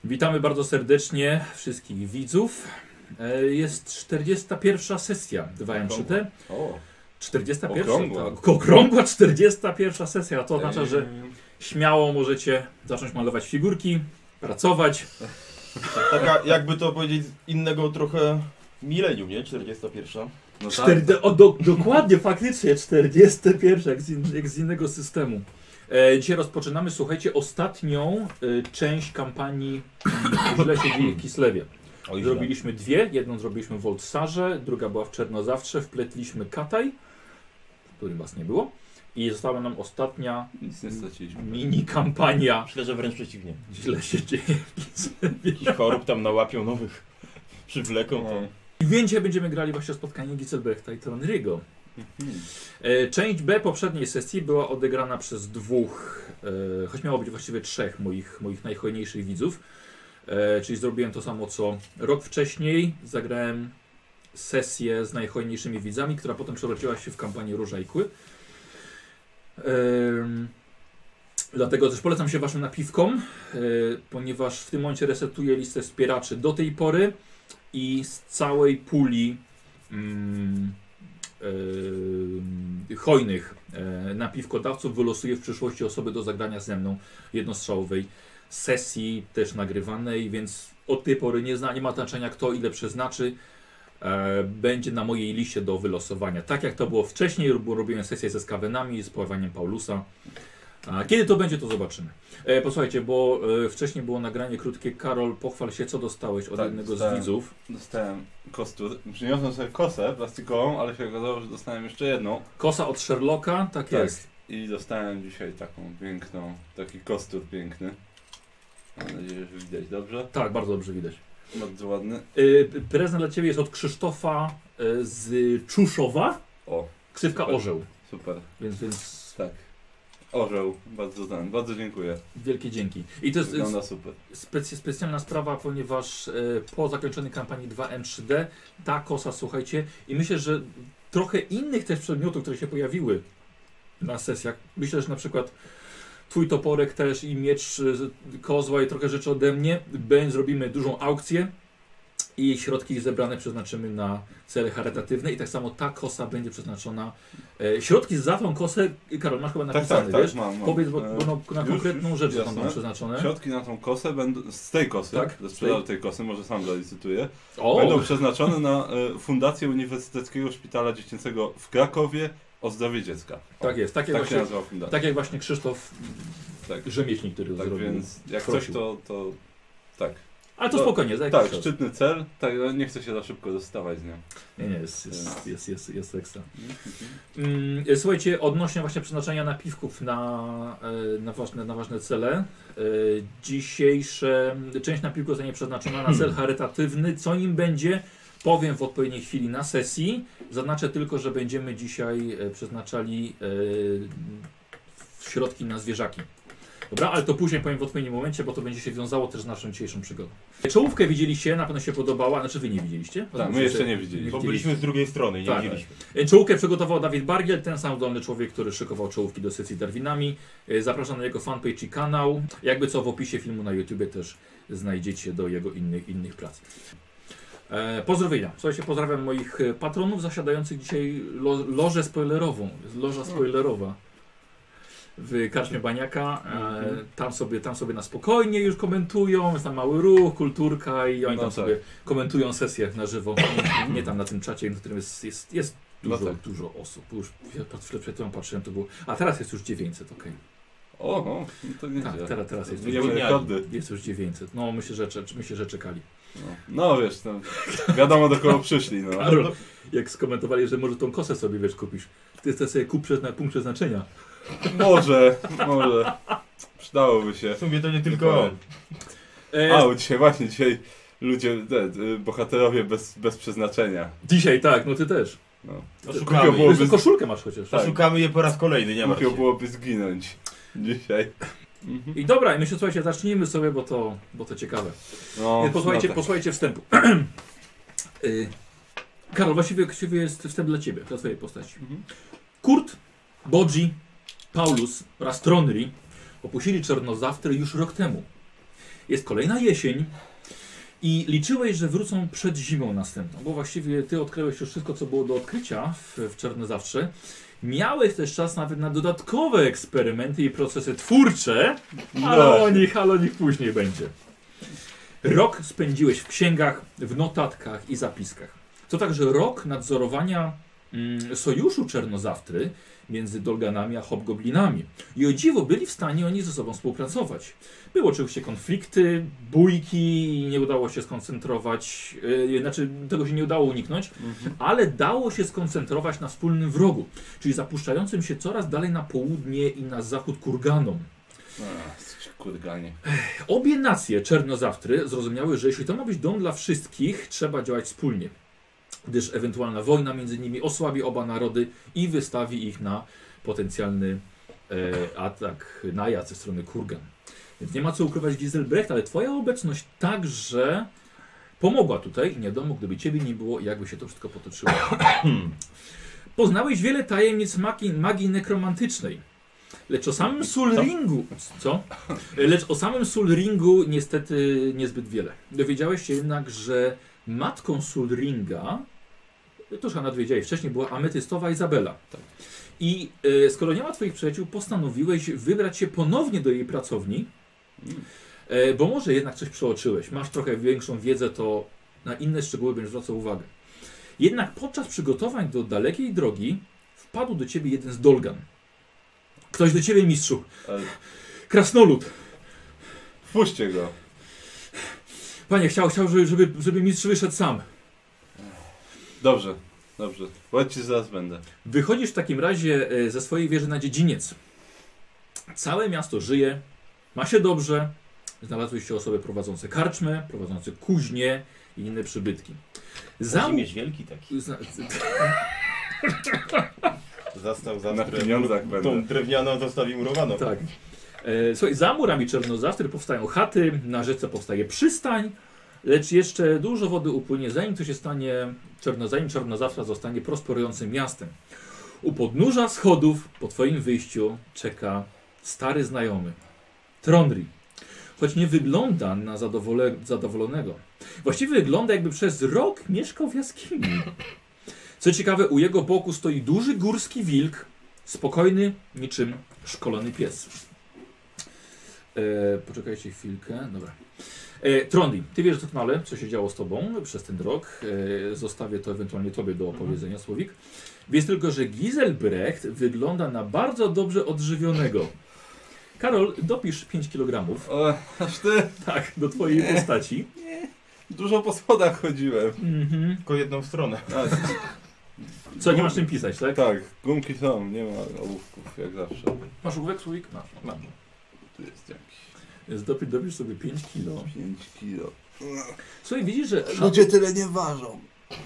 Witamy bardzo serdecznie wszystkich widzów. Jest 41. sesja 2M3T. O, 41. okrągła. Tak, okrągła 41. sesja. To oznacza, że śmiało możecie zacząć malować figurki, pracować. Taka, jakby to powiedzieć, innego trochę milenium, nie? 41. no Dokładnie, faktycznie 41, jak z innego systemu. Dzisiaj rozpoczynamy, słuchajcie, ostatnią część kampanii Źle się dzieje w Kislewie. Zrobiliśmy dwie, jedną zrobiliśmy w Woldsarze, druga była w Czernozawtrze, wpletliśmy Kataj, w którym was nie było. I została nam ostatnia Nic nie straciliśmy. mini kampania Myślę, że wręcz przeciwnie. Źle się dzieje w Kislewie. Jakichś chorób tam nałapią nowych, przywleką. To... I dzisiaj będziemy grali właśnie spotkanie Giselbrechta i Tronrygo. Część B poprzedniej sesji była odegrana przez dwóch, choć miało być właściwie trzech moich najhojniejszych widzów. Czyli zrobiłem to samo co rok wcześniej. Zagrałem sesję z najhojniejszymi widzami, która potem przerodziła się w kampanię Róża i Kły. Dlatego też polecam się waszym napiwkom, ponieważ w tym momencie resetuję listę wspieraczy do tej pory i z całej puli hojnych napiwkodawców wylosuję w przyszłości osoby do zagrania ze mną jednostrzałowej sesji, też nagrywanej, więc od tej pory nie ma znaczenia kto ile przeznaczy, będzie na mojej liście do wylosowania. Tak jak to było wcześniej, robiłem sesję ze skawenami, z porywaniem Paulusa. Kiedy to będzie, to zobaczymy. Posłuchajcie, bo wcześniej było nagranie krótkie. Karol, pochwal się, co dostałeś od jednego z widzów. Dostałem kostur. Przyniosłem sobie kosę plastikową, ale się okazało, że dostałem jeszcze jedną. Kosa od Sherlocka, tak jest. I dostałem dzisiaj taką piękną, taki kostur piękny. Mam nadzieję, że widać dobrze. Tak, bardzo dobrze widać. Bardzo ładny. Prezent dla Ciebie jest od Krzysztofa z Czuszowa. O, Ksywka super. Orzeł. Super. Więc Tak. Orzeł. Bardzo dziękuję. wielkie dzięki. I to jest Wygląda super. specjalna sprawa, ponieważ po zakończonej kampanii 2M3D ta kosa, słuchajcie, i myślę, że trochę innych też przedmiotów, które się pojawiły na sesjach. Myślę, że na przykład twój toporek też i miecz kozła i trochę rzeczy ode mnie. Zrobimy dużą aukcję i środki zebrane przeznaczymy na cele charytatywne i tak samo ta kosa będzie przeznaczona. Środki za tą kosę, Karol, masz chyba napisane, tak, wiesz? mam. Powiedz, bo na konkretną rzecz jasne. zostaną przeznaczone. Środki na tą kosę będą, z tej kosy, Tak, ze z sprzedaży tej kosy, może sam zalicytuję, O! będą przeznaczone na Fundację Uniwersyteckiego Szpitala Dziecięcego w Krakowie o zdrowie dziecka. O, Tak jest, tak jak, tak się właśnie, nazywa fundacja. tak jak właśnie Krzysztof Tak, Rzemieślnik, który to tak zrobił. więc jak prosił. coś to tak. Ale to spokojnie, za jakiś Tak, czas. szczytny cel, tak, no nie chcę się za szybko dostawać z nią. Nie, jest ekstra. Słuchajcie, odnośnie właśnie przeznaczenia napiwków na ważne cele. Część napiwków zostanie przeznaczona na cel charytatywny. Co nim będzie, powiem w odpowiedniej chwili na sesji. Zaznaczę tylko, że będziemy dzisiaj przeznaczali środki na zwierzaki. Dobra, ale to później powiem w odpowiednim momencie, bo to będzie się wiązało też z naszą dzisiejszą przygodą. Czołówkę widzieliście, na pewno się podobała, znaczy wy nie widzieliście? Tak, my jeszcze nie widzieliśmy. Bo byliśmy z drugiej strony, nie Tak. widzieliśmy. Czołówkę przygotował Dawid Bargiel, ten sam zdolny człowiek, który szykował czołówki do sesji Darwinami. Zapraszam na jego fanpage i kanał. Jakby co w opisie filmu na YouTubie też znajdziecie do jego innych prac. Pozdrowienia. Słuchajcie, pozdrawiam moich patronów zasiadających dzisiaj lożę spoilerową. Jest loża spoilerowa w Karczmie Baniaka. Tam sobie na spokojnie już komentują. Jest tam mały ruch, kulturka i oni No tam tak. sobie komentują sesję na żywo. Nie tam na tym czacie, na którym jest No dużo, tak. dużo osób. Już przed chwilą patrzyłem, to było. A teraz jest już 900, okej. O, no, to nie Tak, teraz jest już, Bijemy rekordy. jest już 900. No myślę, że czekali. No wiesz, no, wiadomo do kogo przyszli, no. Karol, jak skomentowali, że może tą kosę sobie wiesz kupisz. Ty sobie kup punkt przeznaczenia. Może. Przydałoby się. W sumie to nie tylko on. Dzisiaj ludzie, bohaterowie bez przeznaczenia. Dzisiaj tak, no ty też. No. Szukamy. Głupio byłoby, Koszulkę masz chociaż. Tak. Szukamy je po raz kolejny, nie ma głupio się. byłoby zginąć dzisiaj. I dobra, i myślę, słuchajcie, zacznijmy sobie, bo to ciekawe. No, Posłuchajcie, no tak. posłuchajcie wstępu. Karol, właściwie jest wstęp dla ciebie, dla twojej postaci. Kurt, Bodzi, Paulus oraz Tronry opuścili Czernozawtrę już rok temu. Jest kolejna jesień i liczyłeś, że wrócą przed zimą następną, bo właściwie ty odkryłeś już wszystko, co było do odkrycia w Czarnozawtrze. Miałeś też czas nawet na dodatkowe eksperymenty i procesy twórcze, ale o nich później będzie. Rok spędziłeś w księgach, w notatkach i zapiskach. To także rok nadzorowania sojuszu Czernozawtry między Dolganami a Hobgoblinami. I o dziwo byli w stanie oni ze sobą współpracować. Były oczywiście konflikty, bójki, nie udało się skoncentrować, znaczy tego się nie udało uniknąć, ale dało się skoncentrować na wspólnym wrogu, czyli zapuszczającym się coraz dalej na południe i na zachód kurganom. Kurganie. Obie nacje Czernozawtry zrozumiały, że jeśli to ma być dom dla wszystkich, trzeba działać wspólnie, gdyż ewentualna wojna między nimi osłabi oba narody i wystawi ich na potencjalny atak, najazd ze strony Kurgan. Więc nie ma co ukrywać, Giselbrecht, ale twoja obecność także pomogła tutaj i nie wiadomo, gdyby ciebie nie było, jakby się to wszystko potoczyło. Poznałeś wiele tajemnic magii nekromantycznej. Lecz o samym Sulringu... Co? Lecz o samym Sulringu niestety niezbyt wiele. Dowiedziałeś się jednak, że matką Sulringa, to już nawet wiedziałeś wcześniej, była ametystowa Izabela. Tak. I skoro nie ma twoich przyjaciół, postanowiłeś wybrać się ponownie do jej pracowni, bo może jednak coś przeoczyłeś. Masz trochę większą wiedzę, to na inne szczegóły będziesz zwracał uwagę. Jednak podczas przygotowań do dalekiej drogi wpadł do ciebie jeden z Dolgan. Ktoś do ciebie, mistrzu. Krasnolud. Wpuśćcie go. Panie, chciał żeby mistrz wyszedł sam. Dobrze. Chodźcie, zaraz będę. Wychodzisz w takim razie ze swojej wieży na dziedziniec. Całe miasto żyje, ma się dobrze. Znalazłeś się osoby prowadzące karczmę, prowadzące kuźnie i inne przybytki. Kazimierz Wielki taki. Zastał Na pieniądzach będę. tą drewnianą zostawił murowaną. Tak. Słuchaj, za murami Czernozawtry powstają chaty, na rzece powstaje przystań, lecz jeszcze dużo wody upłynie, zanim to się stanie, zanim Czernozawtra zostanie prosperującym miastem. U podnóża schodów, po twoim wyjściu, czeka stary znajomy, Tronri. Choć nie wygląda na zadowolonego. Właściwie wygląda, jakby przez rok mieszkał w jaskini. Co ciekawe, u jego boku stoi duży górski wilk, spokojny, niczym szkolony pies. Poczekajcie chwilkę. Dobra. Trondi, ty wiesz doskonale, co się działo z tobą przez ten rok. Zostawię to ewentualnie tobie do opowiedzenia, Słowik. Wiesz tylko, że Giselbrecht wygląda na bardzo dobrze odżywionego. Karol, dopisz 5 kg. Aż ty? Tak, do twojej postaci. Dużo po schodach chodziłem. Tylko jedną stronę. Co, nie masz czym pisać, tak? Tak, gumki są, nie ma ołówków, jak zawsze. Masz ołówek, Słowik? Masz. Tu jest jakiś. Więc dopisz sobie 5 kg. 5 kilo. Słuchaj, widzisz, że... Ludzie tyle nie ważą.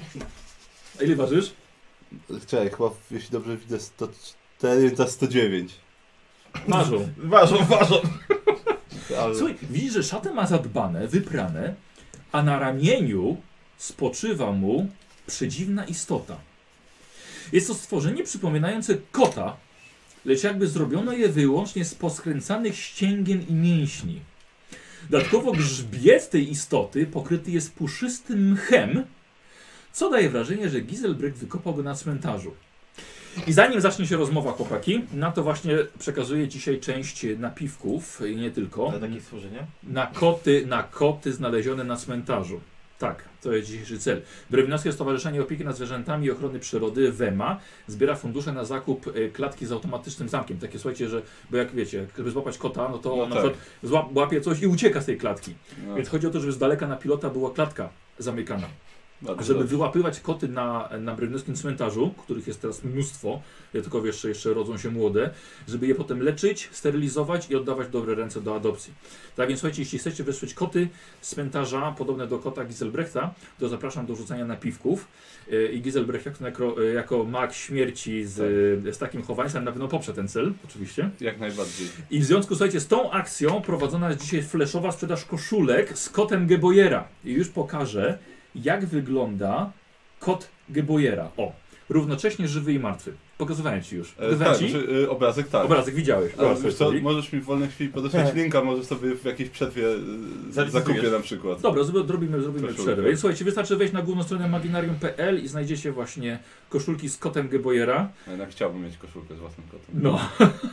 A ile ważysz? Czekaj, chyba, jeśli dobrze widzę, 104 za 109. Ważą. Ważą. Ale... Słuchaj, widzisz, że szatę ma zadbane, wyprane, a na ramieniu spoczywa mu przedziwna istota. Jest to stworzenie przypominające kota, lecz jakby zrobiono je wyłącznie z poskręcanych ścięgien i mięśni. Dodatkowo grzbiet tej istoty pokryty jest puszystym mchem, co daje wrażenie, że Giselbrecht wykopał go na cmentarzu. I zanim zacznie się rozmowa, chłopaki, na to właśnie przekazuję dzisiaj część napiwków i nie tylko. Ale takie stworzenia? Na koty znalezione na cmentarzu. Tak, to jest dzisiejszy cel. Brewinowskie Stowarzyszenie Opieki nad Zwierzętami i Ochrony Przyrody WEMA zbiera fundusze na zakup klatki z automatycznym zamkiem. Takie, słuchajcie, że, bo jak wiecie, żeby złapać kota, no to on na przykład łapie coś i ucieka z tej klatki. No. Więc chodzi o to, żeby z daleka na pilota była klatka zamykana. Żeby wyłapywać koty na brewinowskim cmentarzu, których jest teraz mnóstwo, tylko jeszcze rodzą się młode, żeby je potem leczyć, sterylizować i oddawać w dobre ręce do adopcji. Tak więc słuchajcie, jeśli chcecie wysłać koty z cmentarza, podobne do kota Giselbrechta, to zapraszam do rzucania napiwków. I Giselbrecht jako mag śmierci z takim chowaństwem na pewno poprze ten cel, oczywiście. Jak najbardziej. I w związku, słuchajcie, z tą akcją prowadzona jest dzisiaj flashowa sprzedaż koszulek z kotem Gebojera. I już pokażę, jak wygląda kot Gebojera. O, równocześnie żywy i martwy. Pokazywałem ci już. Pokazywałem Tak, ci? znaczy, obrazek tak. Obrazek widziałeś. Ale Obrazek wiesz co, stoi. możesz mi w wolnej chwili podesłać linka, może sobie w jakiejś przerwie zakupię na przykład. Dobra, zrobimy Koszulkę. przerwę. Słuchajcie, wystarczy wejść na główną stronę maginarium.pl i znajdziecie właśnie koszulki z kotem Gebojera. Ja jednak chciałbym mieć koszulkę z własnym kotem. No.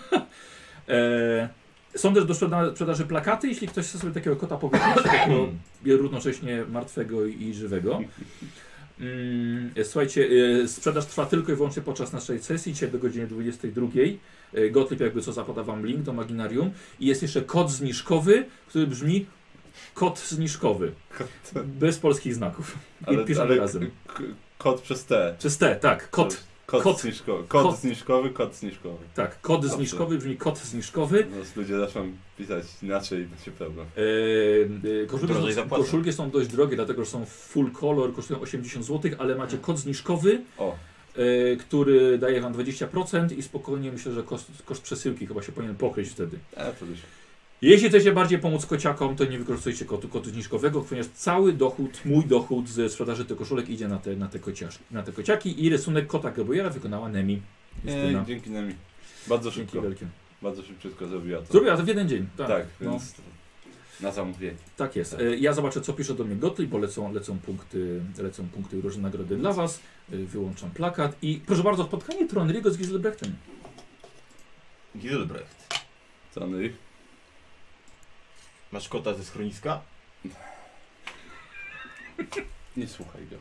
Są też do sprzedaży plakaty, jeśli ktoś chce sobie takiego kota powiesić, takiego równocześnie martwego i żywego. Słuchajcie, sprzedaż trwa tylko i wyłącznie podczas naszej sesji, dzisiaj do godziny 22. Gottlieb jakby co zapada wam link do Maginarium. I jest jeszcze kod zniżkowy, który brzmi kod zniżkowy. Bez polskich znaków. I piszemy razem. Kod przez T. Przez T, tak. Kod. Kod zniżkowy. Kod zniżkowy, kod zniżkowy. Tak, kod Dobrze. zniżkowy brzmi kod zniżkowy. No, ludzie zaczną pisać inaczej i będzie problem. Koszulki są dość drogie, dlatego że są full color, kosztują 80 zł, ale macie kod zniżkowy, który daje wam 20% i spokojnie myślę, że koszt przesyłki chyba się powinien pokryć wtedy. To już. Jeśli chcecie bardziej pomóc kociakom, to nie wykorzystujcie kodu zniżkowego, ponieważ cały dochód, mój dochód ze sprzedaży tych koszulek idzie na te kociaki i rysunek kota Gebojera wykonała Nemi. Dzięki Nemi. Bardzo Dzięki szybko. wielkie. Bardzo szybciutko zrobiła to. Zrobiła to w jeden dzień. Tak, więc na zamówienie. Tak jest. Ja zobaczę, co pisze do mnie Gottlieb, bo lecą punkty różne nagrody dla was. Wyłączam plakat i proszę bardzo, spotkanie Tronriego z Giselbrechtem. Giselbrecht. Co Henry? Masz kota ze schroniska? Nie słuchaj go.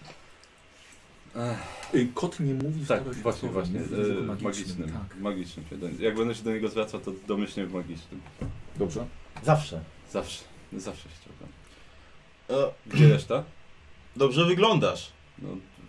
Kot nie mówi w Tak, staroświatowym, właśnie. mówi w języku Magicznym. Tak. Magicznym się jak będę się do niego zwracał, to domyślnie w magicznym. Dobrze. Zawsze. Zawsze ściągam. E, Gdzie reszta? Dobrze wyglądasz. No.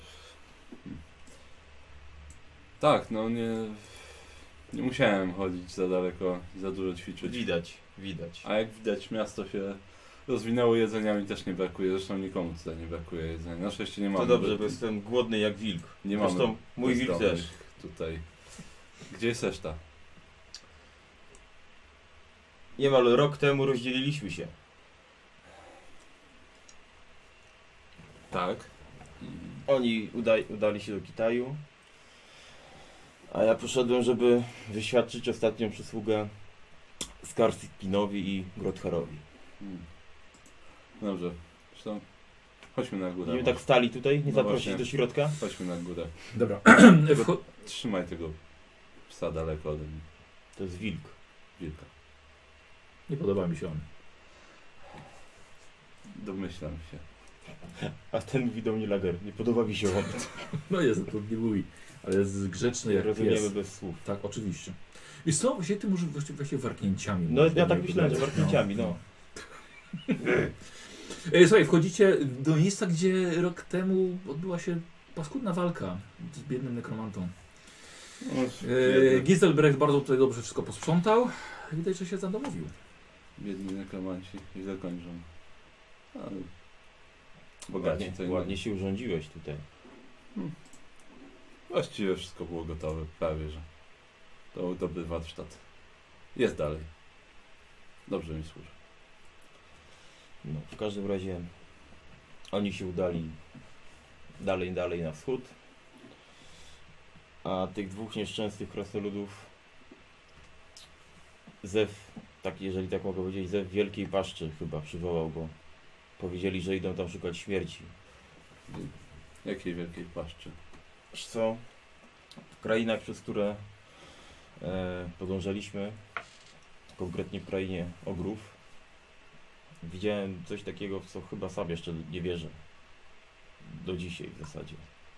Tak, no nie musiałem chodzić za daleko, za dużo ćwiczyć. Widać. A jak widać, miasto się rozwinęło, jedzenia mi też nie brakuje. Zresztą nikomu tutaj nie brakuje jedzenia. Na szczęście nie mamy. To dobrze, bo jestem głodny jak wilk. Nie mamy. Zresztą mój wilk też. Tutaj. Gdzie jest reszta? Niemal rok temu rozdzieliliśmy się. Tak. Oni udali się do Kitaju, a ja poszedłem, żeby wyświadczyć ostatnią przysługę Skarskinowi i Grotharowi. Dobrze. Zresztą chodźmy na górę. Będziemy tak stali tutaj, nie No zaprosić właśnie. do środka? Chodźmy na górę. Dobra. Trzymaj tego psa daleko ode mnie. To jest wilk. Wilka. Nie podoba mi się on. Domyślam się. A ten mówi do mnie Lager. Nie podoba mi się on. No jest, to nie mówi, ale jest grzeczny jak Rozumiemy pies. bez słów. Tak, oczywiście. I co, właściwie ty może właśnie warknięciami. No możesz ja do tak niego myślałem, że dodać. warknięciami, no. Słuchaj, wchodzicie do miejsca, gdzie rok temu odbyła się paskudna walka z biednym nekromantą. Giselbrecht bardzo tutaj dobrze wszystko posprzątał. Widać, że się zadomowił. Biedni nekromanci źle kończą. Ale bogaci co Ładnie się urządziłeś tutaj. Właściwie wszystko było gotowe, prawie że. To był dobry warsztat. Jest dalej. Dobrze mi służy. No, w każdym razie oni się udali dalej na wschód, a tych dwóch nieszczęsnych krasnoludów zew, tak, jeżeli tak mogę powiedzieć, zew wielkiej paszczy chyba przywołał, bo powiedzieli, że idą tam szukać śmierci. Jakiej wielkiej paszczy? Wiesz co? W krainach, przez które podążaliśmy, konkretnie w krainie ogrów, widziałem coś takiego, w co chyba sam jeszcze nie wierzę. Do dzisiaj w zasadzie.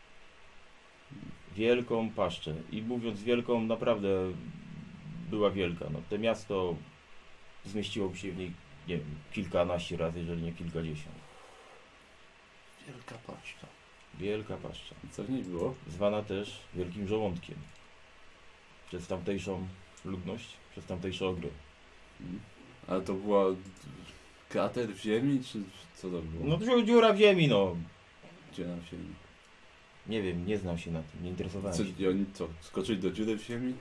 Wielką paszczę. I mówiąc wielką, naprawdę była wielka. No, to miasto zmieściłoby się w niej, nie wiem, kilkanaście razy, jeżeli nie kilkadziesiąt. Wielka paszcza. Wielka paszcza. I co w niej było? Zwana też Wielkim Żołądkiem. Przez tamtejszą ludność, przez tamtejsze ogry. Ale to była krater w ziemi, czy co to było? No to dziura w ziemi, no. Gdzie na ziemi? Nie wiem, nie znam się na tym, nie interesowałem Co, się. i oni co, skoczyli do dziury w ziemi?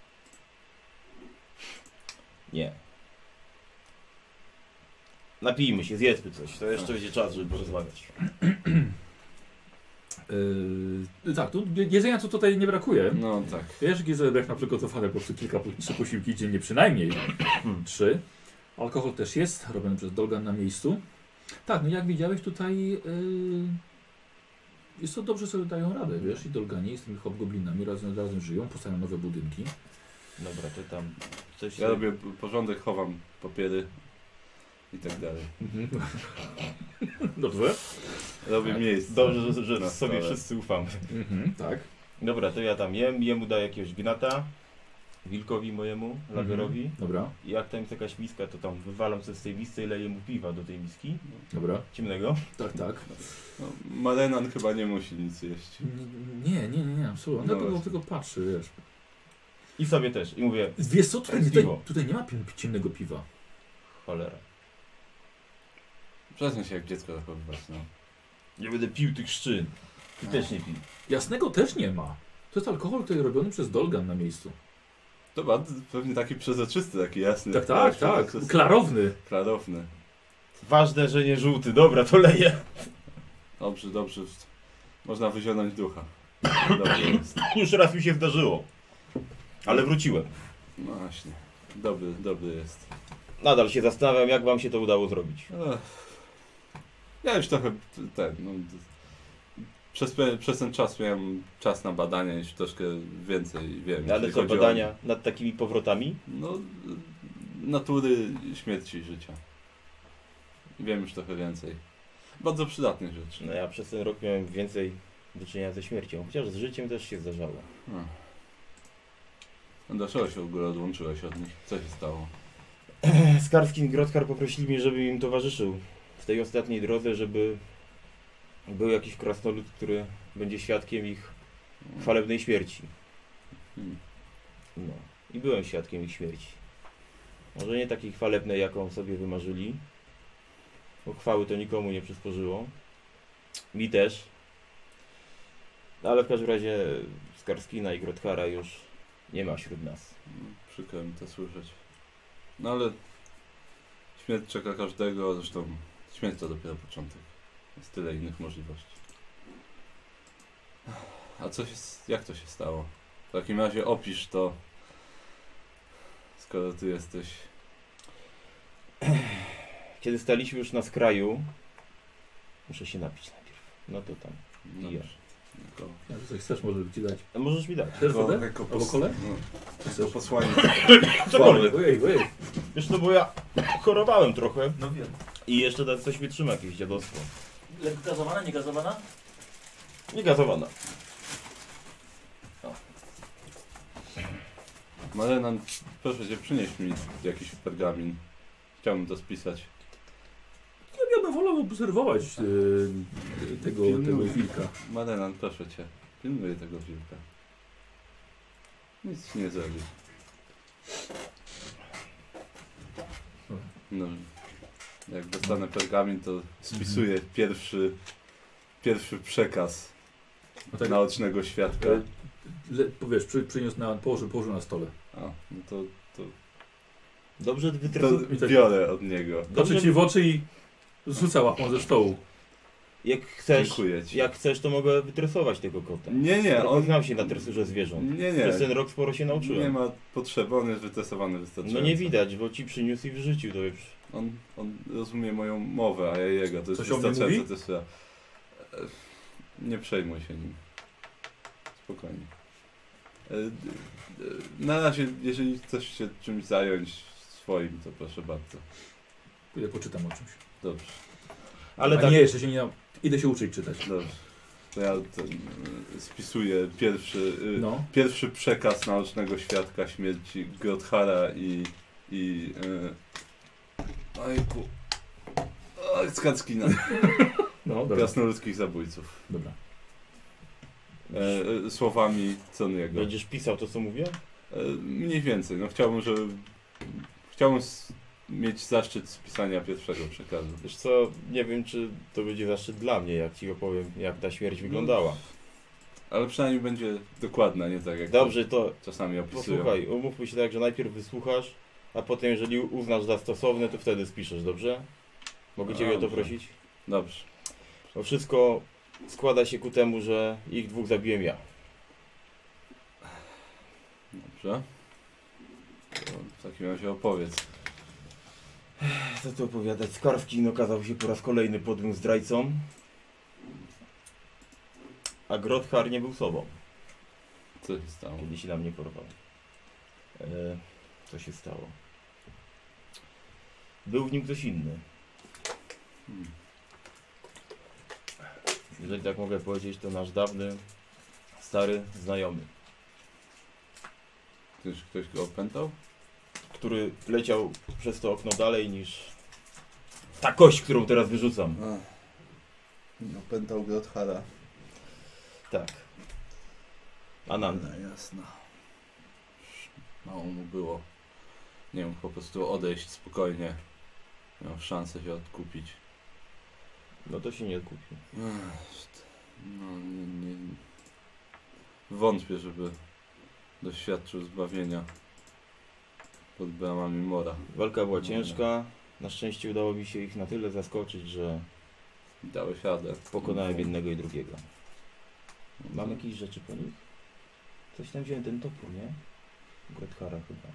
Nie. Napijmy się, zjedzmy coś. To jeszcze będzie czas, żeby porozmawiać. Tak, tu jedzenia co tutaj nie brakuje. No tak. Wiesz, Gizelbrecht ma przygotowane po prostu trzy posiłki dziennie przynajmniej. 3. Alkohol też jest, robiony przez Dolgan na miejscu. Tak, no jak widziałeś tutaj, jest to dobrze sobie dają radę, wiesz, i Dolganie z tymi hobgoblinami razem żyją, powstają nowe budynki. Dobra, to tam coś... Ja robię porządek, chowam papiery i tak dalej. Dobrze. Robię Tak. miejsce. Dobrze, że na sobie stole. wszyscy ufamy. Tak. Dobra, to ja tam jem, jemu daję jakiegoś gnata, wilkowi mojemu, lagerowi. Dobra, I jak tam jest jakaś miska, to tam wywalam sobie z tej misce i leję mu piwa do tej miski. dobra. Ciemnego. Tak, tak. No, Marenan chyba nie musi nic jeść. Nie, absolutnie. No On właśnie. tylko patrzy, wiesz. I sobie też. I mówię, Wiesz co, To jest piwo. tutaj nie ma ciemnego piwa. cholera. Przestań się jak dziecko zachowywać, no. Nie będę pił tych szczyn. Ty też nie pij. Jasnego też nie ma. To jest alkohol, który robiony przez Dolgan na miejscu. To bardzo pewnie taki przezroczysty, taki jasny. Tak. Klarowny. Klarowny. Ważne, że nie żółty. Dobra, to leję. Dobrze. Można wyzionąć ducha. Dobrze jest. Już raz mi się zdarzyło. Ale wróciłem. No właśnie. Dobry jest. Nadal się zastanawiam, jak wam się to udało zrobić. Ja już trochę przez ten czas miałem czas na badania, już troszkę więcej wiem. Ale jeżeli co, chodzi o, badania nad takimi powrotami? no, natury śmierci i życia. Wiem już trochę więcej. Bardzo przydatnych rzeczy. No ja przez ten rok miałem więcej do czynienia ze śmiercią. Chociaż z życiem też się zdarzało. A dlaczego się w ogóle odłączyłeś od nich? Co się stało? Skarskin i Grothkar poprosili mnie, żebym im towarzyszył w tej ostatniej drodze, żeby był jakiś krasnolud, który będzie świadkiem ich chwalebnej śmierci. No. I byłem świadkiem ich śmierci. Może nie takiej chwalebnej, jaką sobie wymarzyli, bo chwały to nikomu nie przysporzyło. Mi też. Ale w każdym razie Skarskina i Grothkara już nie ma wśród nas. Przykro mi to słyszeć. No ale śmierć czeka każdego, zresztą śmierć to dopiero początek. Jest tyle innych możliwości. A jak to się stało? W takim razie opisz to, skoro ty jesteś. Kiedy staliśmy już na skraju, muszę się napić najpierw. No to tam. No, Ja. jako, Jak coś chcesz, może ci dać. A możesz mi dać. Chcesz wodę? jako Albo kolę? jako posłaniec. Cokolwiek. Ojej. Wiesz, no bo ja chorowałem trochę No wiem. i jeszcze tak coś mnie trzyma, jakieś dziadostwo. Lekko gazowana, nie gazowana? Nie gazowana. Marenan, proszę cię, przynieś mi jakiś pergamin. Chciałbym to spisać. Ja bym wolał obserwować tego wilka. Marenan, proszę cię, pilnuję tego wilka. Nic ci nie zrobi. No, jak dostanę pergamin, to spisuję pierwszy przekaz No tak, naocznego świadka. wiesz, przyniósł położył na stole. A, no to Dobrze wytresowałem. biorę od niego. Patrzy ci w oczy i rzuca łapą ze stołu. Jak chcesz, Dziękuję ci. jak chcesz, to mogę wytresować tego kota. Nie, On on... znam się na tresurze zwierząt. Nie, Przez ten rok sporo się nauczyłem. nie ma potrzeby, on jest wytresowany wystarczająco. No nie widać, bo ci przyniósł i wyrzucił to już. On rozumie moją mowę, a ja jego. To jest Coś o mnie wystarczająco mówi? też ja. Nie przejmuj się nim. Spokojnie. Na razie, jeżeli chcesz się czymś zająć swoim, to proszę bardzo. Pójdę poczytam o czymś. Dobrze, Ale A tak, nie, jeszcze się nie... Idę się uczyć czytać. dobrze. To ja spisuję No. pierwszy przekaz naocznego świadka śmierci Grothkara Skackina. No, dobra. Krasnoludzkich zabójców. Dobra. Słowami Coniego. będziesz pisał to, co mówię? Mniej więcej. No chciałbym mieć zaszczyt spisania pierwszego przekazu. Wiesz co, nie wiem, czy to będzie zaszczyt dla mnie, jak ci opowiem, jak ta śmierć wyglądała. Ale przynajmniej będzie dokładna, nie tak jak Dobrze, to czasami opisują. posłuchaj, umówmy się tak, że najpierw wysłuchasz, a potem jeżeli uznasz za stosowne, to wtedy spiszesz, dobrze? Mogę Ciebie o to Dobrze. prosić? Dobrze. To wszystko składa się ku temu, że ich dwóch zabiłem ja. Dobrze. To w takim razie opowiedz. Co tu opowiadać? Skarfkin okazał się po raz kolejny podłym zdrajcą, a Grothar nie był sobą, Co się stało? kiedy się na mnie porwał. Co się stało? Był w nim ktoś inny. Hmm. Jeżeli tak mogę powiedzieć, to nasz dawny, stary znajomy, Ktoś go opętał? który leciał przez to okno dalej niż ta kość, którą teraz wyrzucam. Opętał Grothara. Tak. Ananda. No jasno. Mało mu było. Nie mógł po prostu odejść spokojnie. Miał szansę się odkupić. No to się nie odkupił. No nie. Wątpię, żeby doświadczył zbawienia pod bramami Mora. Walka była ciężka. Na szczęście udało mi się ich na tyle zaskoczyć, że Dałeś radę. pokonałem jednego i drugiego. Mam jakieś rzeczy po nich? Coś tam wziąłem, ten topór, nie? Grothara chyba.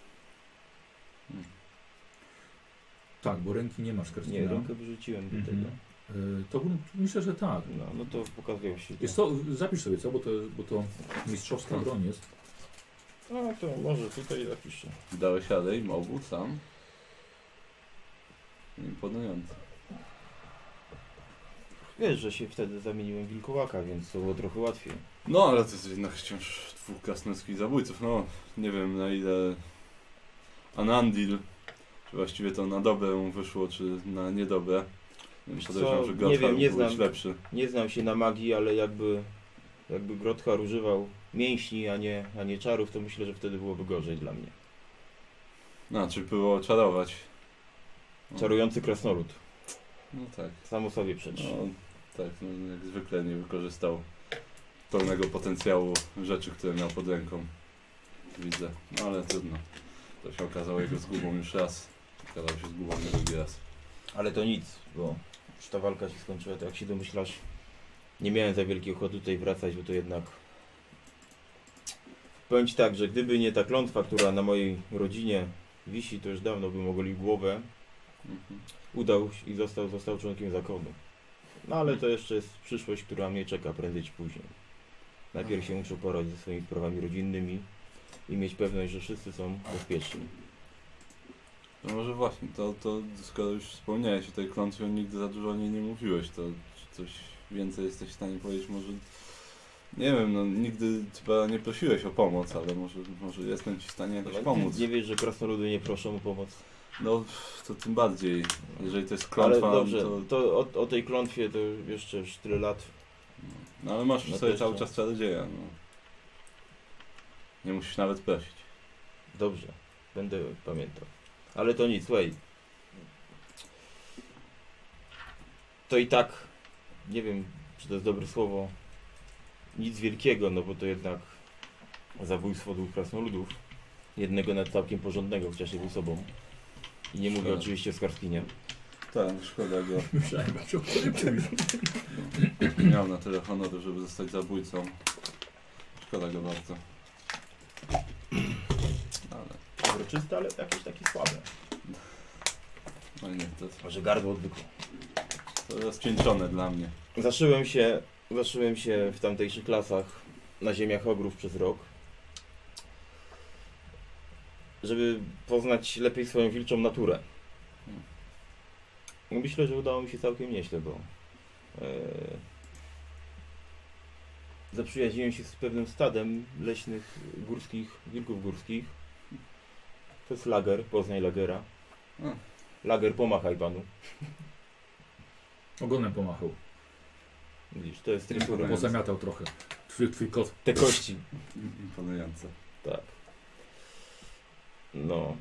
Tak, bo ręki nie masz, Nie, Kerstina. rękę wyrzuciłem do Mhm. tego. To myślę, że tak. No to pokazał się. Jest to, zapisz sobie, co? Bo to mistrzowska broń jest. No to może tutaj zapiszę. Dałeś radę i mógł sam. Imponujące. Wiesz, że się wtedy zamieniłem w wilkołaka, więc to było trochę łatwiej. No ale to jest jednak wciąż dwóch krasnoludzkich zabójców. No nie wiem na ile Anandil, czy właściwie to na dobre mu wyszło, czy na niedobre. Wiesz Podejrzewam, co, że nie Grothar wiem, nie mógł być znam. lepszy. Nie znam się na magii, ale jakby Grothar używał mięśni, a nie czarów, to myślę, że wtedy byłoby gorzej dla mnie. No, czy było czarować. No. Czarujący krasnolud. No tak. Samo sobie przeczy. No, tak, no, jak zwykle nie wykorzystał pełnego potencjału rzeczy, które miał pod ręką. Widzę. No ale trudno. To się okazało jego zgubą już raz. Okazał się zgubą drugi raz. Ale to nic, bo już ta walka się skończyła, to jak się domyślasz, nie miałem za wielkiej ochoty tutaj wracać, bo to jednak... Powiem Ci tak, że gdyby nie ta klątwa, która na mojej rodzinie wisi, to już dawno bym ogolił głowę, udał i został członkiem zakonu. No ale to jeszcze jest przyszłość, która mnie czeka prędzej czy później. Najpierw się muszę poradzić ze swoimi sprawami rodzinnymi i mieć pewność, że wszyscy są bezpieczni. No może właśnie, to skoro już wspomniałeś o tej klątwie, nigdy za dużo o niej nie mówiłeś, to czy coś więcej jesteś w stanie powiedzieć? Może, nie wiem, no nigdy chyba nie prosiłeś o pomoc, ale może jestem Ci w stanie jakoś pomóc. Nie wiesz, że krasnoludy nie proszą o pomoc. No to tym bardziej, jeżeli to jest Ale klątwa, dobrze, to... to o tej klątwie to jeszcze już tyle lat. No ale masz No sobie też cały to. czas czarodzieja, no. Nie musisz nawet prosić. Dobrze, będę pamiętał. Ale to nic, słuchaj. To i tak, nie wiem, czy to jest dobre słowo, nic wielkiego, no bo to jednak zabójstwo dwóch krasnoludów. Jednego nawet całkiem porządnego, chociaż nie był sobą. I nie mówię Szkoda. oczywiście o Skarfinie. Tak, szkoda go. Myślałem, że o tym Miał na tyle honoru, żeby zostać zabójcą. Szkoda go bardzo. Ale, Uroczyste, ale jakieś takie słabe. no nie, to Może gardło odwykło. rozcieńczone dla mnie. Zaszyłem się w tamtejszych lasach na ziemiach ogrów przez rok, żeby poznać lepiej swoją wilczą naturę. Myślę, że udało mi się całkiem nieźle, bo zaprzyjaźniłem się z pewnym stadem leśnych, górskich, wilków górskich. To jest Lager, Poznań Lagera. A. Lager, pomachaj panu. Ogonem pomachał. Widzisz, to jest Imponujące. tryfura. Pozamiatał trochę. Twój kot. Te kości. Imponujące. Tak. No.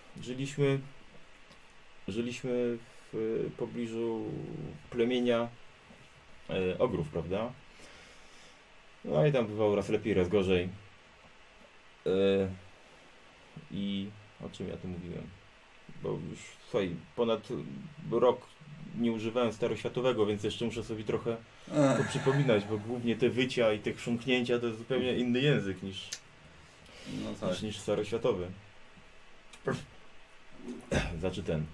Żyliśmy w pobliżu plemienia ogrów, prawda? No i tam bywało raz lepiej, raz gorzej. I o czym ja tu mówiłem? Bo już, słuchaj, ponad rok nie używałem staroświatowego, więc jeszcze muszę sobie trochę to Ech, przypominać, bo głównie te wycia i te chrząknięcia to jest zupełnie inny język niż, no tak. niż staroświatowy. Znaczy ten.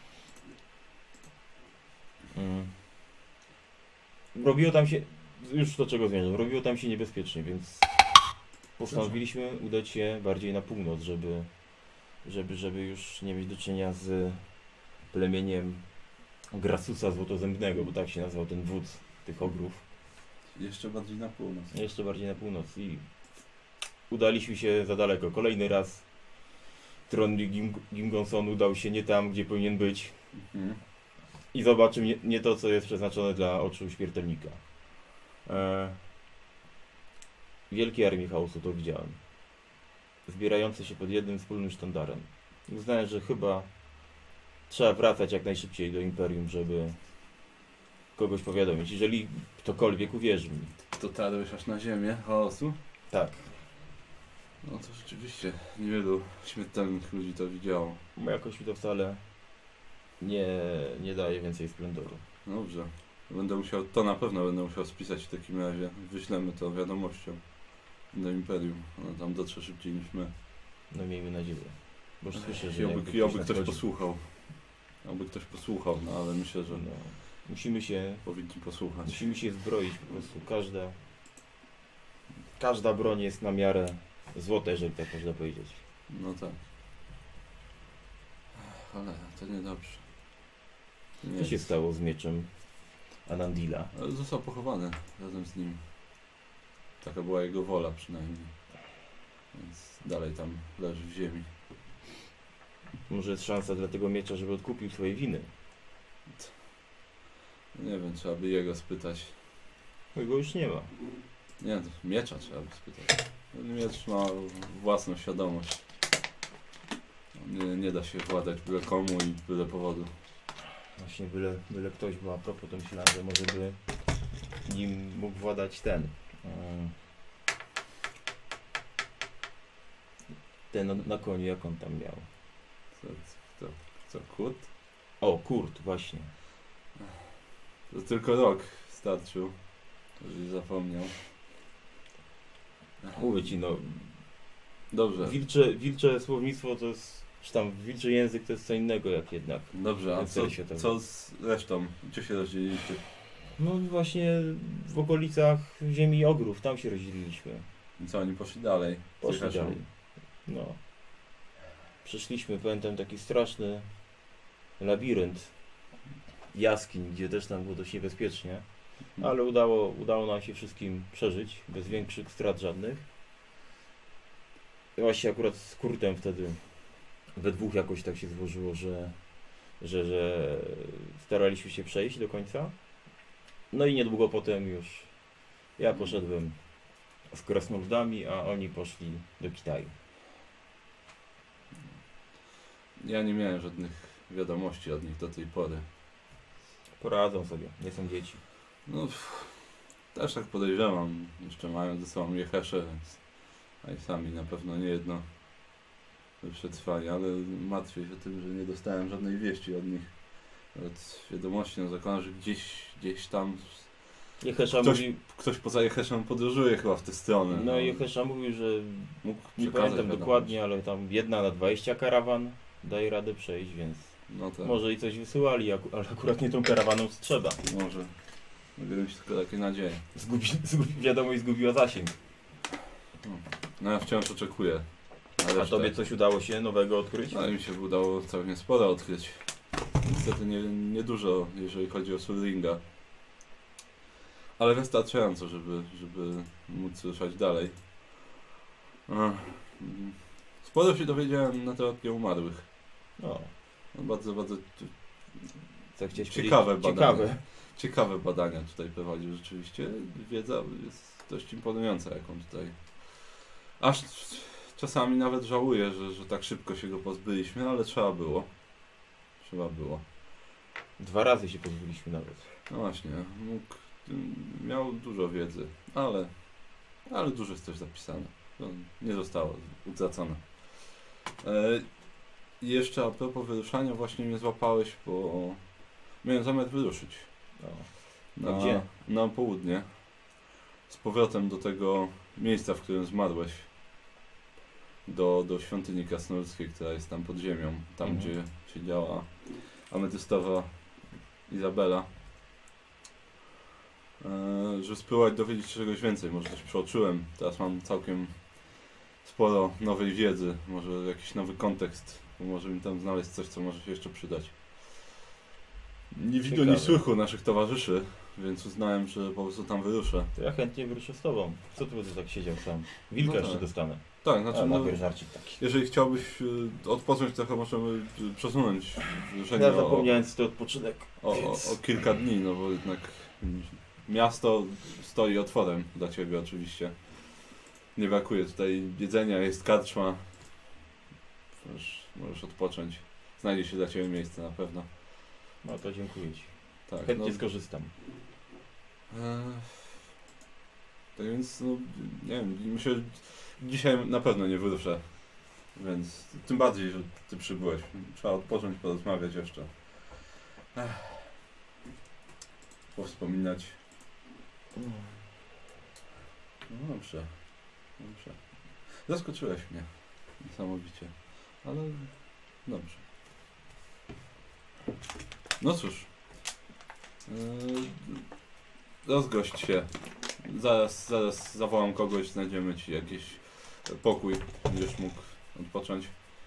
Robiło tam się, już do czego zmierzam, robiło tam się niebezpiecznie, więc postanowiliśmy udać się bardziej na północ, żeby już nie mieć do czynienia z plemieniem Grasusa Złotozębnego, bo tak się nazywał ten wódz tych ogrów. Jeszcze bardziej na północ. Jeszcze bardziej na północ i udaliśmy się za daleko. Kolejny raz Trondri Gimgonson udał się nie tam, gdzie powinien być Mhm. i zobaczył nie to, co jest przeznaczone dla oczu śmiertelnika. Wielkie armie chaosu to widziałem. Zbierające się pod jednym wspólnym sztandarem. Uznałem, że chyba trzeba wracać jak najszybciej do Imperium, żeby kogoś powiadomić. Jeżeli ktokolwiek uwierzy mi. Dotarłeś aż na ziemię chaosu? Tak. No to rzeczywiście niewielu śmiertelnych ludzi to widziało. Jakoś mi to wcale nie daje więcej splendoru. Dobrze. To na pewno będę musiał spisać w takim razie. Wyślemy to wiadomością do Imperium. Ono tam dotrze szybciej niż my. No miejmy nadzieję. Bo już słyszę, że I jakby oby ktoś nadchodzi. posłuchał. Oby ktoś posłuchał, no ale myślę, że No, musimy się posłuchać. zbroić po prostu. Każda broń jest na miarę złota, jeżeli tak można powiedzieć. No tak. Ale to niedobrze. Co się stało z mieczem Anandila? Ale został pochowany razem z nim. Taka była jego wola przynajmniej. Więc dalej tam leży w ziemi. Może jest szansa dla tego miecza, żeby odkupił swoje winy. Nie wiem, trzeba by jego spytać. Jego już nie ma. Nie, to miecza trzeba by spytać. Miecz ma własną świadomość. Nie da się władać byle komu i byle powodu. Właśnie byle ktoś, bo a propos to myślałem, że może by nim mógł władać ten na koniu, jak on tam miał. Co, Kurt? O, Kurt, właśnie. To tylko rok starczył, jeżeli zapomniał. Mówię ci, no, Dobrze, wilcze słownictwo to jest, czy tam wilczy język to jest co innego jak jednak. dobrze, a Serii światowej. co z resztą? Gdzie się rozdzieliliście? No właśnie w okolicach ziemi ogrów, tam się rozdzieliliśmy. I co, oni poszli dalej? Poszli Zjechał. dalej. No. Przeszliśmy, pamiętam, taki straszny labirynt jaskiń, gdzie też tam było dość niebezpiecznie, ale udało nam się wszystkim przeżyć, bez większych strat żadnych. I właśnie akurat z Kurtem wtedy we dwóch jakoś tak się złożyło, że staraliśmy się przejść do końca. No i niedługo potem już ja poszedłem z krasnoludami, a oni poszli do Kitaju. Ja nie miałem żadnych wiadomości od nich do tej pory. Poradzą sobie, nie są dzieci. No, też tak podejrzewam. Jeszcze mają ze sobą Jehesze, więc a i sami na pewno nie jedno przetrwanie, ale martwię się tym, że nie dostałem żadnej wieści od nich. Nawet wiadomości, no zakładam, że gdzieś tam Jehesza Ktoś- mówił, ktoś poza Jeheszem podróżuje chyba w tę stronę. no Jehesza mówił, że mógł nie przekazać pamiętam wiadomość. dokładnie, ale tam 1 na 20 karawan daje radę przejść, więc No tak, może i coś wysyłali, ale akurat nie tą karawaną co trzeba. może. Mogę mieć tylko takie nadzieje. Wiadomość zgubiła zasięg. No ja wciąż oczekuję. Na A resztę. tobie coś udało się nowego odkryć? No i mi się udało całkiem sporo odkryć. Niestety nie dużo, jeżeli chodzi o Surlinga. Ale wystarczająco, żeby móc ruszać dalej. Sporo się dowiedziałem na temat nieumarłych. No, No, bardzo co chciałeś Ciekawe powiedzieć? badanie. Ciekawe badania tutaj prowadził rzeczywiście. Wiedza jest dość imponująca, jaką tutaj. Aż czasami nawet żałuję, że tak szybko się go pozbyliśmy, ale trzeba było. 2 razy się pozbyliśmy nawet. No właśnie, miał dużo wiedzy, ale dużo jest też zapisane. To nie zostało utracone. Jeszcze a propos wyruszania, właśnie mnie złapałeś Miałem zamiar wyruszyć. A gdzie? Na południe. Z powrotem do tego miejsca, w którym zmarłeś. Do świątyni krasnoludzkiej, która jest tam pod ziemią. Tam, gdzie siedziała ametystowa Izabela. Żeby spróbować dowiedzieć się czegoś więcej. Może coś przeoczyłem. Teraz mam całkiem sporo nowej wiedzy. Może jakiś nowy kontekst. Może mi tam znaleźć coś, co może się jeszcze przydać. Nie widu, Ciekawe. ni słychu naszych towarzyszy, więc uznałem, że po prostu tam wyruszę. To ja chętnie wyruszę z tobą. Co tu będę tak siedział sam? Wilka No jeszcze tak. dostanę. Tak, znaczy, A, no, nagle żarcik taki. jeżeli chciałbyś odpocząć, trochę możemy przesunąć wyruszenie Ja zapomniałem co to odpoczynek. o kilka dni, no bo jednak miasto stoi otworem dla ciebie oczywiście. Nie brakuje tutaj jedzenia, jest karczma. Możesz odpocząć. Znajdzie się dla ciebie miejsce na pewno. No to dziękuję ci. Tak, Chętnie skorzystam. Tak więc, no, nie wiem, myślę, że dzisiaj na pewno nie wyruszę, więc tym bardziej, że ty przybyłeś. Trzeba odpocząć, porozmawiać jeszcze. Powspominać. No dobrze. Zaskoczyłeś mnie. Niesamowicie. Ale dobrze. No cóż. Rozgość się. Zaraz zawołam kogoś, znajdziemy ci jakiś pokój, będziesz mógł odpocząć.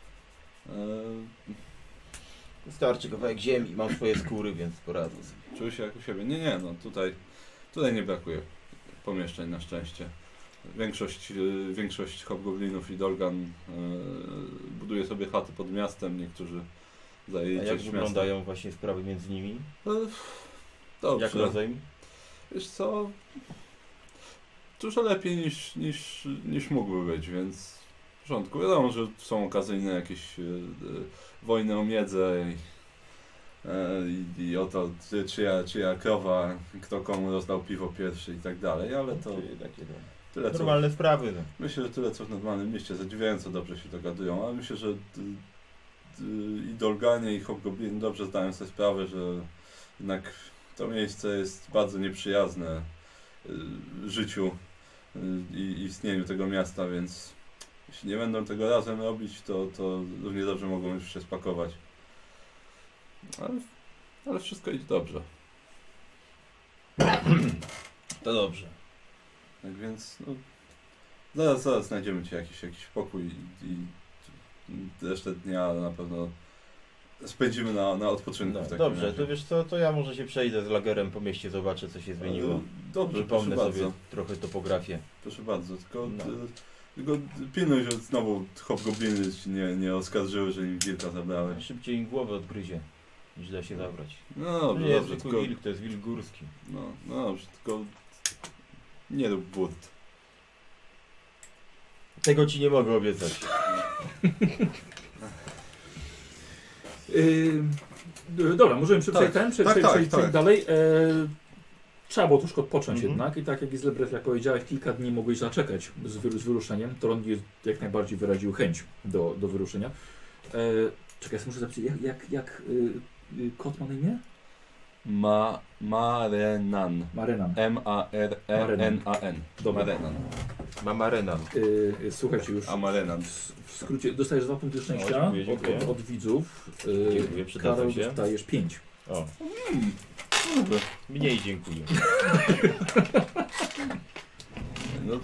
Wystarczy kawałek ziemi, mam swoje skóry, więc poradzę sobie. Czuję się jak u siebie. Nie, no tutaj nie brakuje pomieszczeń na szczęście. Większość hobgoblinów i dolgan buduje sobie chaty pod miastem, niektórzy zajęli A jak część miasta. wyglądają właśnie sprawy między nimi? Dobrze. Jak rozejm? Wiesz co, dużo lepiej niż mógłby być, więc w porządku. Wiadomo, że są okazyjne jakieś wojny o miedzę i o to, czyja krowa, kto komu rozdał piwo pierwszy i tak dalej, ale to tyle co... Normalne sprawy. No. Myślę, że tyle co w normalnym mieście, zadziwiająco dobrze się dogadują, ale myślę, że i Dolganie i Hobgoblin dobrze zdają sobie sprawę, że jednak to miejsce jest bardzo nieprzyjazne życiu i istnieniu tego miasta, więc jeśli nie będą tego razem robić, to równie dobrze mogą już się spakować. Ale wszystko idzie dobrze. To dobrze. Tak więc zaraz znajdziemy ci jakiś pokój i resztę dnia na pewno spędzimy na odpoczynku. No, w takim dobrze, razie. to wiesz co, to ja może się przejdę z lagerem po mieście, zobaczę co się zmieniło. Dobrze, Przypomnę proszę sobie bardzo. trochę topografię. Proszę bardzo, tylko No. pilnuj, że znowu hobgobliny ci nie oskarżyły, że im wilka zabrałeś. Szybciej im głowę odgryzie, niż da się zabrać. No To dobrze, nie jest dobrze, zwykły tylko, wilk, to jest wilk górski. no dobrze, tylko nie rób burt. Tego ci nie mogę obiecać. Dobra, możemy przejść tak. dalej. Trzeba było troszkę odpocząć Mhm. jednak i tak jak Izlebrecht, jak powiedziałeś, kilka dni mogłeś zaczekać z wyruszeniem. Trondir jak najbardziej wyraził chęć do wyruszenia. Czekaj, ja muszę zapisać, jak kot ma na imię? Marenan. Marenan. M-A-R-E-N-A-N. Dobra. Marenan. Mama Renan. Słuchajcie już. Amarenan. W skrócie dostajesz 2 punkty szczęścia dziękuję. od widzów. Dziękuję, przydadzą Karol, się. dostajesz 5. O, mniej dziękuję. No,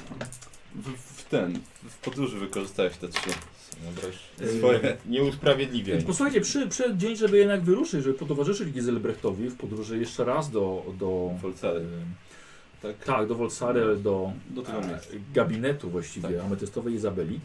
w podróży wykorzystałeś te 3. Dobra, Swoje. nie usprawiedliwiaj. Posłuchajcie, przy dzień, żeby jednak wyruszyć, żeby potowarzyszyć Giselbrechtowi w podróży jeszcze raz do Folcary. tak, do Wolsary, do tego miejsca. gabinetu właściwie Tak. ametystowej Izabeli.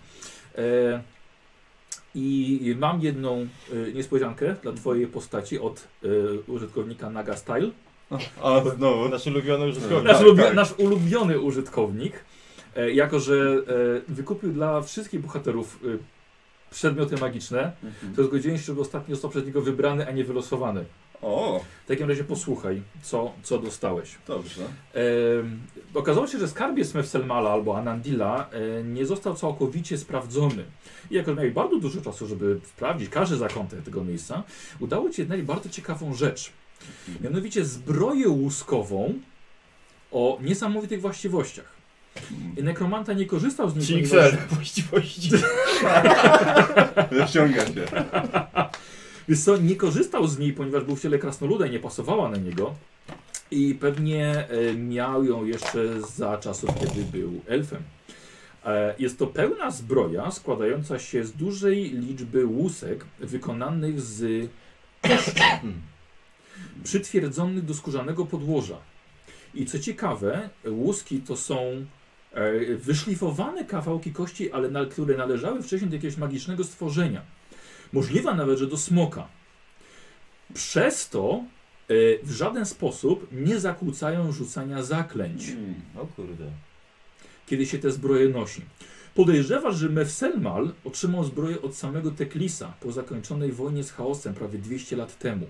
I mam jedną niespodziankę dla twojej postaci od użytkownika Naga Style. A znowu. Nasz ulubiony użytkownik. Tak. Nasz ulubiony użytkownik, jako że wykupił dla wszystkich bohaterów przedmioty magiczne, to zgodziłem się, żeby ostatnio został przez niego wybrany, a nie wylosowany. O, W takim razie posłuchaj, co dostałeś. dobrze. Okazało się, że skarbiec Mefselmala albo Anandila nie został całkowicie sprawdzony. I jako miałeś bardzo dużo czasu, żeby sprawdzić każdy zakątek tego miejsca, udało ci się znaleźć bardzo ciekawą rzecz. Mianowicie zbroję łuskową o niesamowitych właściwościach. Nekromanta nie korzystał z niej, Czyli ponieważ... XL właściwości. Rozciąga się. Wiesz co, nie korzystał z niej, ponieważ był w ciele krasnoluda i nie pasowała na niego. I pewnie miał ją jeszcze za czasów, kiedy był elfem. Jest to pełna zbroja składająca się z dużej liczby łusek wykonanych z kości przytwierdzonych do skórzanego podłoża. I co ciekawe, łuski to są wyszlifowane kawałki kości, ale które należały wcześniej do jakiegoś magicznego stworzenia. Możliwe nawet, że do smoka. Przez to w żaden sposób nie zakłócają rzucania zaklęć, O kurde. kiedy się te zbroje nosi. Podejrzewasz, że Mefselmal otrzymał zbroję od samego Teklisa po zakończonej wojnie z chaosem prawie 200 lat temu.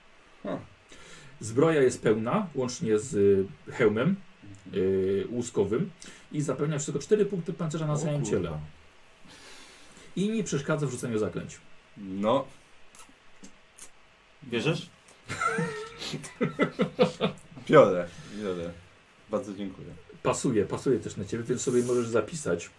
Zbroja jest pełna, łącznie z hełmem łuskowym i zapewnia wszystko 4 punkty pancerza na całym ciele. I nie przeszkadza w rzucaniu zaklęć. No. Bierzesz? Biorę. Bardzo dziękuję. Pasuje też na ciebie, więc sobie możesz zapisać.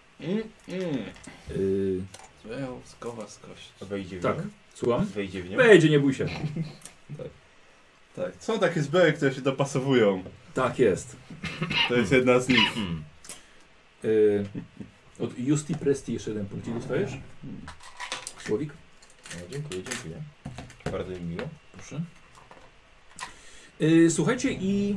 Zbroja łuskowa z kości. Wejdzie w Tak, nią? słucham? Wejdzie w nią? Wejdzie, nie bój się. Tak. Są takie zbroje, które się dopasowują. Tak jest. To jest jedna z nich. Od Justi Presti jeszcze 1 punkt. Ile dostajesz? Słowik? No, dziękuję. Bardzo mi miło. Proszę. Słuchajcie i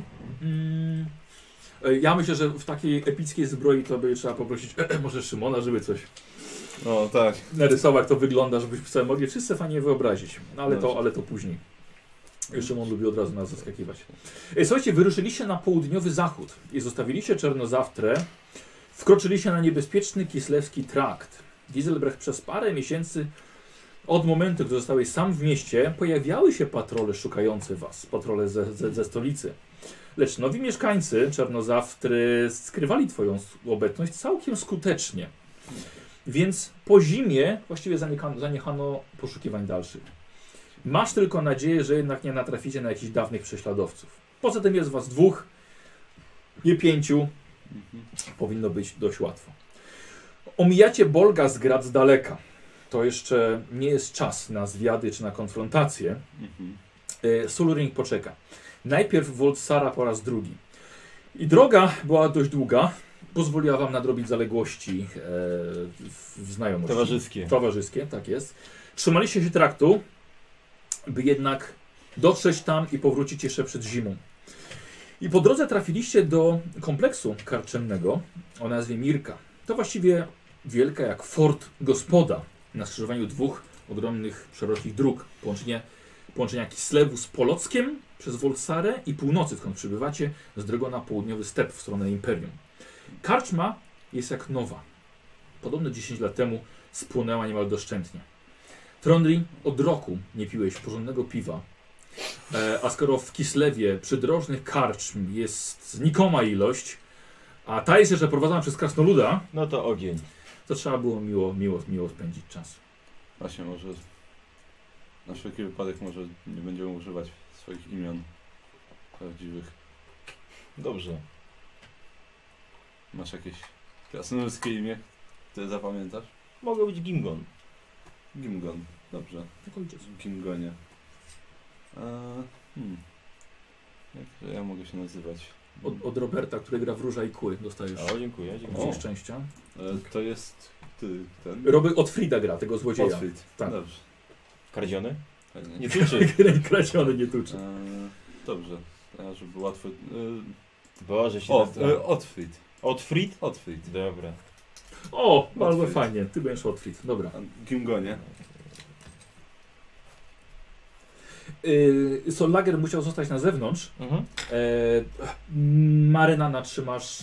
ja myślę, że w takiej epickiej zbroi to by trzeba poprosić może Szymona, żeby coś O, tak. narysował, jak to wygląda, żebyśmy sobie mogli wszyscy fajnie wyobrazić. No, ale Dobrze. to później. Szymon lubi od razu nas zaskakiwać. Słuchajcie, wyruszyliście na południowy zachód i zostawiliście Czernozawtrę. Wkroczyliście na niebezpieczny Kislewski Trakt. Giselbrecht przez parę miesięcy od momentu, gdy zostałeś sam w mieście, pojawiały się patrole szukające was, patrole ze stolicy. Lecz nowi mieszkańcy Czernozawtry skrywali twoją obecność całkiem skutecznie. Więc po zimie właściwie zaniechano poszukiwań dalszych. Masz tylko nadzieję, że jednak nie natraficie na jakichś dawnych prześladowców. Poza tym jest was 2, nie 5. Powinno być dość łatwo. Omijacie Bolgasgrad z daleka. To jeszcze nie jest czas na zwiady czy na konfrontację. Sulring poczeka. Najpierw Voltsara po raz drugi. I droga była dość długa. Pozwoliła wam nadrobić zaległości w znajomości. Towarzyskie, tak jest. Trzymaliście się traktu, by jednak dotrzeć tam i powrócić jeszcze przed zimą. I po drodze trafiliście do kompleksu karczemnego o nazwie Mirka. To właściwie wielka jak fort gospoda na skrzyżowaniu 2 ogromnych, szerokich dróg. Połączenia Kislewu z Polockiem przez Voltsarę i północy, skąd przybywacie, z drogą na południowy step w stronę Imperium. Karczma jest jak nowa. Podobno 10 lat temu spłonęła niemal doszczętnie. Trondri, od roku nie piłeś porządnego piwa. A skoro w Kislewie przydrożnych karczm jest znikoma ilość, a ta jest jeszcze prowadzona przez krasnoluda, no to ogień. To trzeba było miło spędzić czas. Właśnie, może na wszelki wypadek może nie będziemy używać swoich imion prawdziwych. Dobrze. Masz jakieś krasnoludzkie imię, które zapamiętasz? Mogę być Gimgon. Gimgon. Dobrze. Jak ojciec. Gimgonie. Jak ja mogę się nazywać? Od Roberta, który gra w Róża i Kły, dostajesz O, dziękuję. punkty szczęścia. To jest ten? Od Frida gra, tego złodzieja. Otfrid. Tak. Dobrze. Kradziony? Fajnie. Nie tuczy. Kradziony nie tuczy. Dobrze. Żeby łatwo... Boże się Otfrid. Otfrid? Otfrid. Dobra. O, bardzo Otfrid. fajnie. Ty będziesz Otfrid. Dobra. Gimgonie. Sollager musiał zostać na zewnątrz. Mhm. Marynana trzymasz...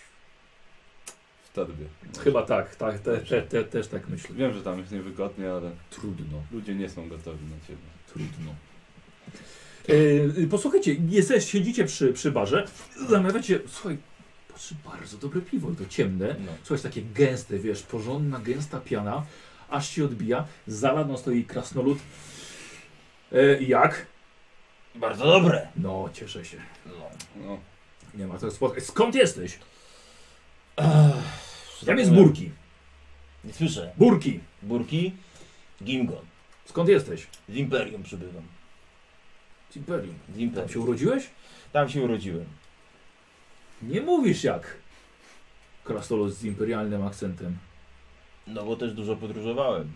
W torbie. Chyba tak. Też tak myślę. Wiem, że tam jest niewygodnie, ale Trudno. ludzie nie są gotowi na ciebie. Trudno. Posłuchajcie, siedzicie przy barze, zamawiacie, słuchaj, patrzy, bardzo dobre piwo, to ciemne, No. słuchaj, takie gęste, wiesz, porządna, gęsta piana, aż się odbija, za ladą stoi krasnolud. Jak? Bardzo dobre. No, cieszę się. No. Nie ma co spotkać. Skąd jesteś? Tam jest Zapomniałem. Burki. Nie słyszę. Burki. Burki? Gimgon. Skąd jesteś? Z Imperium przybywam. Z Imperium. Z Tam Imperium. się urodziłeś? Tam się urodziłem. Nie mówisz jak krasnolud z imperialnym akcentem. No bo też dużo podróżowałem.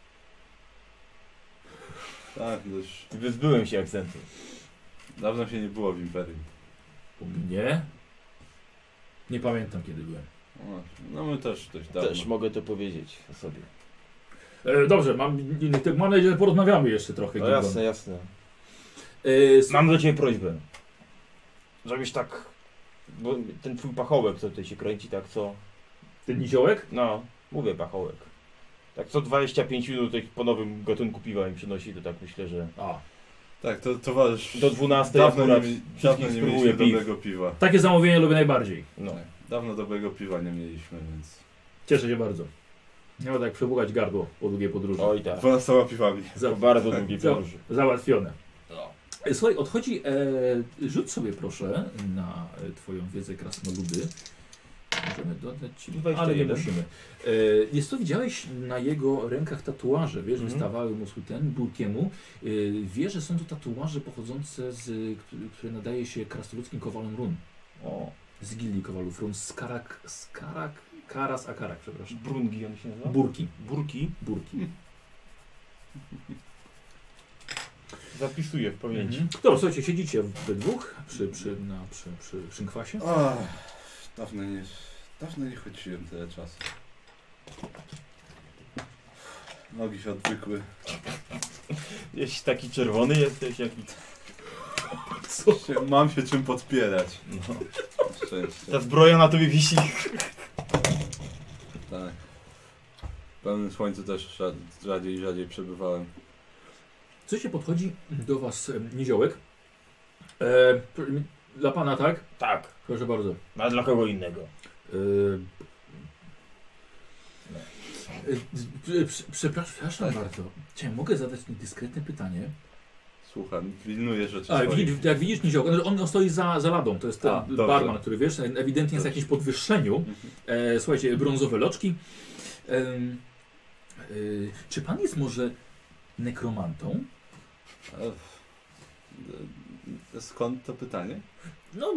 Tak, już I wyzbyłem się akcentu. dawno się nie było w Imperium. U mnie? Nie pamiętam kiedy byłem. No my też dość dawno. Też mogę to powiedzieć o sobie. Dobrze, mam nadzieję, że porozmawiamy jeszcze trochę. No Gimgon. jasne, jasne. E, Mam do Ciebie prośbę. Żebyś tak... Bo ten twój pachołek, co tutaj się kręci, tak co... Ten niziołek? No, mówię pachołek. Tak co 25 minut tych po nowym gatunku piwa mi przynosi, to tak myślę, że... A. Tak, to towarzysz. Do 12 dawno akurat nie, wszystkich dawno nie spróbuję mieliśmy piw. dobrego piwa. Takie zamówienie lubię najbardziej. No. Tak, dawno dobrego piwa nie mieliśmy, więc. Cieszę się bardzo. Nie ma tak przepłukać gardło po długiej podróży. Oj tak. 12 piwami. To bardzo długie za- podróże. Załatwione. No. Słuchaj, odchodzi, rzuć sobie proszę na twoją wiedzę krasnoludy. Możemy dodać ci, 21. ale nie musimy. Jest to, widziałeś na jego rękach tatuaże, wiesz, Mhm. wystawały mu ten Burkiemu. Wiesz, że są to tatuaże pochodzące które nadaje się krasnoludzkim kowalom run. O. Z gildii kowalów run, Karas Akarak, przepraszam. Brungi on się nazywa? Burki. Burki. Burki. Zapisuję w pamięci. Dobra, słuchajcie, siedzicie we dwóch przy szynkwasie. Dawno nie chodziłem tyle czasu. Nogi się odwykły. Jeśli taki czerwony jesteś, jaki... Mam się czym podpierać. No. Na szczęście. Ta zbroja na tobie wisi. Tak. W pełnym słońcu też rzadziej i rzadziej przebywałem. Słuchajcie, podchodzi do was niziołek. Dla pana, tak? Tak. Proszę bardzo. A dla kogo innego? Przepraszam bardzo. Czy mogę zadać niedyskretne pytanie? Słucham, pilnuję rzeczy A, swoich. jak widzisz niziołka, on stoi za ladą. To jest ten dobrze. barman, który wiesz, ewidentnie jest Dobrze. jakimś podwyższeniu. Słuchajcie, brązowe loczki. Czy pan jest może nekromantą? Skąd to pytanie? No.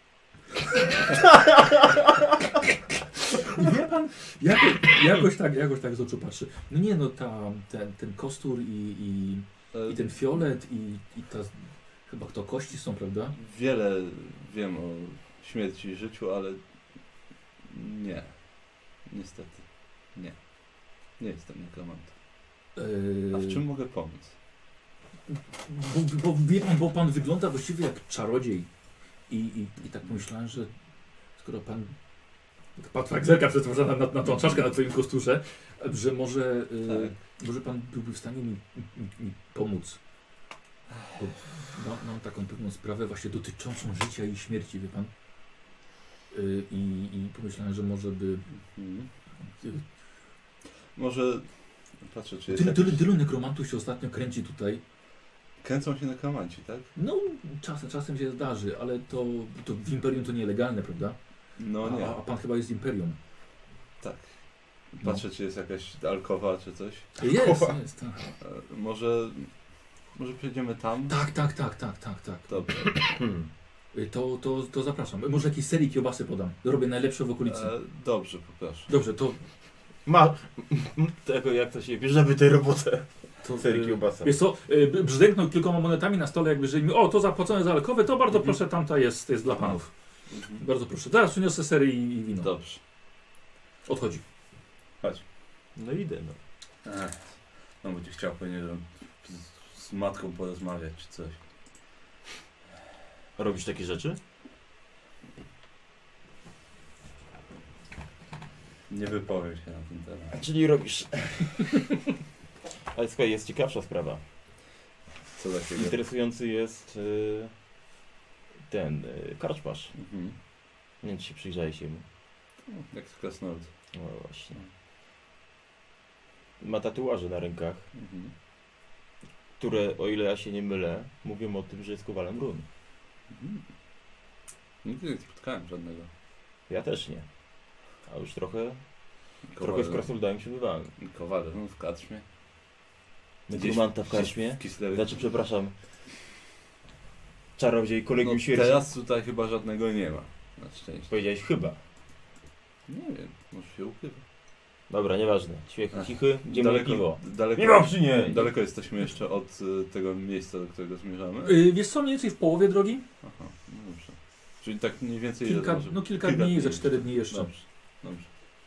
Wie pan, jakoś tak z oczu patrzy. No nie, no ten kostur i ten fiolet i ta, chyba to kości są, prawda? Wiele wiem o śmierci i życiu, ale nie. Niestety. Nie. Nie jestem nekromantą. A w czym mogę pomóc? Bo wie pan, bo pan wygląda właściwie jak czarodziej. I tak pomyślałem, że skoro pan tak zerka przetworzona na tą czaszkę na twoim kosturze, że może, może pan byłby w stanie mi pomóc. Bo mam taką pewną sprawę właśnie dotyczącą życia i śmierci, wie pan. I pomyślałem, że może by... Może... Patrzę, czy jest Tylu nekromantów się ostatnio kręci tutaj. Kręcą się nekromanci, tak? No, czasem się zdarzy, ale to w Imperium to nielegalne, prawda? No nie. A pan chyba jest z Imperium. Tak. Patrzę, czy jest jakaś alkowa, czy coś. Jest, tak. Może przejdziemy tam? Tak. Dobrze. To zapraszam. Może jakieś serii kiełbasy podam. Robię najlepsze w okolicy. Dobrze, poproszę. Dobrze, to Tego jak to się bierzemy tę robotę. Serii kiełbasa. Wiesz co, brzdęknął kilkoma monetami na stole, jakby, że mi, to zapłacone za alkowe, to bardzo proszę, tamta jest dla panów. Bardzo proszę. Teraz przyniosę serię i wino. Dobrze. Odchodzi. Chodź. No idę, no. No będzie chciał pewnie, że z matką porozmawiać, czy coś. Robisz takie rzeczy? Nie wypowiem się na ten temat. Czyli robisz. Ale słuchaj, jest ciekawsza sprawa. Co takiego? Interesujący jest ten karczmasz. Mhm. Nie wiem, czy się przyjrzałeś jemu. Jak krasnolud. No właśnie. Ma tatuaże na rękach. Mhm. które, o ile ja się nie mylę, mówią o tym, że jest kowalem run. Nigdy nie spotkałem żadnego. Ja też nie. A już trochę Kowal, w Krasnoludami przebywałem. Kowal w karczmie. Nekromanta w karczmie. W Kislewie. Znaczy, przepraszam. Czarodziej, kolegium No, śmierci. teraz tutaj chyba żadnego nie ma. Na szczęście. Powiedziałeś chyba. Nie wiem, może się ukrywa. Dobra, nieważne. Śmiech Ach, cichy, idziemy na piwo. Daleko, Nie ma przy niej! daleko jesteśmy jeszcze od tego miejsca, do którego zmierzamy. Wiesz co, mniej więcej w połowie drogi? Aha, no dobrze. Czyli tak mniej więcej... Kilka dni, ze 4 dni jeszcze. Dobrze, dobrze.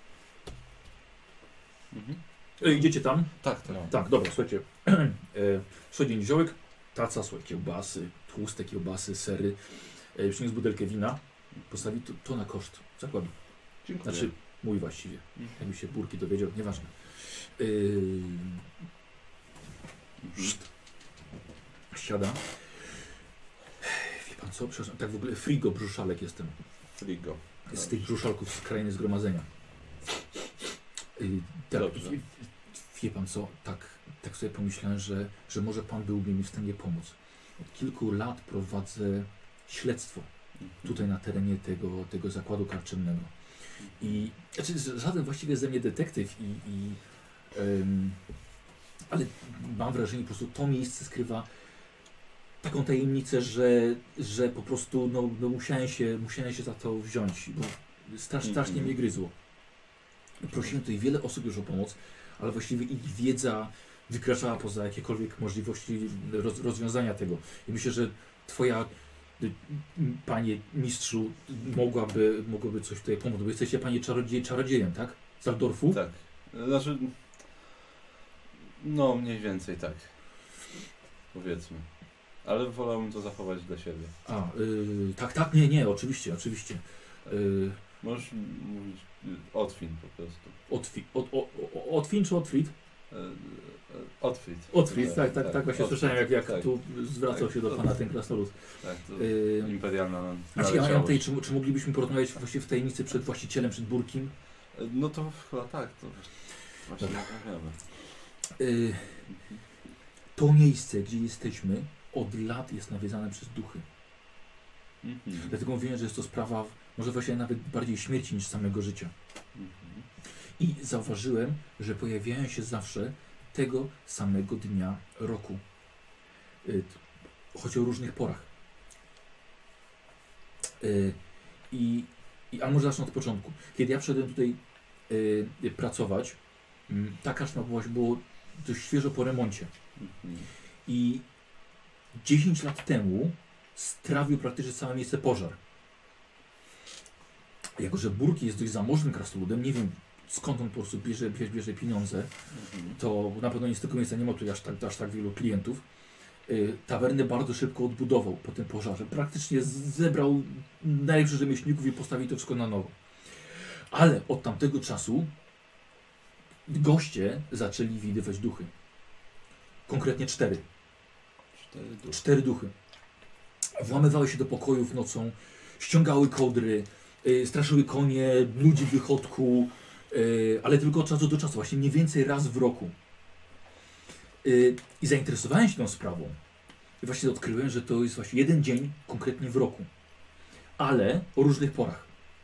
Mhm. Idziecie tam? Tak, tak. No. Tak, dobra, słuchajcie. Przychodzi niziołek, taca, słuchaj, kiełbasy, tłuste kiełbasy, sery. Przyniósł butelkę wina, postawi to na koszt zakładu. Dziękuję. Znaczy, mój właściwie. Jakby się Burki dowiedział, nieważne. Siada. Wie pan co? Przepraszam, tak w ogóle frigo brzuszalek jestem. Frigo. Z tych brzuszalków z krainy zgromadzenia. Tak, Dobrze. wie pan co? Tak sobie pomyślałem, że może pan byłby mi w stanie pomóc. Od kilku lat prowadzę śledztwo tutaj na terenie tego zakładu karczemnego. I znaczy, żaden właściwie ze mnie detektyw ale mam wrażenie, po prostu to miejsce skrywa taką tajemnicę, że po prostu no musiałem się za to wziąć, bo strasznie mnie gryzło. Prosiłem tutaj wiele osób już o pomoc, ale właściwie ich wiedza wykraczała poza jakiekolwiek możliwości rozwiązania tego. I myślę, że twoja panie mistrzu mogłoby coś tutaj pomóc, bo jesteście panie czarodziejem, tak? Z Aldorfu? Tak. Znaczy... No, mniej więcej tak. Powiedzmy. Ale wolałbym to zachować dla siebie. Tak, nie, oczywiście. Możesz mówić Otwin po prostu. Otwin czy Otfrid? Otwit. Otfrid, tak właśnie Otwit, słyszałem, jak tak. tu zwracał Tak, się do to- pana ten krasnolud. Tak, to imperialna Znaczy, ja mam naleciałość. tutaj, czy moglibyśmy porozmawiać właśnie w tajemnicy przed właścicielem, przed Burkim? No to chyba tak, to właśnie Dobra. rozmawiamy. To miejsce, gdzie jesteśmy, od lat jest nawiedzane przez duchy. Mhm. Dlatego mówiłem, że jest to sprawa może właśnie nawet bardziej śmierci niż samego życia. Mhm. I zauważyłem, że pojawiają się zawsze tego samego dnia roku. Chodzi o różnych porach. Ale może zacznę od początku. Kiedy ja przyszedłem tutaj pracować, ta karczma było dość świeżo po remoncie. Mhm. I 10 lat temu strawił praktycznie całe miejsce pożar. Jako że Burki jest dość zamożnym krasnoludem, nie wiem skąd on po prostu bierze pieniądze, Mhm. to na pewno nie z tego miejsca nie ma tu aż tak wielu klientów. Tawernę bardzo szybko odbudował po tym pożarze. Praktycznie zebrał najlepszych rzemieślników i postawił to wszystko na nowo. Ale od tamtego czasu goście zaczęli widywać duchy. Konkretnie 4. 4 duchy. Włamywały się do pokojów nocą, ściągały kołdry, straszyły konie, ludzi w wychodku, ale tylko od czasu do czasu, właśnie mniej więcej raz w roku. I zainteresowałem się tą sprawą. I właśnie odkryłem, że to jest właśnie jeden dzień konkretnie w roku. Ale o różnych porach.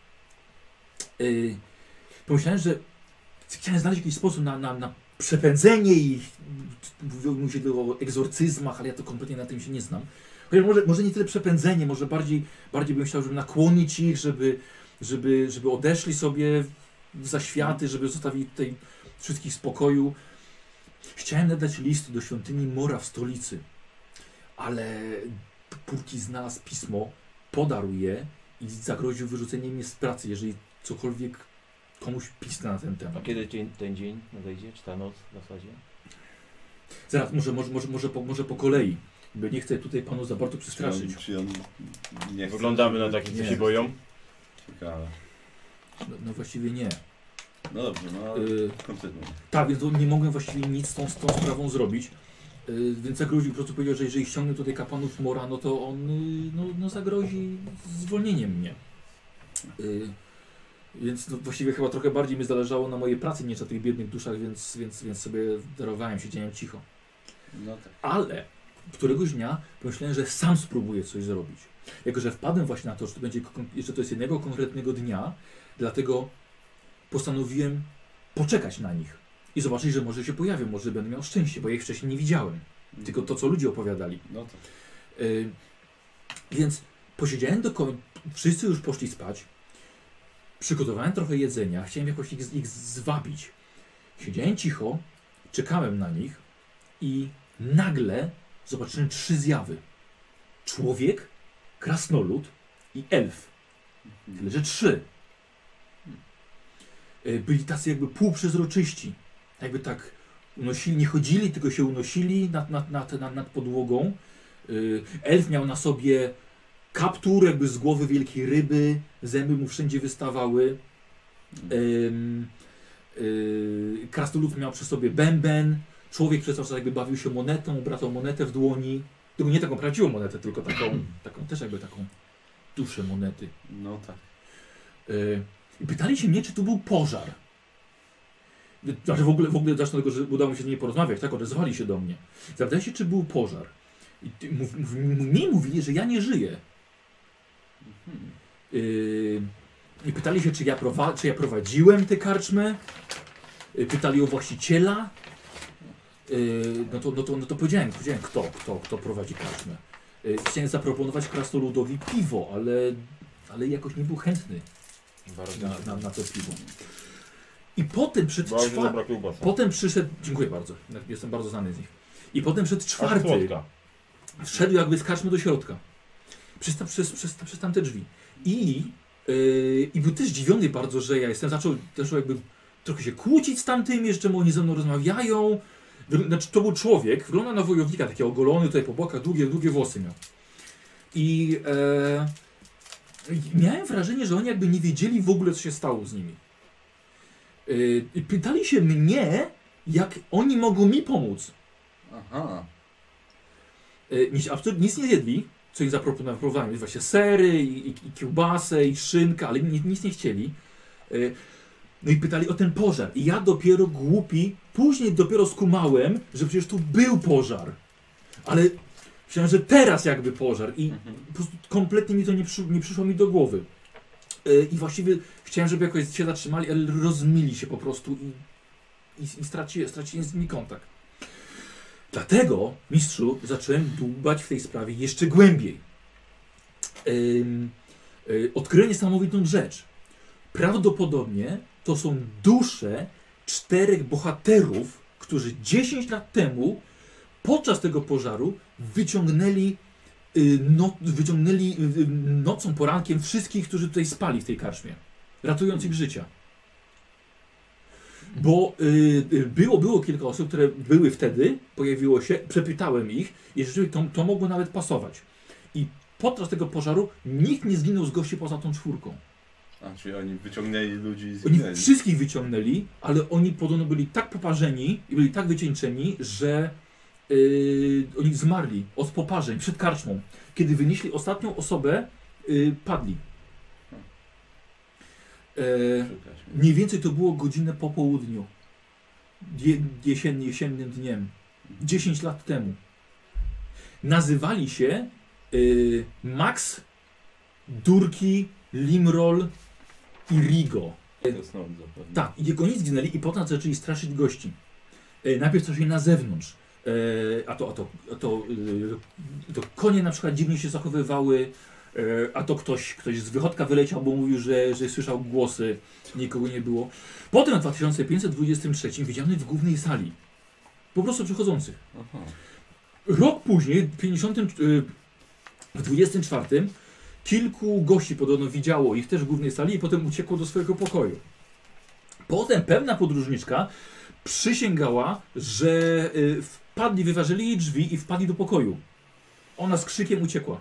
Pomyślałem, że chciałem znaleźć jakiś sposób na przepędzenie ich. Mówią się o egzorcyzmach, ale ja to kompletnie na tym się nie znam. Chociaż może nie tyle przepędzenie, może bardziej bym chciał, żeby nakłonić ich, żeby odeszli sobie w zaświaty, żeby zostawili tutaj wszystkich w spokoju. Chciałem nadać list do świątyni Mora w stolicy, ale Burki znalazł pismo, podarł je i zagroził wyrzuceniem mnie z pracy, jeżeli cokolwiek komuś pisnę na ten A temat. kiedy ten dzień nadejdzie? Czy ta noc w zasadzie? Zaraz, może po kolei, bo nie chcę tutaj panu za bardzo przestraszyć. Czy on nie chce, Wyglądamy na żeby- takich, co Nie. się boją. Ciekawe. No właściwie nie. No dobrze, no kontynuuj. Tak, więc nie mogłem właściwie nic z tą sprawą zrobić. Więc zagroził, po prostu powiedział, że jeżeli ściągnę tutaj kapłanów Mora, no to on no zagrozi zwolnieniem mnie. Więc no, właściwie chyba trochę bardziej mi zależało na mojej pracy niż na tych biednych duszach, więc sobie darowałem, siedziałem cicho. No tak. Ale któregoś dnia pomyślałem, że sam spróbuję coś zrobić. Jako że wpadłem właśnie na to, że to będzie jeszcze to jest jednego konkretnego dnia, dlatego postanowiłem poczekać na nich i zobaczyć, że może się pojawią, może będę miał szczęście, bo ja ich wcześniej nie widziałem. Tylko to, co ludzie opowiadali. No tak. Więc posiedziałem do końca, wszyscy już poszli spać, przygotowałem trochę jedzenia, chciałem jakoś ich zwabić. Siedziałem cicho, czekałem na nich i nagle zobaczyłem 3 zjawy. Człowiek, krasnolud i elf. Tyle, że 3. Byli tacy jakby półprzezroczyści. Jakby tak unosili, nie chodzili, tylko się unosili nad podłogą. Elf miał na sobie kaptur jakby z głowy wielkiej ryby, zęby mu wszędzie wystawały. Krasnolud miał przy sobie bęben. Człowiek przez czas jakby bawił się monetą, brał monetę w dłoni. Tylko nie taką prawdziwą monetę, tylko taką też jakby taką duszę monety. No tak. I pytali się mnie, czy tu był pożar. Znaczy w ogóle zacznę tego, że udało mi się z nimi porozmawiać, tak? Odezwali się do mnie. Zapytali się, czy był pożar. I mi mówili, że ja nie żyję. I pytali się, czy ja prowadziłem tę karczmę. Pytali o właściciela. No to powiedziałem kto prowadzi karczmę. Chciałem zaproponować krasnoludowi piwo, ale jakoś nie był chętny na to piwo. I potem potem przyszedł, dziękuję bardzo, jestem bardzo znany z nich. I potem przyszedł 4. Wszedł jakby z karczmy do środka. Przez tamte drzwi. I był też zdziwiony bardzo, że ja jestem. Zaczął jakby trochę się kłócić z tamtymi, jeszcze oni ze mną rozmawiają. Znaczy, to był człowiek, wygląda na wojownika, taki ogolony tutaj po bokach, długie włosy miał. I miałem wrażenie, że oni jakby nie wiedzieli w ogóle, co się stało z nimi. I pytali się mnie, jak oni mogą mi pomóc. Aha. Absolutnie nic nie zjedli, co im zaproponowałem. Właśnie sery, i kiełbasę, i szynkę, ale nic nie chcieli. No i pytali o ten pożar. I ja dopiero głupi, później dopiero skumałem, że przecież tu był pożar. Ale myślałem, że teraz jakby pożar. I po prostu kompletnie mi to nie przyszło mi do głowy. I właściwie chciałem, żeby jakoś się zatrzymali, ale rozmili się po prostu i straciłem z nimi kontakt. Dlatego, mistrzu, zacząłem dłubać w tej sprawie jeszcze głębiej. Odkryłem niesamowitą rzecz. Prawdopodobnie to są dusze 4 bohaterów, którzy 10 lat temu podczas tego pożaru wyciągnęli nocą, porankiem wszystkich, którzy tutaj spali w tej karczmie, ratując ich życia. Bo było kilka osób, które były wtedy, pojawiło się, przepytałem ich i rzeczywiście to mogło nawet pasować. I podczas tego pożaru nikt nie zginął z gości poza tą 4. A, czyli oni wyciągnęli ludzi i Oni zginęli. wszystkich wyciągnęli, ale oni podobno byli tak poparzeni i byli tak wycieńczeni, że oni zmarli od poparzeń przed karczmą. Kiedy wynieśli ostatnią osobę, padli. Mniej więcej to było godzinę po południu. Jesiennym dniem. 10 lat temu. Nazywali się Max, Durki, Limrol i Rigo. Tak, i oni zginęli i potem zaczęli straszyć gości. Najpierw straszyli na zewnątrz. To konie na przykład dziwnie się zachowywały, a to ktoś z wychodka wyleciał, bo mówił, że słyszał głosy, nikogo nie było. Potem w 2523 widziany w głównej sali. Po prostu przychodzących. Aha. Rok później, w 24 kilku gości podobno widziało ich też w głównej sali i potem uciekło do swojego pokoju. Potem pewna podróżniczka przysięgała, że wyważyli jej drzwi i wpadli do pokoju. Ona z krzykiem uciekła.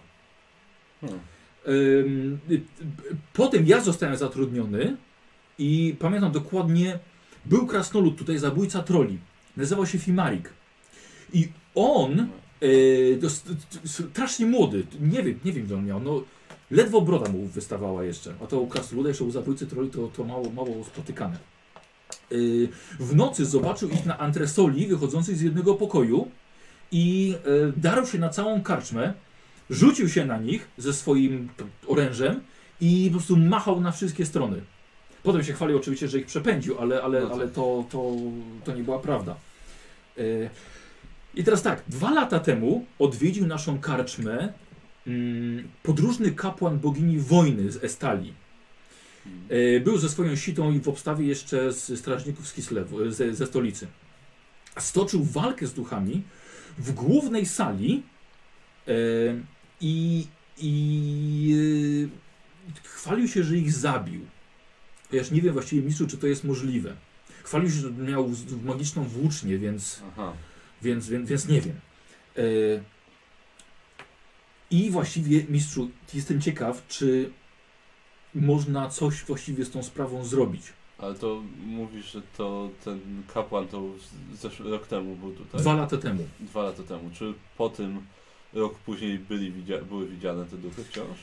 Potem ja zostałem zatrudniony i pamiętam dokładnie, był krasnolud tutaj, zabójca troli. Nazywał się Fimarik. I on, strasznie młody, nie wiem co on miał, no ledwo broda mu wystawała jeszcze. A to u krasnoluda, jeszcze u zabójcy troli to mało spotykane. W nocy zobaczył ich na antresoli wychodzącej z jednego pokoju i darł się na całą karczmę, rzucił się na nich ze swoim orężem i po prostu machał na wszystkie strony. Potem się chwalił oczywiście, że ich przepędził, ale to nie była prawda. I teraz tak, 2 lata temu odwiedził naszą karczmę podróżny kapłan bogini wojny z Estalii. Był ze swoją sitą i w obstawie jeszcze z strażników z Kislewu, ze stolicy. Stoczył walkę z duchami w głównej sali i chwalił się, że ich zabił. Ja już nie wiem właściwie, mistrzu, czy to jest możliwe. Chwalił się, że miał magiczną włócznię, więc nie wiem. I właściwie, mistrzu, jestem ciekaw, czy można coś właściwie z tą sprawą zrobić. Ale to mówisz, że to ten kapłan to rok temu był tutaj? 2 lata temu. 2 lata temu. Czy po tym rok później były widziane te duchy wciąż?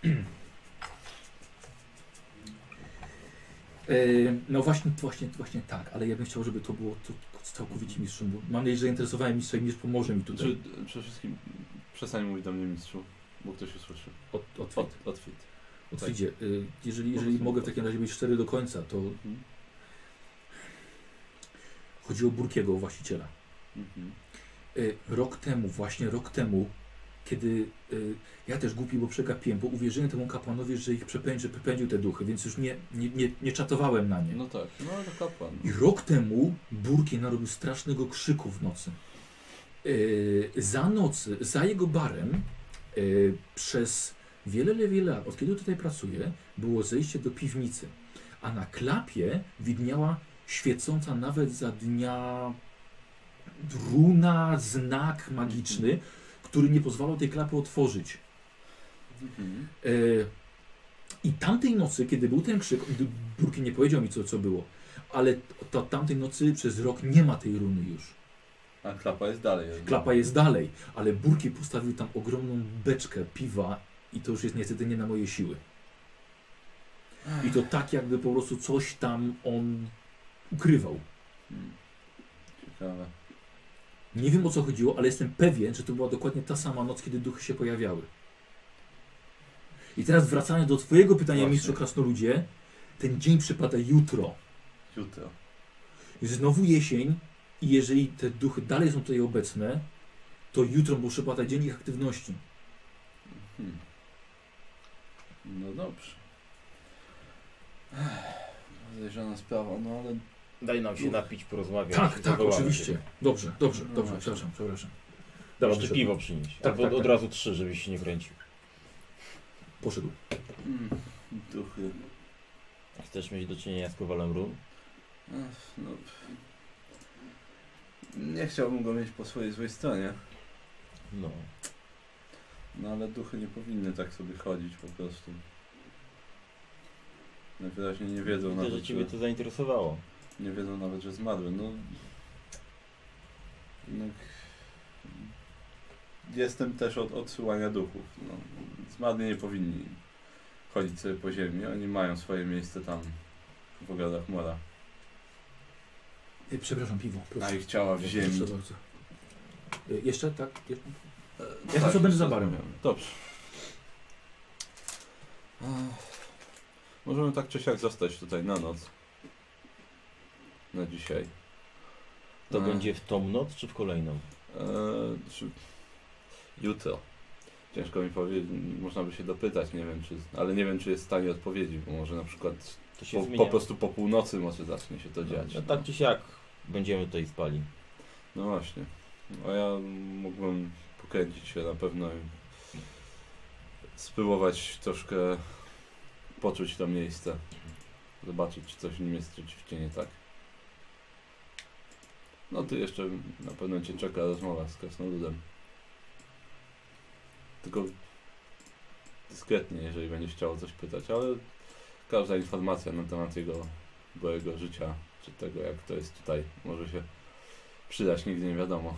No właśnie tak, ale ja bym chciał, żeby to było całkowicie mistrzem. Mam nadzieję, że zainteresowałem mistrza i mistrz pomoże mi tutaj. Przede wszystkim przestań mówić do mnie mistrzu, bo ktoś usłyszy. Otwit. Otwidzie, jeżeli mogę w takim razie być szczery do końca, to chodzi o Burkiego, właściciela. Rok temu, kiedy ja też głupi, bo przegapiłem, bo uwierzyłem temu kapłanowi, że ich przepędził te duchy, więc już nie czatowałem na nie. No tak, no ale kapłan. I rok temu Burki narobił strasznego krzyku w nocy. Za jego barem przez wiele lat, od kiedy tutaj pracuję, było zejście do piwnicy, a na klapie widniała świecąca nawet za dnia runa, znak magiczny, który nie pozwalał tej klapy otworzyć. I tamtej nocy, kiedy był ten krzyk, Burki nie powiedział mi co było, ale tamtej nocy przez rok nie ma tej runy już. A klapa jest dalej. Klapa jest dalej, ale Burki postawił tam ogromną beczkę piwa i to już jest niestety nie na moje siły. I to tak jakby po prostu coś tam on ukrywał. Ciekawe. Nie wiem o co chodziło, ale jestem pewien, że to była dokładnie ta sama noc, kiedy duchy się pojawiały. I teraz wracając do twojego pytania, mistrzu Krasnoludzie, ten dzień przypada jutro. Jutro. Jest znowu jesień i jeżeli te duchy dalej są tutaj obecne, to jutro może przypadać dzień ich aktywności. No dobrze. Podejrzana sprawa, no ale... Daj nam się napić, porozmawiać. Tak, oczywiście. Się. Dobrze, przepraszam. Jeszcze piwo przynieść. Tak, Albo od razu 3, żebyś się nie kręcił. Poszedł. Duchy. Chcesz mieć do czynienia z Kowalem Run? No, nie chciałbym go mieć po swojej złej stronie. No. No ale duchy nie powinny tak sobie chodzić po prostu. Najwyraźniej nie wiedzą Widzę, nawet, że Ciebie to zainteresowało. Nie wiedzą nawet, że zmarły. No, jestem też od odsyłania duchów. No, zmarli nie powinni chodzić sobie po ziemi. Oni mają swoje miejsce tam w ogrodach mora. Przepraszam, piwo. Proszę. A ich ciała w ziemi. Proszę bardzo. Jeszcze? Tak? Ja to co będę za barem. Dobrze. Możemy tak czy siak zostać tutaj na noc. Na dzisiaj. To będzie w tą noc, czy w kolejną? Jutro. Ciężko mi powiedzieć, można by się dopytać, ale nie wiem, czy jest w stanie odpowiedzieć, bo może na przykład To się po prostu po północy może zacznie się to dziać. No tak czy siak będziemy tutaj spali. No właśnie. A ja mógłbym pokręcić się na pewno i spróbować troszkę poczuć to miejsce. Zobaczyć, czy coś w nim jest rzeczywiście nie tak. No tu jeszcze na pewno Cię czeka rozmowa z Krasnoludem. Tylko dyskretnie, jeżeli będziesz chciał coś pytać, ale każda informacja na temat jego byłego życia, czy tego jak to jest tutaj, może się przydać, nigdy nie wiadomo.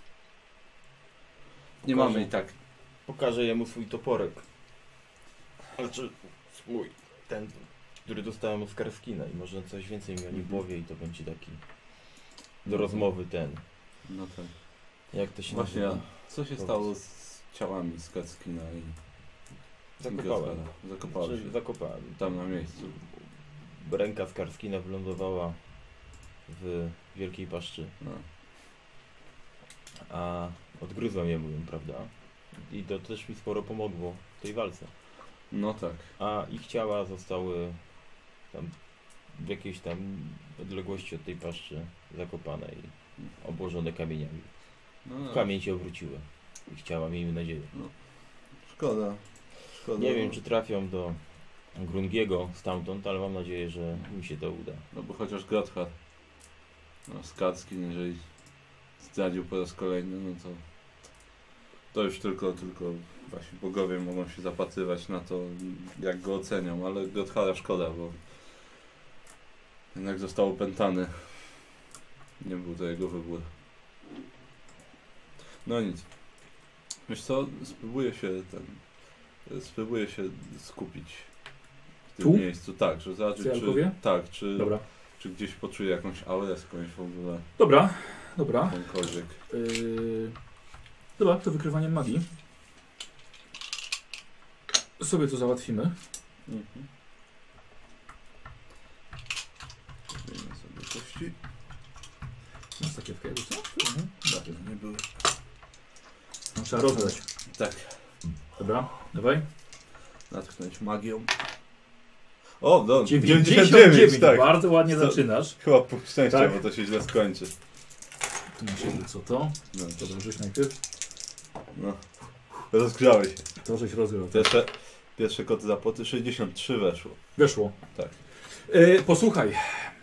Nie mamy i tak. Pokażę jemu swój toporek. Znaczy swój, ten, który dostałem od Skarskina i może coś więcej mi o nim powie i to będzie taki do rozmowy ten. No tak. Jak to się Właśnie, nazywa? co się Powiedz. stało z ciałami z Kackina i Zakopałem. Zakopały Znaczy, się zakopałem. tam na miejscu. Ręka z Karskina wylądowała w Wielkiej Paszczy, No. a odgryzłem je, mówię, prawda? I to też mi sporo pomogło w tej walce. No tak. A ich ciała zostały tam w jakiejś tam odległości od tej paszczy zakopane i obłożone kamieniami. No, W kamień się obróciły ich ciała, miejmy nadzieję. szkoda. Nie wiem, czy trafią do Grungiego stamtąd, ale mam nadzieję, że mi się to uda. No bo chociaż Gotthard, no Skackin, jeżeli zdradził po raz kolejny, no to już tylko właśnie bogowie mogą się zapatrywać na to, jak go ocenią, ale Gottharda szkoda, bo jednak został opętany. Nie był to jego wybór. No nic. Wiesz co, spróbuję się skupić w tym Tu? miejscu, tak, że zobaczyć, W Alkowie? Dobra. czy gdzieś poczuję jakąś aurę skądś w ogóle, Dobra. skądkolwiek. Dobra, to wykrywanie magii. Sobie to załatwimy. Mhm. Zrobimy sobie kości. Masz takie w co? Tak, nie były. No, trzeba rozdać. Tak, Dobra, dawaj. natknąć magią. O, no, 99, tak. bardzo ładnie Co? zaczynasz. Chyba pół szczęścia, Tak. bo to się źle skończy. Tu masz jakby co to? No, To dobrze najpierw. no. Rozgrzałeś się. To żeś rozgrał. Pierwsze koty za poty, 63 weszło. Weszło. Tak. Posłuchaj.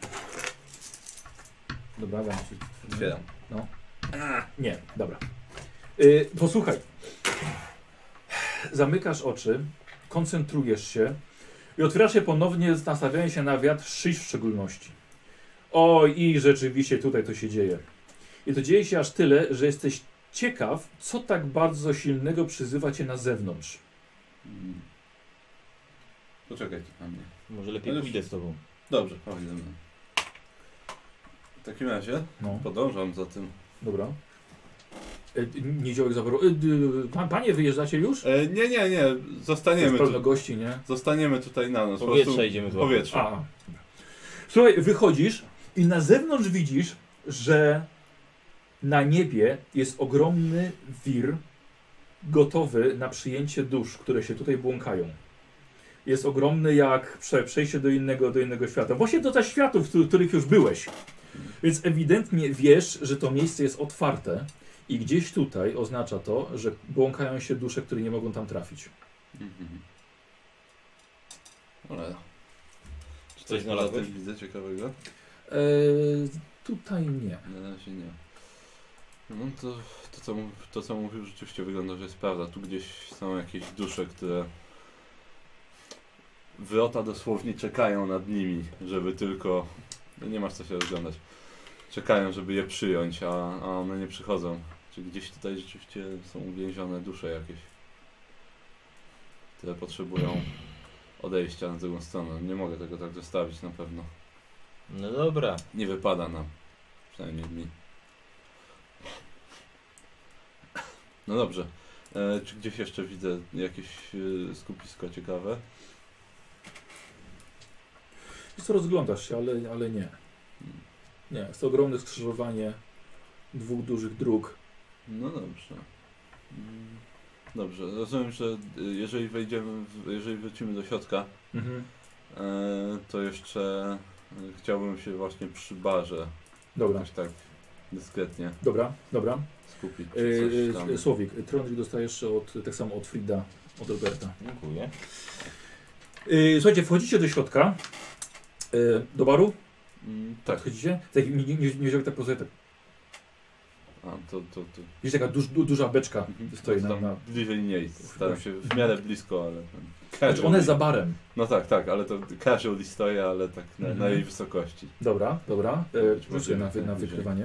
Dobra, dam ci. Otwieram. Nie, dobra. Posłuchaj. Zamykasz oczy, koncentrujesz się i otwierasz je ponownie, nastawiając się na wiatr, szyś w szczególności. Oj, i rzeczywiście tutaj to się dzieje. I to dzieje się aż tyle, że jesteś ciekaw, co tak bardzo silnego przyzywa cię na zewnątrz. Poczekaj tu na mnie. Może lepiej Ale- pójdę z tobą. Dobrze, chodź ze mną. W takim razie No, podążam za tym. dobra. Niziołek zabrał. Panie, wyjeżdżacie już? Nie, zostaniemy Jest pełno tu. gości, nie? Zostaniemy tutaj na noc. Po Powietrze prostu idziemy złapać. powietrze. A. Słuchaj, wychodzisz i na zewnątrz widzisz, że na niebie jest ogromny wir gotowy na przyjęcie dusz, które się tutaj błąkają. Jest ogromny jak przejście do innego świata. Właśnie do tych światów, w których już byłeś. Więc ewidentnie wiesz, że to miejsce jest otwarte i gdzieś tutaj oznacza to, że błąkają się dusze, które nie mogą tam trafić. Mhm. Ale. Czy Coś coś na znalazłeś? tym widzę ciekawego? Tutaj nie. Na razie nie. No to co mówił, rzeczywiście wygląda, że jest prawda. Tu gdzieś są jakieś dusze, które wrota dosłownie czekają nad nimi, żeby tylko... No nie masz co się rozglądać. Czekają, żeby je przyjąć, a one nie przychodzą. Czy gdzieś tutaj rzeczywiście są uwięzione dusze jakieś, które potrzebują odejścia na drugą stronę. Nie mogę tego tak zostawić na pewno. No dobra. Nie wypada nam. Przynajmniej mi. No dobrze. Czy gdzieś jeszcze widzę jakieś skupisko ciekawe? Wiesz co, rozglądasz się, ale nie. Nie, jest to ogromne skrzyżowanie dwóch dużych dróg. No dobrze. Dobrze, rozumiem, że jeżeli jeżeli wrócimy do środka, to jeszcze chciałbym się właśnie przy barze Dobra, jakoś tak dyskretnie dobra. skupić. Czy coś tam. Słowik, Trondrik dostajesz tak samo od Frida, od Roberta. Dziękuję. Słuchajcie, wchodzicie do środka, do baru, Tak. wchodzicie, tak, nie tak po sobie, tak, A, to. jest taka duża beczka, stoi tam na... bliżej niej. Staram się w miarę blisko, ale... Znaczy ona jest za barem. No tak, ale to casually stoję, ale tak na jej wysokości. Dobra. Rzucę na bliżej. wykrywanie.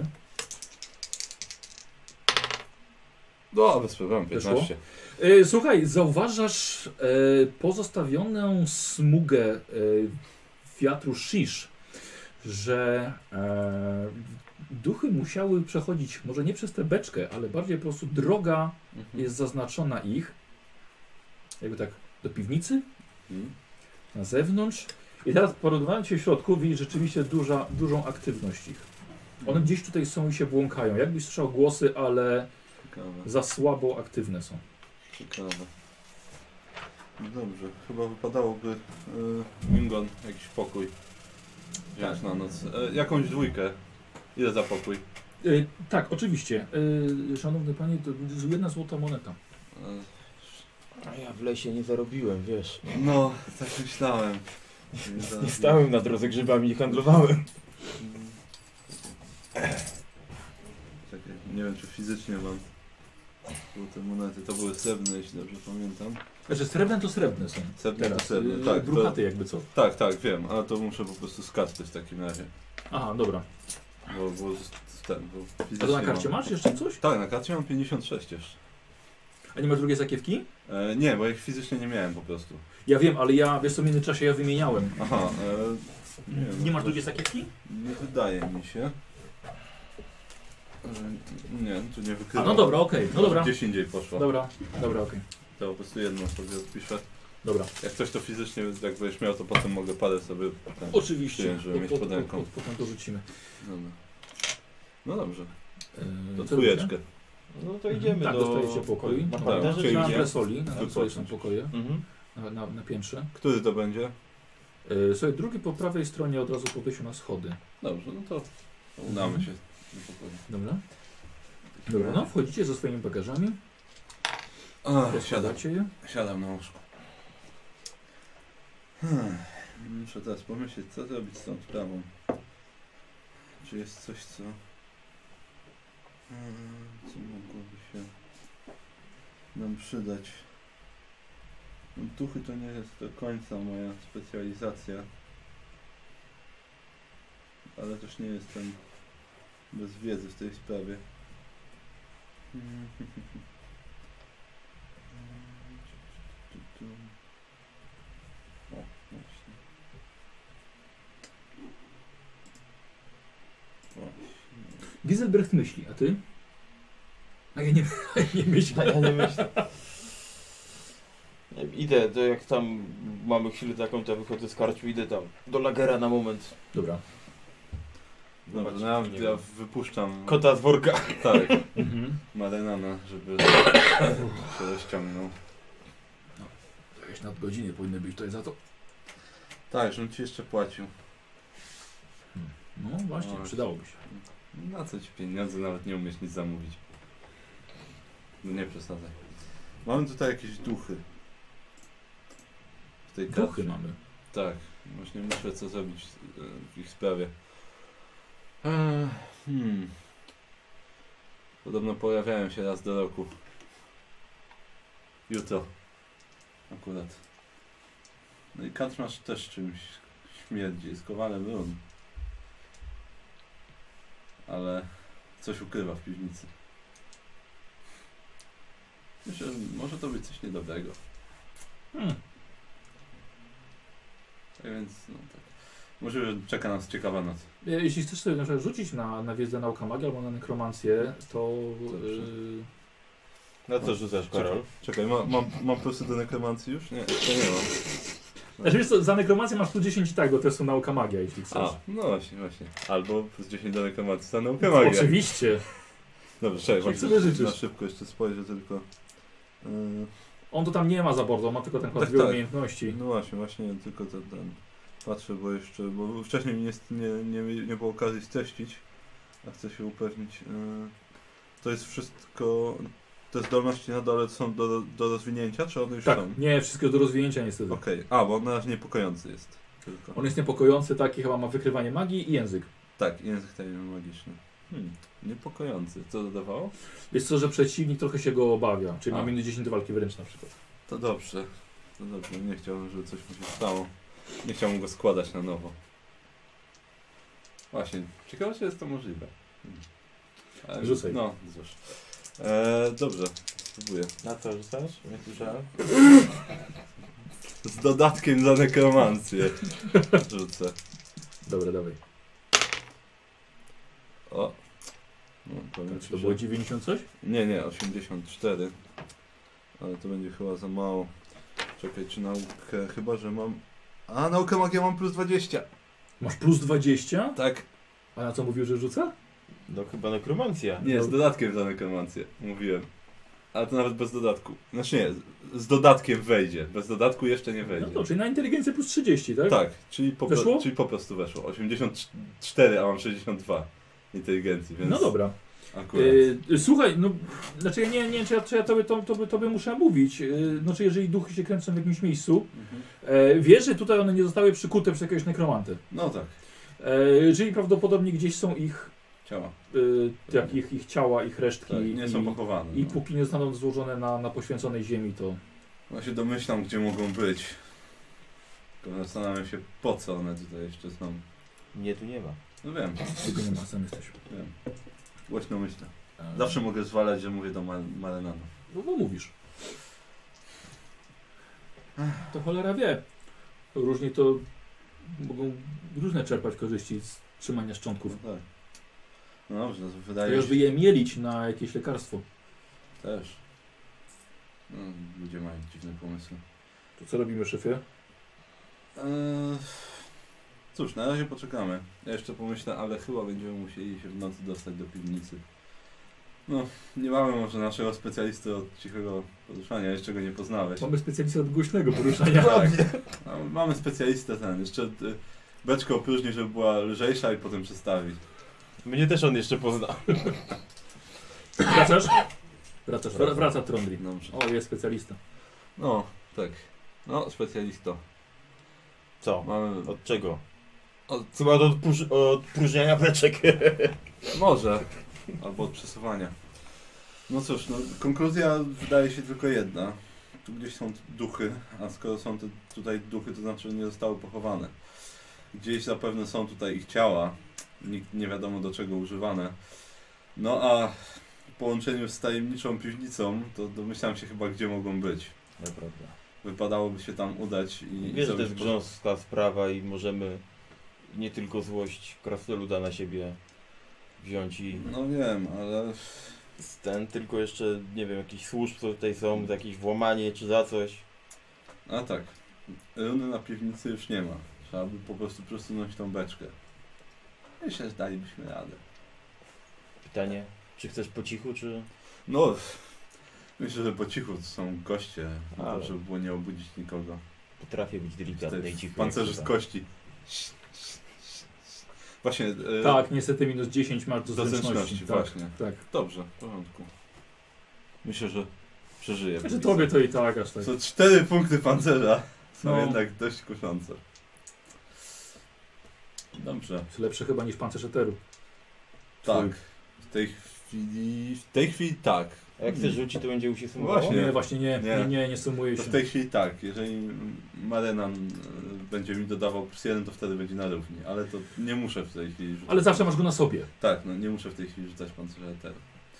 No, bez problemu, Wyszło? 15. Słuchaj, zauważasz pozostawioną smugę wiatru shish, że duchy musiały przechodzić, może nie przez tę beczkę, ale bardziej po prostu droga jest zaznaczona ich, jakby tak do piwnicy, na zewnątrz. I teraz porównając się w środku, widzisz rzeczywiście dużą aktywność ich. One gdzieś tutaj są i się błąkają. Jakbyś słyszał głosy, ale Ciekawe, za słabo aktywne są. ciekawe. No dobrze, chyba wypadałoby Mingon jakiś pokój wziąć na noc. Jakąś dwójkę. Ile za pokój? Tak, oczywiście. Szanowny panie, to jest 1 złota moneta. A ja w lesie nie zarobiłem, wiesz. No, tak myślałem. Nie stałem na drodze grzybami, nie handlowałem. Czekaj, nie wiem czy fizycznie mam złote monety. To były srebrne, jeśli dobrze pamiętam. Znaczy srebrne to srebrne są. Srebrne to Teraz. srebrne, tak. Brukaty jakby co. Tak, wiem, ale to muszę po prostu skarpać w takim razie. Aha, dobra. Bo A fizycznie to na karcie mam. masz jeszcze coś? Tak, na karcie mam 56 jeszcze. A nie masz drugiej sakiewki? Nie, bo ich fizycznie nie miałem po prostu. Ja wiem, ale ja, wiesz co, w międzyczasie ja wymieniałem. Aha, nie wiem. Nie masz drugiej sakiewki? Nie wydaje mi się. Nie, tu nie wykrywa. A no dobra, okej, no dobra. Gdzieś indziej poszło. Dobra, okej. To po prostu jedną sobie odpiszę. Dobra. Jak coś to fizycznie, jak będziesz miał, to potem mogę parę sobie Oczywiście. przyjąć, żeby mieć pod ręką. Potem dorzucimy. Dobra. No dobrze, To to co dwójeczkę. No to idziemy Tak, do... dostajecie pokój. Na Tak, parterze czyli czy Na gdzie? Antresoli, na Antresoli są Wypocząć. pokoje. Mhm. Na piętrze. Który to będzie? Sobie drugi po prawej stronie od razu po wyjściu na schody. Dobrze, no to udamy się do pokoju. Dobra? Dobra, no wchodzicie ze swoimi bagażami. Siadam. Rozkładacie je. Siadam na łóżku. Muszę teraz pomyśleć, co zrobić z tą sprawą. Czy jest coś, co mogłoby się nam przydać. No, duchy to nie jest do końca moja specjalizacja. Ale też nie jestem bez wiedzy w tej sprawie. O, właśnie. Giselbrecht myśli, a ty? A ja nie, nie myślę. Ja nie myślę. Idę, to jak tam mamy chwilę taką, to ja wychodzę z karciu, idę tam do lagera na moment. Dobra. Dobrze, no ja wypuszczam Kota z worka. tak, Mhm. Marenana, żeby się rozciągnął. Jakieś nadgodziny powinny być tutaj za to. Tak, żebym ci jeszcze płacił. No właśnie, No, przydałoby się. Na co ci pieniądze, nawet nie umiesz nic zamówić. No nie przesadzaj. Mamy tutaj jakieś duchy. W tej Duchy karcie. mamy. Tak, właśnie muszę co zrobić w ich sprawie. Podobno pojawiają się raz do roku. Jutro. Akurat. No i karczmasz też czymś śmierdzi, jest kowalem run. Ale coś ukrywa w piwnicy. Myślę, że może to być coś niedobrego. Tak więc, no tak. Może czeka nas ciekawa noc. Jeśli chcesz sobie na przykład rzucić na wiedzę nauka magii albo na nekromancję, to... Na co rzucasz, Karol? Czekaj, mam plusy do nekromancji już? Nie, to nie mam. Znaczy wiesz co, za nekromancję masz plus 10 tak, bo to jest nauka magia, jeśli chcesz. A, no właśnie. Albo plus 10 do nekromancji za naukę magię. Oczywiście. Dobrze, czekaj, Jak sobie życzysz. na szybko jeszcze spojrzę tylko. On to tam nie ma za bardzo, ma tylko ten Tak, dwie tak. umiejętności. No właśnie tylko ten patrzę, bo wcześniej mi nie było okazji streścić, a chcę się upewnić. To jest wszystko, te zdolności na dole są do rozwinięcia, czy one już Tak, są? nie, wszystko do rozwinięcia niestety. Okej, bo on na razie niepokojący jest tylko. On jest niepokojący, taki chyba ma wykrywanie magii i język. Tak, język tajemny magiczny. Niepokojący. Co dodawało? Jest to, że przeciwnik trochę się go obawia, czyli A. ma minus 10 do walki wręcz na przykład. To dobrze. Nie chciałbym, żeby coś mu się stało. Nie chciałbym go składać na nowo. Właśnie, ciekawe, czy jest to możliwe. Ale, Rzucaj. No, zrzuć. Dobrze, spróbuję. Na co rzucasz? Nie słyszałem. Z dodatkiem za nekromancję. Rzucę. Dobra, dawaj. O! No, powiem Czy ci, to że... było 90 coś? Nie, 84. Ale to będzie chyba za mało. Czekaj, czy naukę, chyba że mam... A, naukę magia mam plus 20. Masz plus 20? Tak. A na co mówił, że rzuca? No chyba nekromancja. Nie, z dodatkiem za nekromancję, mówiłem. Ale to nawet bez dodatku. Znaczy nie, z dodatkiem wejdzie. Bez dodatku jeszcze nie No wejdzie. to, czyli na inteligencję plus 30, tak? Tak, Weszło? czyli po prostu weszło. 84, a mam 62 inteligencji, więc No dobra. akurat. Słuchaj, no, znaczy ja nie wiem, czy ja tobie muszę mówić. Znaczy jeżeli duchy się kręcą w jakimś miejscu, wiesz, że tutaj one nie zostały przykute przez jakiegoś nekromanty. No tak, Czyli prawdopodobnie gdzieś są ich, ciała. ich ciała, ich resztki. Tak, nie są pochowane. I no. póki nie zostaną złożone na poświęconej ziemi, to... No się domyślam, gdzie mogą być. Tylko zastanawiam się, po co one tutaj jeszcze są. Mnie tu nie ma. No wiem, Tego nie ma, sam jesteś. wiem. Głośno myślę. Zawsze mogę zwalać, że mówię do Marenana. No bo mówisz. To cholera wie. Różni to mogą różne czerpać korzyści z trzymania szczątków. No tak. No dobrze, to To wydaje już by się... je mielić na jakieś lekarstwo. Też. No, ludzie mają dziwne pomysły. To co robimy, szefie? Cóż, na razie poczekamy. Ja jeszcze pomyślę, ale chyba będziemy musieli się w nocy dostać do piwnicy. No, nie mamy może naszego specjalisty od cichego poruszania, jeszcze go nie poznałeś. Mamy specjalistę od głośnego poruszania. Tak. No, mamy specjalistę ten, jeszcze beczkę opróżni, żeby była lżejsza i potem przestawić. Mnie też on jeszcze pozna. Wracasz? Wracasz. Wraca Trondri. Dobrze. O, jest specjalista. No, tak. No, specjalista. Co? Mamy... Od czego? Od... Chyba od odpróżniania beczek. Może. Albo od przesuwania. No cóż, no, konkluzja wydaje się tylko jedna. Tu gdzieś są duchy, a skoro są te tutaj duchy, to znaczy, że nie zostały pochowane. Gdzieś zapewne są tutaj ich ciała. Nikt nie wiadomo do czego używane. No a w połączeniu z tajemniczą piwnicą, to domyślam się chyba, gdzie mogą być. Naprawdę. Wypadałoby się tam udać i... Wiesz, że to zrobić jest grząska sprawa i możemy nie tylko złość krasnoluda na siebie wziąć i No wiem, ale... tylko jeszcze, nie wiem, jakichś służb, co tutaj są, za jakieś włamanie czy za coś. A tak, runy na piwnicy już nie ma. Trzeba by po prostu przesunąć tą beczkę. Myślę, że dalibyśmy radę. Pytanie, czy chcesz po cichu, czy... No, myślę, że po cichu są goście, Ale- żeby było nie obudzić nikogo. Potrafię być delikatny i cichy. Pancerze jak z woda. kości. Właśnie, Tak, niestety minus 10 masz do do zręczności. zręczności, Tak, właśnie. tak. Dobrze, w porządku. Myślę, że przeżyję. Znaczy tobie to i tak aż tak. Są 4 punkty pancerza. Są No. jednak dość kuszące. Dobrze. Jest lepsze chyba niż pancerz eteru. Tak. W tej chwili tak. A jak chcesz rzucić, to będzie się sumowało? Właśnie. Nie, właśnie nie sumuje To się. w tej chwili tak. Jeżeli Marenan będzie mi dodawał plus 1, to wtedy będzie na równi. Ale to nie muszę w tej chwili rzucać. Ale zawsze masz go na sobie. Tak, no nie muszę w tej chwili rzucać pancerza eteru.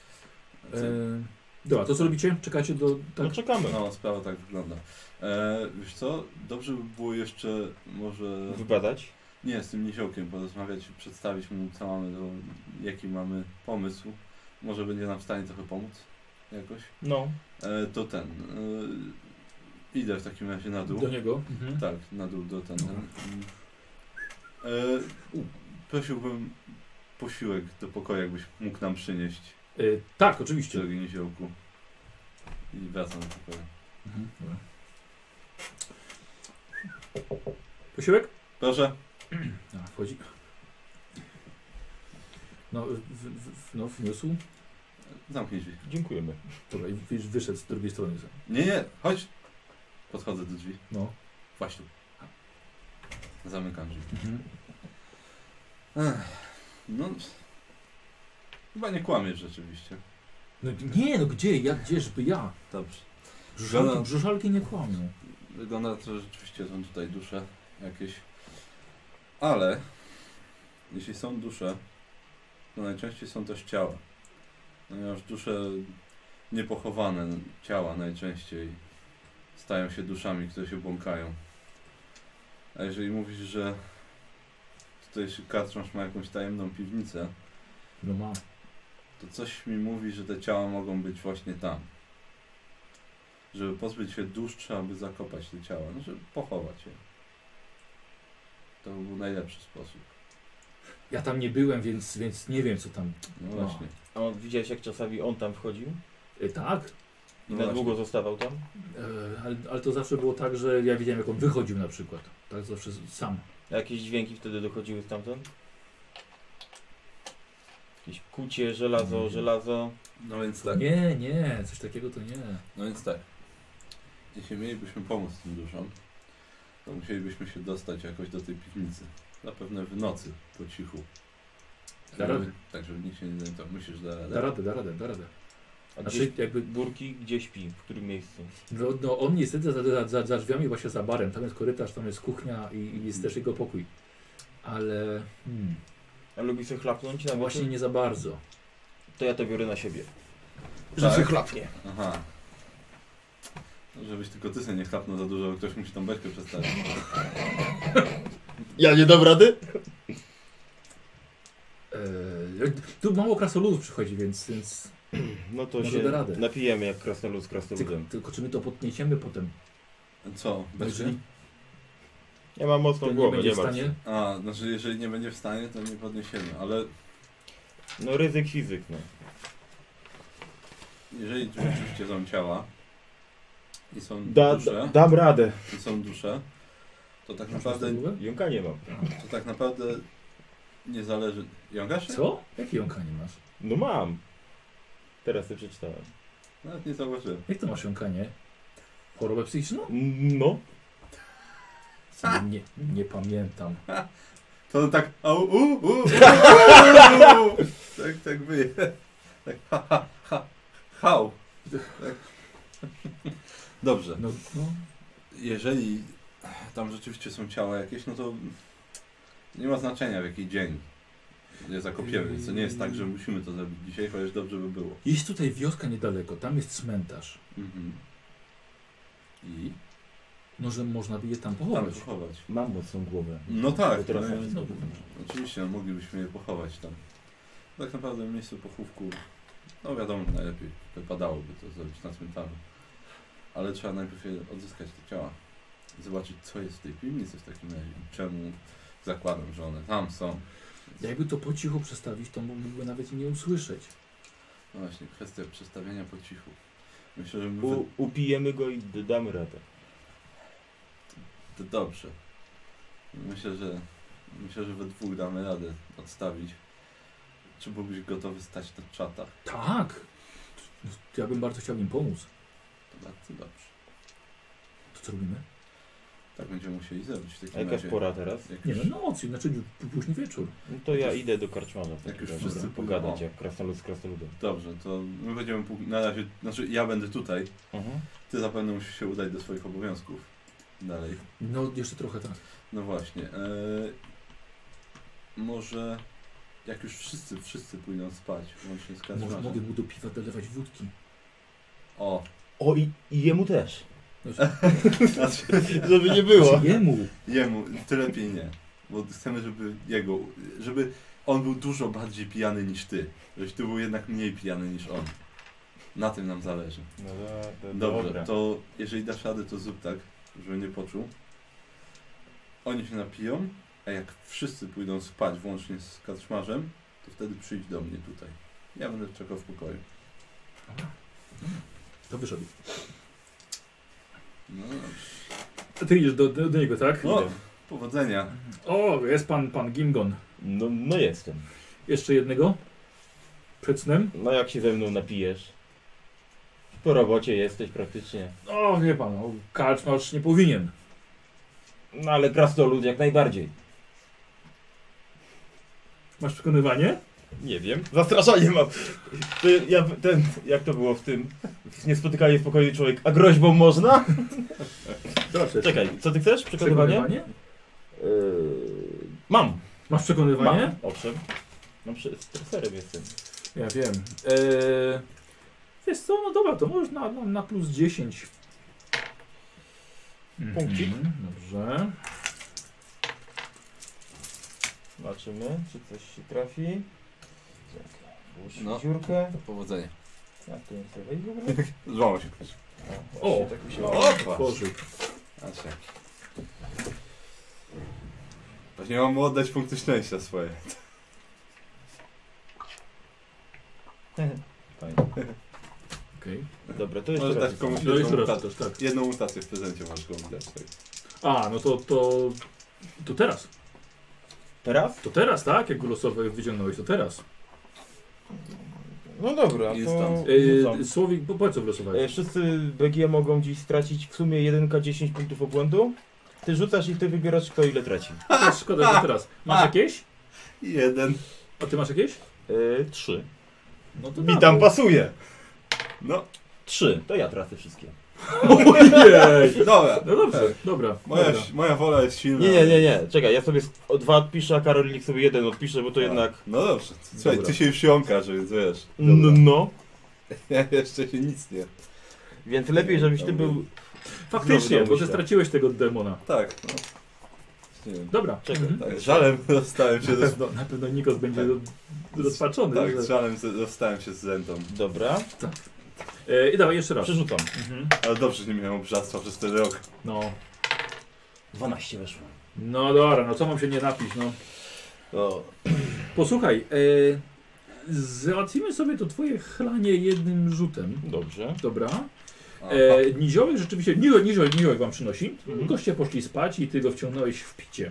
Dobra, to co robicie? Czekacie do... Tak? No czekamy. No, sprawa tak wygląda. Wiesz co? Dobrze by było jeszcze może... Wypadać? Nie, z tym niziołkiem porozmawiać, przedstawić mu co mamy, jaki mamy pomysł. Może będzie nam w stanie trochę pomóc jakoś. No. To ten. Idę w takim razie na dół. Do niego. Mhm. Tak, na dół do ten. Dobra. Prosiłbym posiłek do pokoju, jakbyś mógł nam przynieść, Tak, oczywiście. drogi niziołku. I wracam do pokoju. Mhm. Dobra. Posiłek? Proszę. A, wchodzi. No, wniósł. Zamknij drzwi. Dziękujemy. Dobra, i wyszedł z drugiej strony. Nie, chodź. Podchodzę do drzwi. No. Właśnie. Zamykam drzwi. Mhm. No. Chyba nie kłamiesz rzeczywiście. No nie, no gdzie? Gdzieżby ja? Dobrze. Brzuszalki nie kłamią. Wygląda na to, że rzeczywiście są tutaj dusze jakieś. Ale jeśli są dusze, to najczęściej są też ciała. Ponieważ dusze niepochowane, ciała najczęściej stają się duszami, które się błąkają. A jeżeli mówisz, że tutaj karczmasz ma jakąś tajemną piwnicę, No ma. to coś mi mówi, że te ciała mogą być właśnie tam. Żeby pozbyć się dusz, trzeba by zakopać te ciała, no, żeby pochować je. To był najlepszy sposób. Ja tam nie byłem, więc nie wiem co tam. No No. właśnie. A widziałeś jak czasami on tam wchodził? Tak, I No na właśnie. długo zostawał tam? ale to zawsze było tak, że ja widziałem jak on wychodził na przykład. Tak zawsze sam. A jakieś dźwięki wtedy dochodziły stamtąd? Jakieś kucie, żelazo. No więc tak. Nie, coś takiego to nie. No więc tak. Jeśli mielibyśmy pomóc tym duszom, to musielibyśmy się dostać jakoś do tej piwnicy. Zapewne w nocy, po cichu. Da radę. Tak, żeby nikt się nie zorientował. Musisz da radę. Da radę. A Znaczy gdzie, jakby, Burki gdzie śpi? W którym miejscu? no on niestety za drzwiami właśnie za barem. Tam jest korytarz, tam jest kuchnia i jest też jego pokój. Ale A lubi sobie chlapnąć na właśnie nie za bardzo. To ja to biorę na siebie. Tak? Że się chlapnie. Aha. No, żebyś tylko ty sobie nie chlapnął za dużo, bo ktoś musi tą beczkę przestawić. Ja nie dam rady? Tu mało krasoludów przychodzi, więc No to Może się da radę. napijemy jak krasnolud z krasnoludem. tylko czy my to podniesiemy potem? Co? Bo Beczkę? jeżeli Ja mam mocną to nie głowę, będzie nie w martw stanie, się. A, znaczy jeżeli nie będzie w stanie, to nie podniesiemy, ale No ryzyk fizyk, no. jeżeli rzeczywiście są ciała i są dusze, Dam radę. to tak masz naprawdę, głowę? Jąka nie mam. to tak naprawdę nie zależy. Jąkasz się? Co? Jakie jąkanie masz? No mam. Teraz to przeczytałem. Nawet nie zauważyłem. Jak to masz jąkanie? Chorobę psychiczną? No. Nie pamiętam. To tak tak wyje. Tak hał. Tak. Dobrze. No, Jeżeli tam rzeczywiście są ciała jakieś, no to nie ma znaczenia w jaki dzień je zakopiemy. Więc to nie jest tak, że musimy to zrobić dzisiaj, chociaż dobrze by było. jest tutaj wioska niedaleko, tam jest cmentarz. Mhm. I Może można by je tam tam pochować. pochować. Mam mocną głowę. No tak, Bo teraz no, mam znowu. oczywiście no, moglibyśmy je pochować tam. Tak naprawdę w miejscu pochówku, no wiadomo, najlepiej wypadałoby to zrobić na cmentarzu. Ale trzeba najpierw je odzyskać te ciała. I zobaczyć, co jest w tej piwnicy w takim razie. Czemu zakładam, że one tam są. Jakby to po cichu przestawić, to mógłby nawet nie usłyszeć. No właśnie, kwestia przestawiania po cichu. Myślę, że Upijemy go i damy radę. to dobrze. Myślę, że we dwóch damy radę odstawić. Czy byłbyś gotowy stać na czatach? Tak! Ja bym bardzo chciał im pomóc. To bardzo dobrze. To co robimy? Tak będziemy musieli zrobić w A takim jaka razie. jest pora teraz? Jak Nie już, no, noc, znaczy późny wieczór. No to ja idę do karczmarza. Jak już Dobra, wszyscy pogadać pójdą. jak krasnolud z krasnoludem. Dobrze, to my będziemy na razie, znaczy ja będę tutaj. Mhm. Ty zapewne musisz się udać do swoich obowiązków. Dalej. No, jeszcze trochę tak. No właśnie. Może jak już wszyscy pójdą spać, łącznie z Może Kazmarzem. mogę mu do piwa dolewać wódki. O, O i jemu też. znaczy, Żeby nie było. Jemu! jemu, ty lepiej nie. Bo chcemy, żeby on był dużo bardziej pijany niż ty. Żebyś ty był jednak mniej pijany niż on. Na tym nam zależy. No Dobrze, dobra. to jeżeli dasz radę, to zrób tak, żeby nie poczuł. Oni się napiją, a jak wszyscy pójdą spać, włącznie z karczmarzem, to wtedy przyjdź do mnie tutaj. Ja będę czekał w pokoju. To wyszedł. No dobrze. A ty idziesz do niego, tak? No, Idę. powodzenia. O, jest pan Gimgon. No jestem. Jeszcze jednego? Przed snem? No jak się ze mną napijesz? Po robocie jesteś praktycznie. O, wie pan, karczmarz nie powinien. No ale krasnolud jak najbardziej. Masz przekonywanie? Nie wiem. Zastraszanie mam. Jak to było w tym? Niespotykanie spokojny człowiek. A groźbą można? Proszę. Czekaj, co ty chcesz? Przekonywanie? Mam. Masz przekonywanie? Mam. Owszem. Mam streserem jestem. Ja wiem. Wiesz co, no dobra, to możesz na plus 10. Punkcik. Dobrze. Zobaczymy, czy coś się trafi. Włóż No. dziurkę. Powodzenia. Jak to jest wejść w ogóle? Złamał się ktoś. O! Właśnie tak mi się Otworzył. Znaczy. Właśnie mam mu oddać punkty szczęścia swoje. Fajnie. Okej. Dobra, to jeszcze Możesz raz. dać komuś No jeszcze jedną raz mutację. też, tak. Jedną mutację w prezencie możesz komuś dać. Tak. A, no to teraz. Teraz? To teraz, tak? Jak go losowo wyciągnąłeś, to teraz. No dobra, Instant. to rzucam. Słowik, powiedz co wylosowałeś. Wszyscy BG mogą dziś stracić w sumie 10 punktów obłędu. Ty rzucasz i ty wybierasz kto ile traci. Szkoda, że teraz. Masz jakieś? Jeden. A ty masz jakieś? 3. No to Mi dawaj. tam pasuje. No, 3. To ja tracę wszystkie. Ojej! dobra. No dobrze, dobra. Moja wola jest silna. Nie. Czekaj, ja sobie o 2 odpiszę, a Karol niech sobie 1 odpisze, bo to jednak... No dobrze. Słuchaj, Dobra. ty się już jąkasz, więc wiesz. Dobra. No. Ja jeszcze się nic nie. Więc lepiej, żebyś ty był... Faktycznie, Znowu bo ty domyślę. straciłeś tego demona. Tak, no. Nie wiem. Dobra. Czekaj. Mhm. Tak, z żalem dostałem się do... Na pewno Nikos będzie rozpaczony. Tak, że... z żalem dostałem się z Zentą. Dobra, I dawaj jeszcze raz. przerzucam. Mhm. Ale dobrze, że nie miałem obżarstwa przez ten rok. No. 12 weszło. No dobra, no co mam się nie napić, no. O. Posłuchaj, załatwimy sobie to twoje chlanie jednym rzutem. Dobrze. Dobra. Aha. Niziołek rzeczywiście, Niziołek wam przynosi. Mhm. Goście poszli spać i ty go wciągnąłeś w picie.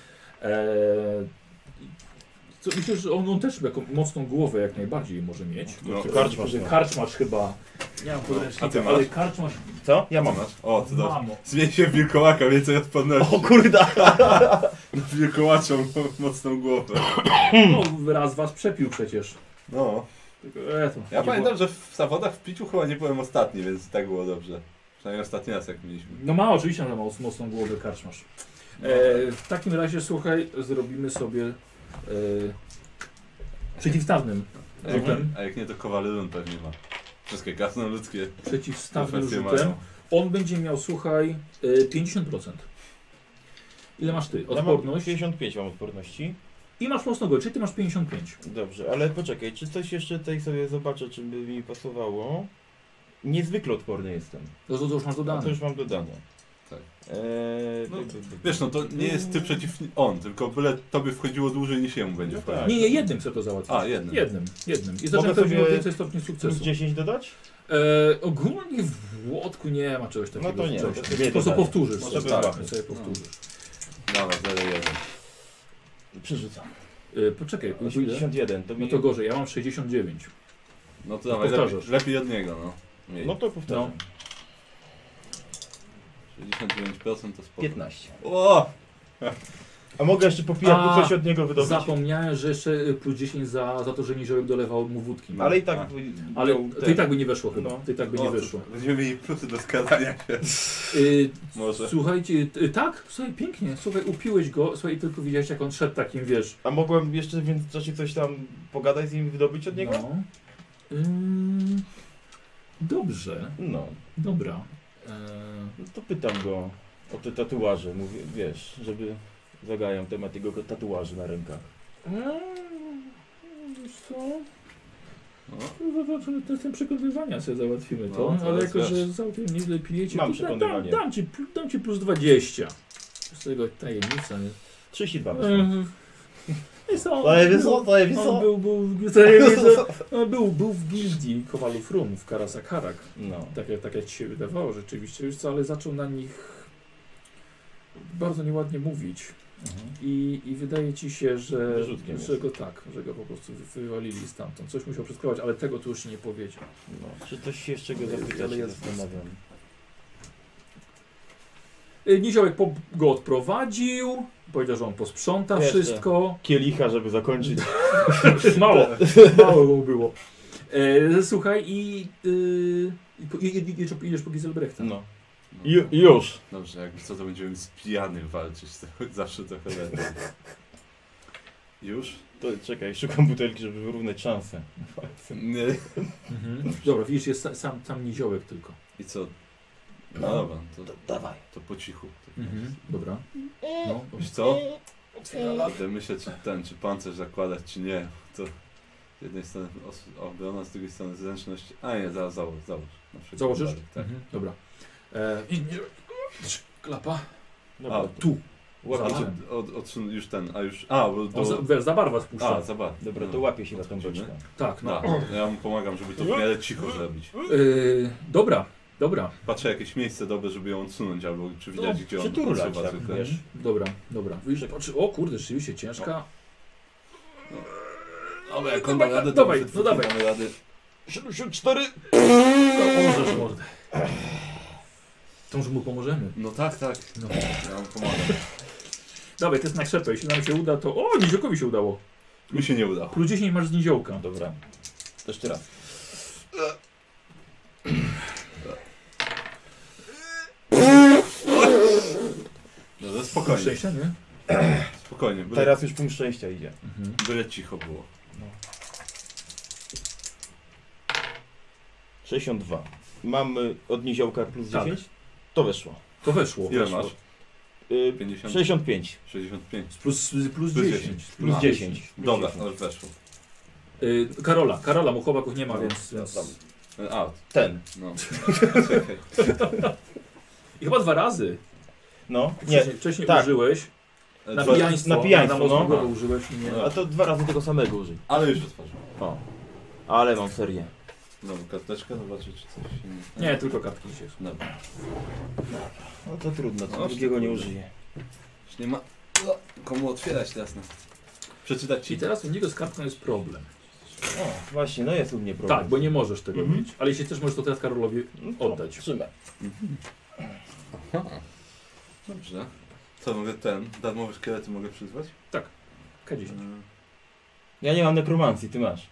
Myślę, że on też taką mocną głowę jak najbardziej może mieć. No. Karczmasz. Karczmasz chyba. Nie mam A podręcznika, ty masz? ale karczmasz. Co? Ja mam. Masz? O, to dobrze. Mamo. Zmień się w wilkołaka, więcej odporności. O kurde! Wilkołaczą mocną głowę. No, raz was przepił przecież. No. Tylko, to Ja nie pamiętam, było- że w zawodach w piciu chyba nie byłem ostatni, więc tak było dobrze. Przynajmniej ostatni raz jak mieliśmy. No ma oczywiście na mocną głowę karczmasz. W takim razie słuchaj, zrobimy sobie przeciwstawnym rzutem. A jak nie, to Kowalylon pewnie ma. Wszystkie krasnoludzkie Przeciwstawnym profesje rzutem. mają. On będzie miał, słuchaj, 50%. Ile masz ty? Ja mam Odporność. 55 mam odporności. I masz mocną głowę, czyli ty masz 55. Dobrze, ale poczekaj, czy coś jeszcze tutaj sobie zobaczę, czy by mi pasowało? Niezwykle odporny jestem. To już masz A dodane. to już mam dodane. Tak. No, Wiesz, no to nie jest ty przeciw on, tylko byle tobie wchodziło dłużej niż jemu będzie No wchodziło. tak. Nie, jednym chcę to załatwić. A, jednym. Jednym. I Mogę zacząłem sobie sobie więcej stopni plus sukcesu. 10 dodać? Ogólnie w Łotku nie ma czegoś takiego. No to nie, wcześniej. to sobie Po prostu dodaję. powtórzysz. Może sobie, tak. tak, sobie powtórzysz. Dawaj, 0,1. Przerzucam. Poczekaj, ile? 81, to No mi... to gorzej, ja mam 69. No to dawaj, powtarzasz. lepiej od niego, no. Mniej. No to powtarzam. 69% to spoko. 15. O! A mogę jeszcze po pijaku A, coś od niego wydobyć? Zapomniałem, że jeszcze plus 10 za to, że Niziołek dolewał mu wódki. Ale i tak... A. Ale miał to i tak by nie weszło chyba. No. To i tak by nie O, to weszło. Będziemy mieli plusy do skazania się. Może. Słuchajcie, tak? Słuchaj, pięknie. Słuchaj, upiłeś go. Słuchaj, tylko widziałeś jak on szedł takim, wiesz. A mogłem jeszcze w międzyczasie coś tam pogadać z nim, wydobyć od niego? No. Dobrze. No. Dobra. No to pytam go o te tatuaże. Mówię, wiesz, żeby zagajał temat jego tatuaży na rękach. Wiesz co? No. Testem przekonywania sobie załatwimy to, No, to ale jest jako, że wiesz. całkiem nieźle pijecie, Mam to przekonywanie. dam ci plus 20. Z tego tajemnica. 32. Jest on, on był w gildii Kowalów Rum w Karasakarak. No. Tak jak ci się wydawało rzeczywiście, już co, ale zaczął na nich bardzo nieładnie mówić. I wydaje ci się, że Wyrzutkiem że go po prostu wywalili stamtąd. Coś musiał przeskrować, ale tego tu już nie powiedział. No. Czy coś się jeszcze go Ale zapytać, ja się zastanawiam. Niziołek go odprowadził, powiedział, że on posprząta Jeszcze. wszystko. Kielicha, żeby zakończyć. Mało mu było. Słuchaj idziesz po Giselbrechta. No. No. Już. Dobrze, jakby co, to będziemy z pijanych walczyć. To zawsze trochę lepiej. Już? To czekaj, szukam butelki, żeby wyrównać szanse. Nie. Mhm. Dobra, widzisz, jest sam Niziołek tylko. I co? No dobra, Dawaj. to po cichu. Dobra. No, Wiesz co? Będę myśleć, czy pancerz zakładać, czy nie. To Z jednej strony obrona, z drugiej strony zręczność. A nie, załóż. Na przykład. Założysz? Tak. Dobra. Klapa. Dobra, A, Tu. łapie się. Odsun już ten, a już. A, bo Za barwa spuszcza. A, zobacz. Dobra, to łapie się na tą beczkę. Tak, no. Ja mu pomagam, żeby to w miarę cicho zrobić. Dobra. Patrzę jakieś miejsce dobre, żeby ją odsunąć, albo czy widać, gdzie on przyturlać, odsuwa tak, tylko. wiesz. Dobra. Widzisz, patrzy, o kurde, rzeczywiście ciężka. Ale jak on da radę, to Dawaj, przed no dawaj. mamy rady. 74! Pomożesz mordę. To może mu pomożemy. No tak. No. Ja mu pomagam. Dawaj, test na krzepę. Jeśli nam się uda, to... O, niziołkowi się udało. Mi się nie udało. Plus 10 masz z niziołka. Dobra. To jeszcze raz. No, spokojnie. Szczęścia, nie? Spokojnie. Teraz już punkt szczęścia idzie. Byle cicho było. 62. Mam od niziołka plus Tak. 10? To weszło. To weszło. Ile weszło. masz? 50? 65. 65. Plus 10. Plus A, 10. Dobra, to już weszło. Karola, mu chłopaków nie ma, No, więc... Out. Ten. No. Czekaj. I chyba 2 razy. No, nie. Wcześniej tak. użyłeś. Na Dwa- pijaństwo. na pijaństwo, Na mocną no. głowę użyłeś i nie... A to 2 razy tego samego użyj. Ale już otworzył. O. Ale mam serię. Znowu karteczkę, zobaczę czy coś się Nie, tylko kartki dzisiaj są. Dobra. No to trudno, No, to drugiego nie kurde. użyję. Już nie ma komu otwierać teraz. Przeczytać ci I teraz u niego z kartką jest problem. O, właśnie, no jest u mnie problem. Tak, bo nie możesz tego Mhm. mieć. Ale jeśli też możesz to teraz Karolowi No to oddać. Trzymaj. Aha. Dobrze. Co, mogę darmowe szkielety mogę przyzwać? K10. Ja nie mam nekromancji, ty masz.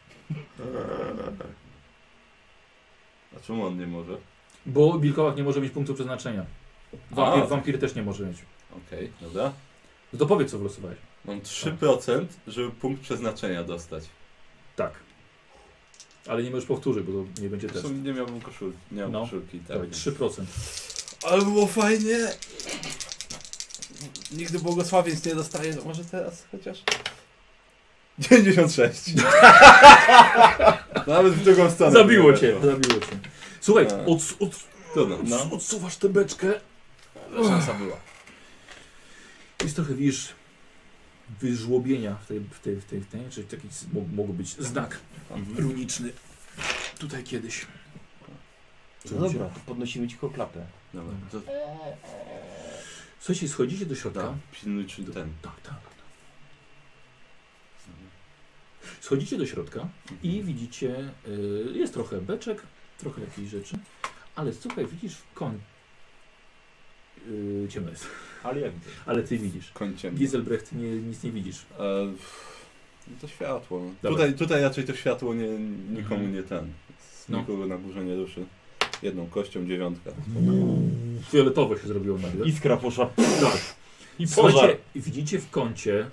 A czemu on nie może? Bo wilkołak nie może mieć punktu przeznaczenia. A. Wampir też nie może mieć. Okej, dobra. No to powiedz, co wylosowałeś. Mam 3%, żeby punkt przeznaczenia dostać. Tak. Ale nie możesz powtórzyć, bo to nie będzie W test. sumie nie miałbym koszulki. Nie mam No. koszulki, tak. Dawaj, 3%. Ale było fajnie! Nigdy błogosławieństw nie dostaję, no może teraz chociaż? 96. Nawet w drugą stronę. Zabiło nie cię, weszło. zabiło cię. Słuchaj, A. Trudno. No. odsuwasz tę beczkę. Szansa była. Jest trochę, widzisz, wyżłobienia w tej, czy taki mógł być znak runiczny. Tutaj kiedyś. No dobra, to podnosimy cicho klapę. Dobra, to Słuchajcie, schodzicie do środka. tak, pilnuj czy ten. Tak. Schodzicie do środka i widzicie, jest trochę beczek, trochę jakichś rzeczy, ale słuchaj, widzisz koń. Ciemno jest, Ale ja widzę. ale ty widzisz. Końciem. Giselbrecht nic nie widzisz. No to światło. Dobra. Tutaj raczej to światło nikomu Mhm. nie ten. No. Nikogo na górze nie ruszy. Jedną kością 9. Fioletowo się zrobiło nagle. Iskra poszła. Tak. I Słuchajcie, pożar. widzicie w kącie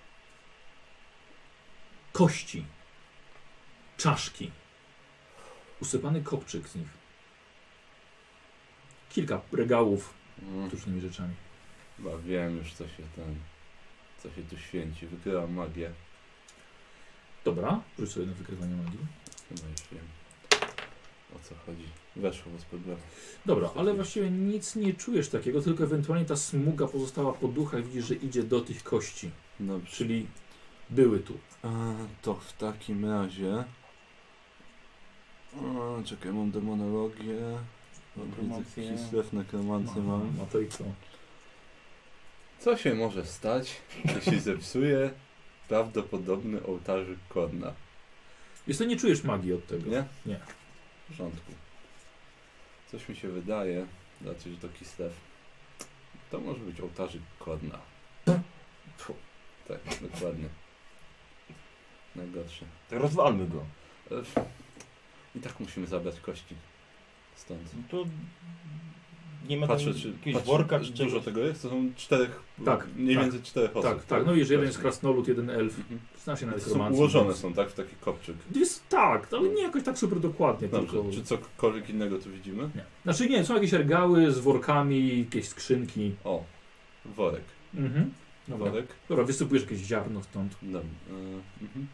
kości, czaszki, usypany kopczyk z nich, kilka regałów z różnymi rzeczami. Chyba wiem już co się tu święci. Wykryłam magię. Dobra, rzuć sobie na wykrywanie magii. Chyba już wiem o co chodzi. Weszło bez problemu. Dobra, ale właściwie nic nie czujesz takiego, tylko ewentualnie ta smuga pozostała po duchach, widzisz, że idzie do tych kości, Dobrze. czyli były tu. To w takim razie... Czekaj, mam demonologię. Nekromancję. Kislef, nekromancję mam. No to i co? Co się może stać, jeśli zepsuje prawdopodobny ołtarzyk Korna? Wiesz co, nie czujesz magii od tego. Nie? Nie. W porządku. Coś mi się wydaje, raczej, że to Kislef. To może być ołtarzyk Korna. Pfu, tak, dokładnie. Najgorsze. To rozwalmy go. I tak musimy zabrać kości stąd. No to nie ma Patrzę, tam czy jakiegoś worka czy dużo czegoś. tego jest? To są 4, Tak, mniej tak. więcej 4 osób. Tak. No i jeżeli jeden jest krasnolud, jeden elf, Mhm. zna się na To są nekromancji. ułożone więc- są, tak? W taki kopczyk. Jest tak, ale nie jakoś tak super dokładnie. Dobrze. Tylko... Czy cokolwiek innego tu widzimy? Nie. Znaczy nie, są jakieś regały z workami, jakieś skrzynki. O, worek. Mhm. Dobra. Worek. Dobra, wysypujesz jakieś ziarno stąd. Dobra.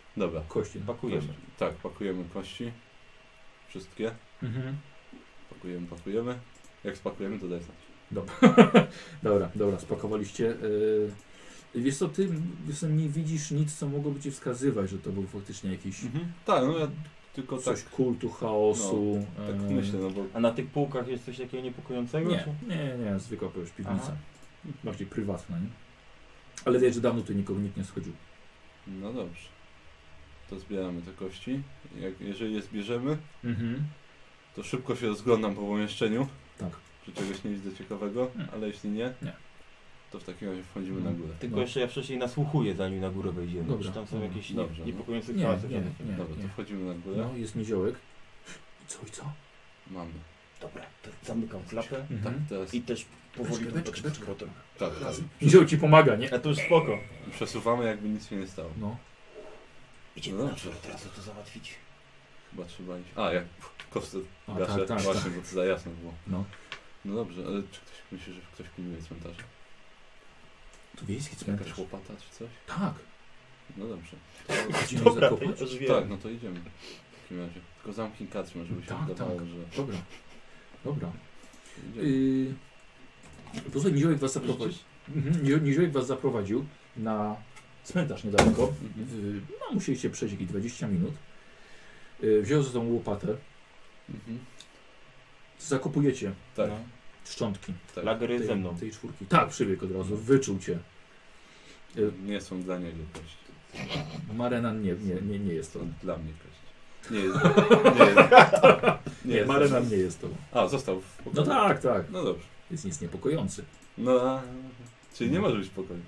Dobra. kości. Pakujemy. Tak, pakujemy kości. Wszystkie. Mhm. Pakujemy. Jak spakujemy, to daj znać. Dobra, spakowaliście. Wiesz co, ty nie widzisz nic, co mogłoby ci wskazywać, że to był faktycznie jakiś Tak, no ja tylko coś tak, kultu, chaosu. tak myślę, no bo A na tych półkach jest coś takiego niepokojącego? Nie, czy? nie, zwykła już piwnica. Aha. Bardziej prywatna, nie? Ale wiesz, że dawno tu nikt nie schodził. no dobrze. To zbieramy te kości. Jeżeli je zbierzemy, Mhm. to szybko się rozglądam po pomieszczeniu. Tak. Czy czegoś nie widzę ciekawego, ale jeśli nie, Nie. to w takim razie wchodzimy na górę. Tylko No. jeszcze ja wcześniej nasłuchuję, zanim na górę wejdziemy. Dobra. Czy tam są jakieś Dobrze, no. niepokojące Nie, hałasy? nie. Dobra, to wchodzimy na górę. No, jest niziołek. I co? Mamy. Dobra, to zamykam klapę Mhm. Tak, teraz. i też powoli Beczkę. z powrotem. Tak, Niziołek ci pomaga, nie? A to już spoko. przesuwamy, jakby nic się nie stało. No. Idziemy No na dobrze. dół teraz to załatwić. Chyba trzeba iść. A, jak kosty A, gaszę. tak, Właśnie, bo to za jasno było. No. No dobrze, ale czy ktoś myśli, że ktoś pilnuje cmentarza? To wiejski Jakaś cmentarz. łopata czy coś? Tak. No dobrze. Idziemy Dobra, to zakopać? już wiem. Tak, no to idziemy. W takim razie. Tylko zamknij karczmę, żeby się Tak, wydawało, tak. że Dobra. idziemy. Posłuchaj, Niziołek was zaprowadził. Niziołek was zaprowadził na cmentarz niedaleko. Mhm. No, musieliście przejść jakieś 20 minut. Wziął ze sobą łopatę. Mhm. Zakopujecie Tak, No. szczątki tak. Lager jest ze mną. tej czwórki. Tak, przybiegł od razu, wyczuł cię. Nie są dla niego kości. Marenan nie jest to. To dla mnie kości. Nie jest. Nie jest. Nie, jest. Marenan nie jest to. A, został w pokoju. No tak, tak. No dobrze. Jest nic niepokojący. No, czyli nie może być spokojny.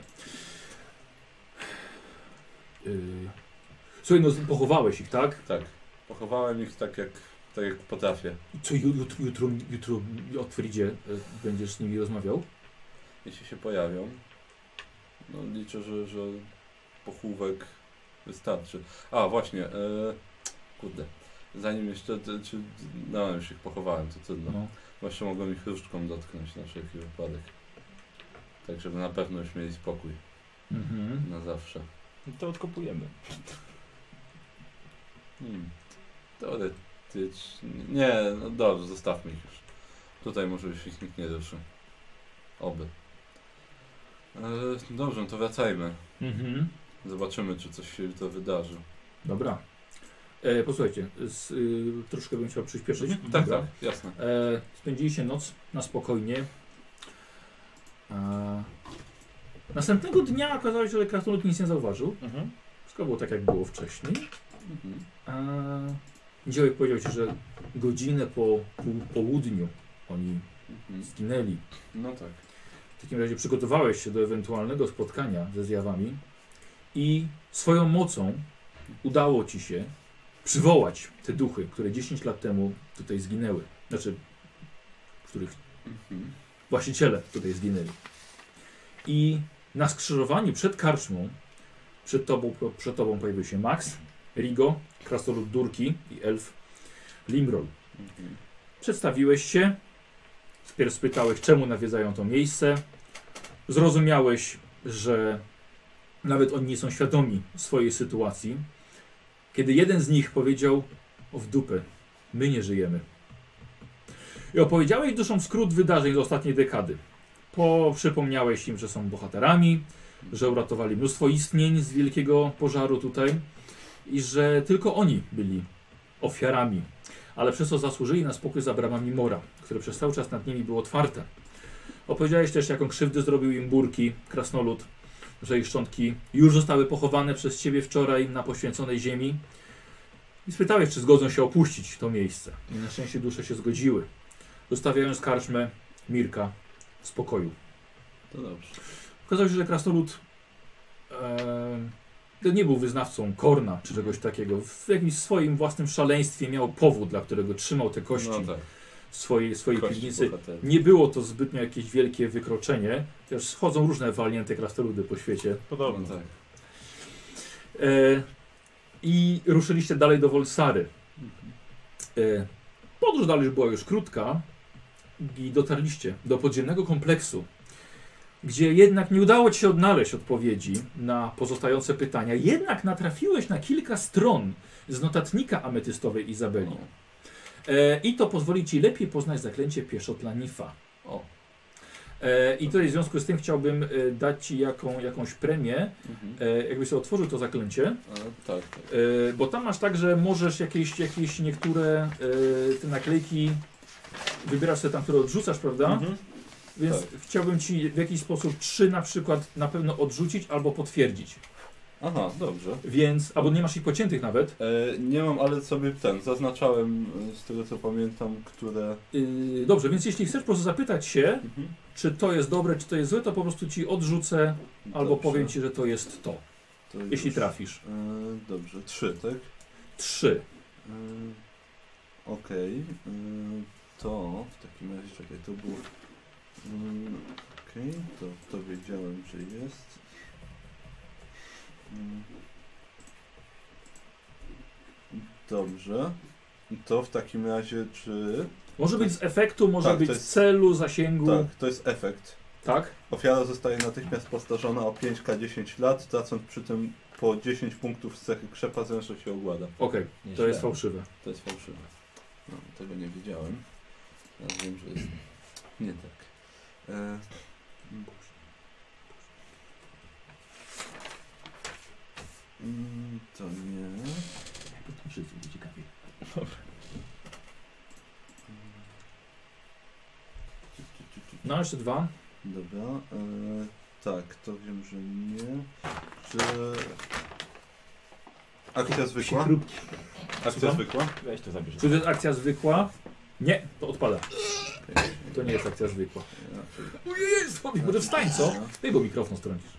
Słuchaj, no pochowałeś ich, tak? Tak. Pochowałem ich tak jak potrafię. Co jutro o Twyridzie będziesz z nimi rozmawiał? Jeśli się pojawią, no liczę, że pochówek wystarczy. A, właśnie, kurde. Zanim jeszcze, no już ich pochowałem, to trudno. No. Właśnie mogłem ich różdżką dotknąć na wszelki wypadek. Tak, żeby na pewno już mieli spokój. Mhm. Na zawsze. No to odkopujemy. Teoretycznie. Nie, no dobrze, zostawmy ich już. Tutaj może już ich nikt nie ruszy. Oby. Dobrze, no to wracajmy. Mhm. Zobaczymy, czy coś się jutro wydarzy. Dobra. Posłuchajcie, troszkę bym chciał przyspieszyć. Tak, Dobra. tak, jasne. Spędziliście noc na spokojnie. Następnego dnia okazało się, że krasnolud nic nie zauważył. Mhm. Wszystko było tak, jak było wcześniej. Mhm. Niziołek powiedział ci, że godzinę po południu oni Mhm. zginęli. No tak. W takim razie przygotowałeś się do ewentualnego spotkania ze zjawami i swoją mocą udało ci się przywołać te duchy, które 10 lat temu tutaj zginęły. Znaczy, których Mhm. właściciele tutaj zginęli. I na skrzyżowaniu przed karczmą, przed tobą pojawił się Max, Rigo, krasnolud Durki i elf Limrol. Mhm. Przedstawiłeś się, wpierw spytałeś, czemu nawiedzają to miejsce. Zrozumiałeś, że nawet oni nie są świadomi swojej sytuacji. Kiedy jeden z nich powiedział: o w dupę, my nie żyjemy. I opowiedziałeś duszą skrót wydarzeń z ostatniej dekady. Przypomniałeś im, że są bohaterami, że uratowali mnóstwo istnień z wielkiego pożaru tutaj i że tylko oni byli ofiarami, ale przez to zasłużyli na spokój za bramami mora, które przez cały czas nad nimi było otwarte. Opowiedziałeś też, jaką krzywdę zrobił im Burki, krasnolud, że ich szczątki już zostały pochowane przez ciebie wczoraj na poświęconej ziemi i spytałeś, czy zgodzą się opuścić to miejsce. I na szczęście dusze się zgodziły, zostawiając karczmę Mirka w spokoju. To dobrze. Okazało się, że krasnolud nie był wyznawcą Korna czy czegoś takiego. W jakimś swoim własnym szaleństwie miał powód, dla którego trzymał te kości No tak. w swojej Kości piwnicy. bohaterów. Nie było to zbytnio jakieś wielkie wykroczenie. Też chodzą różne walnięte krasnoludy po świecie. Podobno. No tak. I ruszyliście dalej do Wolsary. Podróż dalej była już krótka i dotarliście do podziemnego kompleksu, gdzie jednak nie udało ci się odnaleźć odpowiedzi na pozostające pytania, jednak natrafiłeś na kilka stron z notatnika ametystowej Izabeli. I to pozwoli ci lepiej poznać zaklęcie Pieszotla-Nifa. O. I tutaj w związku z tym chciałbym dać ci jakąś premię, jakbyś sobie otworzył to zaklęcie. Tak. Bo tam masz tak, że możesz jakieś niektóre te naklejki wybierasz sobie tam, które odrzucasz, prawda? Więc chciałbym ci w jakiś sposób 3 na przykład na pewno odrzucić albo potwierdzić. Aha, dobrze. Więc, albo nie masz ich pociętych nawet. Nie mam, ale sobie zaznaczałem z tego co pamiętam, które... Dobrze, więc jeśli chcesz po prostu zapytać się, czy to jest dobre, czy to jest złe, to po prostu ci odrzucę albo Dobrze. powiem ci, że to jest to. Jeśli już. trafisz. Dobrze, 3, tak? 3. Okej. To w takim razie, czekaj, to było... Okej, to wiedziałem, że jest. Dobrze. To w takim razie, czy... Może być z efektu, może Tak, być to z jest- celu, zasięgu. Tak, to jest efekt. Tak? Ofiara zostaje natychmiast postarzona o 5k10 lat, tracąc przy tym po 10 punktów z cechy krzepa, zresztą się ogłada. Okej, to jest fałszywe. To jest fałszywe. No, tego nie wiedziałem. Teraz wiem, że jest nie tak. To nie. Ciekawie. No, jeszcze 2. Dobra. Tak, to wiem, że nie. Czy... Akcja zwykła? Akcja Słucham? zwykła? Weź to zabierz. Czy to jest akcja zwykła? Nie, to odpada. To nie jest akcja zwykła. Ojej, Słowik, może wstań, co? Ty, bo mikrofon strącisz.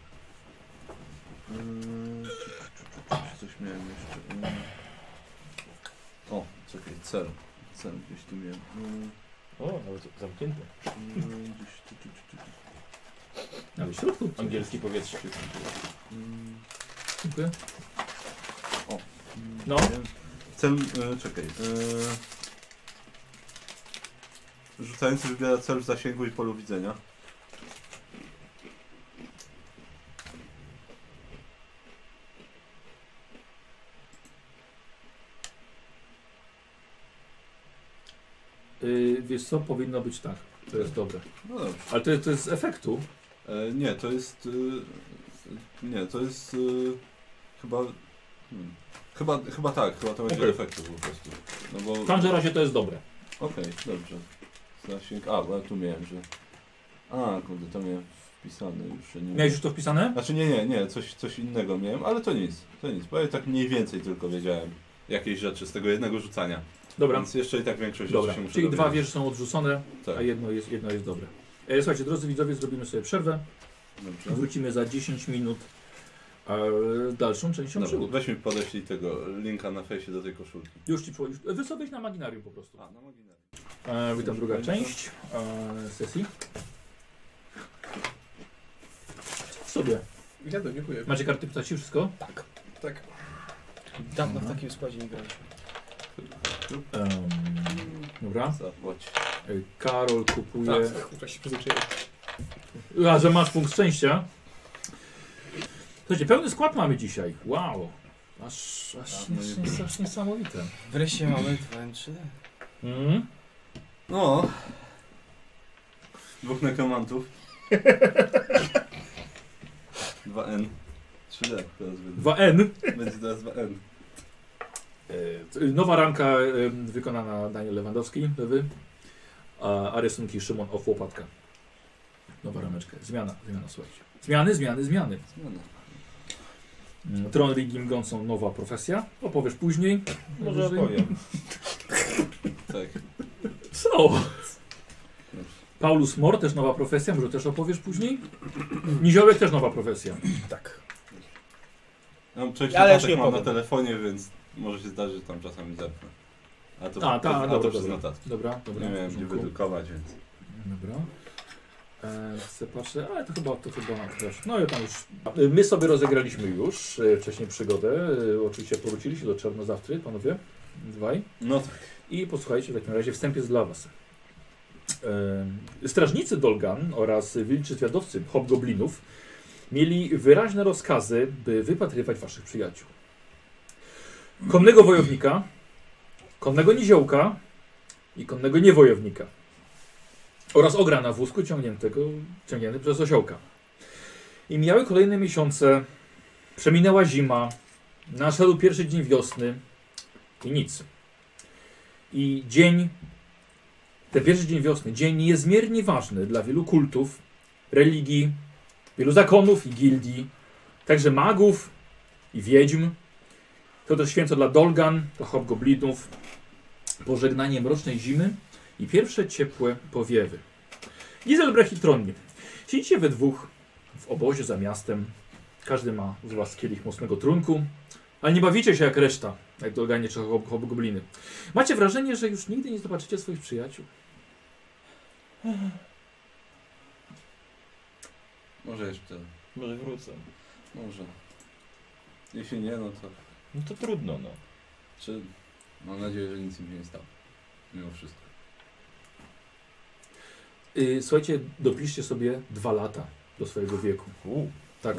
Coś miałem jeszcze. O, czekaj, cel. Cel gdzieś tu miałem. O, nawet zamknięte. Gdzieś tu. Ale w środku. Angielskie powietrze. Dziękuję. O. No. Cel, czekaj. Rzucający wybiera cel w zasięgu i polu widzenia. Wiesz co, powinno być tak. To jest dobre. No dobrze. Ale to jest z efektu. Nie, to jest... nie, to jest... chyba... Chyba tak, chyba to będzie Okej. efektu po prostu. No bo... W każdym razie to jest dobre. Okej, dobrze. Zasięg... A, bo ja tu miałem, że... A, kurde, to miałem wpisane już. że Nie... Miałeś już to wpisane? Znaczy nie, coś innego miałem, ale to nic, bo ja tak mniej więcej tylko wiedziałem jakieś rzeczy z tego jednego rzucania. Dobra. Więc jeszcze i tak większość Dobra. rzeczy się muszę Czyli 2 dowiedzieć. wieże są odrzucone, Tak, a jedno jest dobre. Słuchajcie, drodzy widzowie, zrobimy sobie przerwę. dobrze. Wrócimy za 10 minut z dalszą częścią Dobra, przygód. weź mi podeślij tego linka na fejsie do tej koszulki. Już ci wy sobie weź na Maginarium po prostu. A, na marginesie. Witam, druga część sesji. Sobie. Ja to dziękuję. Macie karty postaci, wszystko? Tak. Dawno w takim składzie nie graliśmy. Dobra. Zapłać. Karol kupuje... Tak, kurwa się przyzwyczaiłem. A, że masz punkt szczęścia. Słuchajcie, pełny skład mamy dzisiaj. Wow. Aż niesamowite. Wreszcie mamy 2-3D. Mhm. No. Dwóch nekromantów. 2N. 3D teraz będzie. 2N. Będzie teraz 2N. Nowa ramka wykonana Daniel Lewandowski, lewy, a rysunki Szymon Łopatka. Nowa rameczka. Zmiana, słuchajcie. Zmiany. Zmiana. Tron Rigging Gonson, nowa profesja. Opowiesz później. Może opowiem. Tak. Co? Paulus Mor, też nowa profesja, może też opowiesz później? Niziołek też nowa profesja. Tak. Ja mam część Ale już notatek nie mam na powiem. telefonie, więc może się zdarzyć, że tam czasami zepnę. A to, dobra, to przez dobra. notatki. Dobra. Nie w miałem gdzie porządku. wydrukować, więc... Dobra. Patrzę, ale to chyba też. No i tam już. My sobie rozegraliśmy już wcześniej przygodę. Oczywiście powróciliście do Czarnozawtry, panowie. Dwaj. No tak. I posłuchajcie, w takim razie wstęp jest dla was. Strażnicy Dolgan oraz wilczy zwiadowcy hobgoblinów mieli wyraźne rozkazy, by wypatrywać waszych przyjaciół. Konnego wojownika, konnego niziołka i konnego niewojownika. Oraz ogra na wózku ciągnięty przez osiołka. I mijały kolejne miesiące, przeminęła zima, naszedł pierwszy dzień wiosny i nic. I ten pierwszy dzień wiosny, dzień niezmiernie ważny dla wielu kultów, religii, wielu zakonów i gildii, także magów i wiedźm. To też święto dla Dolgan, dla hobgoblinów, pożegnanie mrocznej zimy i pierwsze ciepłe powiewy. Giselbrecht i Tronni. Siedzicie we dwóch w obozie za miastem. Każdy ma z was kielich mocnego trunku, ale nie bawicie się jak reszta, jak Dolganie czy hobgobliny. Macie wrażenie, że już nigdy nie zobaczycie swoich przyjaciół. Może jeszcze. Może wrócę. Może. Jeśli nie, no to... No to trudno, no. Czy... Mam nadzieję, że nic im się nie stało. Mimo wszystko. Słuchajcie, dopiszcie sobie 2 lata do swojego wieku. Tak.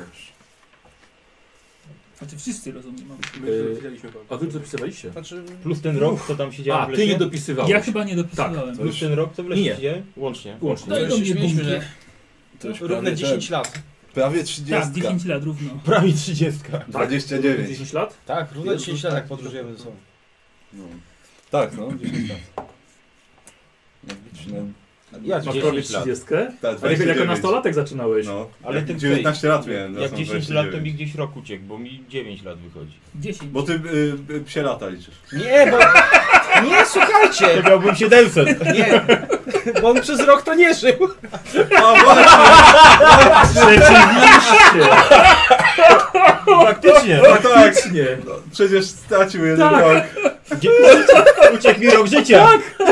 Znaczy wszyscy rozumiem. A wy dopisywaliście? Znaczy, Plus ten rok, co tam siedziałem A, w lesie. ty nie dopisywałeś. Ja chyba nie dopisywałem. Plus ten rok, co w lesie Nie. siedziałem? Łącznie. Łącznie. No i do mnie śmieliśmy, bułki. że To już równe prawie 10 lat. Prawie 30. Tak, 10 lat równo. Prawie 30. 29. 10 lat? Tak, równe 10 lat jak podróżujemy ze sobą. No. Tak, no, 10 lat. No, liczne. Jak Masz 10 prawie lat? 30? Tak, A jako 29. nastolatek zaczynałeś. No, Ale jak ten 19 lat miałem. Jak są 10 lat, to 29. mi gdzieś rok uciekł, bo mi 9 lat wychodzi. 10. Bo ty psie lata liczysz. Nie, bo... Nie, słuchajcie! To miałbym 700. Nie, bo on przez rok to nie żył. A właśnie! Rzeczywiście! Faktycznie. No tak! Faktycznie! No, przecież stracił jeden Tak. rok. Uciekł mi rok życia.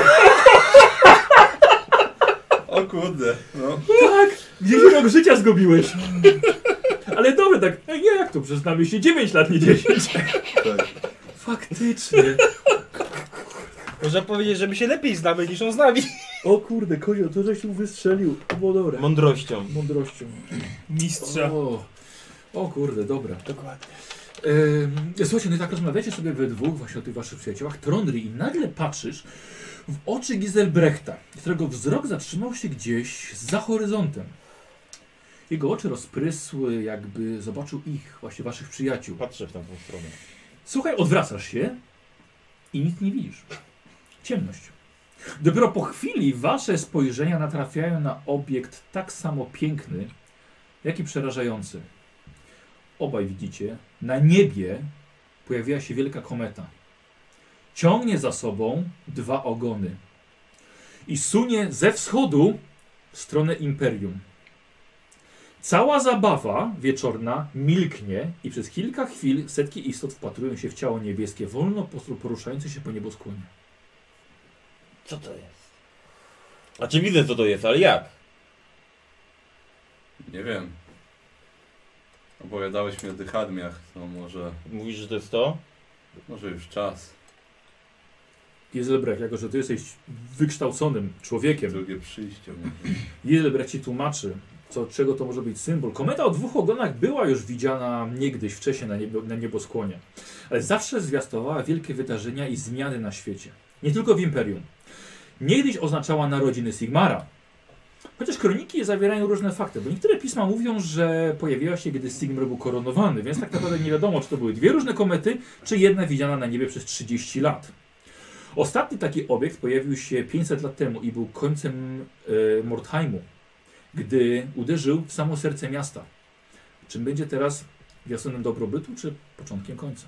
O kurde, no. Gdzieś rok życia zgubiłeś. Ale dobre, tak. Nie, jak to? Przecież znamy się 9 lat, nie 10. Tak. Faktycznie. Można powiedzieć, że my się lepiej znamy niż on z nami. O kurde, Kozio, to żeś mu wystrzelił. To było dobre. Mądrością. Mądrością. Mistrza. O kurde, dobra. Dokładnie. Słuchajcie, no i tak rozmawiacie sobie we dwóch właśnie o tych waszych przyjaciołach, Trondri, i nagle patrzysz w oczy Giselbrechta, którego wzrok zatrzymał się gdzieś za horyzontem. Jego oczy rozprysły, jakby zobaczył ich, właśnie waszych przyjaciół. Patrzę w tamtą stronę. Słuchaj, odwracasz się i nic nie widzisz. Ciemność. Dopiero po chwili wasze spojrzenia natrafiają na obiekt tak samo piękny, jak i przerażający. Obaj widzicie, na niebie pojawiła się wielka kometa. Ciągnie za sobą 2 ogony i sunie ze wschodu w stronę Imperium. Cała zabawa wieczorna milknie i przez kilka chwil setki istot wpatrują się w ciało niebieskie, wolno poruszające się po nieboskłonie. Co to jest? Znaczy widzę, co to jest, ale jak? Nie wiem. Opowiadałeś mi o tych armiach, to Mówisz, że to jest to? może już czas. Giselbrecht, jako że ty jesteś wykształconym człowiekiem, Drugie przyjście może. Giselbrecht ci tłumaczy, czego to może być symbol. Kometa o 2 ogonach była już widziana niegdyś wcześniej na nieboskłonie, ale zawsze zwiastowała wielkie wydarzenia i zmiany na świecie. Nie tylko w Imperium. Niegdyś oznaczała narodziny Sigmara. Chociaż kroniki zawierają różne fakty, bo niektóre pisma mówią, że pojawiła się, gdy Sigmar był koronowany, więc tak naprawdę nie wiadomo, czy to były 2 różne komety, czy jedna widziana na niebie przez 30 lat. Ostatni taki obiekt pojawił się 500 lat temu i był końcem Mordheimu, gdy uderzył w samo serce miasta. Czym będzie teraz wiosną dobrobytu, czy początkiem końca?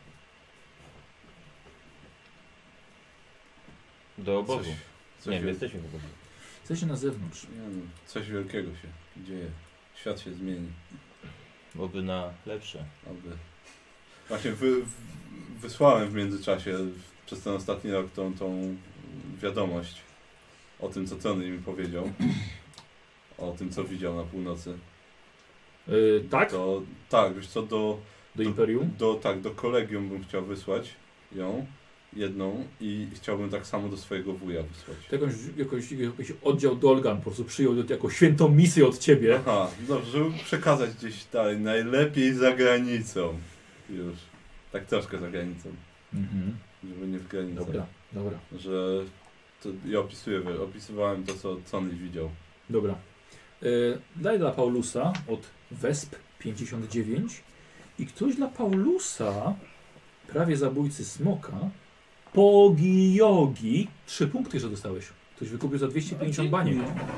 Do obozu. Coś Nie, wiel- jesteśmy w obozie. Jesteście na zewnątrz. nie, no, coś wielkiego się dzieje. Świat się zmieni. Oby na lepsze. Aby. Właśnie wysłałem w międzyczasie przez ten ostatni rok tą wiadomość o tym, co Tony mi powiedział. O tym, co widział na północy. Tak? To, tak, wiesz co, Do Imperium? do kolegium bym chciał wysłać ją jedną i chciałbym tak samo do swojego wuja wysłać. Jakiś oddział Dolgan po prostu przyjął jako świętą misję od ciebie. Aha, dobrze, żeby przekazać gdzieś dalej, najlepiej za granicą. Już. Tak troszkę za granicą. Mhm. Żeby nie w granicach. Dobra. Że to ja opisywałem to, co on widział. Dobra. Daj dla Paulusa od Wesp 59 i ktoś dla Paulusa, prawie zabójcy smoka, Pogijogi, 3 punkty, że dostałeś. Ktoś wykupił za 250 baniek.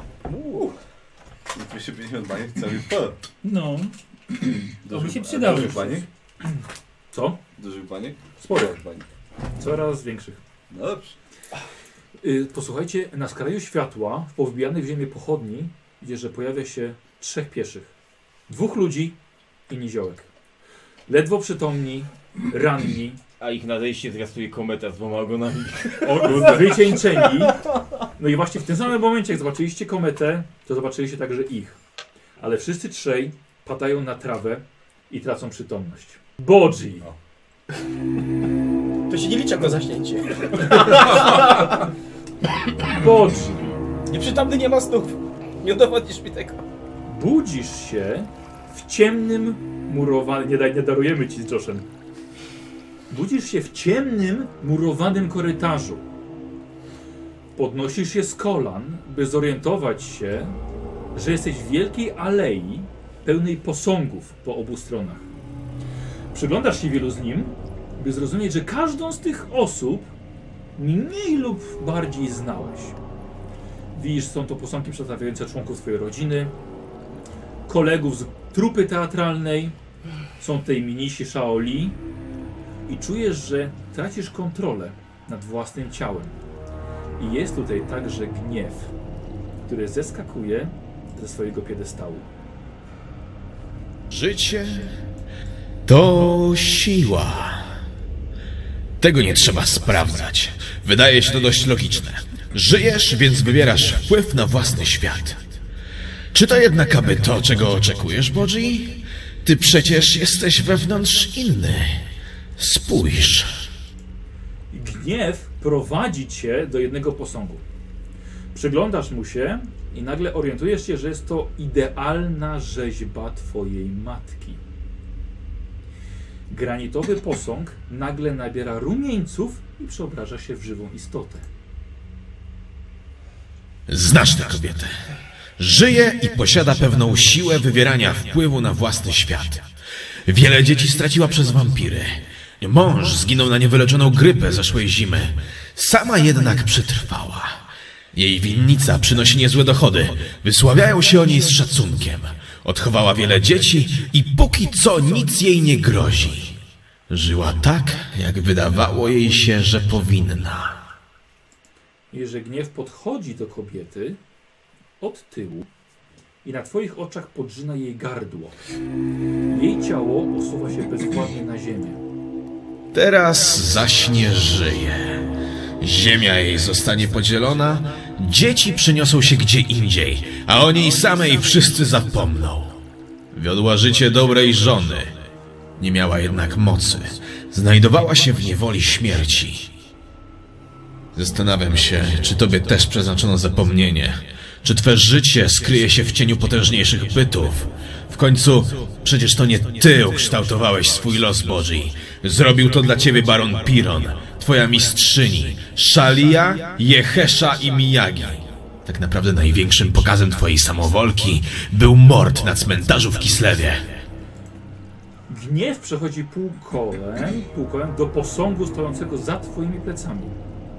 250 baniek cały pol. No, to by się przydało. Dużych baniek? Co? Dużych baniek? Sporych. Baniek. Coraz większych. No dobrze. Posłuchajcie, na skraju światła, w powbijanych w ziemię pochodni, widzicie, że pojawia się 3 pieszych. 2 ludzi i niziołek. Ledwo przytomni, ranni, A ich nadejście zwiastuje kometa z 2 ogonami. wycieńczeni. No i właśnie w tym samym momencie, jak zobaczyliście kometę, to zobaczyliście także ich. Ale wszyscy 3 padają na trawę i tracą przytomność. Bodzi! To się nie liczy jako zaśnięcie. Bodzi! Nieprzytomny nie ma snów. Nie udowodnisz mi tego. Budzisz się w ciemnym, murowanym... Nie darujemy ci z Joshem. Budzisz się w ciemnym, murowanym korytarzu. Podnosisz się z kolan, by zorientować się, że jesteś w wielkiej alei pełnej posągów po obu stronach. Przyglądasz się wielu z nim, by zrozumieć, że każdą z tych osób mniej lub bardziej znałeś. Widzisz, są to posągi przedstawiające członków twojej rodziny, kolegów z trupy teatralnej, są tutaj mnisi Shaoli i czujesz, że tracisz kontrolę nad własnym ciałem. I jest tutaj także gniew, który zeskakuje ze swojego piedestału. Życie to siła. Tego nie trzeba sprawdzać. Wydaje się to dość logiczne. Żyjesz, więc wybierasz wpływ na własny świat. Czy to jednak aby to, czego oczekujesz, Bodzi? Ty przecież jesteś wewnątrz inny. Spójrz. Gniew prowadzi cię do jednego posągu. Przyglądasz mu się i nagle orientujesz się, że jest to idealna rzeźba twojej matki. Granitowy posąg nagle nabiera rumieńców i przeobraża się w żywą istotę. Znasz tę kobietę. Żyje i posiada pewną siłę wywierania wpływu na własny świat. Wiele dzieci straciła przez wampiry. Mąż zginął na niewyleczoną grypę zeszłej zimy. Sama jednak przetrwała. Jej winnica przynosi niezłe dochody. Wysławiają się o niej z szacunkiem. Odchowała wiele dzieci i póki co nic jej nie grozi. Żyła tak, jak wydawało jej się, że powinna. I że gniew podchodzi do kobiety od tyłu i na twoich oczach podrzyna jej gardło. Jej ciało osuwa się bezwładnie na ziemię. Teraz zaś nie żyje. Ziemia jej zostanie podzielona, dzieci przeniosą się gdzie indziej, a o niej samej wszyscy zapomną. Wiodła życie dobrej żony. Nie miała jednak mocy. Znajdowała się w niewoli śmierci. Zastanawiam się, czy tobie też przeznaczono zapomnienie. Czy twe życie skryje się w cieniu potężniejszych bytów? W końcu, przecież to nie ty ukształtowałeś swój los, Bodzi. Zrobił to dla ciebie baron Piron, twoja mistrzyni, Shalia, Jehesza i Miyagi. Tak naprawdę największym pokazem twojej samowolki był mord na cmentarzu w Kislewie. Gniew przechodzi półkołem do posągu stojącego za twoimi plecami.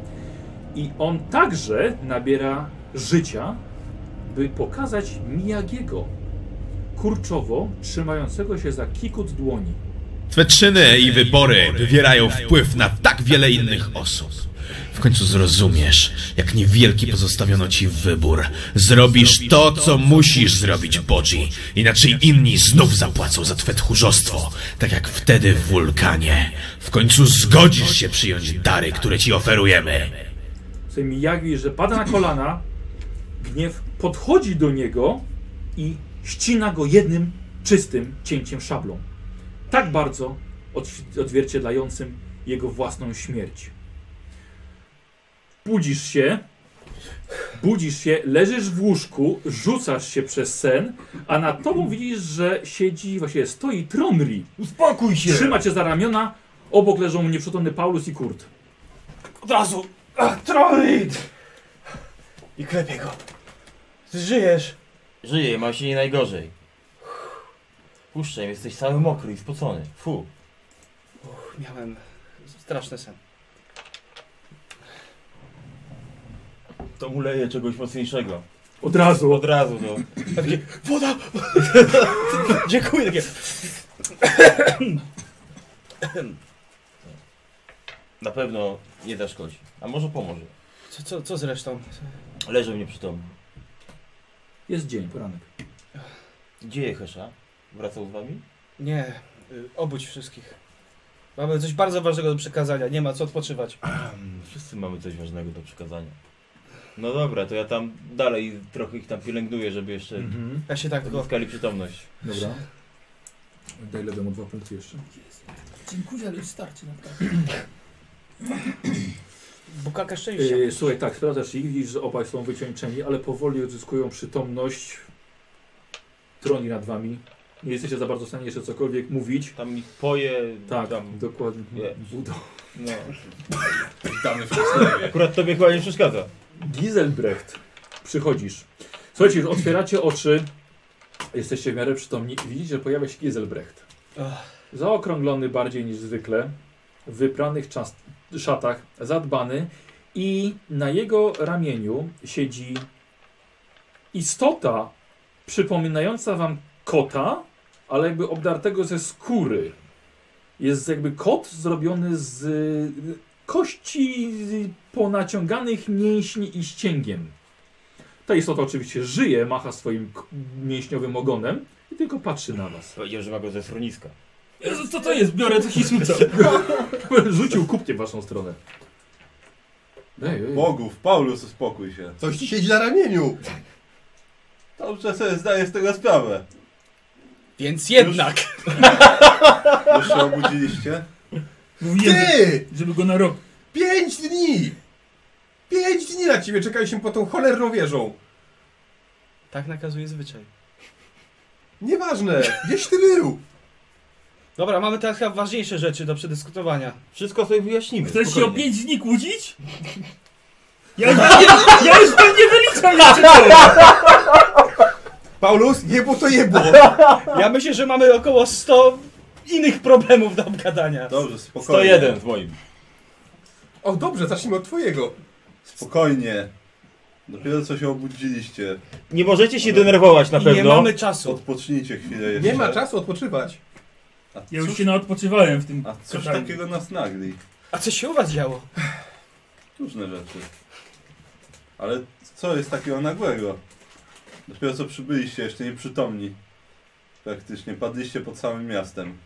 I on także nabiera życia, by pokazać Miyagiego, kurczowo trzymającego się za kikut dłoni. Twe czyny i wybory wywierają wpływ na tak wiele innych osób. W końcu zrozumiesz, jak niewielki pozostawiono ci wybór. Zrobisz to, co musisz zrobić, Bodzi. Inaczej inni znów zapłacą za twe tchórzostwo, tak jak wtedy w wulkanie. W końcu zgodzisz się przyjąć dary, które ci oferujemy. Sobie Miyagi, że pada na kolana, gniew podchodzi do niego i ścina go jednym czystym cięciem szablą. Tak bardzo odzwierciedlającym jego własną śmierć. budzisz się, leżysz w łóżku, rzucasz się przez sen, a nad tobą widzisz, że siedzi, właściwie stoi Tronri. Uspokój się! Trzyma cię za ramiona, obok leżą nieprzytomny Paulus i Kurt. Od razu! Trollid! I klepię go. Ty żyjesz? Żyję, ma się nie najgorzej. Puszczaj, jesteś cały mokry i spocony. Fu. Miałem straszny sen. To mu leje czegoś mocniejszego. Od razu. Od razu, no. Takie, woda! Dziękuję, takie. Na pewno nie zaszkodzi. A może pomoże. Co zresztą? Leżę nieprzytomny. Jest dzień, poranek. Gdzie je Hesza? Wracał z wami? Nie, obudź wszystkich. Mamy coś bardzo ważnego do przekazania, nie ma co odpoczywać. Wszyscy mamy coś ważnego do przekazania. No dobra, to ja tam dalej trochę ich tam pielęgnuję, żeby jeszcze Ja się tak tylko... odzyskali przytomność. Dobra. Daj lewemu 2 punkty jeszcze. Dziękuję, ale już starczy naprawdę. Bukalka szczęścia. Słuchaj, tak, sprawdzasz ich, widzisz, że obaj są wycieńczeni, ale powoli odzyskują przytomność. Troni nad wami. Nie jesteście za bardzo w stanie jeszcze cokolwiek mówić. Tam ich poje, Tak, tam... dokładnie. Je. Budo. No. Witamy w Czeslewie. Akurat tobie chyba nie przeszkadza. Giselbrecht, przychodzisz. Słuchajcie, już otwieracie oczy. Jesteście w miarę przytomni i widzicie, że pojawia się Giselbrecht. Zaokrąglony bardziej niż zwykle, w wypranych szatach, zadbany i na jego ramieniu siedzi istota przypominająca wam kota, ale jakby obdartego ze skóry. Jest jakby kot zrobiony z kości ponaciąganych mięśni i ścięgiem. Ta istota oczywiście żyje, macha swoim mięśniowym ogonem i tylko patrzy na was. Powiedział, że ma go ze schroniska. Jezu, co to jest? Biorę coś i rzucam. Rzucił kubkiem w waszą stronę. Bogów, Paulus, uspokój się. Coś ci siedzi na ramieniu. Dobrze sobie zdaję z tego sprawę. Więc jednak! Już się obudziliście? Mówiłem, Ty! żeby go na rok. 5 dni! 5 dni na ciebie czekaliśmy po tą cholerną wieżą. Tak nakazuje zwyczaj. Nieważne, gdzieś ty był? Dobra, mamy teraz chyba ważniejsze rzeczy do przedyskutowania. Wszystko sobie wyjaśnimy. Chcesz się o spokojnie. 5 dni kłócić? Ja już pewnie wyliczam jeszcze to. Paulus, jebło to jebło. Ja myślę, że mamy około 100 innych problemów do obgadania. Dobrze, spokojnie. 101 w moim. O dobrze, zacznijmy od twojego. Spokojnie. Dopiero co się obudziliście. Nie możecie się denerwować na I nie pewno. mamy czasu. Odpocznijcie chwilę jeszcze. Nie ma czasu odpoczywać. A Ja już cóż, się naodpoczywałem w tym a cóż katargu. takiego nas nagli? A co się u was działo? Różne rzeczy. Ale co jest takiego nagłego? Dopiero co przybyliście, jeszcze nieprzytomni. Praktycznie, padliście pod samym miastem.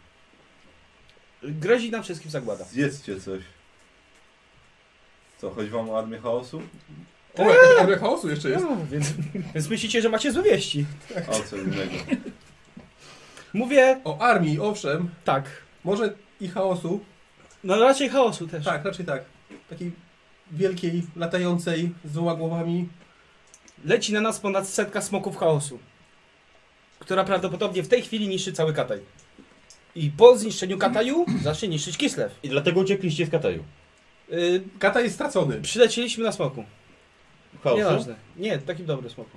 Grozi nam wszystkim zagłada. Zjedzcie coś. Co, chodzi wam o armię chaosu? O, jakaś armia chaosu jeszcze jest. No, więc myślicie, że macie złe wieści. A o co innego? Mówię O armii, owszem. tak. Może i chaosu. No raczej chaosu też. Tak, raczej tak. Takiej wielkiej, latającej, z dwoma głowami. Leci na nas ponad 100 smoków chaosu, która prawdopodobnie w tej chwili niszczy cały Kataj. I po zniszczeniu Kataju zacznie niszczyć Kislev. I dlatego uciekliście z Kataju. Kata jest stracony. Przylecieliśmy na smoku. Chaosu? Nieważne. Nie, takim dobrym smoku.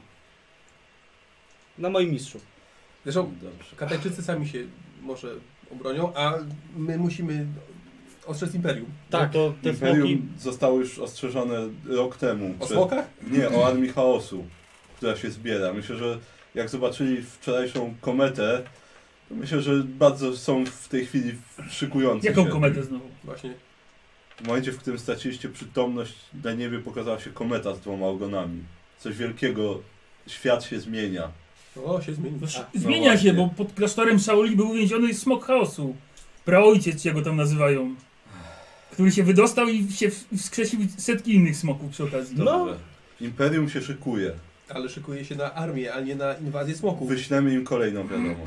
Na moim mistrzu. Zresztą Dobrze. Katajczycy sami się może obronią, a my musimy ostrzec Imperium. Tak. No to te smoki... Imperium zostało już ostrzeżone rok temu. O smokach? Nie, o armii chaosu, która się zbiera. Myślę, że jak zobaczyli wczorajszą kometę, to myślę, że bardzo są w tej chwili szykujące Jaką się. kometę znowu? Właśnie. W momencie, w którym straciliście przytomność, na niebie pokazała się kometa z 2 ogonami. Coś wielkiego, świat się zmienia. O, się zmieni. To A, zmienia właśnie. się, bo pod klasztorem Shaoli był uwięziony smok chaosu. Praojciec, jak go tam nazywają. Który się wydostał i się wskrzesił setki innych smoków przy okazji. Dobrze. Imperium się szykuje. ale szykuje się na armię, a nie na inwazję smoków. Wyślemy im kolejną wiadomość.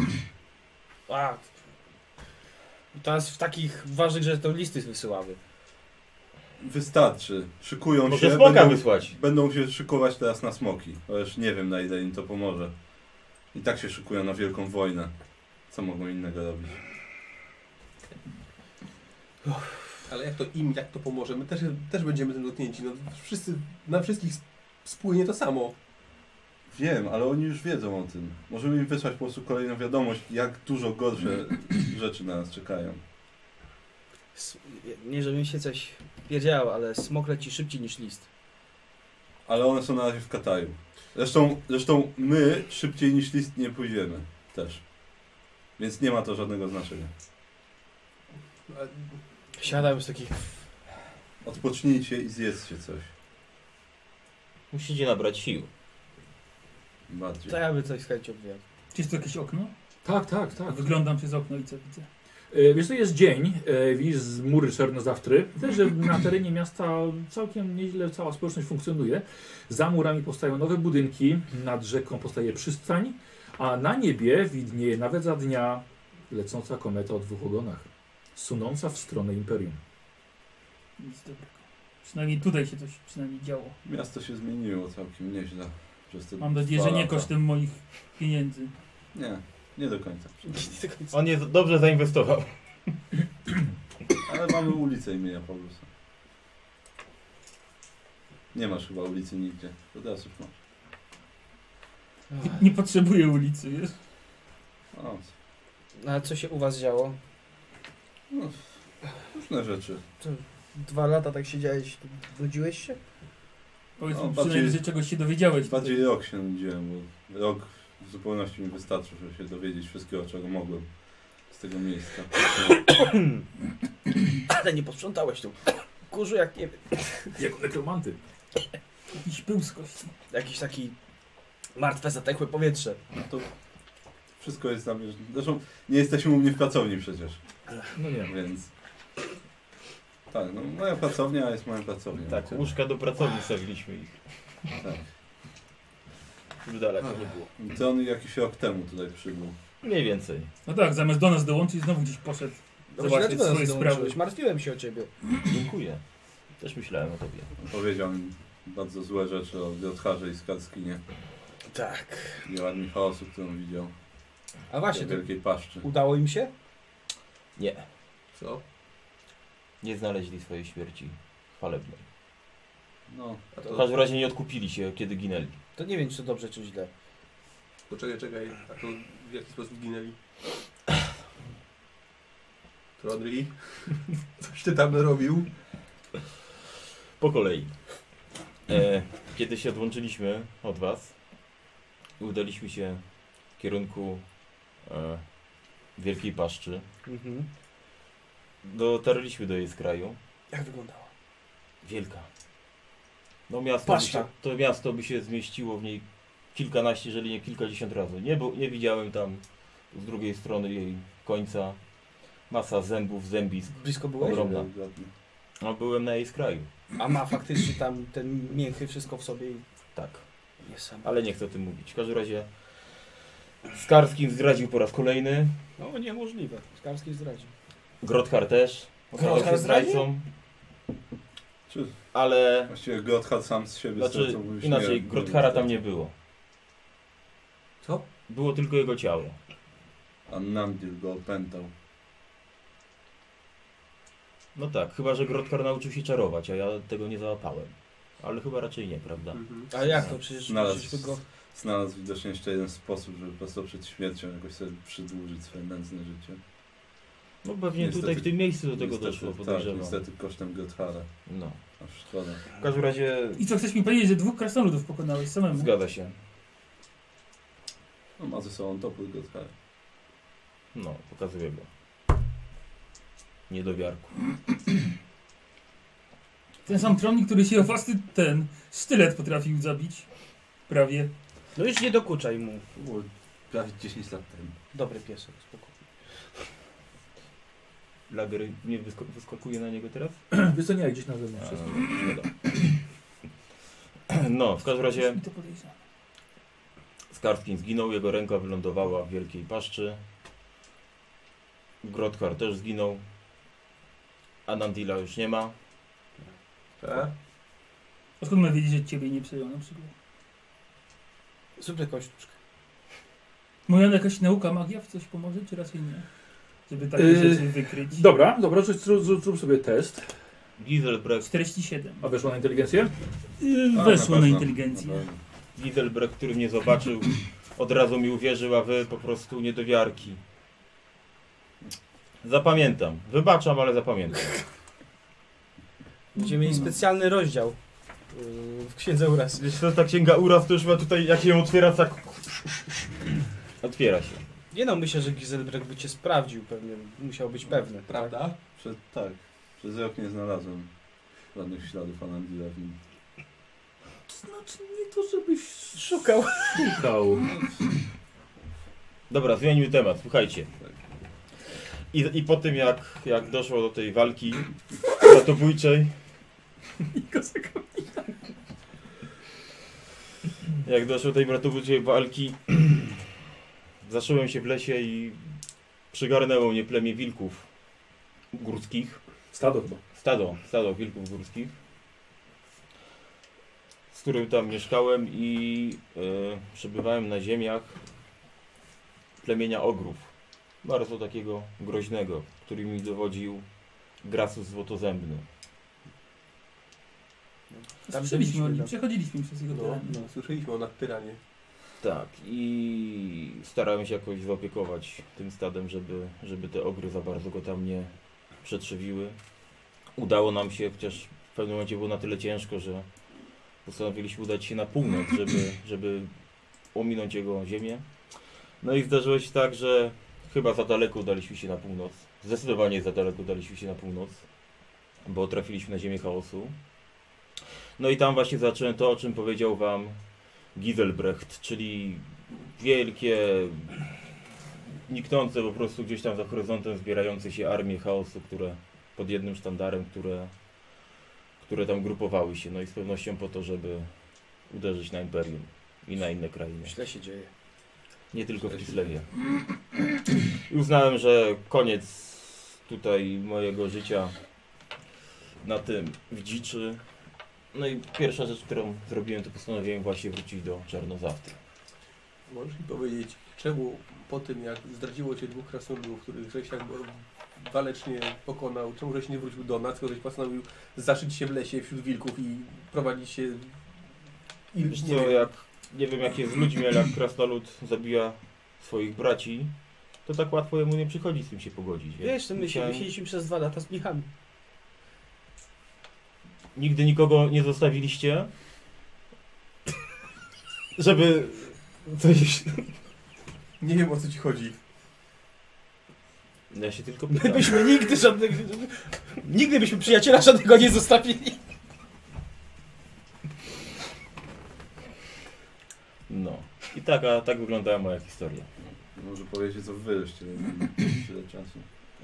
A. Teraz w takich ważnych rzeczach to listy wysyłamy. Wystarczy. Szykują Może się. smoka wysłać. Będą się szykować teraz na smoki. Chociaż nie wiem, na ile im to pomoże. I tak się szykują na wielką wojnę. Co mogą innego robić? Ale jak to pomoże? My też będziemy tym dotknięci. No, na wszystkich spłynie to samo. Wiem, ale oni już wiedzą o tym. Możemy im wysłać po prostu kolejną wiadomość, jak dużo gorsze rzeczy na nas czekają. Nie, żeby mi się coś wiedziało, ale smok leci szybciej niż list. Ale one są na razie w Kataju. Zresztą my szybciej niż list nie pójdziemy też. Więc nie ma to żadnego znaczenia. Siadam już taki... Odpocznijcie i zjedzcie coś. Musicie nabrać sił. Bardziej. To ja by coś z chęcią wyjadł. Czy jest to jakieś okno? Tak. Wyglądam przez okno i co widzę? Wiesz, to jest dzień, widzisz mury czarnozawtry. Też, że na terenie miasta całkiem nieźle cała społeczność funkcjonuje. Za murami powstają nowe budynki, nad rzeką powstaje przystań, a na niebie widnieje nawet za dnia lecąca kometa o 2 ogonach, sunąca w stronę Imperium. Nic dobrego. Przynajmniej tutaj się coś przynajmniej działo. Miasto się zmieniło całkiem nieźle. Przez te Mam nadzieję, 2 że nie lata. kosztem moich pieniędzy. Nie do końca. On jest dobrze zainwestował. Ale mamy ulicę imienia Paulusa. Nie masz chyba ulicy nigdzie. To teraz już masz. Nie potrzebuję ulicy, wiesz? O, No, ale co się u was działo? no, różne rzeczy. 2 lata tak siedziałeś, nudziłeś się? Powiedz No, mi bardziej- przynajmniej, że czegoś się dowiedziałeś. Bardziej rok się nudziłem, bo rok w zupełności mi wystarczy, żeby się dowiedzieć wszystkiego, czego mogłem z tego miejsca. Ale nie posprzątałeś tu. Kurzu, jak nie wiem. Jak nekromanty. Jakiś pył z kości. Jakiś taki martwe, zatechłe powietrze. No to wszystko jest tam. Zresztą nie jesteśmy u mnie w pracowni przecież, No nie. więc. Tak, no moja pracownia jest moją pracownią. Tak, łóżka do pracowni stawiliśmy ich. Tak. Już daleko nie było. I to on jakiś rok temu tutaj przybył. Mniej więcej. No tak, zamiast do nas dołączyć, znowu gdzieś poszedł. Zobaczyć Dlaczego swoje nas sprawy. dołączyłeś? Martwiłem się o ciebie. Dziękuję. Też myślałem o tobie. Powiedział mi bardzo złe rzeczy o Gotharze i Skarskinie. Tak. I o armii chaosu, którą widział. A właśnie, W to Wielkiej Paszczy. udało im się? Nie. Co? Nie znaleźli swojej śmierci chwalebnej. No, A W to... każdym razie nie odkupili się, kiedy ginęli. To nie wiem, czy to dobrze, czy źle. Czekaj. A to w jaki sposób ginęli? Rodri? Coś ty tam robił? Po kolei. Kiedy się odłączyliśmy od was, udaliśmy się w kierunku Wielkiej Paszczy. Mhm. Dotarliśmy do jej skraju. Jak wyglądała? Wielka. No miasto by Paszcza. się, to miasto by się zmieściło w niej kilkanaście, jeżeli nie kilkadziesiąt razy. Nie widziałem tam z drugiej strony jej końca. Masa zębów, zębisk. Blisko byłeś? Ogromna. No, byłem na jej skraju. A ma faktycznie tam ten mięchy wszystko w sobie i... Tak. Niesamowite. Ale nie chcę o tym mówić. W każdym razie Skarskin zdradził po raz kolejny. No niemożliwe. Skarski zdradził. Grothar też. Okazał Grothar się zdradził? zdrajcą. Czy Ale właściwie Grothar sam z siebie znaczy zdradzał, bo już inaczej, nie Grothara tam zdradzał. nie było. Co? Było tylko jego ciało. A Nandil go opętał. No tak, chyba że Grothar nauczył się czarować, a ja tego nie załapałem. Ale chyba raczej nie, prawda? Mhm. A jak to? Przecież Znalazł, musieliśmy go... znalazł widocznie jeszcze jeden sposób, żeby po prostu przed śmiercią jakoś sobie przydłużyć swoje nędzne życie. No pewnie Niestety- tutaj w tym miejscu do tego Niestety, doszło, tak, podejrzewam. niestety kosztem Grothara. No. Aż szkoda. W każdym razie I co, chcesz mi powiedzieć, że 2 krasnoludów pokonałeś samemu? zgadza się. No ma ze sobą topór Grothara. No, pokazuję go. Niedowiarku. Ten sam tronik, który się o własny sztylet potrafił zabić. Prawie. No już nie dokuczaj mu. To było prawie 10 lat temu. Dobry piesek, spokojnie. Lager nie wyskakuje na niego teraz? Wiesz co, nie, gdzieś na zewnątrz. jest. Szkoda. No, w każdym razie Mi to podejrzane. Skarskin zginął, jego ręka wylądowała w Wielkiej Paszczy. Grothar też zginął. Anandila już nie ma. Tak? A skąd ma wiedzieć, że ciebie nie przejął na przykład? Zrób jakąś sztuczkę. Moja jakaś nauka, magia w coś pomoże, czy raczej nie? Żeby takie rzeczy wykryć. Dobra, zrób sobie test. Giselbrecht, 47. A weszło na inteligencję? Weszło na pewno, inteligencję. na pewno. Giselbrecht, który mnie zobaczył, od razu mi uwierzył, a wy po prostu niedowiarki. Zapamiętam. Wybaczam, ale zapamiętam. Będziemy mieli specjalny rozdział w Księdze Uraz. Wiesz co, ta księga uraz to już ma tutaj, jak ją otwiera, tak... Otwiera się. Nie no, myślę, że Giselbrecht by cię sprawdził pewnie. Musiał być pewny. Prawda? Przez rok nie znalazłem żadnych śladów Anandila w nim. Znaczy nie to, żebyś Szukał. szukał. Dobra, zmieńmy temat, słuchajcie. I po tym jak doszło do tej walki bratobójczej, jak doszło do tej bratobójczej walki, zaszyłem się w lesie i przygarnęło mnie plemię wilków górskich. Stado chyba. Stado wilków górskich, z którym tam mieszkałem i przebywałem na ziemiach plemienia ogrów. Bardzo takiego groźnego, który mi dowodził Grasus Złotozębny. Słyszeliśmy o nim, byliśmy, przechodziliśmy przez jego teren. Słyszeliśmy o nadtyranie. Tak, i starałem się jakoś zaopiekować tym stadem, żeby te ogry za bardzo go tam nie przetrzewiły. Udało nam się, chociaż w pewnym momencie było na tyle ciężko, że postanowiliśmy udać się na północ, żeby ominąć jego ziemię. No i zdarzyło się tak, że chyba za daleko udaliśmy się na północ. Zdecydowanie za daleko udaliśmy się na północ, bo trafiliśmy na ziemię chaosu. No i tam właśnie zacząłem to, o czym powiedział wam Giselbrecht, czyli wielkie, niknące po prostu gdzieś tam za horyzontem zbierające się armie chaosu, które pod jednym sztandarem, które tam grupowały się. No i z pewnością po to, żeby uderzyć na Imperium i na inne krainy. Źle się dzieje. Nie tylko w Kislewie. I uznałem, że koniec tutaj mojego życia na tym w dziczy. No i pierwsza rzecz, którą zrobiłem, to postanowiłem właśnie wrócić do Czarnozawty. Możesz mi powiedzieć, czemu po tym jak zdradziło cię dwóch krasnoludów, których żeś jakby walecznie pokonał, czemu żeś nie wrócił do nas, tylko żeś postanowił zaszyć się w lesie wśród wilków i prowadzić się... Wiesz co, nie wiem jak jest z ludźmi, ale jak krasnolud zabija swoich braci, to tak łatwo jemu nie przychodzi z tym się pogodzić. Wiesz, my Musiałem- siedzieliśmy przez 2 lata z mnichami. Nigdy nikogo nie zostawiliście? Żeby coś... Nie wiem, o co ci chodzi. Ja się tylko My pytam. byśmy nigdy byśmy przyjaciela żadnego nie zostawili. No. I tak wyglądała moja historia. Może powiecie co wy jeszcze tyle czasu.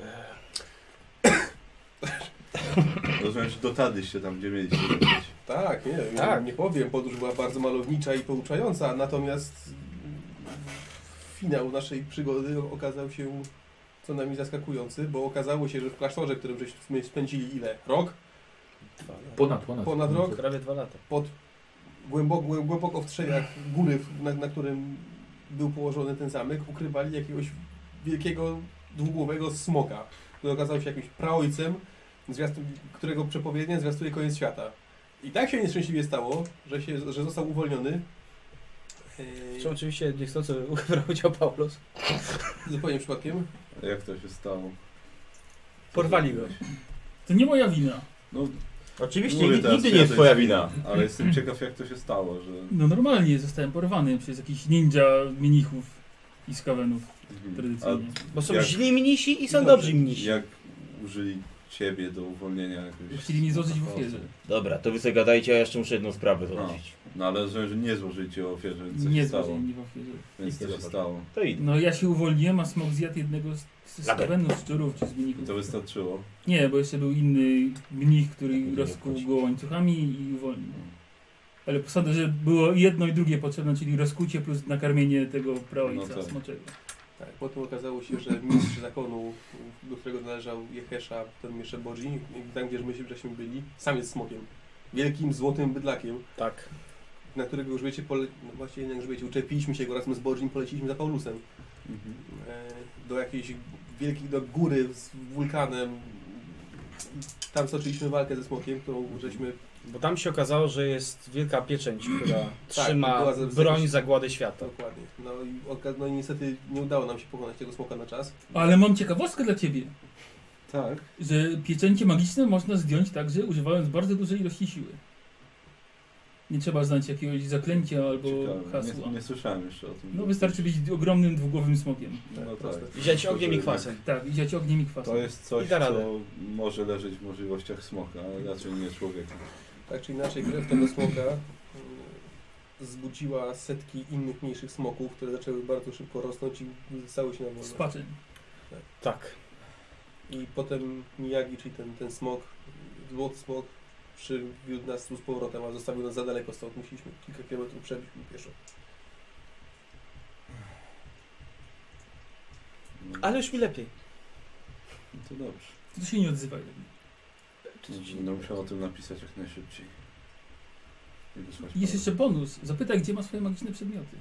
Rozumiem, że dotarliście tam, gdzie mieliście dotrzeć. Tak, nie powiem, podróż była bardzo malownicza i pouczająca, natomiast finał naszej przygody okazał się co najmniej zaskakujący, bo okazało się, że w klasztorze, którym żeśmy spędzili ile? Rok? Ponad rok? Prawie 2 lata. Pod głęboko w trzeciach góry, na którym był położony ten zamek, ukrywali jakiegoś wielkiego, dwugłowego smoka, który okazał się jakimś praojcem, którego przepowiednia zwiastuje koniec świata. I tak się nieszczęśliwie stało, że został uwolniony. Czy oczywiście niechcący brał udział Paulos. Zupełnie przypadkiem. A jak to się stało? Porwali go. To nie moja wina. No, Oczywiście mówię teraz, nigdy że nie jest to twoja wina. Ale jestem ciekaw, jak to się stało, że... No normalnie zostałem porwany przez jakichś ninja mnichów i skawenów tradycyjnie. Bo są Jak- źli mnisi i są Dobrze. dobrzy mnisi. Jak użyli ciebie do uwolnienia jakoś... Chcieli mnie złożyć w ofierze. Dobra, to wy sobie gadajcie, a ja jeszcze muszę jedną sprawę załatwić. No ale rozumiem, że nie złożycie ofierze, więc co Nie się stało? złożyli mnie w ofierze. Więc co się stało? To idę. No ja się uwolniłem, a smok zjadł jednego z Lager. skawenów, szczurów czy z I mnichów. to wystarczyło. Nie, bo jeszcze był inny mnich, który Nie rozkuł wchodzi. go łańcuchami i uwolnił. Ale posądzę, że było jedno i drugie potrzebne, czyli rozkucie plus nakarmienie tego praojca No tak. smoczego. Tak, potem okazało się, że mistrz zakonu, do którego należał Jehesza, potem jeszcze Bodzi, tam gdzie żeśmy byli, sam jest smokiem. wielkim złotym bydlakiem, Tak. na którego już wiecie, no właściwie jak już wiecie, uczepiliśmy się go razem z Bożym, poleciliśmy za Paulusem. Mhm. Do jakiejś wielkiej do góry z wulkanem. Tam stoczyliśmy walkę ze smokiem, którą żeśmy... Bo tam się okazało, że jest wielka pieczęć, która Tak, trzyma była broń zagłady świata. Dokładnie. No i niestety nie udało nam się pokonać tego smoka na czas. Ale mam ciekawostkę dla ciebie, Tak. że pieczęcie magiczne można zdjąć także używając bardzo dużej ilości siły. Nie trzeba znać jakiegoś zaklęcia albo Ciekawe. hasła. Nie słyszałem jeszcze o tym. No wystarczy być ogromnym, dwugłowym smokiem. No proste. tak. Wziąć ogniem i kwasem. Tak, i ziać ogniem i kwasem. To jest coś, I da radę. co może leżeć w możliwościach smoka, ale raczej nie człowieka. Tak czy inaczej krew tego smoka zbudziła setki innych mniejszych smoków, które zaczęły bardzo szybko rosnąć i stały się na wolność. Spaczeń. Tak. I potem Miyagi, czyli ten smok, złoty smok, przywiódł nas tu z powrotem, a zostawił nas za daleko stąd. Musieliśmy kilka kilometrów przebić pieszo. No, Ale już mi lepiej. no to dobrze. To się nie odzywaj. Będę musiał o tym napisać jak najszybciej. I wysłać I jest panu. jeszcze bonus. Zapytaj, gdzie ma swoje magiczne przedmioty.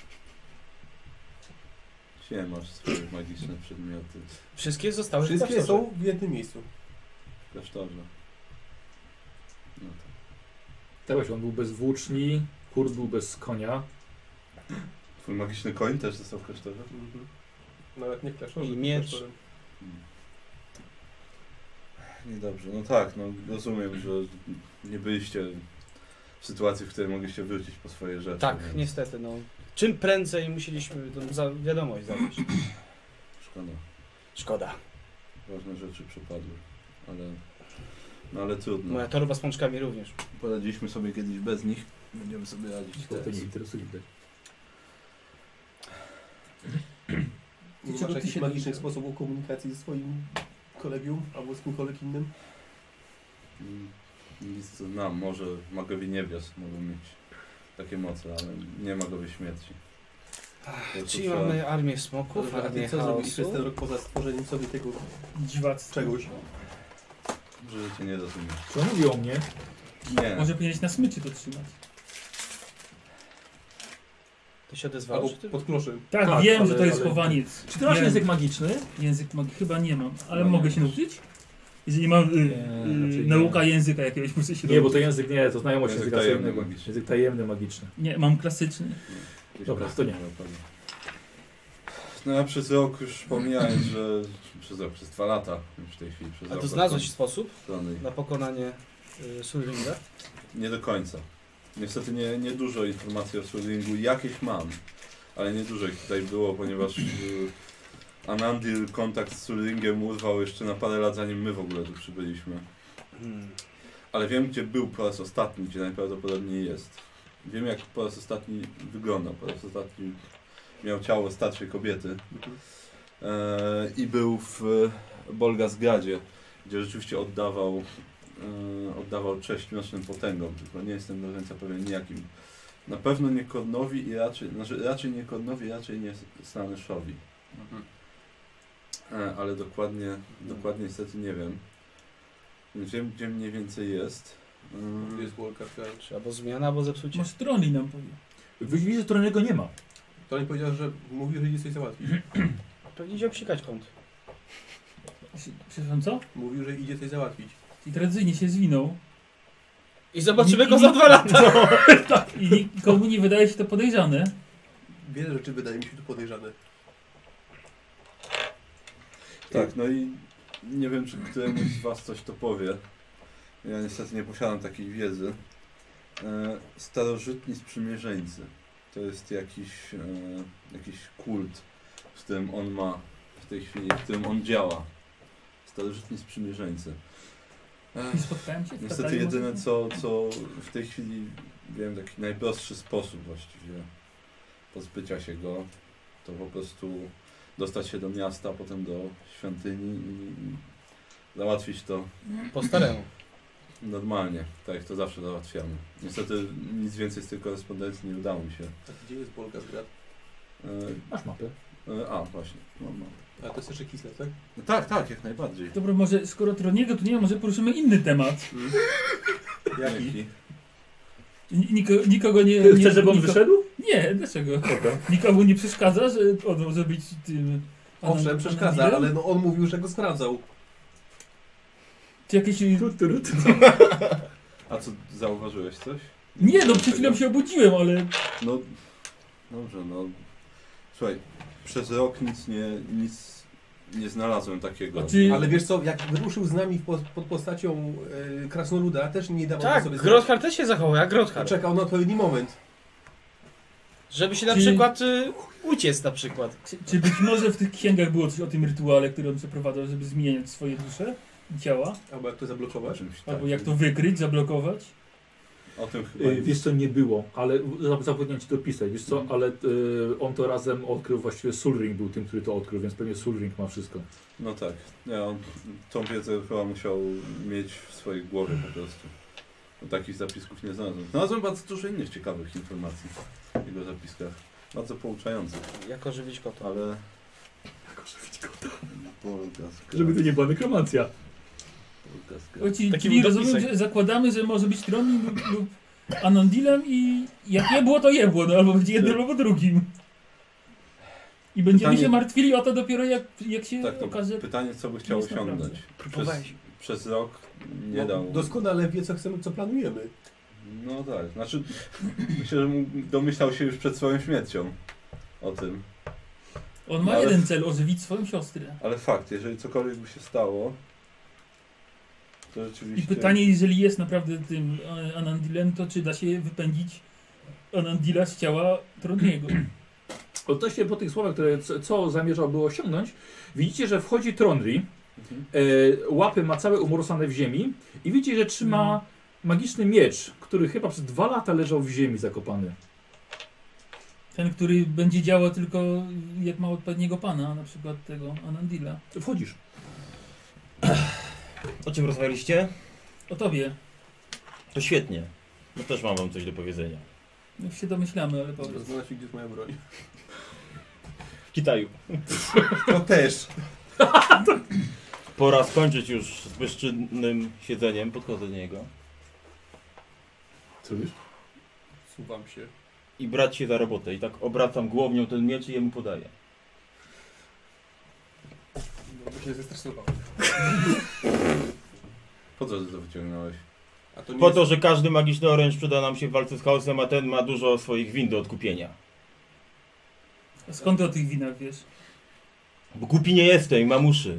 Gdzie masz swoje magiczne przedmioty Wszystkie zostały w Wszystkie klasztorze. są w jednym miejscu. w klasztorze? No tak. Tak właśnie, on był bez włóczni, Kurt był bez konia. Twój magiczny koń też został w klasztorze? Mhm. Nawet nie w klasztorze. I tylko miecz. klasztorem. Niedobrze, no tak, no rozumiem, że nie byliście w sytuacji, w której mogliście wrócić po swoje rzeczy. Tak, więc niestety, no. Czym prędzej musieliśmy tą wiadomość zawieźć. Szkoda. Szkoda. Ważne rzeczy przepadły, ale trudno. Moja torba z pączkami również. Poradziliśmy sobie kiedyś bez nich, będziemy sobie radzić To teraz. nie interesuje widać. Nie Czego masz ty jakichś się magicznych dowiedziałeś? sposobów komunikacji ze swoim kolegium albo z kimkolwiek innym? Nic co znam, może magowie niebios mogą mieć takie moce, ale nie magowie śmierci. Po prostu Czyli trzeba- mamy armię smoków, Dobrze, a armię ty co zrobisz przez ten chaosu. rok poza stworzeniem sobie tego Dziwactwo. czegoś? że cię nie rozumiesz. Czy on mówi o mnie? Nie. Może powinieneś na smyczy to trzymać. To się odezwało? Albo Czy ty? pod kloszem. Tak, Tak, wiem, ale- że to jest ale- chowaniec. Czy ty masz Wiem. język magiczny? Język magii chyba nie mam, ale No nie. mogę się nauczyć? Jeżeli mam raczej nauka języka jakiegoś, muszę się Nie, bo nauczyć. to język nie, to znajomość Język języka tajemny tajemnego. magiczny. Język tajemny magiczny. Nie, mam klasyczny. Jakieś Dobra, proste to nie. prawda. No ja przez rok już pomijając, że przez 2 lata już w tej chwili. Przez A rok to od znalazłeś strony- sposób strony. na pokonanie Sulringa? Nie do końca. Niestety nie dużo informacji o Surlingu. Jakieś mam, ale nie dużo ich tutaj było, ponieważ Anandil kontakt z Surlingiem urwał jeszcze na parę lat, zanim my w ogóle tu przybyliśmy. Ale wiem, gdzie był po raz ostatni, gdzie najprawdopodobniej jest. Wiem, jak po raz ostatni wyglądał. Po raz ostatni miał ciało starszej kobiety. I był w Bolgasgradzie, gdzie rzeczywiście oddawał cześć naszym potęgom, tylko nie jestem do końca pewien jakim. Na pewno nie Kornowi i raczej nie Kornowi, raczej nie Slaneszowi. Ale dokładnie niestety nie wiem. Więc wiem, gdzie mniej więcej jest. Tu jest Walker Crunch. Czy albo zmiana, albo zepsucie? Może Tronli nam powie. Widzisz, że Tronego nie ma. To on powiedział, że mówił, że idzie coś załatwić. Pewnie idzie obsikać kąt. Przepraszam, co? Mówił, że idzie coś załatwić. I tradycyjnie się zwinął. I zobaczymy go za 2 lata! I nikomu nie wydaje się to podejrzane. Wiele rzeczy wydaje mi się tu podejrzane. Tak, no i nie wiem, czy któremuś z was coś to powie. Ja niestety nie posiadam takiej wiedzy. Starożytni sprzymierzeńcy. To jest jakiś kult, w którym on ma w tej chwili, w którym on działa. Starożytni sprzymierzeńcy. Nie spotkałem się w Niestety Kataju jedyne może? co w tej chwili wiem, taki najprostszy sposób właściwie pozbycia się go, to po prostu dostać się do miasta, potem do świątyni i załatwić to Po staremu. normalnie, tak jak to zawsze załatwiamy. Niestety nic więcej z tej korespondencji nie udało mi się. Tak, gdzie jest Bolgasgrad? Masz mapę. Właśnie, mam mapę. A to jest jeszcze Kislev, tak? No tak, jak najbardziej. Dobra, może skoro Troniego tu nie ma, może poruszymy inny temat. Jaki? Nikogo nie... Ty chcesz, żeby on wyszedł? Nie, dlaczego? Dobra. Nikomu nie przeszkadza, że on może być tym... Owszem, przeszkadza, ale no on mówił, że go sprawdzał. Czy jakieś... A co, zauważyłeś coś? Nie, no przed chwilą się obudziłem, ale... No, dobrze, no. Słuchaj, przez rok nic nie znalazłem takiego. Znaczy... Ale wiesz co, jak ruszył z nami pod postacią krasnoluda, też nie dawał Tak, sobie Grothar też się zachował jak znać. Grothar. Czekał na odpowiedni moment. Żeby się na Czyli- przykład uciec na przykład. Czy być może w tych księgach było coś o tym rytuale, który on przeprowadzał, żeby zmieniać swoje dusze i ciała? Albo jak to zablokować. Czymś Albo takim. jak to wykryć, zablokować? O tym chyba Wiesz co, nie było, ale zapomniałem ci dopisać, wiesz co, ale on to razem odkrył, właściwie Sulring był tym, który to odkrył, więc pewnie Sulring ma wszystko. No tak. Nie, on tą wiedzę chyba musiał mieć w swojej głowie po prostu. No, takich zapisków nie znalazłem. Znalazłem bardzo dużo innych ciekawych informacji w jego zapiskach. Bardzo pouczających, Jak ożywić kota. ale... Jak ożywić kota? Polgaska. Żeby to nie była nekromancja. Polgaska. Taki Czyli był rozumiem, dopisek. że zakładamy, że może być Tronin lub Anandilem i jak jebło, to jebło, no albo będzie jednym albo drugim. I będziemy Pytanie- się martwili o to dopiero jak się Tak, to okaże... pytanie, co by chciał jest naprawdę. osiągnąć. Próbowałeś. Przez rok nie No, dał. doskonale wie, co chcemy, co planujemy. No tak, znaczy myślę, że domyślał się już przed swoją śmiercią o tym. On ma Ale- jeden cel, ożywić swoją siostrę. Ale fakt, jeżeli cokolwiek by się stało, to I rzeczywiście... pytanie, jeżeli jest naprawdę tym Anandilem, to czy da się wypędzić Anandila z ciała Troniego? Odnośnie po tych słowach, które co zamierzał było osiągnąć, widzicie, że wchodzi Tronri, Mhm. łapy ma całe umorosane w ziemi i widzicie, że trzyma magiczny miecz, który chyba przez 2 lata leżał w ziemi zakopany. Ten, który będzie działał tylko jak ma odpowiedniego pana, na przykład tego Anandila. Wchodzisz. O czym rozmawialiście? O tobie. To świetnie. No też mam wam coś do powiedzenia. Już się domyślamy, ale powiedz. Rozgląda się, gdzie jest moja broń. W Kitaju. To też. Pora skończyć już z bezczynnym siedzeniem. Podchodzę do niego. Co wiesz? Suwam się. I brać się za robotę. I tak obracam głownią ten miecz i jemu podaję. No, bo się zestresował. Po co ty to wyciągnąłeś? A to nie Po jest... to, że każdy magiczny oręż przyda nam się w walce z chaosem, a ten ma dużo swoich win do odkupienia. A skąd ty o tych winach wiesz? Bo głupi nie jestem i mam uszy.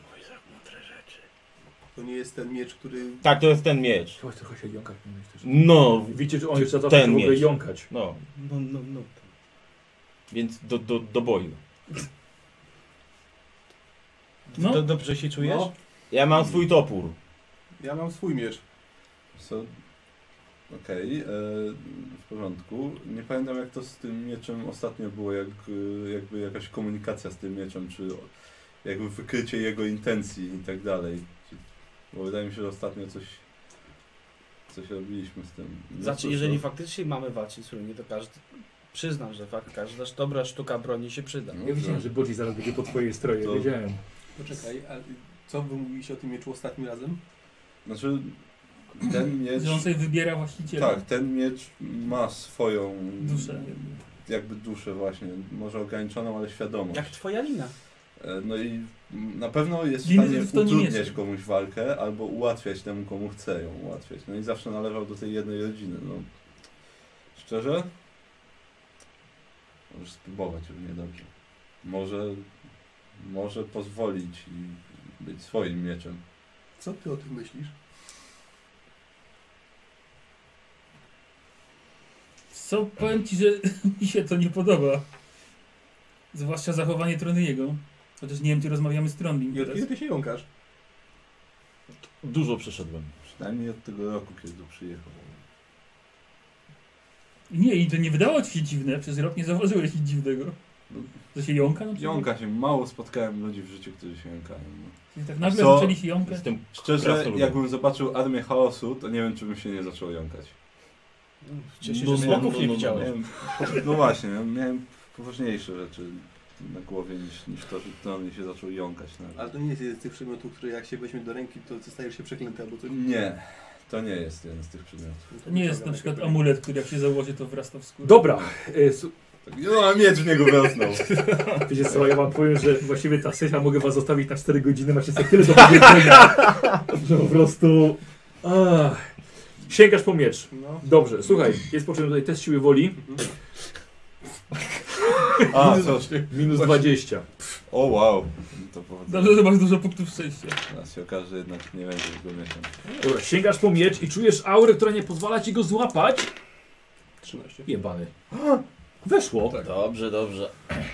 To nie jest ten miecz, który... Tak, to jest ten miecz. Chyba trochę się jąkać powinieneś też. No, Widzicie, że on już zaczął Ten się w ogóle miecz. jąkać. no. No. Więc do boju. No. To dobrze się czujesz? No, Ja mam swój topór. ja mam swój miecz. Co? Okej, w porządku. Nie pamiętam jak to z tym mieczem ostatnio było, jakby jakaś komunikacja z tym mieczem, czy jakby wykrycie jego intencji i tak dalej. Bo wydaje mi się, że ostatnio coś robiliśmy z tym. No Znaczy, cóż, jeżeli no. faktycznie mamy walczyć z Runie, to każdy... Przyznam, że każda dobra sztuka broni się przyda. No, Ja wiedziałem, że Bodzi zaraz będzie po twojej stroje, To- wiedziałem. Poczekaj, a co wy mówiliście o tym mieczu ostatnim razem? Znaczy, ten miecz... Że on sobie wybiera właściciela. Tak, ten miecz ma swoją Duszę. jakby duszę właśnie, może ograniczoną, ale świadomość. Jak twoja lina. No i na pewno jest w Liny stanie w to nie utrudniać mieszam. komuś walkę, albo ułatwiać temu, komu chce ją ułatwiać. No i zawsze należał do tej jednej rodziny. No. Szczerze? Możesz spróbować, równie dobrze. Może pozwolić i być swoim mieczem. Co ty o tym myślisz? Co, powiem ci, że mi się to nie podoba. Zwłaszcza zachowanie Troniego. Chociaż nie wiem, czy rozmawiamy z Tronlim I od teraz. kiedy ty się jąkasz? Dużo przeszedłem. Przynajmniej od tego roku, kiedy tu przyjechał. Nie, i to nie wydało ci się dziwne. Przez rok nie zauważyłeś nic dziwnego. Że się jąka na przykład? Jąka się, mało spotkałem ludzi w życiu, którzy się jąkają. No. I tak nagle Co? zaczęli się jąkać. Jestem Szczerze, krasnoludem. jakbym zobaczył Armię Chaosu, to nie wiem, czy bym się nie zaczął jąkać. Cieszę się, No, że no, smoków no, nie no, widziałeś. Miałem, no właśnie, miałem poważniejsze rzeczy na głowie niż to, że Tron się zaczął jąkać. Ale to nie jest jeden z tych przedmiotów, które jak się weźmie do ręki, to stajesz się przeklęty albo coś. Nie, To nie jest jeden z tych przedmiotów. To nie jest na przykład amulet, który jak się założy, to wrasta w skórę. Dobra, No, a miecz w niego wrosnął. wiecie co, ja wam powiem, że właściwie ta sesja mogę was zostawić na 4 godziny, macie za tyle do powiedzenia, że po prostu... Sięgasz po miecz. No. Dobrze, słuchaj, jest potrzebny tutaj test siły woli. A, co? Minus 20. O, wow. To powodzenia. Dobrze, że masz dużo punktów szczęścia. Teraz się okaże, że jednak nie będzie tego miesiąc. Dobra, sięgasz po miecz i czujesz aurę, która nie pozwala ci go złapać. 13. Jebany. Weszło. Dobrze, dobrze.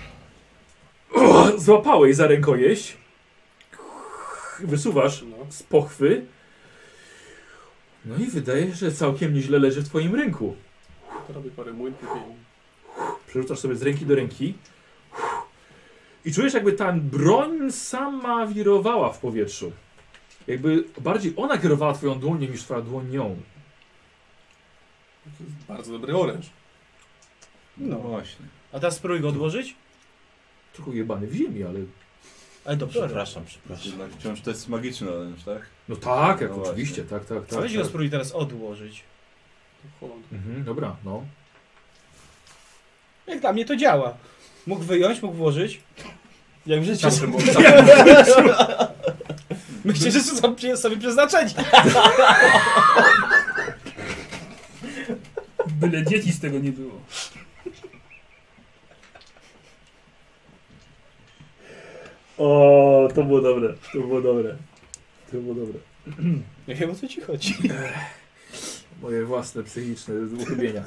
Złapałeś za rękojeść. Wysuwasz No. z pochwy. No i wydaje się, że całkiem nieźle leży w twoim ręku. To robię parę młynków i... Przerzucasz sobie z ręki do ręki. I czujesz, jakby ta broń sama wirowała w powietrzu. Jakby bardziej ona kierowała twoją dłonią niż twoja dłoń nią. To jest bardzo dobry oręż. No właśnie. A teraz spróbuj go odłożyć? Trochę jebany w ziemi, ale... Ale dobrze. Przepraszam. Jednak wciąż to jest magiczny oręż, tak? No tak, jak No oczywiście, właśnie. tak. A weź go tak. spróbuj teraz odłożyć. Chowam to. Dobra, no. Jak dla mnie to działa. Mógł wyjąć, mógł włożyć. Jak w życiu. Czasem było Myślę, że to są sobie przeznaczeni. Byle dzieci z tego nie było. O, to było dobre. Nie wiem, o co ci chodzi. Moje własne psychiczne uchybienia.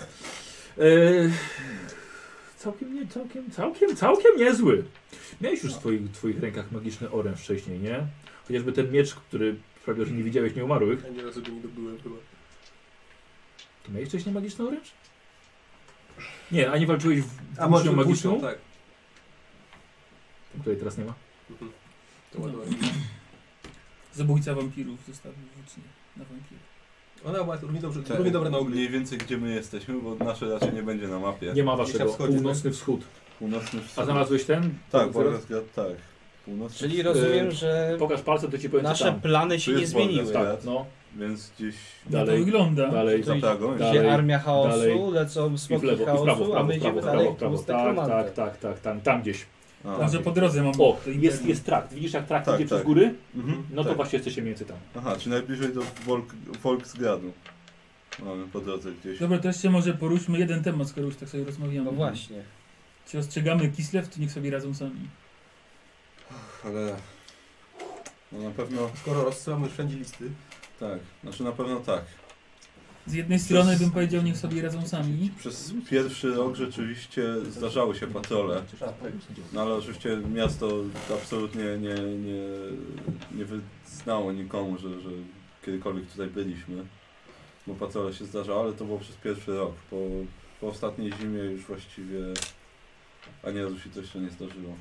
Całkiem niezły. Miałeś już w twoich rękach magiczny oręż wcześniej, nie? Chociażby ten miecz, który sprawiał, że nie widziałeś nieumarłych. Ja nieraz go nie dobyłem chyba. To miałeś wcześniej magiczny oręż? Nie, a nie walczyłeś w A włócznią może magiczną? magiczną? Tak. Której teraz nie ma. Mhm. To ładnie. Zabójca wampirów zostawił włócznie na wampirów. Ona ma równie dobrze, Tak, równie dobre na ogniu. mniej więcej gdzie my jesteśmy, bo nasze raczej nie będzie na mapie. Nie ma Gdzieś na waszego. wschodzie, Północny wschód. Północny wschód. A znalazłeś ten? Tak, Zaraz- Wolfsgrad, tak. Północny Czyli wschód. rozumiem, że Pokaż palcem, to ci powiem co nasze tam. plany się Tu nie jest zmieniły. Wolfsgrad. Tak, no. Więc gdzieś Jak Dalej, to wygląda? dalej. za Pragą. dalej. Gdzie armia chaosu, dalej. lecą I w smoki lewo, i w chaosu, prawo, a my idziemy dalej w tłuste kromanty. tak, tam gdzieś. A, Może po drodze mam... O, to jest trakt. Widzisz jak trakt Tak, idzie przez tak. góry? Mhm, No to tak. właśnie jesteście mniej więcej tam. Aha, czy najbliżej do Volksgradu. Mamy po drodze gdzieś. Dobra, to jeszcze może poruszmy jeden temat, skoro już tak sobie rozmawiamy. No właśnie. Czy ostrzegamy Kislev, czy niech sobie radzą sami? Ale... No na pewno Skoro rozsyłamy wszędzie listy, tak. Znaczy na pewno tak. Z jednej strony bym powiedział, niech sobie radzą sami. Przez pierwszy rok rzeczywiście zdarzały się patrole. No ale oczywiście miasto absolutnie nie wyznało nikomu, że kiedykolwiek tutaj byliśmy. Bo patrole się zdarzały, ale to było przez pierwszy rok. Po ostatniej zimie już właściwie ani razu się to jeszcze nie zdarzyło.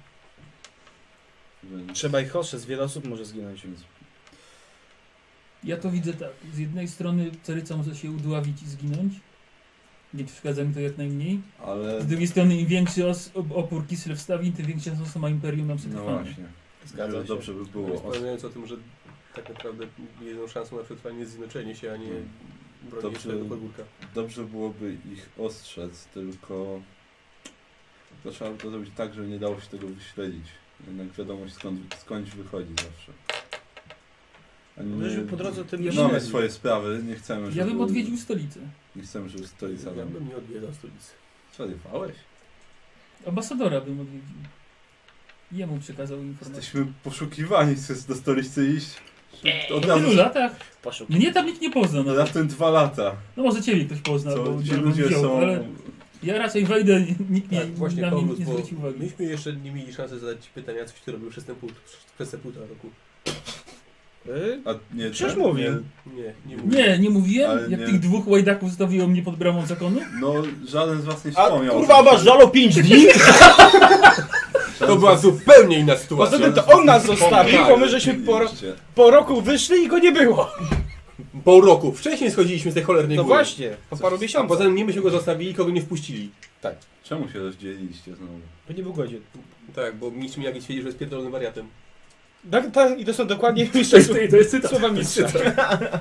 Więc, Trzeba ich ostrzec, wiele osób może zginąć. więc Ja to widzę tak. Z jednej strony Caryca może się udławić i zginąć. Nie przeszkadza mi to jak najmniej. ale... Z drugiej strony im większy opór Kislev stawi, tym większe szanse ma Imperium na No przetrwanie. właśnie. Zgadza się. Dobrze by było. wspominając o tym, że tak naprawdę jedyną szansą na przetrwanie jest zjednoczenie się, a nie bronienie Dobrze. swojego podwórka. Dobrze byłoby ich ostrzec, tylko trzeba by to zrobić tak, żeby nie dało się tego wyśledzić. Jednak wiadomość skądś wychodzi zawsze. Ani Myśmy po drodze o tym nie mamy myśleli. swoje sprawy, nie chcemy, żeby... Ja bym odwiedził stolicę. Nie chcemy, żeby stolica Ja nam... bym nie odwiedzał stolicy. Przerywałeś? Ambasadora bym odwiedził. Jemu przekazał informację. Jesteśmy poszukiwani, chcesz do stolicy iść? Od Po razu... tylu latach? Poszukiwać. Mnie tam nikt nie pozna nawet. Raptem 2 lata. No może ciebie ktoś pozna, Co bo ci bo ludzie widział, są... ale ja raczej wejdę, nikt Tak, właśnie na mnie powód, nie bo zwróci uwagi. myśmy jeszcze nie mieli szansy zadać ci pytania, coś ty robił przez te półtora roku. A nie, Przecież tak? mówił. Nie mówię. Nie mówiłem, Ale jak nie. tych dwóch łajdaków zostawiło mnie pod bramą zakonu. No, żaden z was nie A wspomniał. kurwa, masz żalo 5 dni? To była zupełnie inna sytuacja. Poza tym to on nas zostawił, bo my żeśmy po roku wyszli i go nie było. Pół roku. Wcześniej schodziliśmy z tej cholernej No góry. właśnie, po paru A miesiącach. poza tym nie myśmy go zostawili, kogo nie wpuścili. Czemu się rozdzieliliście znowu? Bo nie był godzien. Tak, bo nikt mi jak stwierdził, że jest pierdolonym wariatem. Tak, i to są dokładnie To jest cytat. słowa mistrza.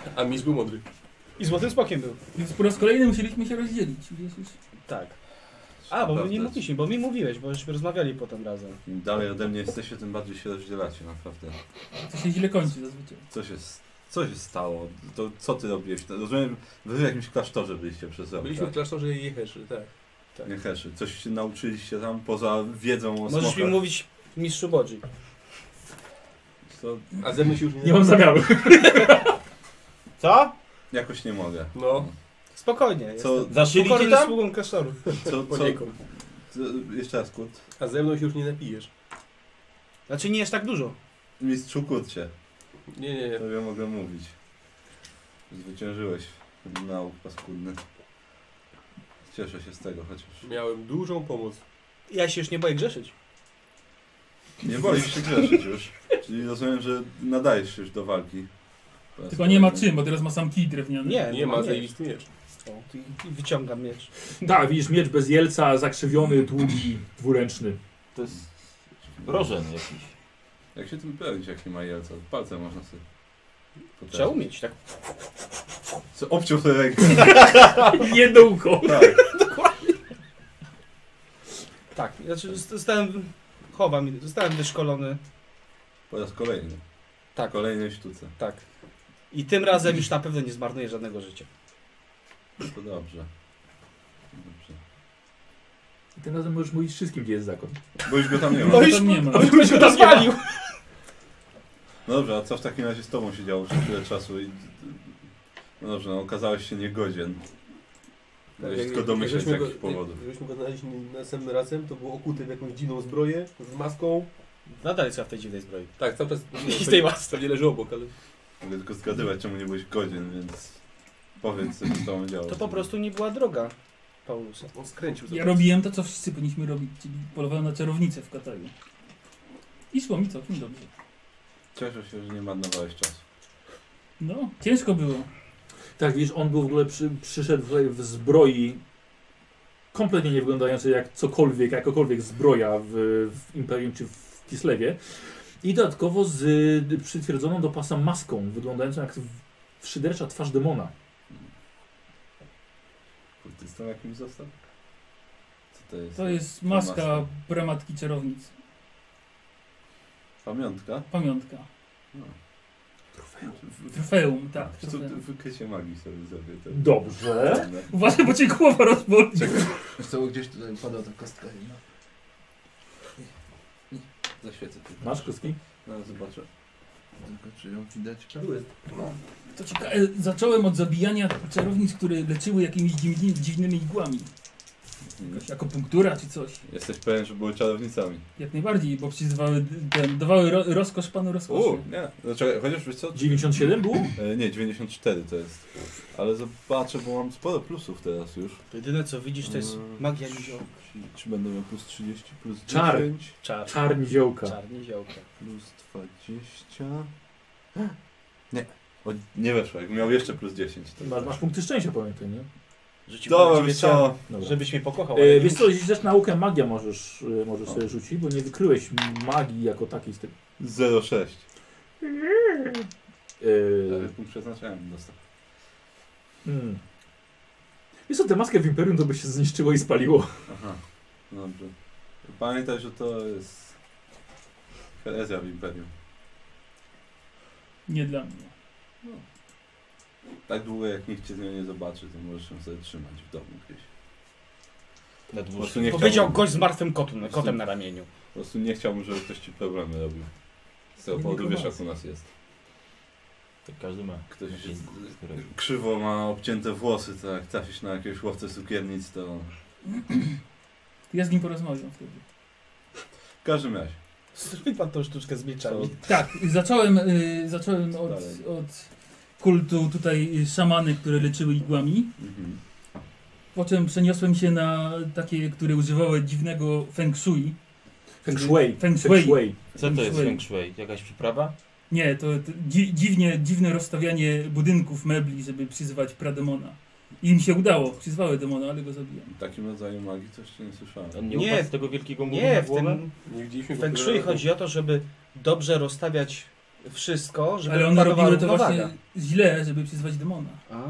A mistrz był mądry. I złotym smokiem był. Więc po raz kolejny musieliśmy się rozdzielić. Wiesz, już. Tak. A, bo my nie Naprawdę. mówiliśmy, bo mi mówiłeś, bo żeśmy rozmawiali potem razem. Im dalej ode mnie jesteście, tym bardziej się rozdzielacie, naprawdę. To się źle kończy zazwyczaj. Co się stało? To co ty robiłeś? Rozumiem, wy w jakimś klasztorze byliście przez rok, Byliśmy w tak? klasztorze Jeheszy, tak. Nie Heszy. Coś się nauczyliście tam poza wiedzą o Możesz mi smokach? mówić mistrzu Bodzi. To A ze mną się już Nie mam zamiaru. Co? jakoś nie mogę. No. Spokojnie. Co- Zaszyli Zaszyli cię tam? sługą klasztoru. Co, Poniekąd. jeszcze raz, Kurt. A ze mną się już nie napijesz. Znaczy nie jest tak dużo. Mistrzu Kurcie, Nie. to ja mogę mówić. Zwyciężyłeś nauk paskudny. Cieszę się z tego, chociaż Miałem dużą pomoc. Ja się już nie boję grzeszyć. nie boisz się grzeszyć już. Czyli rozumiem, że nadajesz się już do walki. Po raz Tylko nie ma kolejny. czym, bo teraz ma sam kij drewniany. Nie ma miecz. zajebisty miecz. O, i wyciągam miecz. Tak, widzisz miecz bez jelca, zakrzywiony, długi, dwuręczny. To jest rożen jakiś. Jak się tym pełnić, jak nie ma jelca? Palcem można sobie... Trzeba umieć, tak? Co, obciął tę rękę. Jedno ucho. Tak. Tak, znaczy zostałem wyszkolony. Po raz kolejny. Tak. Kolejnej sztuce. Tak. I tym razem już na pewno nie zmarnuję żadnego życia. To dobrze. Dobrze. I tym razem możesz mówić wszystkim, gdzie jest zakon. Bo już go tam nie ma. No już- tam nie ma. Już go rozwalił. No dobrze, a co w takim razie z tobą się działo przez tyle czasu? No dobrze, no okazałeś się niegodzien. Mogłeś tylko domyśleć z jakichś powodów. Żebyśmy go znaleźli następnym razem, to był okuty w jakąś dziwną zbroję, z maską. Nadal jest w tej dziwnej zbroi. Tak, cały czas... I z tej masce. Pewnie leży obok, ale... Mogę tylko zgadywać, czemu nie byłeś godzien, więc powiedz, co się z tobą działo. To po prostu nie była droga Paulusa. On skręcił. Ja robiłem to, co wszyscy powinniśmy robić, czyli polowałem na czarownicę w Kataju. I szło mi całkiem dobrze. Cieszę się, że nie marnowałeś czasu. No, ciężko było. Tak, widzisz, on był w ogóle przyszedł tutaj w zbroi kompletnie nie wyglądającej jak cokolwiek, jakakolwiek zbroja w Imperium czy w Kislewie. I dodatkowo z przytwierdzoną do pasa maską, wyglądającą jak szydercza twarz demona. Ty z tą jakimś został? Co to jest? To jest maska pramatki czarownic. Pamiątka? Pamiątka. No. Trofeum, tak. Co Trofeum. wykrycie magii sobie zrobię. To... Dobrze. Uważaj, bo cię głowa rozboli. Co gdzieś tutaj pada ta kostka jedna. Zaświecę tylko. Masz kostki? No, zobaczę. Tylko czy ją widać? To ciekawe, zacząłem od zabijania czarownic, które leczyły jakimiś dziwnymi igłami. Jakaś akupunktura czy coś. Jesteś pewien, że były czarownicami? Jak najbardziej, bo przecież dawały rozkosz panu rozkoszy. Nie. Znaczy, chociaż wiesz co? 97 było? Nie, 94 to jest. Ale zobaczę, bo mam sporo plusów teraz już. To jedyne co widzisz to jest magia niziołka. Czy będę miał plus 30, plus 10? Czar. Czar. Czarni ziołka. Czarni ziołka. Plus 20... Nie. O, nie weszło, jakbym miał jeszcze plus 10. To... Masz punkty szczęścia, pamiętaj, nie? Że ci Dobra, prawdziwie wiesz co? Dobra. Żebyś mnie pokochał. ale nie Wiesz co, jeśli też naukę magia możesz sobie rzucić, bo nie wykryłeś magii jako takiej z tego. 0,6. Ale punkt przeznaczałem dostał. Wiesz co, tę maskę w Imperium to by się zniszczyło i spaliło. Aha, dobrze. Pamiętaj, że to jest herezja w Imperium. Nie dla mnie. Tak długo jak nikt cię z nią nie zobaczy, to możesz ją sobie trzymać w domu gdzieś. Na Po prostu dłuższym. nie Powiedział chciałbym, gość z martwym kotem na ramieniu. po prostu nie chciałbym, żeby ktoś ci problemy robił. Z tego Nie powodu wiesz, jak informacji. u nas jest. Tak każdy ma. Ktoś Jakieś- krzywo ma obcięte włosy, to jak trafisz na jakiegoś łowcę cukiernic, to... Ja z nim porozmawiam wtedy. W każdym razie. Zrobi pan tą sztuczkę z mieczami. Tak, zacząłem od Dalej. kultu tutaj szamany, które leczyły igłami. Mhm. Po czym przeniosłem się na takie, które używały dziwnego feng shui. Feng Shui. Feng shui. Co to jest Shui. feng shui? Jakaś przyprawa? Nie, to dziwne rozstawianie budynków, mebli, żeby przyzywać prademona. I im się udało, przyzwały demona, ale go zabiłem. W takim rodzaju magii to jeszcze nie słyszałem. On nie Nie. upadł z tego wielkiego muru Nie, na w głowę? tym Nie widzieliśmy Feng Shui chodzi o to, żeby dobrze rozstawiać wszystko, żeby Ale one panowała robiły to równowaga. właśnie źle, żeby przyzwać demona.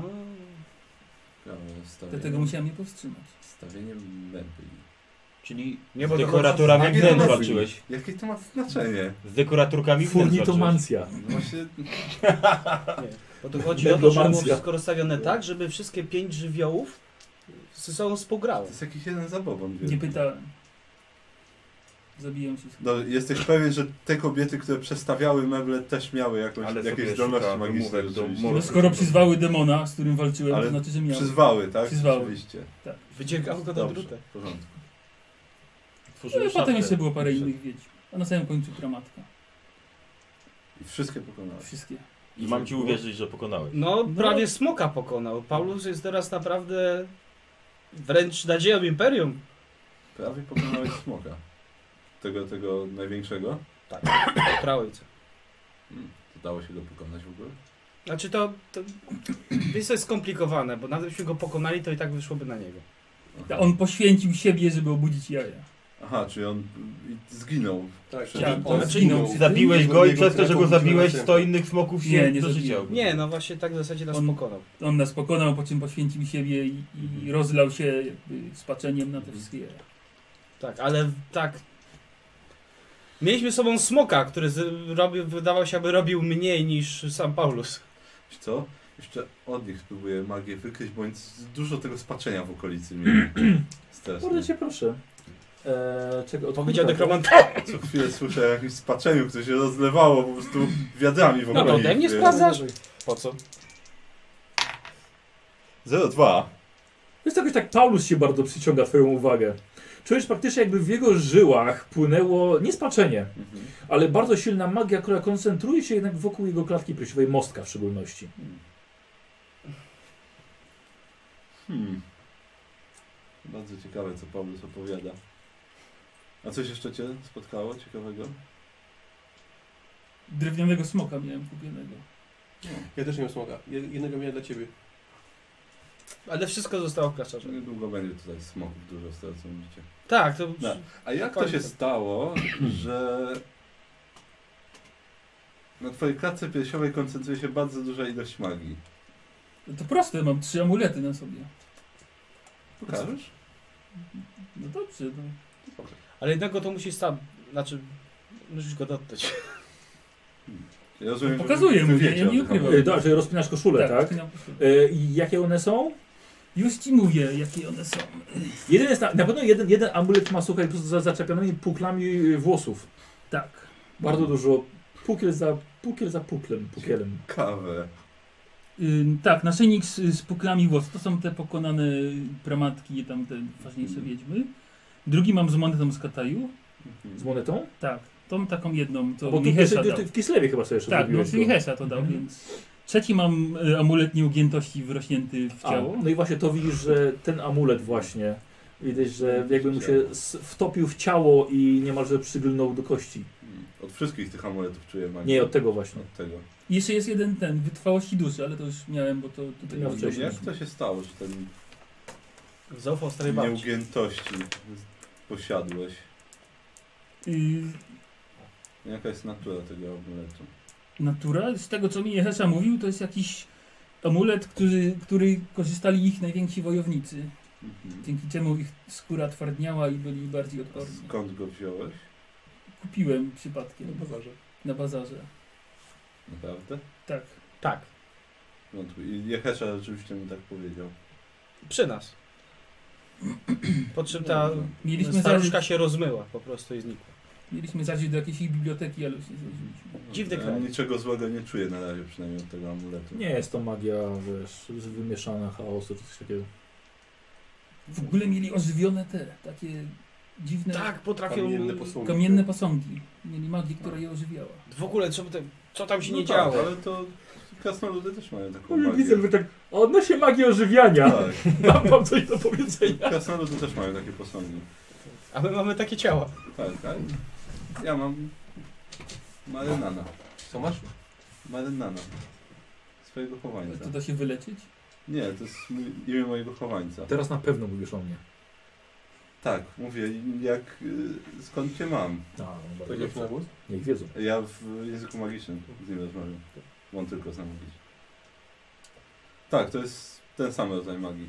Dlatego musiałem je powstrzymać. Stawienie mebli. Czyli Nie, z bo to dekoratorami chodzi o- wnętrz Jakie walczyłeś. Jakie to ma znaczenie? Z dekoratorkami wnętrz walczyłeś. Furnitomancja. No właśnie, Nie, bo to chodzi o to, że było Megalomancja. wszystko rozstawione tak, żeby wszystkie 5 żywiołów ze sobą współgrały. to jest jakiś jeden zabobon. Nie pytałem. Zabiłem się. No, jesteś pewien, że te kobiety, które przestawiały meble, też miały jakąś, Ale jakieś sobie zdolności szuka magiczne wymówek do rzeczywiście. No, skoro przyzwały demona, z którym walczyłem, Ale to znaczy, że miałem. Przyzwały, tak? Przyzwały. Oczywiście. Wyciągał go na Dobrze, drutę. w porządku. No Tworzyły i potem szafkę. jeszcze było parę innych wiedźm. A na samym końcu pramatka. I wszystkie pokonałeś. Wszystkie. I mam ci uwierzyć, że pokonałeś. No, prawie smoka pokonał. Paulus jest teraz naprawdę wręcz nadzieją Imperium. Prawie pokonałeś smoka. Tego największego. Praojca. To dało się go pokonać w ogóle? Znaczy to jest skomplikowane, bo nawet byśmy go pokonali, to i tak wyszłoby na niego. Aha. On poświęcił siebie, żeby obudzić jaja. Aha, czyli on zginął. Tak, Przed- Tak, on znaczy, zginął. Zabiłeś go i Jego przez to, że go kreaturą zabiłeś, wziąłem 100 innych smoków się Nie, nie do zabiłem. życia. Nie, no właśnie tak w zasadzie nas On- pokonał. On nas pokonał, po czym poświęcił siebie i rozlał się jakby spaczeniem na te wszystkie jaja. Tak, ale tak. Mieliśmy sobą smoka, który wydawał się, aby robił mniej niż sam Paulus. Wiesz co? Jeszcze od nich spróbuję magię wykryć, bo oni dużo tego spaczenia w okolicy mieli. Strasznie. Bardzo cię proszę. Czego? Powiedział dekromant. Co chwilę słyszę o jakimś spaczeniu, które się rozlewało po prostu wiadrami w No okolicy. to ode mnie sprawdzasz? Po co? 0,2. Jest jakoś tak, Paulus się bardzo przyciąga twoją uwagę. Czujesz praktycznie jakby w jego żyłach płynęło, nie spaczenie, ale bardzo silna magia, która koncentruje się jednak wokół jego klatki piersiowej, mostka w szczególności. Bardzo ciekawe, co Paulus opowiada. A coś jeszcze cię spotkało ciekawego? Drewnianego smoka miałem kupionego. Ja też nie mam smoka. Jednego miałem dla ciebie. Ale wszystko zostało w klasztorze. Niedługo będzie tutaj smoków dużo, z tego co mówicie. Tak, to... No. A jak to się stało, że na twojej klatce piersiowej koncentruje się bardzo duża ilość magii? No to proste, mam 3 amulety na sobie. Pokażesz? No dobrze, no. Ale jednego to musisz sam... Znaczy... Musisz go dotknąć. Ja rozumiem, że Pokazuję, wy mówię, wiecie ja o nie tych ukrywam. amuletach. Dobrze, rozpinasz koszulę, tak? wspinam koszulę. I jakie one są? Już ci mówię, jakie one są. Jeden jest na pewno jeden amulet ma, słuchaj, po prostu za zaczepionymi puklami włosów. Tak. Bardzo dużo. Pukiel za pukielem. Kawę. Tak, naszyjnik z puklami włosów. To są te pokonane pramatki, tam te ważniejsze wiedźmy. Drugi mam z monetą z Kataju. Z monetą? Tak, tą taką jedną, to Bo tu Michesza dał. w Kislewie chyba sobie jeszcze Tak, no zrobiłeś go. Michesza to dał, Mhm. więc... Trzeci mam amulet nieugiętości wrośnięty w ciało. No i właśnie to widzisz, że ten amulet właśnie, widać, że jakby mu się wtopił w ciało i niemalże przyglądał do kości. Od wszystkich tych amuletów czuję magię. Nie, od tego właśnie. Od tego. I jeszcze jest jeden ten, wytrwałości duszy, ale to już miałem, bo to tutaj miał nie wcześniej. Jak to się stało, że ten Zaufał starej babci. nieugiętości posiadłeś? Y, Jaka jest natura tego amuletu? Natura, z tego co mi Michesza mówił, to jest jakiś amulet, który korzystali ich najwięksi wojownicy. Dzięki czemu ich skóra twardniała i byli bardziej odporni. Skąd go wziąłeś? Kupiłem przypadkiem Na bazarze. na bazarze. Naprawdę? Tak. Tak, Wątpię. I Jehesza rzeczywiście mi tak powiedział. przy nas. Po czym ta Mieliśmy staruszka zajrzeć, się rozmyła po prostu i znikła. mieliśmy zajrzeć do jakiejś ich biblioteki, ale już nie zdążyliśmy. Dziwny Ja kraj. niczego złego nie czuję na razie, przynajmniej od tego amuletu. Nie jest to magia, wiesz, wymieszana chaosu czy coś takiego. W ogóle mieli ożywione te, takie dziwne Tak, potrafią... Kamienne posągi. kamienne posągi. Mieli magię, która je ożywiała. W ogóle, co tam się No nie tak, działo? ale to krasnoludy też mają taką No, magię. widzę, wy tak, a odnośnie magii ożywiania, Tak. mam coś do powiedzenia. Krasnoludy też mają takie posągi. A my mamy takie ciała. Tak, tak. Ja mam Marynana. Co masz? Marynana. Swojego chowańca. To da się wyleczyć? Nie, to jest imię mojego chowańca. Teraz na pewno mówisz o mnie. Tak, mówię, jak skąd cię mam? Powiedziałeś na głos? Niech wiedzą. Ja w języku magicznym z nim rozmawiam. Bo on tylko zna magiczny. Tak, to jest ten sam rodzaj magii.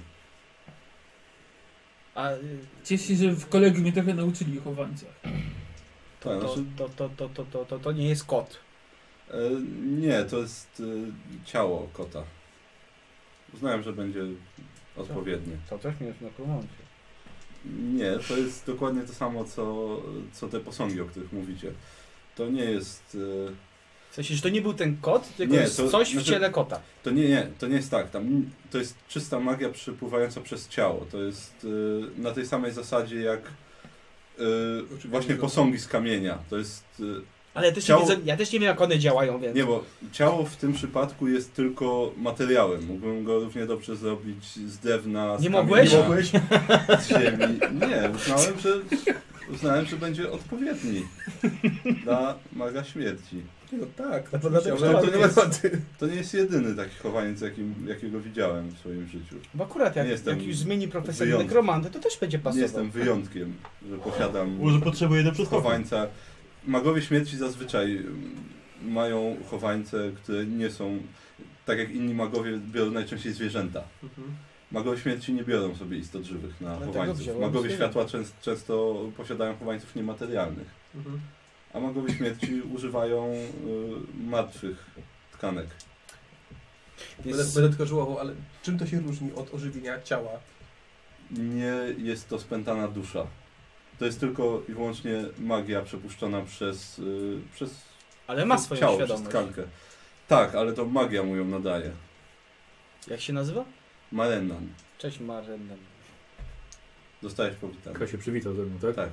A Cieszę się, że w kolegium mnie trochę nauczyli o chowańcach. Tak, znaczy, to nie jest kot. nie, to jest ciało kota. Uznałem, że będzie odpowiednie. To też miałeś na komencie. Nie, to jest dokładnie to samo, co te posągi, o których mówicie. To nie jest... W sensie, że to nie był ten kot, tylko Nie, jest to coś w znaczy- ciele kota. To nie jest tak. To jest czysta magia przepływająca przez ciało. To jest na tej samej zasadzie jak właśnie posągi z kamienia. To jest... Ale ja też, ciało- nie widzę, ja też nie wiem, jak one działają, więc... Nie, bo ciało w tym przypadku jest tylko materiałem. Mógłbym go równie dobrze zrobić z drewna, z Nie kamienia, mogłeś? Nie mogłeś? z ziemi. Nie, uznałem, że będzie odpowiedni dla maga śmierci. No tak, No to oczywiście, dlatego ale to nie ma tematy. To nie jest jedyny taki chowaniec, jakiego widziałem w swoim życiu. Bo akurat Nie jak jestem już zmieni profesję wyjątkiem. nekromanty, to też będzie Nie pasował. jestem wyjątkiem, że posiadam Może potrzebuje do przodu. chowańca. Magowie śmierci zazwyczaj mają chowańce, które nie są, tak jak inni magowie, biorą najczęściej zwierzęta. Magowie śmierci nie biorą sobie istot żywych na Dlatego chowańców. wziąłem Magowie zwierzęta. światła często posiadają chowańców niematerialnych, a magowie śmierci używają martwych tkanek. Będę tylko żałował, ale czym to się różni od ożywienia ciała? Nie jest to spętana dusza. To jest tylko i wyłącznie magia przepuszczona przez Ale ma swoją ciało, przez świadomość. tkankę. Tak, ale to magia mu ją nadaje. Jak się nazywa? Marennan. Cześć Marennan. Zostałeś powitany. Chyba się przywitał ze mną, tak? Tak.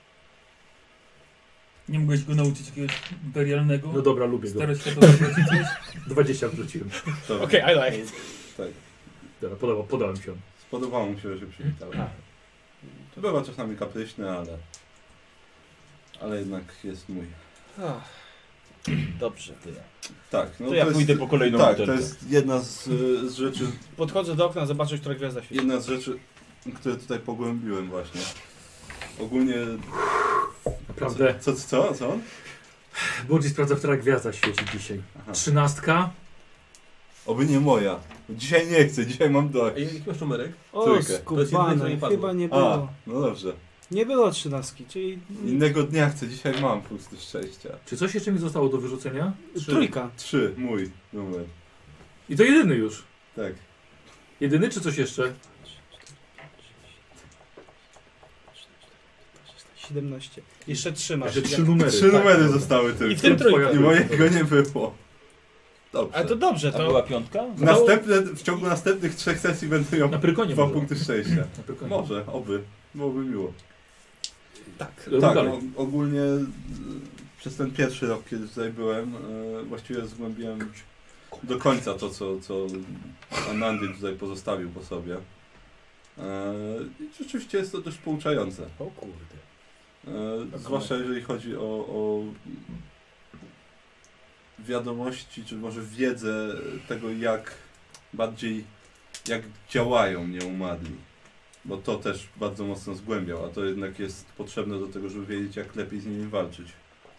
Nie mogłeś go nauczyć jakiegoś imperialnego, No dobra, lubię go. staroświatowego czy coś? 20 wróciłem. To, Okej, I like it. Tak. Dobra, podałem się. Spodobało mu się, że się przywitałem. Bywa czasami kapryśny, ale jednak jest mój. Ach, dobrze. Tak, no To ja pójdę po kolejną Tak, butelkę. to jest jedna z rzeczy, Podchodzę do okna, zobaczę, która gwiazda świeci. jedna z rzeczy, które tutaj pogłębiłem właśnie. Ogólnie... Naprawdę. Co? Budzi sprawdza, która gwiazda świeci dzisiaj. Aha. 13. Oby nie moja. Dzisiaj nie chcę, dzisiaj mam A dość. jaki masz numerek? O, Trójkę. To jest jedyne, co skubane, nie padło. chyba nie A, było. no dobrze. Nie było 13, czyli Innego dnia chcę, dzisiaj mam pusty szczęścia. Czy coś jeszcze mi zostało do wyrzucenia? trójka. 3, mój numer. I to jedyny już. Tak. Jedyny czy coś jeszcze? 17. Jeszcze 3 masz. Jeszcze 3 numery. 3 Tak, numery dobra. zostały tylko. I w tym trójka. I mojego nie było. Dobrze. Ale to dobrze, A to... była piątka? W ciągu następnych 3 sesji będę miał Na Prykonie 2 może. punkty szczęścia. Na Prykonie. Może, oby. Byłoby miło. Tak. Rób Tak, dalej. no, ogólnie przez ten pierwszy rok, kiedy tutaj byłem, właściwie zgłębiłem do końca to, co Anandy tutaj pozostawił po sobie. I rzeczywiście jest to też pouczające. O kurde. Zwłaszcza jeżeli chodzi o wiadomości, czy może wiedzę tego, jak działają nieumarli. Bo to też bardzo mocno zgłębiał, a to jednak jest potrzebne do tego, żeby wiedzieć, jak lepiej z nimi walczyć.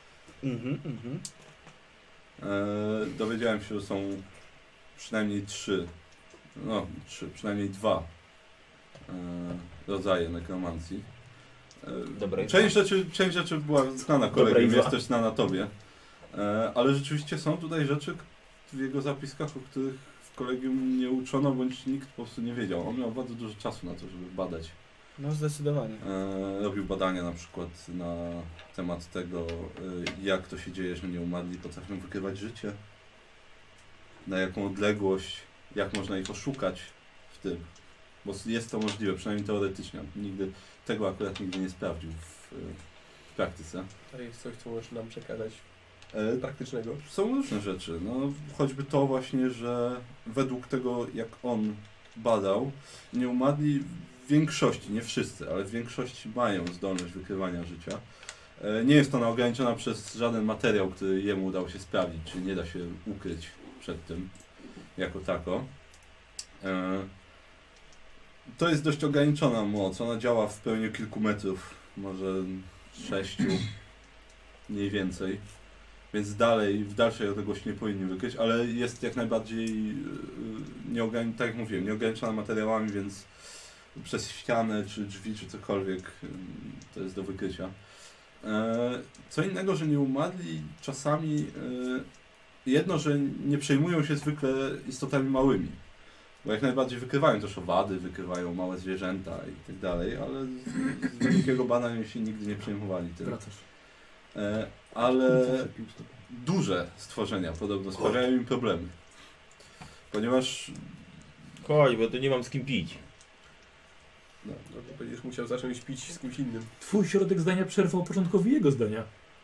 Dowiedziałem się, że są przynajmniej przynajmniej 2 rodzaje nekromancji. Dobra, Część rzeczy była znana Dobra kolegom, izba. jest też znana tobie. Ale rzeczywiście są tutaj rzeczy w jego zapiskach, o których w kolegium nie uczono, bądź nikt po prostu nie wiedział. On miał bardzo dużo czasu na to, żeby badać. No zdecydowanie. Robił badania na przykład na temat tego, jak to się dzieje, że nieumarli potrafią wykrywać życie, na jaką odległość, jak można ich oszukać w tym. Bo jest to możliwe, przynajmniej teoretycznie. Tego akurat nigdy nie sprawdził w praktyce. To jest coś, co możesz nam przekazać praktycznego. Są różne rzeczy. No, choćby to właśnie, że według tego, jak on badał, nieumarli w większości, nie wszyscy, ale w większości mają zdolność wykrywania życia. Nie jest ona ograniczona przez żaden materiał, który jemu udało się sprawdzić, czyli nie da się ukryć przed tym jako tako. To jest dość ograniczona moc. Ona działa w pełni kilku metrów, może 6 mniej więcej. Więc w dalszej odległości nie powinni wykryć, ale jest jak najbardziej, tak jak mówiłem, nieograniczona materiałami, więc przez ścianę, czy drzwi, czy cokolwiek to jest do wykrycia. Co innego, że nieumarli czasami, jedno, że nie przejmują się zwykle istotami małymi, bo jak najbardziej wykrywają też owady, wykrywają małe zwierzęta i tak dalej, ale z wielkiego badania się nigdy nie przejmowali tym. Wracasz. Ale duże stworzenia podobno sprawiają im problemy, ponieważ... Chodź, bo tu nie mam z kim pić. No to będziesz musiał zacząć pić z kimś innym. Twój środek zdania przerwał początkowi jego zdania.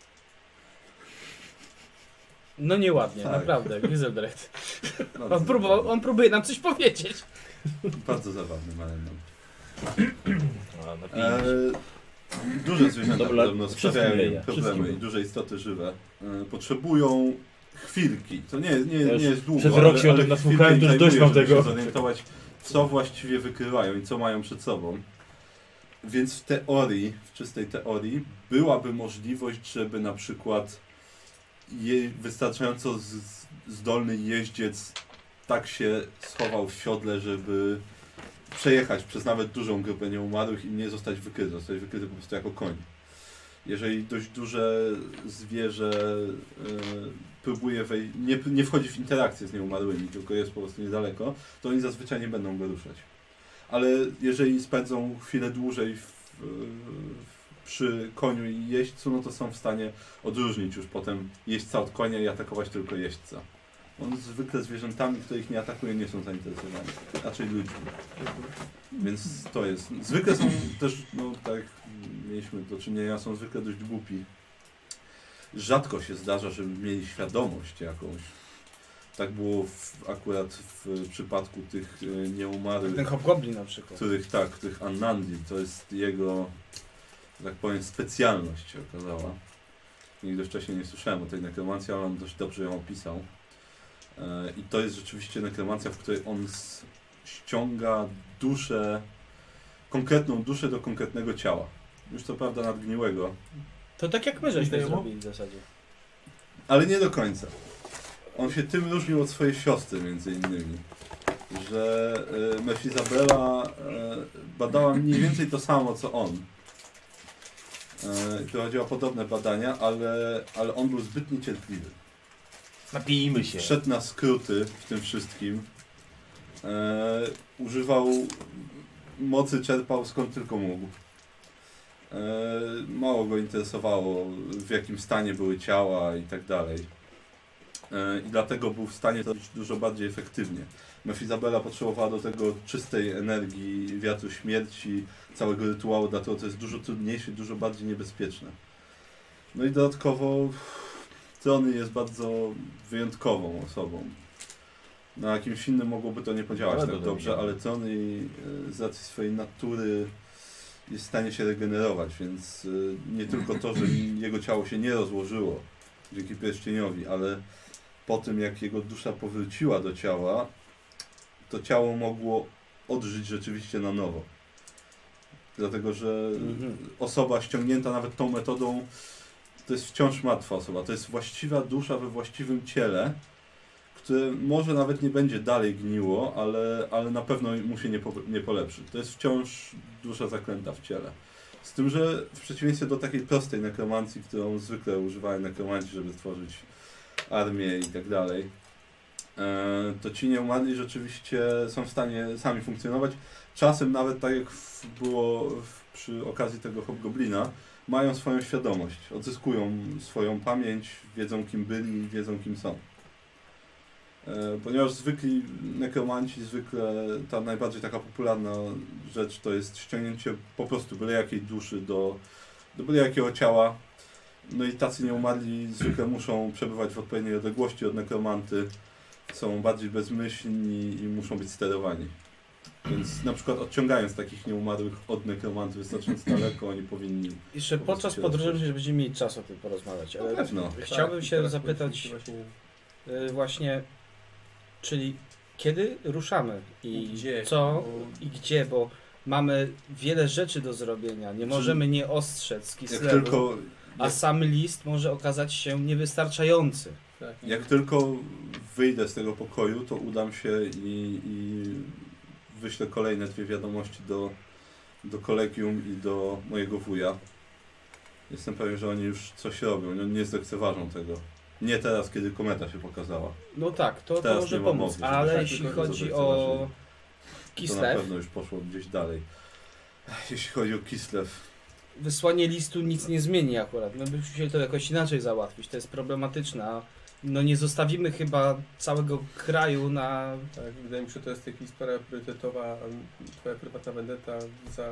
No nieładnie, Tak. naprawdę, Giselbrecht. Bardzo On próbuje nam coś powiedzieć. Bardzo zabawny Malennon. A, napijmy się. Duże zwierzęta Dobra, podobno wszystkim sprawiają im leje, problemy wszystkim. i duże istoty żywe potrzebują chwilki. To nie już jest długo, przez rok się o tym chwilkę nasłuchałem, im to już zajmuje, dość mam żeby tego. się zorientować, co właściwie wykrywają i co mają przed sobą. Więc w teorii, w czystej teorii, byłaby możliwość, żeby na przykład wystarczająco zdolny jeździec tak się schował w siodle, żeby przejechać przez nawet dużą grupę nieumarłych i nie zostać wykryty. Zostać wykryty po prostu jako koń. Jeżeli dość duże zwierzę próbuje nie wchodzi w interakcję z nieumarłymi, tylko jest po prostu niedaleko, to oni zazwyczaj nie będą go ruszać. Ale jeżeli spędzą chwilę dłużej przy koniu i jeźdźcu, no to są w stanie odróżnić już potem jeźdźca od konia i atakować tylko jeźdźca. On zwykle zwierzętami, które ich nie atakuje, nie są zainteresowani, raczej ludźmi. Więc to jest. Zwykle są też, no tak jak mieliśmy do czynienia, są zwykle dość głupi. Rzadko się zdarza, żeby mieli świadomość jakąś. Tak było akurat w przypadku tych nieumarłych, Ten Hobgoblin na przykład. których Annandil, to jest jego, że tak powiem, specjalność się okazała. Nigdy wcześniej nie słyszałem o tej nekromancji, ale on dość dobrze ją opisał. I to jest rzeczywiście nekromancja, w której on ściąga duszę, konkretną duszę do konkretnego ciała. Już co prawda nadgniłego, To tak jak my żeśmy Zdejmo? zrobili w zasadzie. ale nie do końca. On się tym różnił od swojej siostry między innymi, że Mefizabela badała mniej więcej to samo co on. Prowadziła podobne badania, ale on był zbyt niecierpliwy. Napijmy się. Szedł na skróty w tym wszystkim. Używał mocy, czerpał skąd tylko mógł. Mało go interesowało, w jakim stanie były ciała i tak dalej. I dlatego był w stanie to robić dużo bardziej efektywnie. Mefizabela potrzebowała do tego czystej energii, wiatru śmierci, całego rytuału, dlatego to jest dużo trudniejsze i dużo bardziej niebezpieczne. No i dodatkowo Trony jest bardzo wyjątkową osobą. Na jakimś innym mogłoby to nie podziałać Bardzo tak dobrze, dobrze. ale Trony z racji swojej natury jest w stanie się regenerować, więc nie tylko to, że jego ciało się nie rozłożyło dzięki pierścieniowi, ale po tym jak jego dusza powróciła do ciała, to ciało mogło odżyć rzeczywiście na nowo. Dlatego, że osoba ściągnięta nawet tą metodą to jest wciąż martwa osoba. To jest właściwa dusza we właściwym ciele, które może nawet nie będzie dalej gniło, ale na pewno mu się nie polepszy. To jest wciąż dusza zaklęta w ciele. Z tym, że w przeciwieństwie do takiej prostej nekromancji, którą zwykle używają nekromanci, żeby stworzyć armię i tak dalej, to ci nieumarli rzeczywiście są w stanie sami funkcjonować. Czasem nawet tak jak było przy okazji tego Hobgoblina, mają swoją świadomość, odzyskują swoją pamięć, wiedzą kim byli, wiedzą kim są. Ponieważ zwykli nekromanci, zwykle ta najbardziej taka popularna rzecz to jest ściągnięcie po prostu byle jakiej duszy do byle jakiego ciała. No i tacy nieumarli zwykle muszą przebywać w odpowiedniej odległości od nekromanty, są bardziej bezmyślni i muszą być sterowani. Więc na przykład odciągając takich nieumarłych od nekromantów wystarczająco daleko, oni powinni... Jeszcze Po prostu podczas się podróży rozpocząć. będziemy mieli czas o tym porozmawiać, Na ale pewno. chciałbym Tak, się teraz zapytać właśnie właśnie, czyli Kiedy ruszamy I gdzie? co i gdzie, bo mamy wiele rzeczy do zrobienia. Nie możemy nie ostrzec Jak Kislewu, tylko, a sam list może okazać się niewystarczający. Tak, jak tylko wyjdę z tego pokoju, to udam się i wyślę kolejne 2 wiadomości do kolegium i do mojego wuja. Jestem pewien, że oni już coś robią, oni nie zlekceważą tego. Nie teraz, kiedy kometa się pokazała. No tak, to Teraz może nie ma pomóc, mowy, żeby ale tak jeśli tylko chodzi to o To na Kislew, pewno już poszło gdzieś dalej. Jeśli chodzi o Kislew, wysłanie listu nic nie zmieni akurat. My byśmy musieli to jakoś inaczej załatwić, to jest problematyczne. A no nie zostawimy chyba całego kraju na... Tak, wydaje mi się, że to jest w tej chwili sprawa priorytetowa, a twoja prywatna vendetta za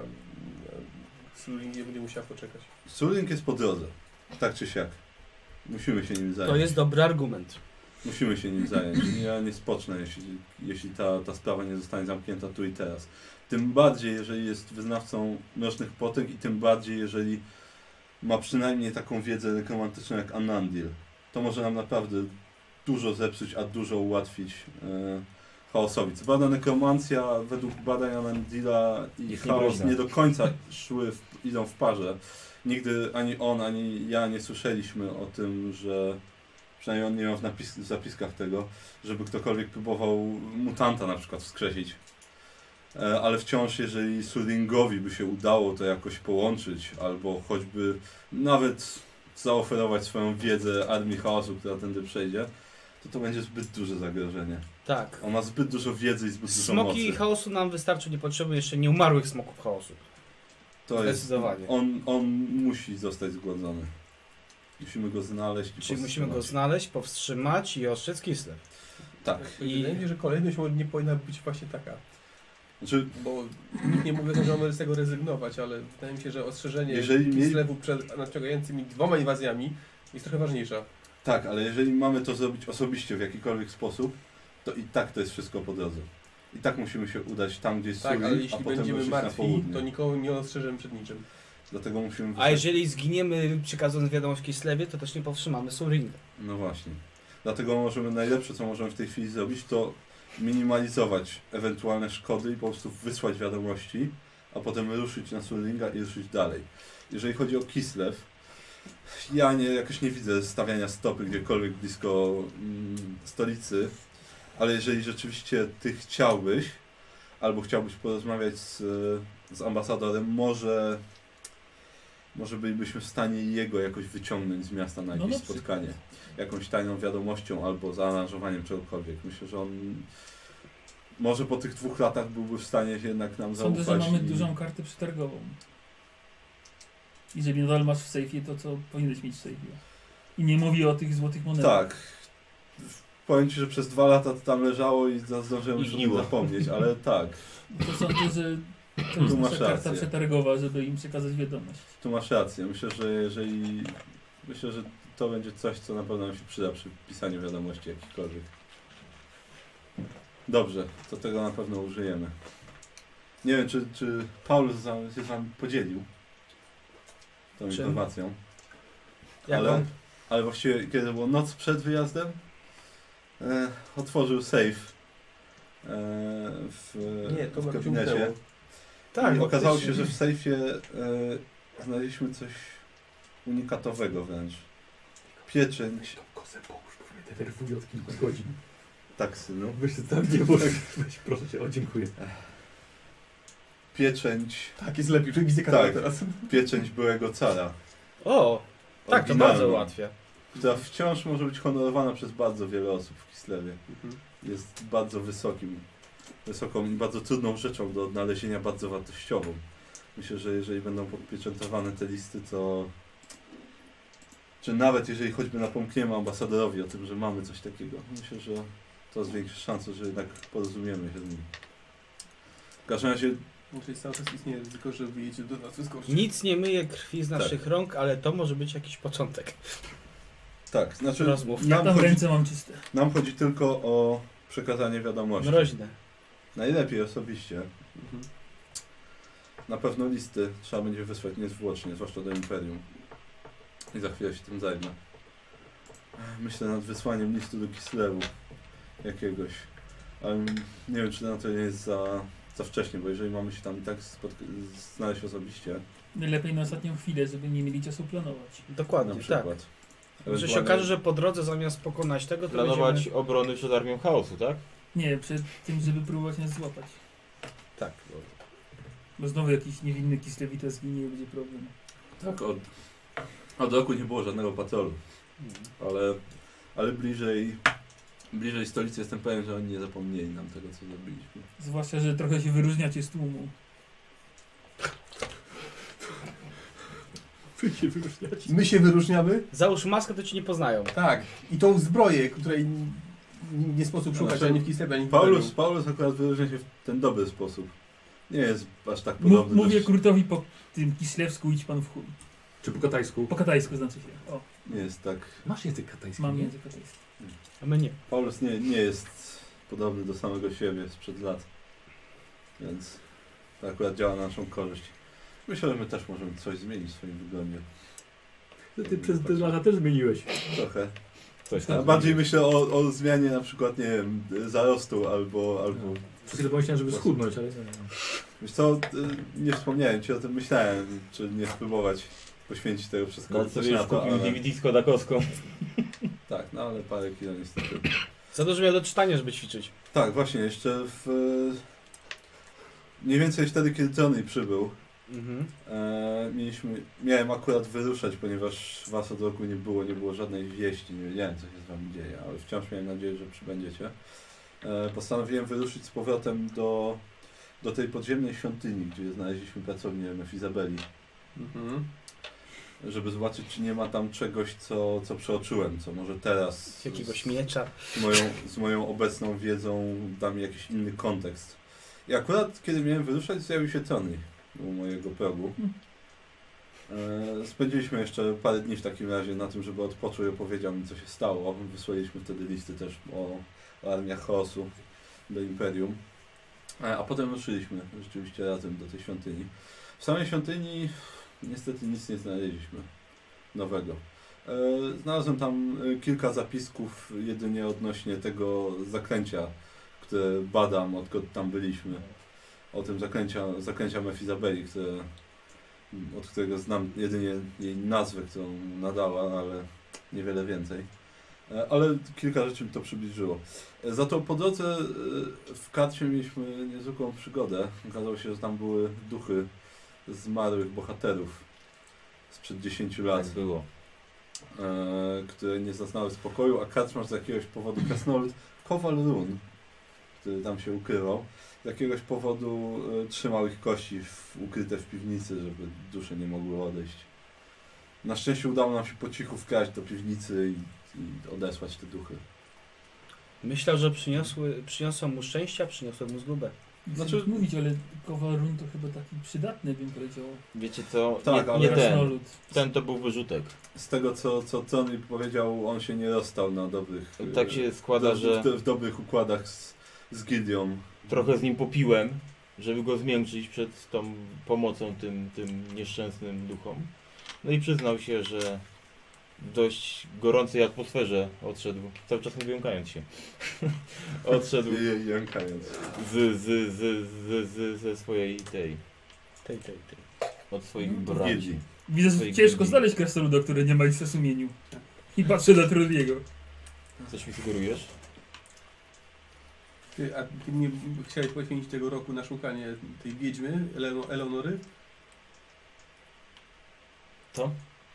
Sulingiem będzie musiała poczekać. Suling jest po drodze. Tak czy siak. Musimy się nim zająć. To jest dobry argument. Musimy się nim zająć. Ja nie spocznę, jeśli ta sprawa nie zostanie zamknięta tu i teraz. Tym bardziej, jeżeli jest wyznawcą mrocznych potęg i tym bardziej, jeżeli ma przynajmniej taką wiedzę nekromantyczną jak Anandil. To może nam naprawdę dużo zepsuć, a dużo ułatwić chaosowi. Co prawda nekromancja według badań Anandila i Jest chaos niegroźna. nie do końca idą w parze. Nigdy ani on, ani ja nie słyszeliśmy o tym, że przynajmniej on nie miał w zapiskach tego, żeby ktokolwiek próbował mutanta na przykład wskrzesić. Ale wciąż, jeżeli Sulingowi by się udało to jakoś połączyć, albo choćby nawet zaoferować swoją wiedzę Armii Chaosu, która tędy przejdzie, to będzie zbyt duże zagrożenie. Tak. On ma zbyt dużo wiedzy i zbyt dużo Smoki mocy. chaosu nam wystarczy, nie potrzebujemy jeszcze nieumarłych smoków chaosu. To jest, Zdecydowanie. on musi zostać zgładzony. Musimy go znaleźć i Czyli musimy go powstrzymać. znaleźć, powstrzymać i ostrzec Kislew. Tak. I- Wydaje mi się, że kolejność nie powinna być właśnie taka. Znaczy, Bo nikt nie mówi o tym, że mamy z tego rezygnować, ale wydaje mi się, że ostrzeżenie Jeżeli mieli- Kislewu przed nadciągającymi 2 inwazjami jest trochę ważniejsza. tak, ale jeżeli mamy to zrobić osobiście w jakikolwiek sposób, to i tak to jest wszystko po drodze. I tak musimy się udać tam, gdzie jest Tak, Sulin, ale a jeśli potem będziemy ruszyć na martwi, południe. to nikogo nie ostrzeżemy przed niczym. Dlatego musimy A wysłać- jeżeli zginiemy przekazując wiadomość Kislewie, to też nie powstrzymamy Sulinga. No właśnie. Dlatego możemy najlepsze, co możemy w tej chwili zrobić, to minimalizować ewentualne szkody i po prostu wysłać wiadomości, a potem ruszyć na Sulinga i ruszyć dalej. Jeżeli chodzi o Kislev, ja jakoś nie widzę stawiania stopy gdziekolwiek blisko stolicy, ale jeżeli rzeczywiście ty chciałbyś, albo chciałbyś porozmawiać z ambasadorem, może bylibyśmy w stanie jego jakoś wyciągnąć z miasta na jakieś na przykład. spotkanie. Jakąś tajną wiadomością albo zaaranżowaniem czegokolwiek. Myślę, że on może po tych 2 latach byłby w stanie jednak nam Sądzę, zaufać. że mamy i- dużą kartę przetargową. I że nadal masz w sejfie to, co powinieneś mieć w sejfie. I nie mówi o tych złotych monetach. Tak. Powiem Ci, że przez 2 lata to tam leżało i zdążyłem I już o tym gniło. zapomnieć, ale tak, To sądzę, że to Tu jest masz nasza karta rację. przetargowa, żeby im przekazać wiadomość. tu masz rację. Myślę, że to będzie coś, co na pewno nam się przyda przy pisaniu wiadomości jakichkolwiek. Dobrze, to tego na pewno użyjemy. Nie wiem, czy Paul się z Wami podzielił tą Czym? informacją, Jak ale, on? ale właściwie kiedy było noc przed wyjazdem, otworzył safe Nie, to w jakoś gabinecie. umknęło. Tak, I bo okazało ktoś- się, że w sejfie znaleźliśmy coś unikatowego wręcz. Pieczęć. Kozę połóż, bo mnie denerwuje od kilku godzin. Tak, synu. Weź się tam nie możesz. Weź, proszę cię, o dziękuję. Pieczęć. Tak, jest lepiej, że widzę kanał Tak. teraz. Pieczęć byłego cara. O, tak, to Oryginalną, bardzo ułatwia. która wciąż może być honorowana przez bardzo wiele osób w Kislewie. Mhm. Jest bardzo wysoką i bardzo trudną rzeczą do odnalezienia, bardzo wartościową. Myślę, że jeżeli będą podpieczętowane te listy, to... Czy nawet jeżeli choćby napomkniemy ambasadorowi o tym, że mamy coś takiego, myślę, że to zwiększy szansę, że jednak porozumiemy się z nim. W każdym razie Czyli cały czas istnieje ryzyko, że wyjedzie do nas wyskoczyć. Nic nie myje krwi z naszych Tak. rąk, ale to może być jakiś początek tak, znaczy rozmów. Ja tam ręce mam czyste. nam chodzi tylko o przekazanie wiadomości. Mroźne. Najlepiej osobiście. Mhm. Na pewno listy trzeba będzie wysłać niezwłocznie, zwłaszcza do Imperium. I za chwilę się tym zajmę. Myślę nad wysłaniem listu do Kislewu jakiegoś. Ale nie wiem, czy na to nie jest za wcześnie, bo jeżeli mamy się tam i tak znaleźć osobiście, Lepiej na ostatnią chwilę, żeby nie mieli czasu planować. na Dokładnie, tak. przykład. Że się okaże, że po drodze zamiast pokonać tego, to Planować będziemy... obrony przed armią chaosu, tak? Nie, przed tym, żeby próbować nas złapać. Tak. Bo znowu jakiś niewinny Kislewita zginie i będzie problem. Tak, od roku nie było żadnego patrolu, ale bliżej stolicy jestem pewien, że oni nie zapomnieli nam tego, co zrobiliśmy. Zwłaszcza, że trochę się wyróżniacie z tłumu. Wy się wyróżniacie. My się wyróżniamy? Załóż maskę, to ci nie poznają. Tak. I tą zbroję, której nie sposób szukać Znaczy, ani w Kislewie, ani w Paulus akurat wyróżnia się w ten dobry sposób. Nie jest aż tak podobny. Mówię Kurtowi po tym kislewsku, idź pan w chuj. Czy po katajsku? Po katajsku znaczy się. O, Nie jest tak. Masz język katajski. mam nie? język katajski. A my nie. Paulus nie jest podobny do samego siebie sprzed lat. Więc to akurat działa na naszą korzyść. Myślę, że my też możemy coś zmienić w swoim wyglądzie. Ty przez te lata też zmieniłeś. Trochę. Coś A tam. bardziej myślę o zmianie na przykład, nie wiem, zarostu albo Przez chwilę pomyślałem, żeby schudnąć, ale... Wiesz co, nie wspomniałem ci o tym, myślałem, czy nie spróbować poświęcić tego wszystko. Nawet sobie już na to, kupił ale... DVD z Kodakowską. Tak, no ale parę kilo niestety. Za dużo miał do czytania, żeby ćwiczyć. Tak, właśnie, jeszcze mniej więcej wtedy, kiedy Johnny przybył, Mhm. miałem akurat wyruszać, ponieważ was od roku nie było żadnej wieści, nie wiedziałem, co się z wami dzieje, ale wciąż miałem nadzieję, że przybędziecie. Postanowiłem wyruszyć z powrotem do tej podziemnej świątyni, gdzie znaleźliśmy pracownię Mefizabeli, żeby zobaczyć, czy nie ma tam czegoś, co przeoczyłem, co może teraz Jakiegoś miecza. z moją obecną wiedzą da mi jakiś inny kontekst. I akurat, kiedy miałem wyruszać, zjawił się Tony u mojego progu. Spędziliśmy jeszcze parę dni w takim razie na tym, żeby odpoczął i opowiedział mi, co się stało. Wysłaliśmy wtedy listy też o armiach chaosu do Imperium. A potem ruszyliśmy rzeczywiście razem do tej świątyni. W samej świątyni niestety nic nie znaleźliśmy nowego. Znalazłem tam kilka zapisków jedynie odnośnie tego zaklęcia, które badam, odkąd tam byliśmy. O tym zaklęcia Mefizabeli, od którego znam jedynie jej nazwę, którą nadała, ale niewiele więcej. Ale kilka rzeczy mi to przybliżyło. Za to po drodze w karcie mieliśmy niezwykłą przygodę. Okazało się, że tam były duchy zmarłych bohaterów sprzed 10 lat, Tak było. które nie zaznały spokoju, a karczmarz z jakiegoś powodu, krasnolud Kowal Run, który tam się ukrywał, z jakiegoś powodu trzymał ich kości ukryte w piwnicy, żeby dusze nie mogły odejść. Na szczęście udało nam się po cichu wkraść do piwnicy i odesłać te duchy. Myślał, że przyniosą mu szczęścia, przyniosłem mu zgubę. Znaczy mówić, ale Kowalrun to chyba taki przydatny, bym powiedział. Wiecie co? Tak, ale nie ten. Krasnolud. Ten to był wyrzutek. Z tego, co Tony powiedział, on się nie rozstał na dobrych... Tak się składa, że w dobrych układach z gildią. trochę z nim popiłem, żeby go zmiękczyć przed tą pomocą tym nieszczęsnym duchom. No i przyznał się, że w dość gorącej atmosferze odszedł, cały czas mówię jąkając się, odszedł Jąkając. ze swojej od swoich braci. Gildii. Widzę, że Swoich ciężko gildii. znaleźć krasnoluda, który nie ma nic na sumieniu. I patrzę na Trudiego. Coś mi sugerujesz? A ty nie chciałeś poświęcić tego roku na szukanie tej wiedźmy, Eleonory? Co?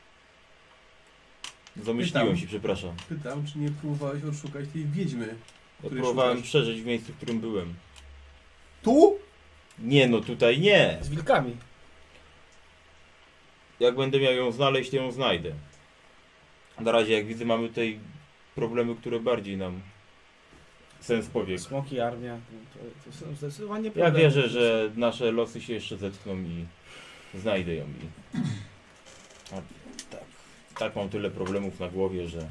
Zamyśliłem Pytam. się, przepraszam. Pytam, czy nie próbowałeś odszukać tej wiedźmy? Ja Której próbowałem szukasz? przeżyć w miejscu, w którym byłem. Tu? Nie no, tutaj nie. Z wilkami. Jak będę miał ją znaleźć, to ją znajdę. Na razie, jak widzę, mamy tutaj problemy, które bardziej nam sens powiek. Smoki, armia. To są zdecydowanie Ja problemy. wierzę, że nasze losy się jeszcze zetkną i znajdę ją. Tak mam tyle problemów na głowie, że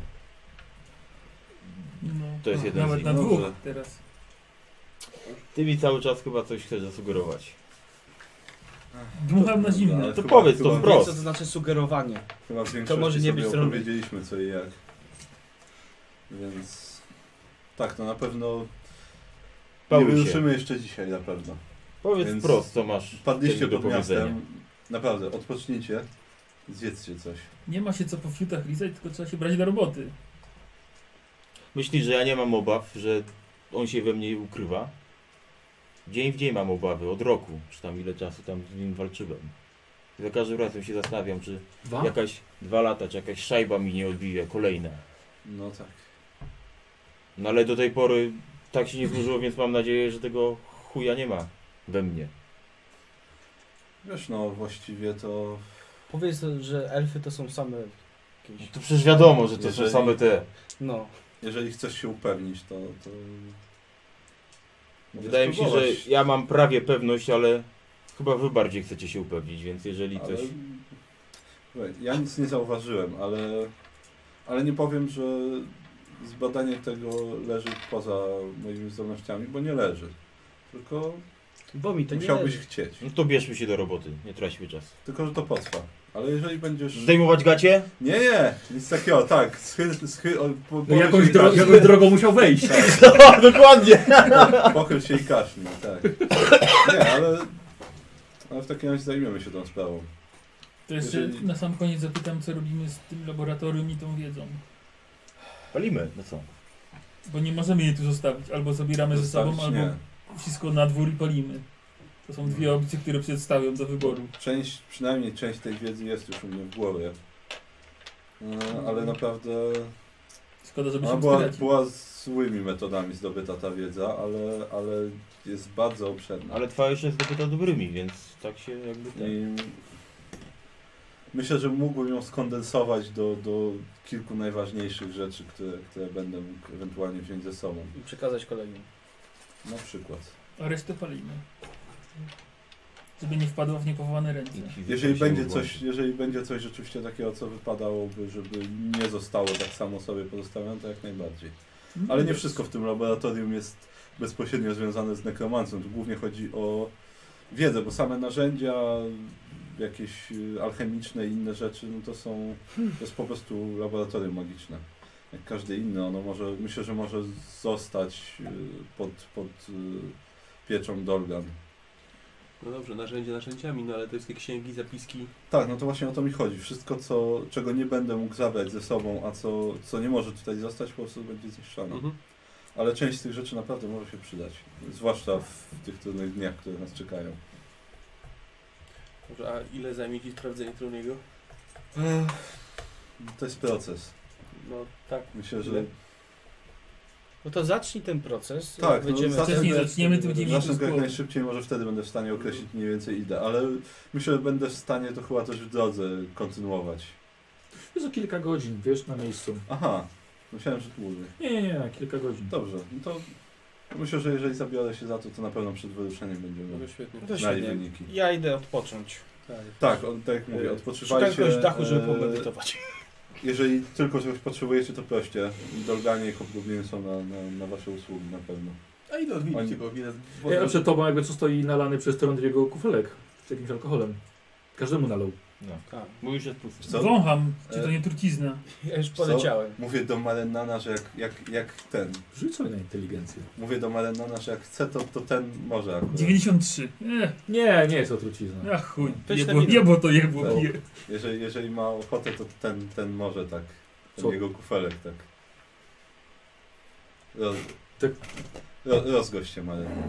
No, To jest jeden z nawet nich. na dwóch Dobrze. teraz. ty mi cały czas chyba coś chcesz zasugerować. Dmucham na zimno. Ale To chyba- powiedz to chyba- Wie, wprost. co to znaczy sugerowanie. Chyba w większości może nie sobie być trudne. opowiedzieliśmy co i jak. Więc tak, to na pewno Nie Paulusie, wyruszymy jeszcze dzisiaj na pewno. powiedz Więc wprost, co masz Padliście do pod powiedzenia. miastem. Naprawdę, odpocznijcie. Zjedzcie coś. Nie ma się co po fiutach lizać, tylko trzeba się brać do roboty. Myślisz, że ja nie mam obaw, że on się we mnie ukrywa? Dzień w dzień mam obawy, od roku, czy tam ile czasu tam z nim walczyłem. I za każdym razem się zastanawiam, czy 2 lata, czy jakaś szajba mi nie odbije, kolejna. No tak. No ale do tej pory tak się nie złożyło, więc mam nadzieję, że tego chuja nie ma we mnie. Wiesz, no właściwie to... Powiedz, że elfy to są same jakieś... To przecież wiadomo, że to Jeżeli- są same te. No. Jeżeli chcesz się upewnić, to... Wydaje mi się, że spróbować. ja mam prawie pewność, ale chyba wy bardziej chcecie się upewnić, więc jeżeli Ale... coś... Słuchaj, ja nic nie zauważyłem, ale nie powiem, że zbadanie tego leży poza moimi zdolnościami, bo nie leży. Tylko Bo mi to nie musiałbyś leży. chcieć. No to bierzmy się do roboty, nie traćmy czasu. Tylko, że to potrwa. Ale jeżeli będziesz... Zdejmować gacie? Nie, nic takiego, tak. No jakąś drogą musiał wejść. Tak, Dokładnie! pochyl się i kaszlij, tak. Nie, ale w takim razie zajmiemy się tą sprawą. To jeszcze Jeżeli- na sam koniec zapytam, co robimy z tym laboratorium i tą wiedzą. Palimy, no co? Bo nie możemy jej tu zostawić. Albo zabieramy ze sobą, Zostawić albo nie. wszystko na dwór i palimy. To są dwie opcje, które przedstawiam do wyboru. Przynajmniej część tej wiedzy jest już u mnie w głowie. Ale naprawdę Szkoda, żeby ona się była, stracił. była złymi metodami zdobyta ta wiedza, ale jest bardzo obszerna. Ale twoja jeszcze jest dopiero dobrymi, więc tak się jakby... I myślę, że mógłbym ją skondensować do kilku najważniejszych rzeczy, które będę mógł ewentualnie wziąć ze sobą. I przekazać kolegom. Na przykład. A resztę palimy. Żeby nie wpadła w niepowołane ręce. Jeżeli będzie coś rzeczywiście takiego, co wypadałoby, żeby nie zostało tak samo sobie pozostawione, to jak najbardziej. Ale nie wszystko w tym laboratorium jest bezpośrednio związane z nekromancją. Tu głównie chodzi o wiedzę, bo same narzędzia, jakieś alchemiczne i inne rzeczy, no to jest po prostu laboratorium magiczne. Jak każde inne, myślę, że może zostać pod pieczą Dolgan. No dobrze, narzędzie narzędziami, no ale to jest jakieś księgi, zapiski. Tak, no to właśnie o to mi chodzi. Wszystko, czego nie będę mógł zabrać ze sobą, a co nie może tutaj zostać, po prostu będzie zniszczone. Mhm. Ale część z tych rzeczy naprawdę może się przydać. Zwłaszcza w tych trudnych dniach, które nas czekają. Dobrze, a ile zajmie Ci sprawdzenie Troniego? To jest proces. No tak. Myślę, że... Ile? No to zacznij ten proces. Tak, jak będziemy... Wcześniej zaczniemy, to będziemy Zacznę mieć go jak głowy. najszybciej, może wtedy będę w stanie określić mniej więcej ideę, ale myślę, że będę w stanie to chyba też w drodze kontynuować. Jest o kilka godzin, wiesz, na miejscu. Aha, myślałem, że dłużej. Nie, kilka godzin. Dobrze, no to myślę, że jeżeli zabiorę się za to na pewno przed wyruszeniem No będziemy świetnie. To znali świetnie. wyniki. Ja idę odpocząć. Tak, tak jak mówię, Szukam odpoczywajcie. jakiegoś dachu, żeby e, pomedytować. Jeżeli tylko czegoś potrzebujecie, to proście. Dolganie i hobgobliny są na wasze usługi na pewno. A ile odwiedzicie Oni- go? Ile A przed tobą jakby co stoi nalany przez Trondriego kufelek z jakimś alkoholem. Każdemu nalał. No. Tak. Mój już jest pusty. Co? Wącham, czy to nie trucizna. Ja już poleciałem. Mówię do Marennana, że jak ten. Rzuć sobie na inteligencję. Mówię do Marennana, że jak chce, to ten może akurat. 93. Nie jest to trucizna. Ach chuj. Weź Jebło, na minę. jebło to jebło. No. pije. Jeżeli ma ochotę, to ten może tak. Ten Co? jego kufelek tak. Tak. Rozgość się Marennan.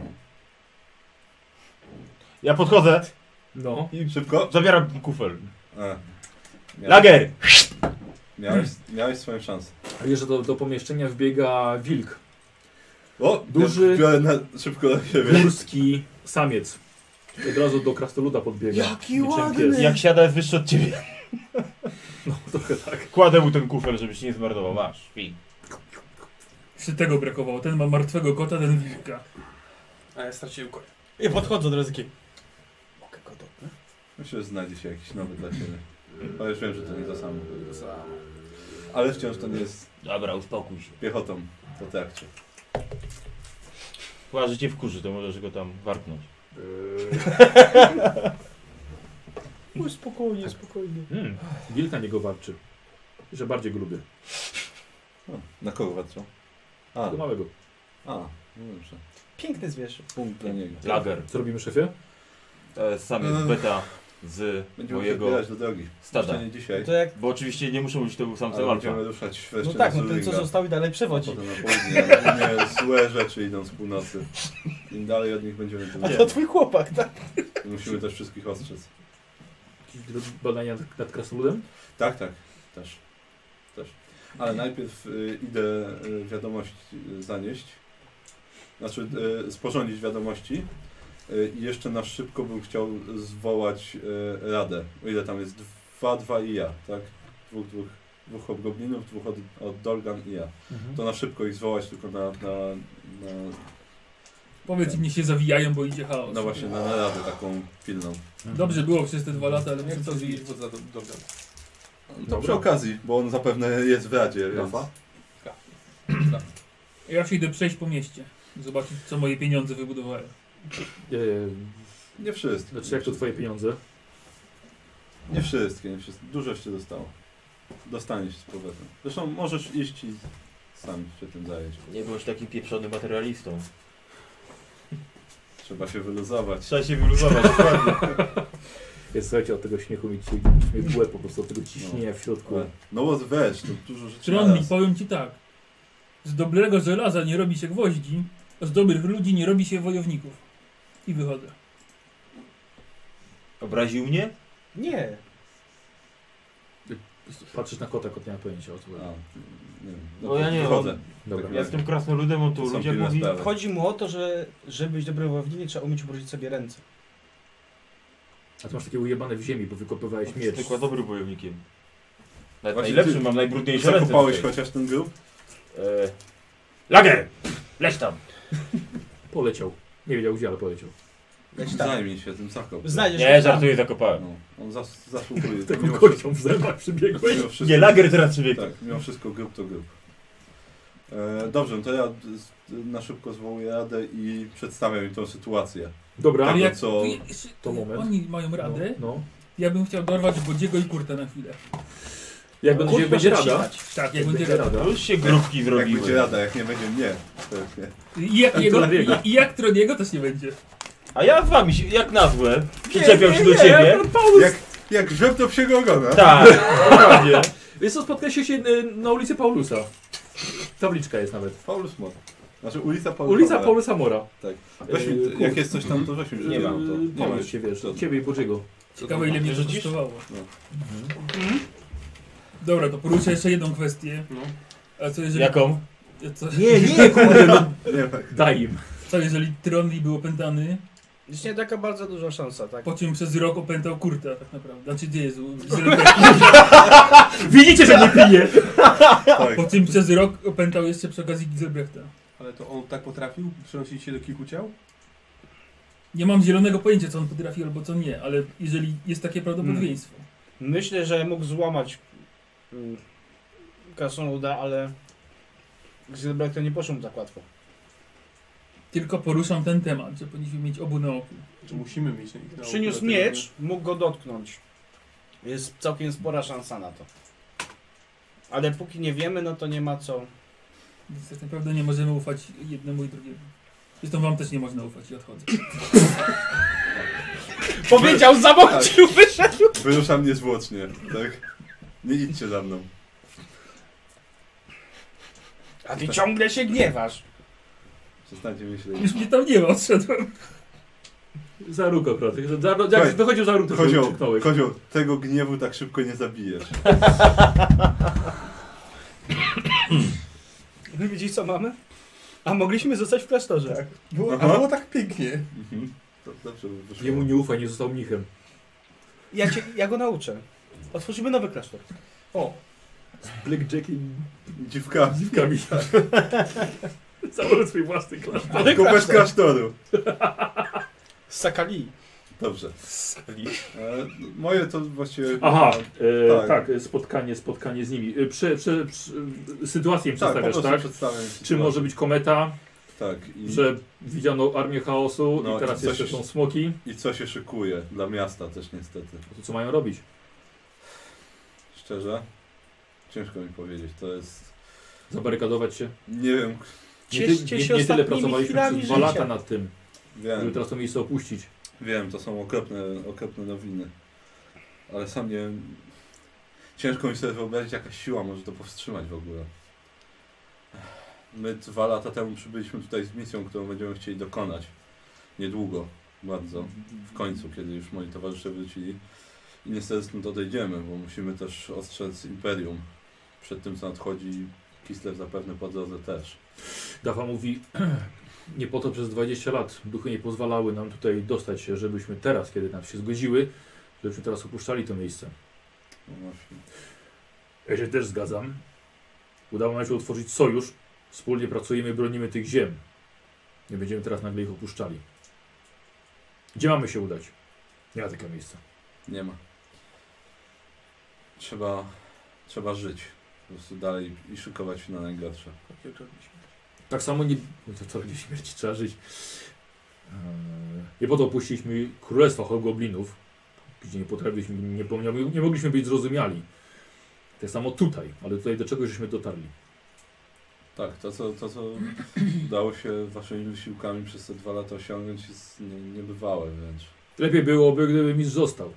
Ja podchodzę No. i Szybko? zabieram kufel. A, miałeś- Lager! Miałeś swoją szansę. A wiesz, że do pomieszczenia wbiega wilk. O! Duży- Biorę szybko na siebie. Górski samiec. Od razu do krasnoluda podbiega. Jaki niczym ładny! pies. Jak siada jest wyższy od ciebie. No, trochę tak. Kładę mu ten kufel, żebyś nie zmarnował. Masz, pij. Jeszcze tego brakowało. Ten ma martwego kota, ten wilka. A ja straciłem konia. Ja podchodzę od razu taki. Mogę go dotknąć? Myślę, że znajdzie się jakiś nowy dla siebie. Ale już wiem, że to nie to samo. Ale wciąż to nie jest Dobra, uspokój się. piechotą po trakcie. Chyba, że cię wkurzy, to możesz go tam warknąć. Oj, spokojnie, spokojnie. Wilk na niego warczy. Że bardziej go lubię. O, na kogo patrzą? A, Tego małego. no dobrze. Piękny zwierz. Punkt dla niego. Lager. Co robimy, szefie? To jest samiec beta z Będziemy mojego wybierać do drogi. stada. Jeszcze nie dzisiaj. To jak... Bo oczywiście nie muszę mówić, że to był samcem Ale alfa. będziemy ruszać wreszcie No tak, na no ten co Zuringa. został i dalej przewodzi. A potem na południe. Ale nie, złe rzeczy idą z północy. Im dalej od nich będziemy, tym A lepiej. to twój chłopak, tak? Musimy też wszystkich ostrzec. Jakieś badania nad krasnoludem? Tak, też. Ale najpierw idę wiadomość zanieść. Znaczy sporządzić wiadomości. I jeszcze na szybko bym chciał zwołać radę. O ile tam jest 2 i ja, tak? Dwóch hobgoblinów, 2 od Dolgan i ja. To na szybko ich zwołać tylko na Powiedz im, niech się zawijają, bo idzie chaos. no właśnie na naradę taką pilną. Dobrze było przez te 2 lata, ale Jak muszę to to zwiedzić wiedzieć. wodza Dolgan? To przy okazji, bo on zapewne jest w radzie, więc... Rafa? Ja się idę przejść po mieście. Zobaczyć, co moje pieniądze wybudowały. Nie wszystkie. Znaczy, jak to twoje pieniądze? Nie wszystkie. Dużo jeszcze dostało. Dostaniesz z powrotem. Zresztą możesz iść i sam się tym zająć. Nie byłeś taki pieprzony materialistą. Trzeba się wyluzować. Trzeba się wyluzować, dokładnie. Jest, słuchajcie, od tego śmiechu mi w łeb, po prostu od tego ciśnienia w środku. No what veg, to dużo rzeczy Tronli, naraz. powiem ci tak. Z dobrego żelaza nie robi się gwoździ, a z dobrych ludzi nie robi się wojowników. I wychodzę. Obraził mnie? Nie. Patrzysz na kota, kot nie ma pojęcia o co chodzi. Nie wiem. No ja nie, Wychodzę. Dobra. Ja jestem krasnoludem, on tu To są ludzie pilne mówi... sprawy. Chodzi mu o to, że żeby być dobrym wojownikiem, trzeba umieć ubrudzić sobie ręce. A ty masz takie ujebane w ziemi, bo wykopywałeś miecz. Tylko dobrym wojownikiem. Nawet Właśnie najlepszym, ty- mam najbrudniejsze ręce. Zakopałeś tutaj. chociaż ten grób? Lager! Leć tam! Poleciał. Nie wiedział gdzie, ale poleciał. Zajmij się tym zakop. Znajdziesz Nie, go tam. żartuję, zakopałem. No, on zasługuje. Taką Mimo kością w zębach przybiegłeś. mimo wszystko- Nie, lager teraz przybiegł. Tak, mimo wszystko grób to grób. Dobrze, no to ja na szybko zwołuję radę i przedstawiam im tą sytuację. Dobra, Tak, Ale jak co- to moment. oni mają radę, No. ja bym chciał dorwać Bodziego i Kurta na chwilę. Jak Kurt będzie może rada, cisnąć. Tak, jak jak będzie będzie rada. rada. Już się grupki Jak zrobiły. będzie rada, jak nie będzie mnie. Pewnie. I jak Troniego też nie będzie. A ja z wami, jak na złe, przyczepiam się do ciebie. Jak żeb do psiego ogona. Tak, dokładnie. Wiesz co, spotkaliście się na ulicy Paulusa. Tabliczka jest nawet. Paulus Mor. Znaczy ulica Paulusa. Ulica Paulusa Mora. Tak. Weź mi, Kurt. jak jest coś tam, to weź mi, że Nie nie mam mam to. Nie Paulus masz się, wiesz, to. ciebie i Bodziego. Ciekawe ile mnie to Rzucisz? kosztowało. No. Dobra, to poruszę jeszcze jedną kwestię. No. A co jeżeli... Jaką? Co, Nie, kurde, no. Nie, tak. Daj im. co jeżeli Tronli był opętany, Jest nie taka bardzo duża szansa, tak? po czym przez rok opętał Kurta tak naprawdę. Znaczy gdzie jest? Widzicie, że nie pije! Tak. Po czym przez rok opętał jeszcze przy okazji Giselbrechta. Ale to on tak potrafił przenosić się do kilku ciał? Nie mam zielonego pojęcia, co on potrafi albo co nie, ale jeżeli jest takie prawdopodobieństwo. Myślę, że mógł złamać Krasnoluda, ale Gilbert to nie poszło mu tak łatwo. Tylko poruszam ten temat, że powinniśmy mieć obu na oku. Czy musimy mieć na nich na Przyniósł oku, miecz, mógł go dotknąć. Jest całkiem spora szansa na to. Ale póki nie wiemy, no to nie ma co. Więc tak naprawdę nie możemy ufać jednemu i drugiemu. Zresztą wam też nie można ufać i odchodzę. Powiedział, zamącił, wyszedł! Wyruszam niezwłocznie, tak? Nie idźcie za mną. A ty ciągle się gniewasz. Przestańcie myśleć. Już mnie tam nie ma, odszedłem. Za róg akurat. Słuchaj, Jak wychodził za róg, to Kozioł, krzyknąłeś. Kozioł, tego gniewu tak szybko nie zabijesz. Wy widzicie co mamy? A mogliśmy zostać w klasztorze. Tak. Było, Aha. a było tak pięknie. Mhm. To zawsze wyszło. Jemu nie ufaj, nie został mnichem. Ja go nauczę. Otworzymy nowy klasztor. O, Blackjack i Dziwka. dziwkami. Założę swój własny klasztor. Tylko bez klasztoru. Z Sakali. Dobrze. Moje to właściwie... Aha, Tak. tak, spotkanie z nimi. Sytuację im Tak, po przedstawiasz, prostu tak? przedstawiam. Czy może być kometa, Tak. I, że widziano armię chaosu No, i teraz i coś jeszcze się- są smoki. I co się szykuje dla miasta też niestety. To co mają robić? Szczerze? Ciężko mi powiedzieć. To jest... Zabarykadować się? Nie wiem. Cieszcie się nie tyle ostatnimi pracowaliśmy chwilami przez 2 lata życia. nad tym, żeby Wiem, teraz to miejsce opuścić. wiem, to są okropne nowiny. Ale sam nie wiem. Ciężko mi sobie wyobrazić, jaka siła może to powstrzymać w ogóle. My 2 lata temu przybyliśmy tutaj z misją, którą będziemy chcieli dokonać. Niedługo, bardzo. W końcu, kiedy już moi towarzysze wrócili. I niestety stąd odejdziemy, bo musimy też ostrzec Imperium przed tym, co nadchodzi. Kislev zapewne po drodze też. Dawa mówi, nie po to przez 20 lat duchy nie pozwalały nam tutaj dostać się, żebyśmy teraz, kiedy nam się zgodziły, żebyśmy teraz opuszczali to miejsce. No właśnie. Ja się też zgadzam. Udało nam się utworzyć sojusz. Wspólnie pracujemy i bronimy tych ziem. Nie będziemy teraz nagle ich opuszczali. Gdzie mamy się udać? Nie ma takiego miejsca. Nie ma. Trzeba żyć. Po prostu dalej i szykować się na najgorsze. Tak samo nie... To gdzie śmierci trzeba żyć. Nie po to opuściliśmy Królestwa Hobgoblinów, gdzie nie potrafiliśmy, nie mogliśmy być zrozumiali. Tak samo tutaj, ale tutaj do czego żeśmy dotarli. Tak, to co udało się waszymi wysiłkami przez te 2 lata osiągnąć jest niebywałe wręcz. Lepiej byłoby, gdyby mistrz został.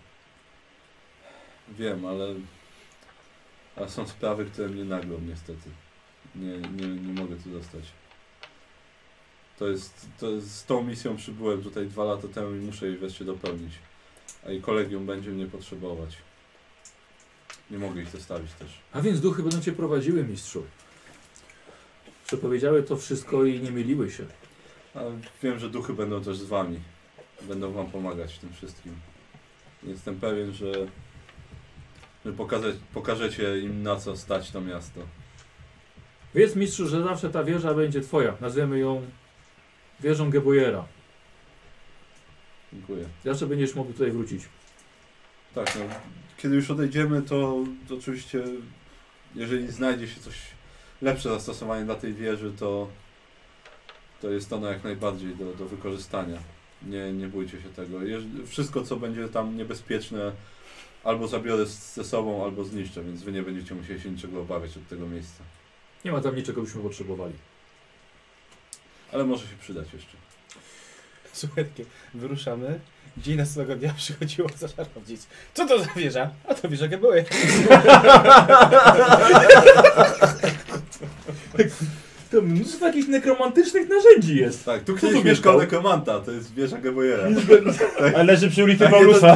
Wiem, ale są sprawy, które mnie naglą niestety. Nie mogę tu zostać. Z tą misją przybyłem tutaj 2 lata temu i muszę jej wreszcie dopełnić. A i kolegium będzie mnie potrzebować. Nie mogę ich zostawić też. A więc duchy będą cię prowadziły, mistrzu. Przepowiedziały to wszystko i nie myliły się. Ale wiem, że duchy będą też z wami. Będą wam pomagać w tym wszystkim. Jestem pewien, że pokażecie im, na co stać to miasto. Wiedz, mistrzu, że zawsze ta wieża będzie twoja. Nazwiemy ją wieżą Gebojera. Dziękuję. Zawsze będziesz mógł tutaj wrócić. Tak, no, kiedy już odejdziemy, to oczywiście, jeżeli znajdzie się coś lepsze zastosowanie dla tej wieży, to jest ona jak najbardziej do wykorzystania. Nie bójcie się tego. Wszystko, co będzie tam niebezpieczne, albo zabiorę ze sobą, albo zniszczę, więc wy nie będziecie musieli się niczego obawiać od tego miejsca. Nie ma tam niczego, byśmy potrzebowali. Ale może się przydać jeszcze. Słuchajcie, wyruszamy. Dzień następnego dnia przychodziło za czarownic. Co to za wieża? A to wieża Gebojera. To mnóstwo jakichś nekromantycznych narzędzi jest. Tak, tu Kto kiedyś tu mieszkał mieszkał? nekromanta, to jest wieża Gebojera. Ale leży przy ulicy Tak, Paulusa.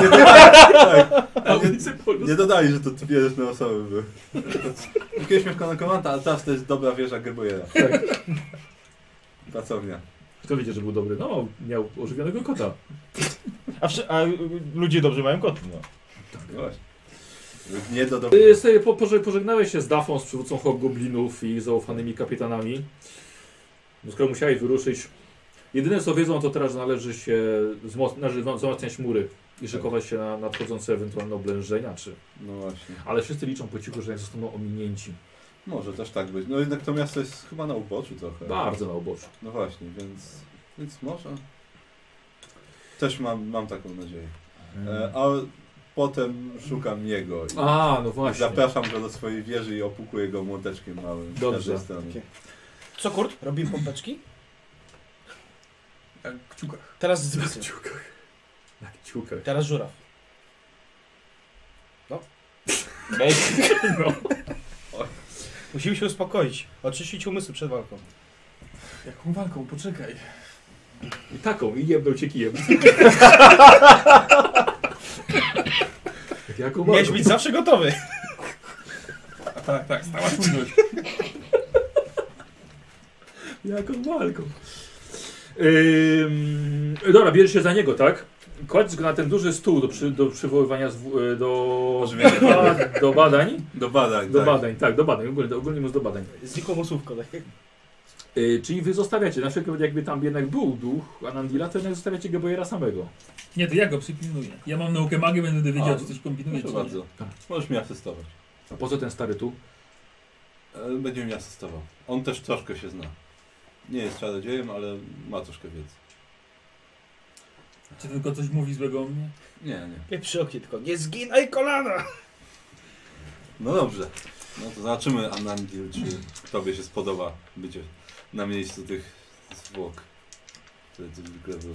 Nie dodali, że to dwie różne osoby były. Kiedyś mieszkał nekromanta, a teraz to jest dobra wieża Gebojera. Tak. Pracownia. Kto wiedzie, że był dobry? No, miał ożywionego kota. A ludzie dobrze mają koty, no. No właśnie. Nie do Ty sobie pożegnałeś się z Dafą, z przywódcą hobgoblinów i zaufanymi kapitanami. No, skoro musiałeś wyruszyć. Jedyne co wiedzą, to teraz należy się wzmacniać mury i szykować się na nadchodzące ewentualne oblężenia, czy... No właśnie. Ale wszyscy liczą po cichu, że jak zostaną ominięci. Może też tak być. No jednak to miasto jest chyba na uboczu trochę. Bardzo na uboczu. No właśnie, więc może. Też mam taką nadzieję. A potem szukam jego. I No właśnie. zapraszam go do swojej wieży i opukuję go młoteczkiem małym. Dobrze. Z każdej strony. Okay. Co Kurt? Robimy pompeczki? Jak w kciukach. Teraz z Na wisy. kciukach. Na kciukach. Teraz żuraw. No. Musimy się uspokoić. Oczyścić umysły przed walką. Jaką walką? Poczekaj. I taką, i jebnął cię kijem. Jaką Miałeś walką? być zawsze gotowy. Tak, stała czujność. Jaką walką? Dobra, bierzesz się za niego, tak? Kładź go na ten duży stół do przywoływania do badań. Do badań, Do tak. badań, tak, do badań. Ogólnie móc do badań. Znikło słówko, tak? Czyli wy zostawiacie, na przykład jakby tam jednak był duch Anandila, to jednak zostawiacie Gebojera samego. Nie, to ja go przypilnuję. Ja mam naukę magii, będę wiedział, A, czy coś kombinuje, Proszę czy nie. bardzo. Tak. Możesz mi asystować. A po co ten stary tu? Będzie mi asystował. On też troszkę się zna. Nie jest czarodziejem, ale ma troszkę wiedzy. Czy tylko coś mówi złego o mnie? Nie. Nie przy oknie, tylko nie zginaj kolana! No dobrze. No to zobaczymy, Anandil, czy tobie się spodoba bycie na miejscu tych zwłok, które tu zwykle były.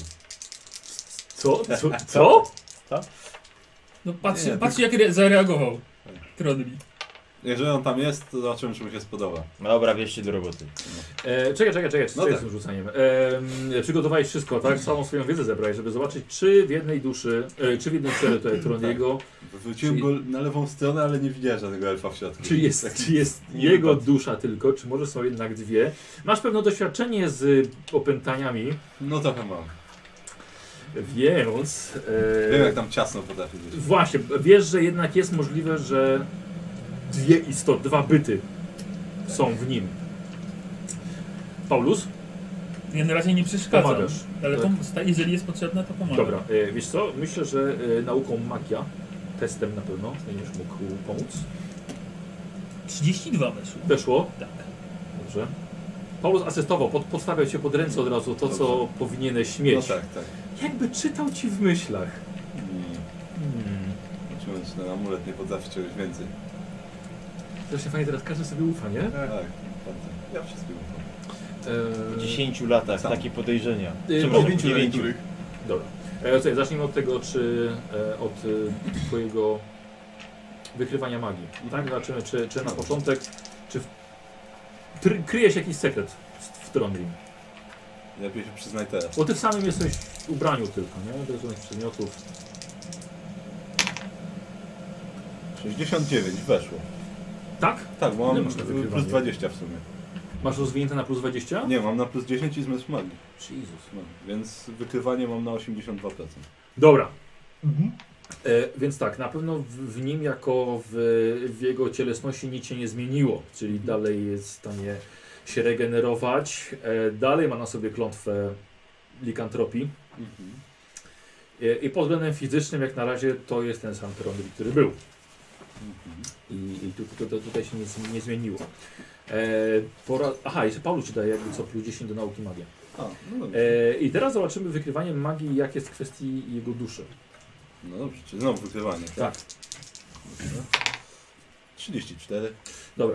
Co? No patrz, Nie, patrz jak zareagował Trodri. Jeżeli on tam jest, to zobaczymy, czy mu się spodoba. No dobra, bierzcie do roboty. Czekaj, No co tak. jest z tym rzucaniem? Przygotowałeś wszystko, tak? Całą swoją wiedzę zebrałeś, żeby zobaczyć, czy w jednej duszy, czy w jednym ciele tutaj Troniego, Wróciłem Czyli- go na lewą stronę, ale nie widziałem żadnego elfa w środku. czy jest nie jego wypadł. dusza tylko, czy może są jednak dwie. Masz pewne doświadczenie z opętaniami, No trochę mam. więc... Wiem, jak tam ciasno potrafi być. Właśnie, wiesz, że jednak jest możliwe, że dwa byty są w nim. Paulus? Ja na razie nie przeszkadzam. Pomagasz. Ale Tak. jeżeli jest potrzebna, to pomagam. Dobra, wiesz co? Myślę, że nauką magia, testem na pewno będziesz mógł pomóc. 32 weszło. Weszło? Tak. Dobrze. Paulus asystował, podstawiał cię pod ręce od razu to, co Dobrze. powinieneś No mieć. tak. Jakby czytał ci w myślach. Zobaczymy, czy ten amulet nie potrafi czegoś więcej. Zresztą fajnie, teraz każdy sobie ufa, nie? Tak, bardzo. Ja wszystkim ufam. W 10 latach Sam. takie podejrzenia. Yy, Przepraszam, dziewięciu 9. Dobra. Słuchaj, zacznijmy od tego, czy od twojego wykrywania magii. Tak? Zobaczymy, czy na początek, czy kryje się jakiś sekret w Trondheim. Lepiej się przyznaj teraz. Bo ty w samym jesteś w ubraniu tylko, nie? Bez żadnych przedmiotów. 69, weszło. Tak? Tak, bo Ile mam masz na wykrywanie? plus 20 w sumie. Masz rozwinięte na plus 20? Nie, mam na plus 10 i zmysł magii. Jezus. No, więc wykrywanie mam na 82%. Dobra. Więc tak, na pewno w nim jako w jego cielesności nic się nie zmieniło, czyli dalej jest w stanie się regenerować. Dalej ma na sobie klątwę likantropii. I pod względem fizycznym jak na razie to jest ten sam Trondri, który był. I tutaj się nie zmieniło. Aha, jeszcze Paulus ci daje jakby co plus 10 do nauki magii. A, no dobrze. I teraz zobaczymy wykrywanie magii, jak jest w kwestii jego duszy. No dobrze, czyli znowu wykrywanie. Tak. Dobrze. 34. Dobra.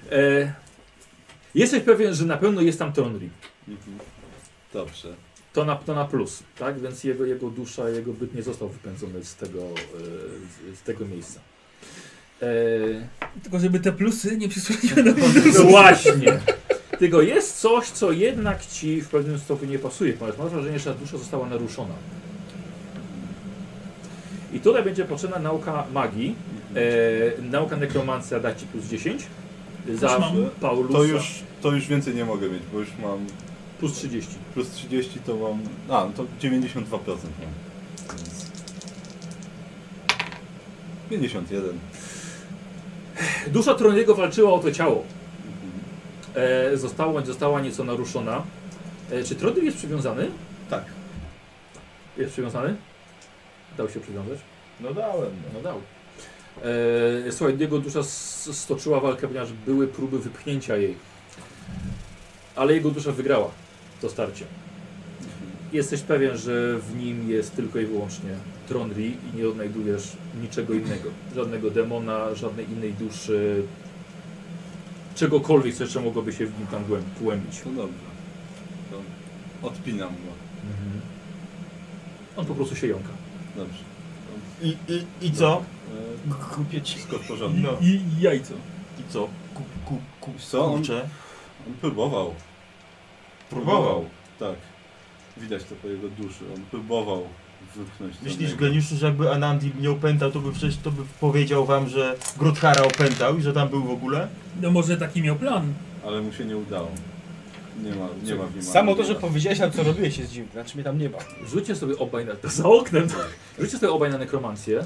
Jesteś pewien, że na pewno jest tam Trondri. Dobrze. To na plus, tak? Więc jego dusza, jego byt nie został wypędzony z tego miejsca. Tylko żeby te plusy nie przysłoniły na No właśnie. Tylko jest coś, co jednak ci w pewnym stopniu nie pasuje, ponieważ masz wrażenie, że ta dusza została naruszona. I tutaj będzie potrzebna nauka magii. Nauka nekromancja da ci plus 10. Za mam. Paulusa To już więcej nie mogę mieć, bo już mam plus 30. plus 30 to mam... A, no to 92% mam. Więc... 51. Dusza Troniego walczyła o to ciało. Została nieco naruszona. Czy Trondri jest przywiązany? Tak. Jest przywiązany? Dał się przywiązać? No dałem. No dał. Słuchaj, jego dusza stoczyła walkę, ponieważ były próby wypchnięcia jej. Ale jego dusza wygrała to starcie. Jesteś pewien, że w nim jest tylko i wyłącznie Trondri i nie odnajdujesz niczego innego. Żadnego demona, żadnej innej duszy, czegokolwiek, co jeszcze mogłoby się w nim tam głębić. No dobrze. To odpinam go. On po prostu się jąka. Dobrze. I co? Kupię ci. Wszystko w porządku. No. I jajco. I co? Wiesz co? On Kurczę. próbował. Próbował? Tak. Widać to po jego duszy. On próbował wypchnąć Myślisz, Trondriego. geniuszu, że jakby Anandil mnie opętał, to by przecież powiedział wam, że Grothara opętał i że tam był w ogóle? No może taki miał plan. Ale mu się nie udało. Nie ma w nim Samo to, że Anandila. powiedziałeś, ale co robiłeś jest dziwne. Znaczy mnie tam nie ma. Rzućcie sobie obaj na... Za oknem! Rzućcie sobie obaj na nekromancję.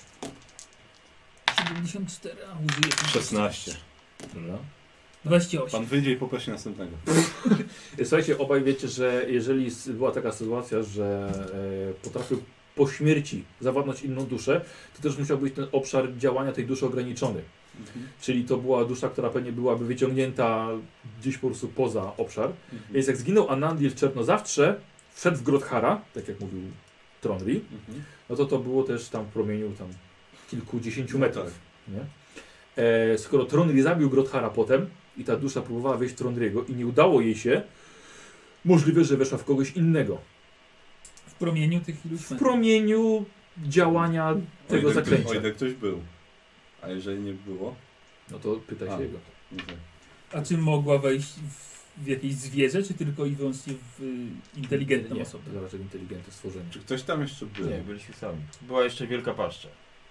74, a użyję 16. Dobra. 28. Pan wyjdzie i poprosi następnego. Słuchajcie, obaj wiecie, że jeżeli była taka sytuacja, że potrafił po śmierci zawładnąć inną duszę, to też musiał być ten obszar działania tej duszy ograniczony. Czyli to była dusza, która pewnie byłaby wyciągnięta gdzieś po prostu poza obszar. Więc jak zginął Anandil w Czernozawtrze, wszedł w Grothara, tak jak mówił Trondri, no to było też tam w promieniu tam kilkudziesięciu metrów. tak. Nie? Skoro Trondri zabił Grothara potem i ta dusza próbowała wejść w Trondriego i nie udało jej się, możliwe, że weszła w kogoś innego. W promieniu tych iluś W metrów. promieniu działania tego zaklęcia. O ile ktoś był. A jeżeli nie było, No to pytaj się A. jego. no tak. A czy mogła wejść w jakieś zwierzę, czy tylko i wyłącznie w inteligentną Nie, osobę? to raczej inteligentne stworzenie. Czy ktoś tam jeszcze był? Nie, byliśmy sami. Była jeszcze wielka paszcza.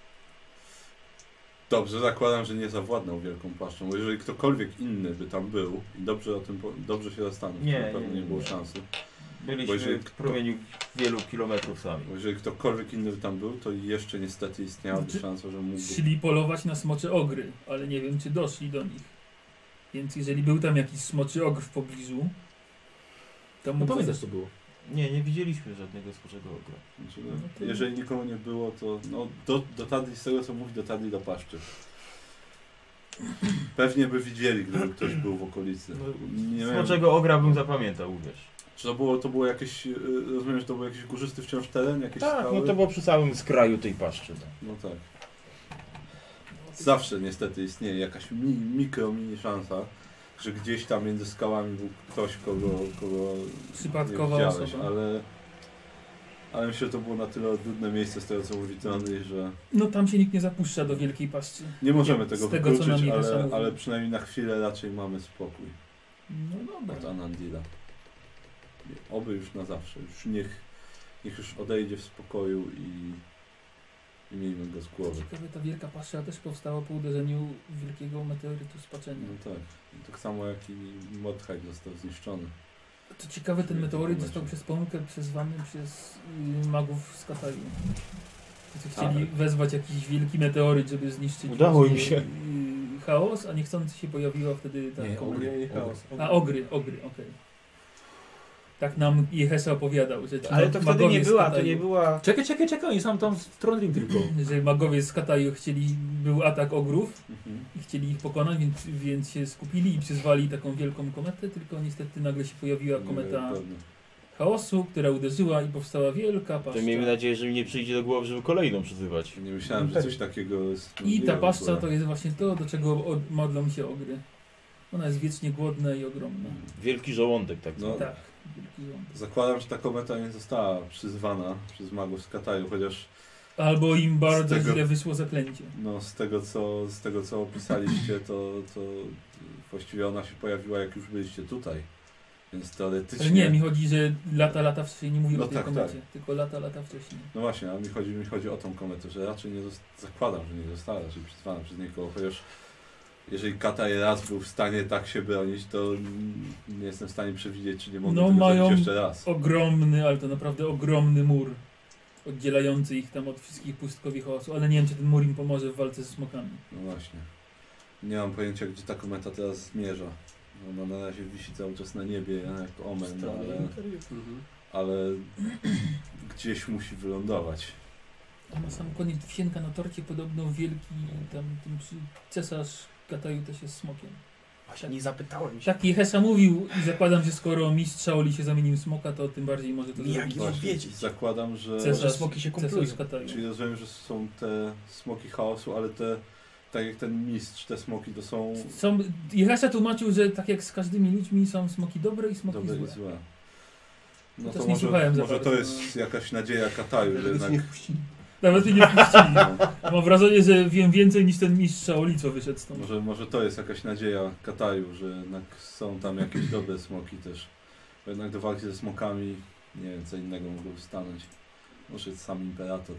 Dobrze, zakładam, że nie zawładnął wielką paszczą, bo jeżeli ktokolwiek inny by tam był i dobrze o tym dobrze się zastanów, Nie, to na pewno nie, nie było nie. szansy. Byliśmy Bo jeżeli w promieniu wielu kilometrów sami. Bo jeżeli ktokolwiek inny by tam był, to jeszcze niestety istniałaby Czy- szansa, że mógłby. Szli polować na smocze ogry, ale nie wiem, czy doszli do nich. Więc jeżeli był tam jakiś smoczy ogr w pobliżu, to No mógł... pamiętasz co było. Nie widzieliśmy żadnego smoczego ogra. Znaczy, No to- jeżeli nikogo nie było, to no, dotarli z tego co mówi, dotarli do paszczy. Pewnie by widzieli, gdyby ktoś był w okolicy. Nie wiem, Smoczego ogra bym zapamiętał, uwierz. czy to było jakieś, rozumiem, że to był jakiś górzysty wciąż teren, jakieś Tak, skały? no to było przy samym skraju tej paszczy. No. No tak. Zawsze niestety istnieje jakaś mini szansa, że gdzieś tam między skałami był ktoś, kogo Przypadkowa nie widziałeś, osoba. ale myślę, że to było na tyle odludne miejsce z tego co mówi Trondri, że No tam się nikt nie zapuszcza do wielkiej paszczy. nie możemy tego Z tego, co wykluczyć, nam Jehesa mówił. ale przynajmniej na chwilę raczej mamy spokój No od dobra. Anandila. Oby już na zawsze. Już niech już odejdzie w spokoju i miejmy go z głowy. Ciekawe, ta wielka pasza też powstała po uderzeniu wielkiego meteorytu z paczenia. No tak. Tak samo jak i Mordheim został zniszczony. To ciekawe, ten meteoryt został przez pomyłkę przezwany przez magów z Kataju. Którzy chcieli wezwać jakiś wielki meteoryt, żeby zniszczyć Udało im właśnie, się. chaos, a niechcący się pojawiła wtedy ta Nie, kometa. Nie chaos. A ogry, okej. Tak nam Jehesa opowiadał, że ci Ale to wtedy magowie nie z była, to Kataju- nie była... Czekaj, oni są tam z Trondrim tylko. że magowie z Kataju był atak ogrów Mhm. i chcieli ich pokonać, więc się skupili i przyzwali taką wielką kometę, tylko niestety nagle się pojawiła kometa Niewiarygodne. chaosu, która uderzyła i powstała wielka To paszcza. miejmy nadzieję, że mi nie przyjdzie do głowy, żeby kolejną przyzywać. Nie myślałem, że coś takiego jest. I ta możliwe w paszcza ogóle. to jest właśnie to, do czego modlą się ogry. Ona jest wiecznie głodna i ogromna. Wielki żołądek tak No. zwany. Tak, wielki ząb. Zakładam, że ta kometa nie została przyzwana przez magów z Kataju, chociaż Albo im bardzo tego- źle wyszło zaklęcie. no, z tego co opisaliście, to właściwie ona się pojawiła jak już byliście tutaj. Więc teoretycznie. Ale nie, mi chodzi, że lata wcześniej, nie mówię No o tej tak, komecie, tak. tylko lata wcześniej. No właśnie, a mi chodzi o tą kometę, że raczej nie zakładam, że nie została raczej przyzwana przez nikogo, chociaż jeżeli Kataj raz był w stanie tak się bronić, to nie jestem w stanie przewidzieć, czy nie mogę No, tego mają zrobić jeszcze raz. Ogromny, ale to naprawdę ogromny mur oddzielający ich tam od wszystkich pustkowi chaosu, ale nie wiem, czy ten mur im pomoże w walce ze smokami. No właśnie. Nie mam pojęcia, gdzie ta kometa teraz zmierza. Ona na razie wisi cały czas na niebie jak omen, ale gdzieś musi wylądować. A na sam koniec wsienka na torcie podobno wielki tam cesarz Kataju też jest smokiem. Właśnie nie zapytałem się. Tak Jehesa mówił i zakładam, że skoro mistrz Shaoli się zamienił w smoka, to tym bardziej może to Jak zrobić. nie wiedzieć. Zakładam, że... Że smoki się cesarz kumplują. Kataju. Czyli rozumiem, że są te smoki chaosu, ale te, tak jak ten mistrz, te smoki to są Jehesa tłumaczył, że tak jak z każdymi ludźmi są smoki dobre i smoki dobre i złe. złe. No Chociaż to nie słuchałem za może to bardzo, jest jakaś nadzieja Kataju, że Żeby jednak... się nie wpuścili. Nawet mnie nie wpuścili. No, Mam wrażenie, że wiem więcej niż ten mistrz Shaoli, co wyszedł stąd. może to jest jakaś nadzieja Kataju, że jednak są tam jakieś dobre smoki też. Bo jednak do walki ze smokami nie wiem co innego mogło stanąć. Może sam imperator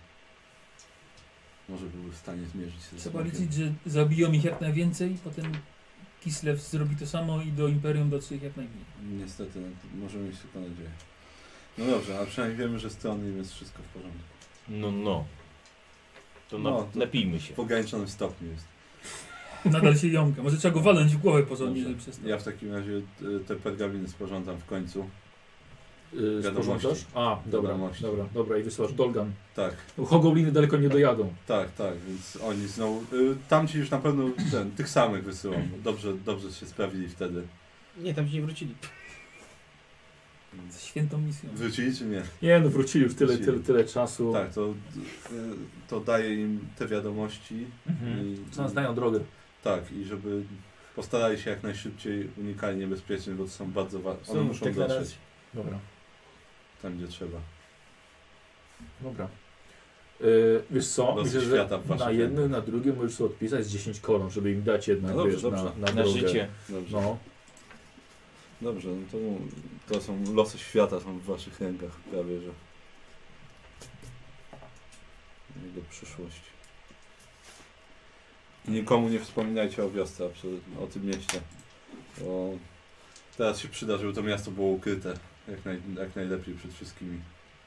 może byłby w stanie zmierzyć się ze Trzeba smokiem. liczyć, że zabiją ich jak najwięcej, potem Kislev zrobi to samo i do Imperium dotrze ich jak najmniej. Niestety, no, możemy mieć tylko nadzieję. No dobrze, ale przynajmniej wiemy, że stronnym jest wszystko w porządku. No. To, No, to- napijmy się. W ograniczonym stopniu jest. Nadal się jąka. Może trzeba go walnąć w głowę porządnie, Dobrze. żeby przestał. Ja w takim razie te pergaminy sporządzam w końcu. Sporządzasz? Wiadomości. A, dobra, Wiadomości. dobra i wysyłasz Dolgan. Tak, Hogobliny daleko nie dojadą. tak, więc oni znowu... tamci już na pewno tych samych wysyłam. Dobrze się sprawili wtedy. Nie, tam się nie wrócili. Z świętą misją. Wrócili czy nie? Nie no, wrócili już Wrócili. tyle czasu. Tak, to daje im te wiadomości. I, Znają drogę. tak, i żeby postarali się jak najszybciej unikali niebezpieczeństw, bo to są bardzo ważne. One Są muszą deklaracje. dotrzeć Dobra. tam, gdzie trzeba. Dobra. Wiesz co? Losy Myślę, świata w że waszych na jedno i rękach. na drugie możesz sobie odpisać z 10 koron, żeby im dać jednak, No dobrze, wiesz, dobrze. na Na drogę. życie. Dobrze. No. Dobrze, no to są losy świata są w waszych rękach prawie, że jego przyszłość. I nikomu nie wspominajcie o wiosce, o tym mieście, bo teraz się przyda, żeby to miasto było ukryte jak najlepiej przed wszystkimi.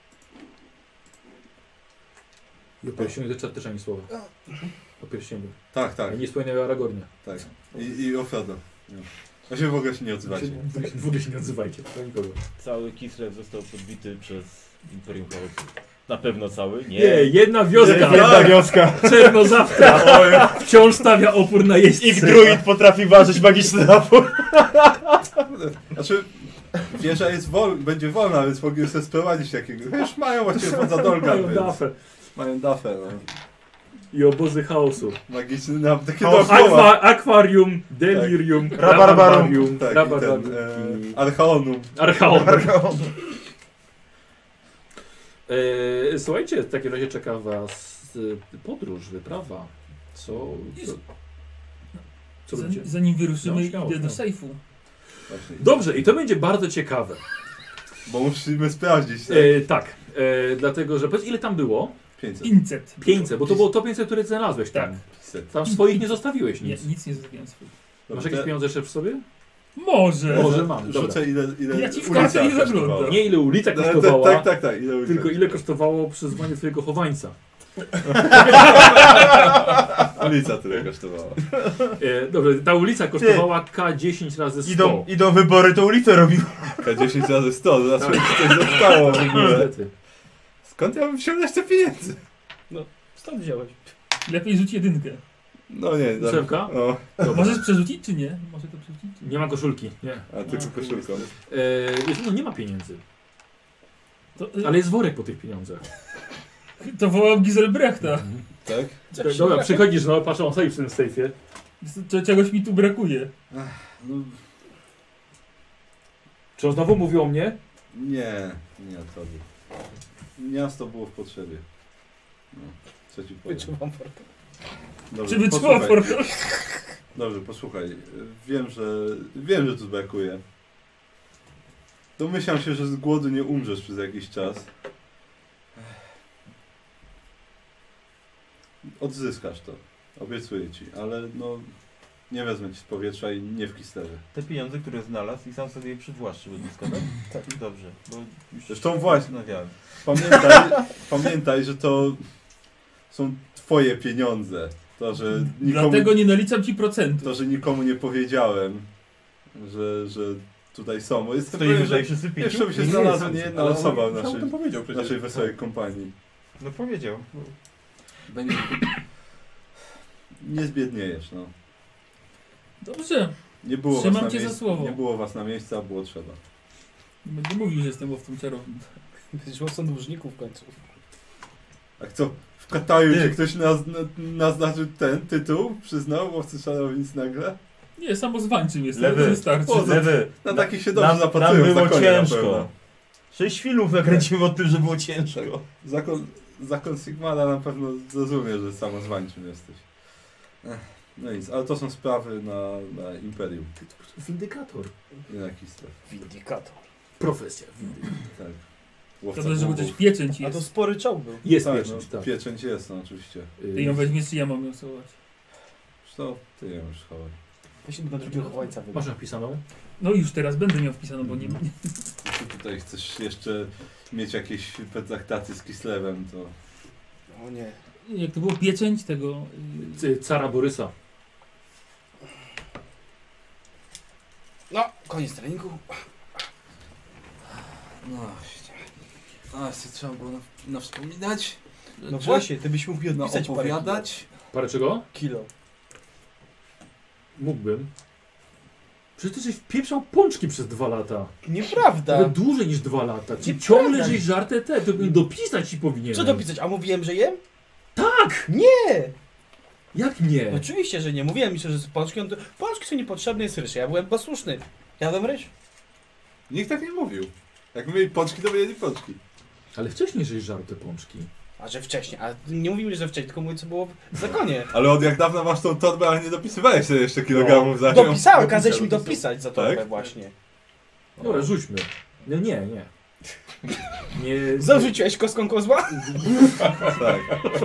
I o pierścieniu też ani słowa. O pierścieniu. Tak, tak, Ja nie wspominaj o Aragornie. tak. I o Frodo. Nie. Właśnie w ogóle się nie odzywacie. W ogóle się nie odzywajcie. Do nikogo. Cały Kislev został podbity przez Imperium Chaosu. Na pewno cały? Nie, jedna wioska. Jedna wioska. Czernozawka wciąż stawia opór na jeźdźcy. Ich druid potrafi ważyć magiczny napór. Znaczy, wieża jest będzie wolna, więc mogli sobie sprowadzić jakiegoś. Wiesz, mają właściwie poza Dolgan, Mają więc dafę. mają dafę, no. I obozy chaosu. Magiczny napór, takie Chaos. dookoła. Akwarium, delirium, Rabarbarium. Tak, i rabarbarium ten, i Archaonum. Archaon. Słuchajcie, w takim razie czeka was podróż, wyprawa. Co będzie? Zanim wyruszymy, No, śmiało, idę do śmiało. sejfu. Właśnie. Dobrze, i to będzie bardzo ciekawe. Bo musimy sprawdzić, tak? Tak, dlatego że powiedz, ile tam było? 500. 500. 500, bo to było to 500, które znalazłeś tam. Tak. Tam swoich nie zostawiłeś Nie, nic. nic nie zrobiłem swój. Masz jakieś pieniądze jeszcze przy sobie? Może. Może mam, dobra. Rzucę ile Ja ci w ulica kartę nie kosztowała. zaglądam. Nie ile ulica No, kosztowała, tak, ile ulica. tylko ile kosztowało przyzwanie twojego chowańca. Ulica tyle kosztowała. Dobrze, ta ulica kosztowała K10 razy 100. Idą wybory, to ulicę robił. 10 razy 100, znaczy coś zostało w ogóle. Niestety. Skąd ja bym wziął jeszcze pieniędzy? Stąd wziąłeś. Lepiej rzuć jedynkę. No nie, tak. Ósemka? O, Dobra. Możesz przerzucić, czy nie? Może to przerzucić? Czy nie? Nie ma koszulki, nie. a tylko koszulką. Wiesz, no nie ma pieniędzy. To, Ale jest worek po tych pieniądzach. to wołam Giselbrechta. Tak? Dobra, przychodzisz, no patrz, on stoi przy tym sejfie. Czegoś mi tu brakuje. No, Czy on znowu mówił o mnie? nie o tobie. Miasto było w potrzebie. No, co ci powiem. Wyczuwam portę. Dobrze, Czy wyczuła posłuchaj. portal? Dobrze, posłuchaj. Wiem, że tu brakuje. Domyślam się, że z głodu nie umrzesz przez jakiś czas. Odzyskasz to. Obiecuję ci, ale no nie wezmę ci z powietrza i nie w Kislewie. Te pieniądze, które znalazł i sam sobie je przywłaszczył od niska, tak? Tak. Dobrze, bo już Zresztą właśnie. zastanawiałem. Pamiętaj, że to są twoje pieniądze. To, że nikomu, Dlatego nie naliczam ci procentu. to, że nikomu nie powiedziałem, że tutaj są. Bo jestem Stoimy pewien, tutaj że wszyscy jeszcze by piciu? się znalazła nie jedna Ale osoba w on naszej, to powiedział przecież. naszej wesołej kompanii. No powiedział. Nie zbiedniejesz, no. Dobrze. Nie było, Trzymam was na cię za miejscu, słowo. nie było was na miejscu, a było trzeba. Nie będę mówił, że jestem łowcą czarownic. Jesteś mocno dłużników w końcu. A co? W Kataju się ktoś naznaczył ten tytuł? Przyznał łowcy czarownic nagle? Nie, samozwańczym jestem, Lewy. to wystarczy. O, Lewy, Na takich się dobrze nam zapatrują. było zakonie na ciężko. pewno. 6 filmów nakręcimy o tym, że było ciężko. Zakon Sigmara na pewno zrozumie, że samozwańczym jesteś. No nic, ale to są sprawy na Imperium, Windykator. nie na Kislev. Windykator. Profesja. Windykator. Tak. To Łowca też, żeby głowów. coś pieczęć A to jest. spory czołg był. Jest Tak, pieczęć, no, tak. pieczęć jest, no oczywiście. Ty ją weźmiesz, czy ja mam ją schować? Zresztą ty ją już schowaj. Weź do drugiego chowańca Masz ją wpisaną? No już teraz będę miał wpisaną, bo nie... Jeśli tutaj chcesz jeszcze mieć jakieś pertraktacje z Kislewem, to O nie. Jak to było pieczęć tego... Cara Borysa. No, koniec treningu. no właśnie. A, jeszcze trzeba było wspominać. No właśnie, ty byś mógł mi odpisać parę opowiadać. Parę czego? kilo. Mógłbym. Przecież ty żeś wpieprzał pączki przez 2 lata. Nieprawda. Nawet dłużej niż 2 lata. Ci Nieprawda. ciągle żeś żarty te, to dopisać ci powinien. Co dopisać? A mówiłem, że jem? Tak! Nie! Jak nie? Oczywiście, że nie. Mówiłem mi, że pączki, pączki są niepotrzebne, jest ryż. Ja byłem posłuszny. Jadłem ryż. Nikt tak nie mówił. Jak mieli pączki, to mieli pączki. Ale wcześniej żeś żarł te pączki. A że wcześniej. A nie mówimy, że wcześniej, tylko mówię, co było w zakonie. Ale od jak dawna masz tą torbę, ale nie dopisywałeś sobie jeszcze kilogramów za nią. Dopisałem, kazałeś mi dopisać za torbę Tak? właśnie. Dobra, rzućmy. Nie. Nie. Zarzuciłeś kostką kozła? Tak.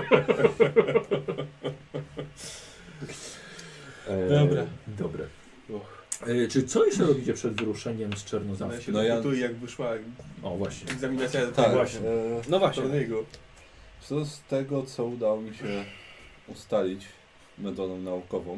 Dobra. Dobre. Czy co jeszcze robicie przed wyruszeniem z Czernozawki? Ja się No ja- dopytuję, jak wyszła O, właśnie. egzaminacja Tak, właśnie. No właśnie. Czarnego. Co z tego, co udało mi się ustalić metodą naukową,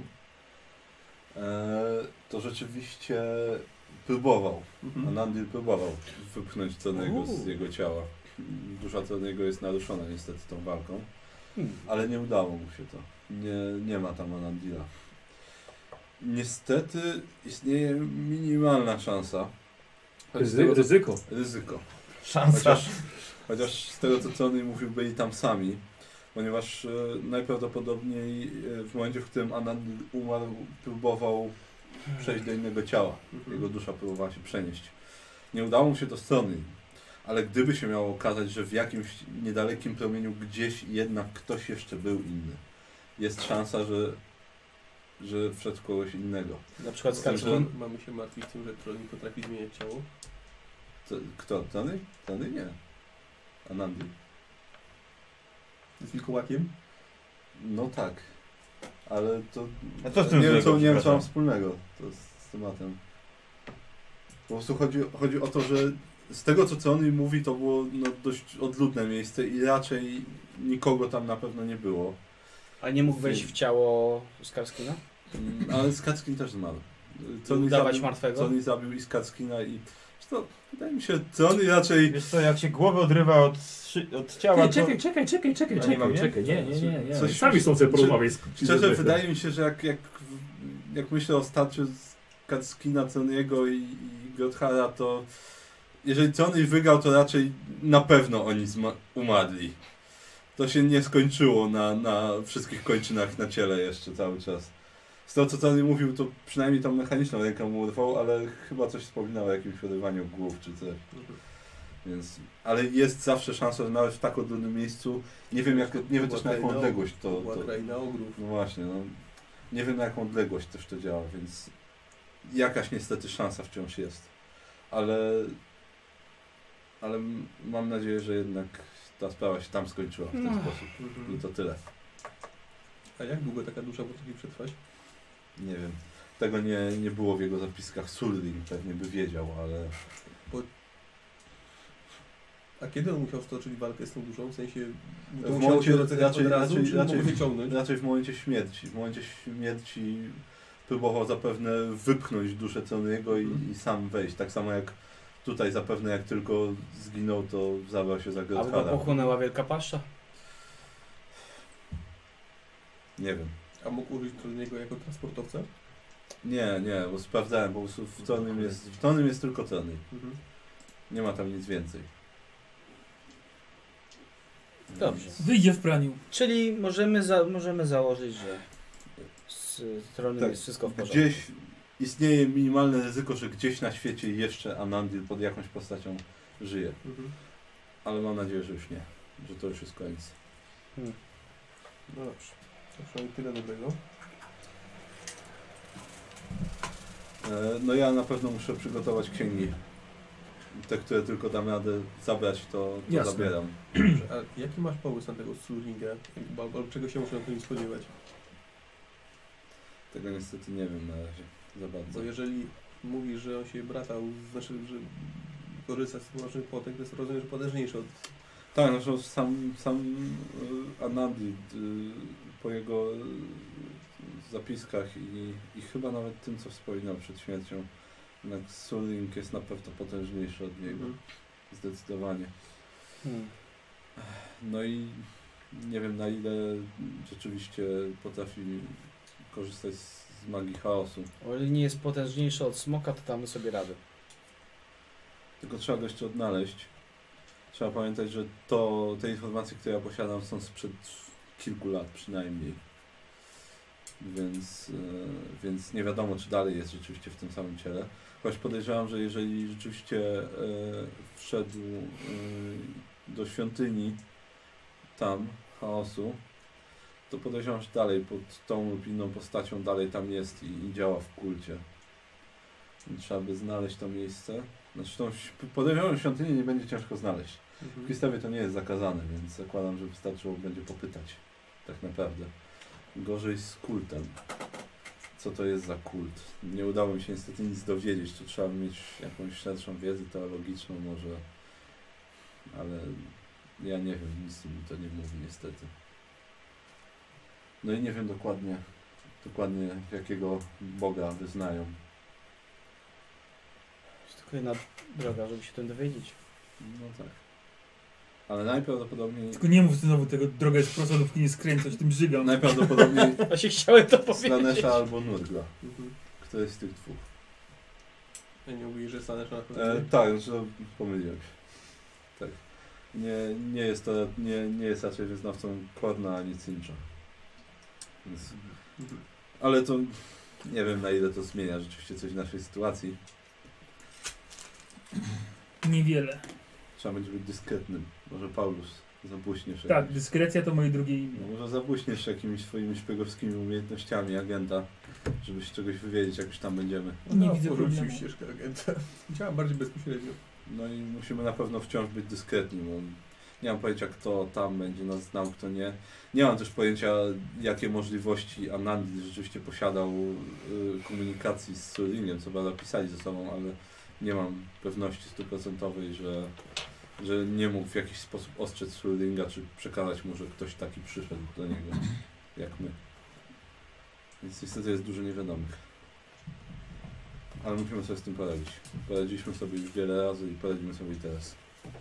to rzeczywiście próbował. Anandil próbował wypchnąć Conego z jego ciała. Dusza Conego jest naruszona niestety tą walką, ale nie udało mu się to. Nie ma tam Anandila. Niestety istnieje minimalna szansa. Ryzyko. Ryzyko. Szansa. Chociaż z tego, co Tony mówił, byli tam sami, ponieważ najprawdopodobniej w momencie, w którym Anandil umarł, próbował przejść do innego ciała. Jego dusza próbowała się przenieść. Nie udało mu się to z Tony, ale gdyby się miało okazać, że w jakimś niedalekim promieniu gdzieś jednak ktoś jeszcze był inny, jest szansa, że wszedł kogoś innego. Na przykład z Z tym, Kaczką. że- Mamy się martwić tym, że troll nie potrafi zmieniać ciało. Kto? Tony? Tony nie. Anandil. Z wilkołakiem. No tak. Ale to... A co z tym nie wiem, złego, nie wiem, co mam przepraszam? wspólnego to z tematem. Po prostu chodzi o to, że z tego, co Tony mówi, to było dość odludne miejsce i raczej nikogo tam na pewno nie było. A nie mógł wejść w ciało Skarskina? Ale Skackin też zmarł. Udawać martwego? Tony zabił i Skackina i... To, wydaje mi się, Tony raczej... Wiesz co, jak się głowę odrywa od ciała, Czekaj, to... czekaj. A nie mam, nie? Czekaj, nie. Coś- Sami są sobie porozmawiać. Szczerze, wydaje mi się, że jak myślę o starciu z Kackina, Tony'ego i Grothara, to jeżeli Tony wygrał, to raczej na pewno oni umarli. To się nie skończyło na wszystkich kończynach na ciele jeszcze cały czas. Z tego, co Tony mówił, to przynajmniej tą mechaniczną rękę mu urwał, ale chyba coś wspominał o jakimś wyrywaniu głów czy coś. Więc, ale jest zawsze szansa, że nawet w tak odludnym miejscu, nie wiem też na jaką odległość to... Była kraina ogrów. No właśnie, nie wiem na jaką odległość też to działa, więc jakaś niestety szansa wciąż jest. Ale mam nadzieję, że jednak ta sprawa się tam skończyła w ten sposób. I to tyle. A jak długo taka dusza potrafi przetrwać? Nie wiem. Tego nie było w jego zapiskach. Sulring pewnie by wiedział, ale... A kiedy on musiał stoczyć walkę z tą duszą? W sensie W to musiało momencie- się rozegrać od razu, czy raczej- mógł wyciągnąć? Raczej w momencie śmierci. W momencie śmierci próbował zapewne wypchnąć duszę Tony'ego i sam wejść. Tak samo jak tutaj zapewne jak tylko zginął, to zabrał się za Albo Grothara. pochłonęła wielka paszcza? Nie wiem. A mógł użyć Trollniego jako transportowca? Nie, bo sprawdzałem, po prostu w Tonym jest tylko Tony. Mhm. Nie ma tam nic więcej. Dobrze. Wyjdzie w praniu. Czyli możemy założyć, że z Trollem Tak, jest wszystko w porządku. Gdzieś istnieje minimalne ryzyko, że gdzieś na świecie jeszcze Anandil pod jakąś postacią żyje. Mhm. Ale mam nadzieję, że już nie. Że to już jest koniec. No dobrze. To przynajmniej tyle dobrego. No ja na pewno muszę przygotować księgi. Te, które tylko dam radę zabrać, to Jasne. zabieram. A jaki masz pomysł na tego Sulringa? Albo czego się można po nim spodziewać? Tego niestety nie wiem na razie za bardzo. Bo jeżeli mówisz, że on się bratał, znaczy, że korzysta z półrocznych potek, to jest rozumiem, że potężniejszy od... Tak, no że sam Anandil po jego zapiskach i chyba nawet tym, co wspominał przed śmiercią, jednak Sulring jest na pewno potężniejszy od niego. Zdecydowanie. No i nie wiem, na ile rzeczywiście potrafi korzystać z z magii chaosu. O ile nie jest potężniejszy od smoka, to damy sobie radę. Tylko trzeba go jeszcze odnaleźć. Trzeba pamiętać, że te informacje, które ja posiadam, są sprzed kilku lat przynajmniej. Więc nie wiadomo, czy dalej jest rzeczywiście w tym samym ciele. Choć podejrzewam, że jeżeli rzeczywiście wszedł do świątyni tam, chaosu, to podejrzewam, że dalej pod tą lub inną postacią dalej tam jest i działa w kulcie. Więc trzeba by znaleźć to miejsce. Znaczy podejrzewam, że świątynię nie będzie ciężko znaleźć. W Kristawie to nie jest zakazane, więc zakładam, że wystarczyło będzie popytać. Tak naprawdę. Gorzej z kultem. Co to jest za kult? Nie udało mi się niestety nic dowiedzieć. Tu trzeba mieć jakąś szerszą wiedzę teologiczną może. Ale ja nie wiem, nic mi to nie mówi niestety. No i nie wiem dokładnie jakiego Boga wyznają. Jest tylko jedna droga, żeby się tym dowiedzieć. No tak. Ale najprawdopodobniej... Tylko nie mów znowu tego, droga jest prosta, dopóki nie skręcać, tym żygam. Najprawdopodobniej Właśnie chciałem to powiedzieć. Slanesha albo Nurgla. Któryś z tych dwóch. Ja nie mówię, że Slanesha na pewno. Tak, że pomyliłem się. Tak. Nie jest raczej wyznawcą Korna ani Cincha. Więc... Ale to nie wiem, na ile to zmienia rzeczywiście coś w naszej sytuacji. Niewiele. Trzeba będzie być dyskretnym. Może Paulus zabłyśniesz. Tak, dyskrecja to moje drugie imię. No może zabłyśniesz jakimiś swoimi szpiegowskimi umiejętnościami agenta, żeby się czegoś wywiedzieć, jak już tam będziemy. Nie widzę porzucił problemu. ścieżkę agenta. Działa bardziej bezpośrednio. No i musimy na pewno wciąż być dyskretni, bo nie mam pojęcia, kto tam będzie nas znał, kto nie. Nie mam też pojęcia, jakie możliwości Anandil rzeczywiście posiadał komunikacji z Surlingiem, co prawda pisali ze sobą, ale nie mam pewności 100%, że nie mógł w jakiś sposób ostrzec Surlinga, czy przekazać mu, że ktoś taki przyszedł do niego, jak my. Więc niestety jest dużo niewiadomych. Ale musimy sobie z tym poradzić. Poradziliśmy sobie już wiele razy i poradzimy sobie i teraz.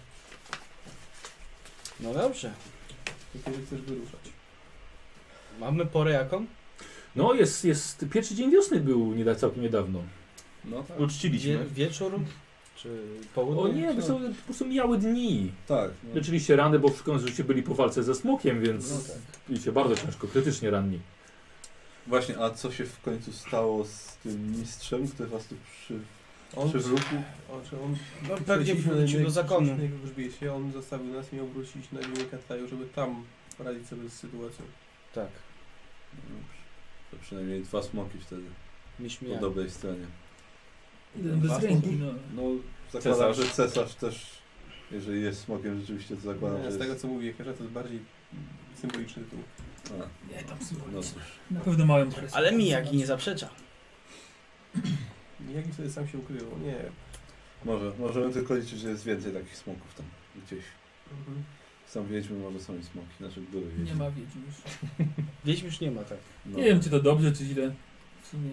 No dobrze. To kiedy chcesz wyruszać? Mamy porę jaką? No jest pierwszy dzień wiosny był całkiem niedawno. No tak. Uczciliśmy. Wieczór? Czy południe? O nie, to po prostu mijały dni. Tak. No. Rzeczywiście rany, bo w końcu żeście byli po walce ze smokiem, więc No tak. byliście bardzo ciężko, krytycznie ranni. Właśnie, a co się w końcu stało z tym mistrzem, który was tu przywrócił? On No pewnie wrócił do zakonu. Na jego grzbiecie, on zostawił nas i miał wrócić na ziemię Kataju, żeby tam poradzić sobie z sytuacją. Tak. No, to przynajmniej 2 smoki wtedy, Nie po śmiałem. dobrej stronie. Jeden bez ręki, no. No, zakładam, Cesarz. że cesarz też, jeżeli jest smokiem rzeczywiście, to zakładam, Nie, że z tego jest... co mówi Hera, to jest bardziej symboliczny tytuł. A, Nie, tam no symbolicznie. cóż. Na pewno małym presję. Ale Miyagi nie zaprzecza. Miyagi wtedy sam się ukrywał, nie. Możemy tylko liczyć, że jest więcej takich smoków tam, gdzieś. Są wiedźmy, może są i smoki, znaczy były wiedźmy. Nie ma wiedźmy już. Wiedźm już nie ma, tak. No. Nie wiem, czy to dobrze, czy źle. W sumie.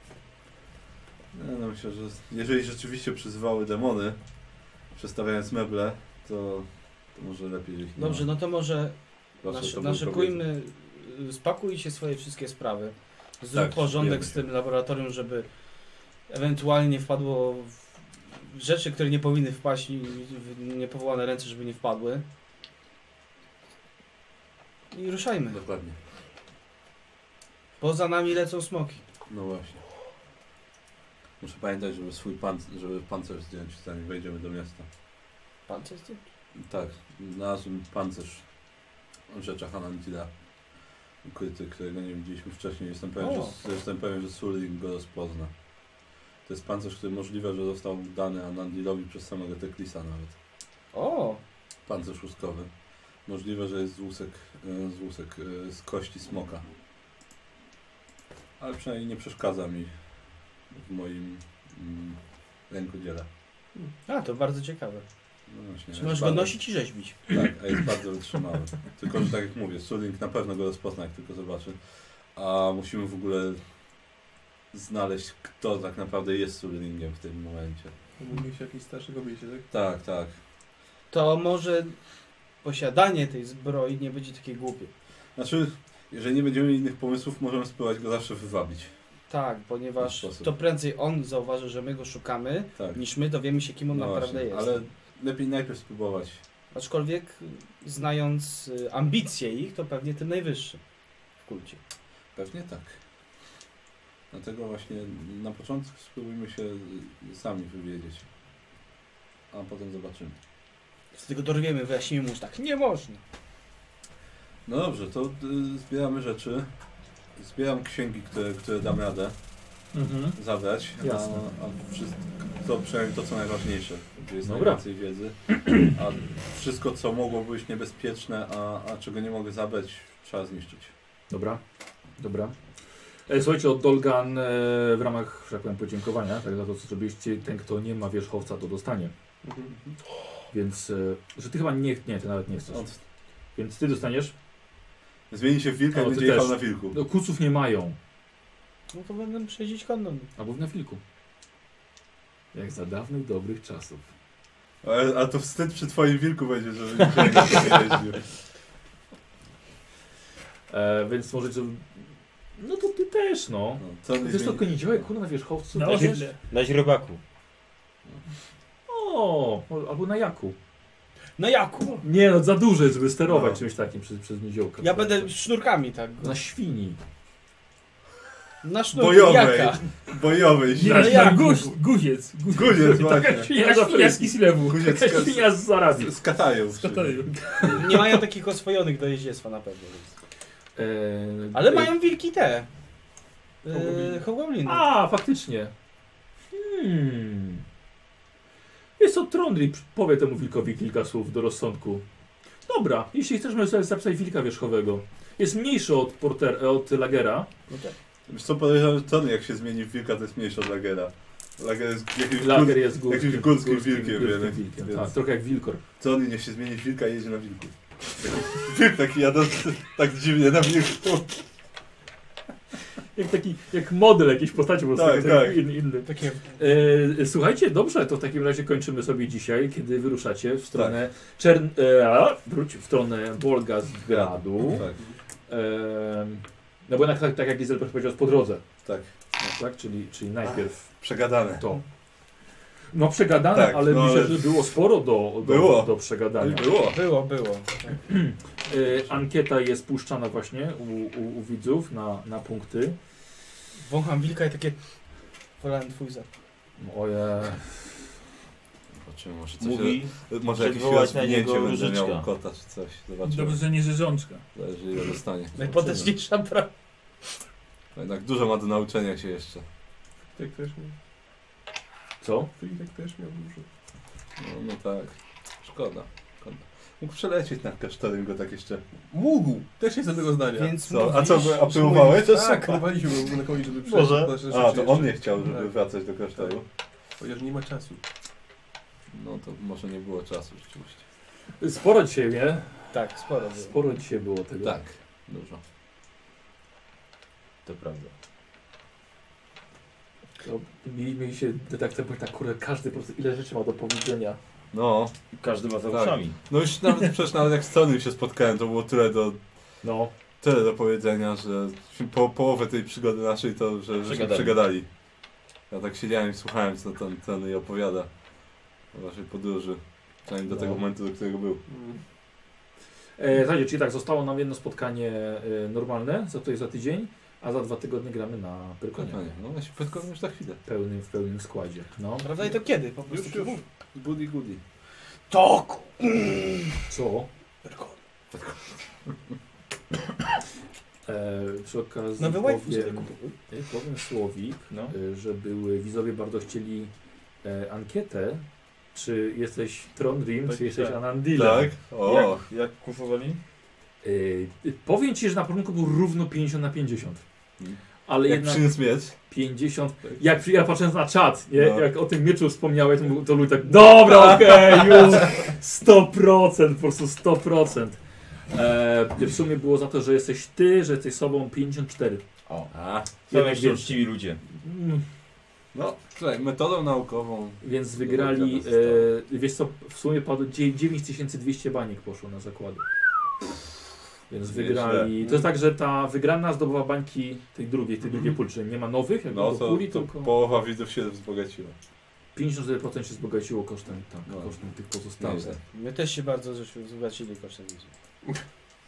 No, myślę, że jeżeli rzeczywiście przyzywały demony, przestawiając meble, to może lepiej ich nie Dobrze, ma. no to może Proszę, to był naszykujmy, spakujcie swoje wszystkie sprawy. Zrób Tak, porządek szykujemy z tym laboratorium, żeby ewentualnie nie wpadło w rzeczy, które nie powinny wpaść i w niepowołane ręce, żeby nie wpadły. I ruszajmy. Dokładnie. Poza nami lecą smoki. No właśnie. Muszę pamiętać, żeby pancerz zdjąć, zanim wejdziemy do miasta. Pan co z tym? Tak, znalazłem pancerz w rzeczach Anandila. Ukryty, którego nie widzieliśmy wcześniej. Jestem pewien, że Surling go rozpozna. To jest pancerz, który możliwe, że został dany Anandilowi przez samego Teklisa nawet. O! Pancerz łuskowy. Możliwe, że jest z kości smoka. Ale przynajmniej nie przeszkadza mi w moim rękodziele. A, to bardzo ciekawe. No właśnie, Czy jest możesz go bardzo- nosić i rzeźbić? Tak, a jest bardzo wytrzymały. Tylko, że tak jak mówię, Surling na pewno go rozpozna, jak tylko zobaczy. A musimy w ogóle znaleźć, kto tak naprawdę jest Surlingiem w tym momencie. Mówiłeś o jakimś starszych kobiecie, tak? Tak, tak. To może posiadanie tej zbroi nie będzie takie głupie. Znaczy, jeżeli nie będziemy mieli innych pomysłów, możemy spróbować go zawsze wywabić. Tak, ponieważ sposób. to prędzej on zauważy, że my go szukamy, Tak. niż my dowiemy się, kim on No naprawdę właśnie, jest. ale lepiej najpierw spróbować. Aczkolwiek znając ambicje ich, to pewnie ten najwyższy w kulcie. Pewnie tak. Dlatego właśnie na początku spróbujmy się sami wywiedzieć. A potem zobaczymy. Z tego dowiemy, wyjaśnimy mu, że tak nie można. No dobrze, to zbieramy rzeczy. Zbieram księgi, które dam radę Mhm. zabrać. Jasne. A wszystko, to przynajmniej to co najważniejsze, gdzie jest Dobra. najwięcej wiedzy. A wszystko co mogło być niebezpieczne, a czego nie mogę zabrać, trzeba zniszczyć. Dobra, dobra. Słuchajcie, od Dolgan w ramach, że tak powiem, podziękowania tak za to, co zrobiliście, ten, kto nie ma wierzchowca, to dostanie. Więc, że ty chyba nie, ty nawet nie chcesz. Więc ty dostaniesz. Zmieni się w wilka O, i ty będzie jechał też. na wilku. No, kuców nie mają. No to będę przejeździć konno. Albo na wilku. Jak za dawnych, dobrych czasów. A to wstyd przy twoim wilku będzie, że nie jeździł. Więc możecie... No to ty też, no. Co on Wiesz to koniziołek, kurwa, na wierzchowcu. Na też? osiedle. Na źrobaku. O, albo na jaku. Na jaku? Nie no, za duże, żeby sterować No. czymś takim przez niziołka. Ja będę sznurkami, tak. Na świni. Na sznurku Bojowej. jaka? Bojowej. Nie, Ale jak? Guziec. Guziec, Taka właśnie. świnia z Kislewu. Guziec Taka świnia z Arabii. z Katają. Z Kataju. Nie mają takich oswojonych do jeździectwa na pewno. Więc. Ale mają wilki te. Hogobliny. A, faktycznie. Jest to Trondri, powie temu wilkowi kilka słów do rozsądku. Dobra, jeśli chcesz, możesz sobie zapisać wilka wierzchowego. Jest mniejszy od Lagera. No tak. Wiesz co, podejrzewam, że Tony jak się zmieni w wilka, to jest mniejszy od Lagera. Lager jest jakimś Lager jest górskim, jakimś górskim wilkiem, wilkiem. więc- Tak, trochę jak wilkor. Tony niech się zmieni w wilka i jedzie na wilku. Wilk taki jadący tak dziwnie na wilku. Jak model jakiejś postaci, po prostu Tak, taki tak. inny. Takie Słuchajcie, dobrze, to w takim razie kończymy sobie dzisiaj, kiedy wyruszacie w stronę wróć w stronę Bolgazgradu. Tak, No bo tak jak Giselbert powiedział, po drodze. tak. No, tak? Czyli najpierw Przegadane. to. No przegadane, Tak, ale no, myślę, ale- że było sporo Było. do przegadania. Było. Ankieta jest puszczana właśnie u widzów na punkty. wącham wilka i takie... Wolałem twój zapach. Oje. Zobaczymy, może coś... Mówi, Może jakieś wywołać na rozwinięcie niego będzie miał różyczka. kota czy coś. Zobaczymy. Dobrze, że nie rzeżączka. Zależy ile dostanie. Najpotężniejsza prawa. Jednak dużo ma do nauczenia się jeszcze. Tak też miał. Co? To i tak też miał dużo. No tak. Szkoda. Mógł przelecieć nad kasztorem go tak jeszcze. Mógł! Też jestem tego zdania. Więc Co? A mówisz, co, apelowałeś? To Tak, super. próbowaliśmy go na końcu, żeby Może. przejść. A, to on nie chciał, żeby Tak. wracać do klasztoru. Chociaż nie ma czasu. No to może nie było czasu rzeczywiście. Sporo dzisiaj, nie? Tak, sporo było. Sporo dzisiaj było tego. Tak, dużo. to prawda. To mieli się detektyw, bo tak kurde, każdy po prostu ile rzeczy ma do powiedzenia. No, Każdy ma za Tak. uszami. no już nawet przecież nawet jak z Tony się spotkałem, to było tyle do powiedzenia, że połowę tej przygody naszej to, że się Przegadali. przegadali. Ja tak siedziałem i słuchałem, co Tony opowiada o waszej podróży. Przynajmniej do tego momentu, do którego był. Słuchajcie, czyli tak, zostało nam jedno spotkanie normalne, za tydzień, a za 2 tygodnie gramy na Pyrkonie. No właśnie, Pyrkon już za chwilę. W pełnym składzie. No. Prawda i to kiedy? Po prostu Już. Goody goody. Toku! Co? Przy okazji Nowy waifu sobie powiem Słowik, No. że były widzowie bardzo chcieli ankietę, czy jesteś Trondrim, czy jesteś Anandilem. Tak? O! Jak kupowali? Powiem Ci, że na początku był równo 50/50. Hmm. Ale Jak jednak przyniósł miecz? 50. Jak ja patrząc na czat, nie? No. Jak o tym mieczu wspomniałeś, to ludzie tak, dobra, okej, już 100%, po prostu 100%. W sumie było za to, że jesteś ty, że jesteś sobą 54. O. A, Są Jednak jeszcze więcej. uczciwi ludzie. no, słuchaj, metodą naukową. Więc wygrali, Dobra, wiesz co, w sumie padło 9200 baniek poszło na zakłady. Więc Nieźle. wygrali. To jest tak, że ta wygrana zdobywa bańki tej drugiej puli, czyli nie ma nowych, jak No do to, puli, to tylko połowa widzów się wzbogaciła. 54% się wzbogaciło kosztem, tak, No. kosztem tych pozostałych. Nieźle. My też się bardzo żeśmy wzbogacili kosztem wizji.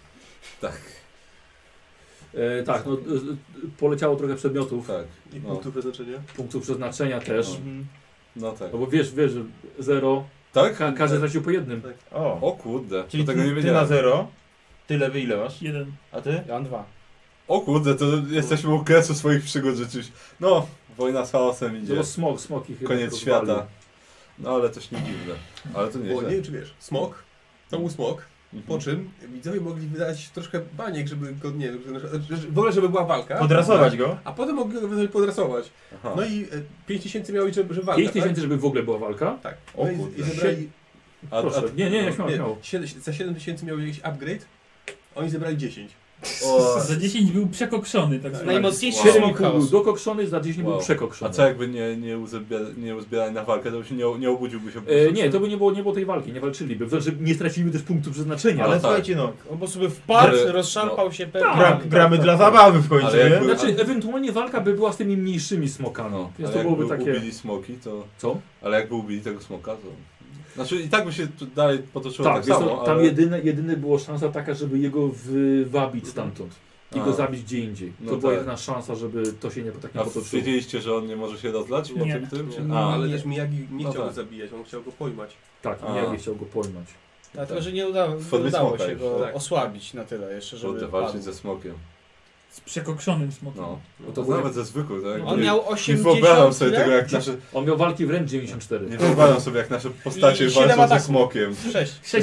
Tak, no, poleciało trochę przedmiotów, Tak. I No. punktów przeznaczenia. punktów przeznaczenia też. No. No tak. No bo wiesz, że 0, Tak? każdy stracił po jednym. Tak. O, O kurde, czyli to tego nie ty na wiedziałem. 0, tyle wy ile masz? 1. A ty? Ja mam 2. O kurde, to jesteśmy u kresu swoich przygód rzeczywiście. No, wojna z chaosem idzie. No smoki chyba Koniec rozwalił. świata. No ale też nie dziwne. Ale to Bo nieźle. nie wiem, czy wiesz, smok, to był smok, Mhm. po czym widzowie mogli wydać troszkę baniek, żeby go, nie w ogóle, żeby była walka. Podrasować go? A potem mogli go podrasować. Aha. No i 5000 miało iść, żeby walka, 5000, żeby w ogóle była walka. tak? O No i kurde. zebrali, A, Proszę. Nie, śmiało. za 7000 miał jakiś upgrade, oni zebrali 10. o, Za 10 był przekokszony, tak zwany. Najmocniejszy Wow. 7,5 smok był chaosu. dokokszony, za 10 był wow. przekokszony. A co jakby nie uzbierali na walkę, to już nie obudziłby się. Nie, to by nie było tej walki, nie walczyliby. Znaczy, nie straciliby też punktu przeznaczenia. Ale tak. słuchajcie no, On po prostu by wpadł, Ale- rozszarpał się pewnie. Tak. gramy dla zabawy w końcu, Ale nie? jakby- Znaczy, ewentualnie walka by była z tymi mniejszymi smokami. No, Więc ale to byłoby jakby takie... ubili smoki, to... Co? Ale jakby ubili tego smoka, to... Znaczy i tak by się to dalej potoczyło Tak, tak wiesz, samo, to, tam ale... jedyny była szansa taka, żeby jego wywabić stamtąd. I A. go zabić gdzie indziej. No To była tak. jedyna szansa, żeby to się tak nie A potoczyło. wiedzieliście, że on nie może się rozlać po Nie. tym tym? Czy... No, A, ale nie. też Miyagi nie No chciał tak. go zabijać, on chciał go pojmać. Tak, A. Miyagi chciał go pojmać. Dlatego, że nie udało formie się smoka go już, tak. osłabić na tyle jeszcze, żeby kurde, padł. walczyć ze smokiem. Z przekokszonym smokiem. No. to To było- nawet ze zwykłym, tak? On miał Nie 80 wyobrażam sobie ile? tego, jak nasze... On miał walki wręcz 94. Nie wyobrażam sobie, jak nasze postacie I 7 walczą ze ataków. smokiem. 6. 6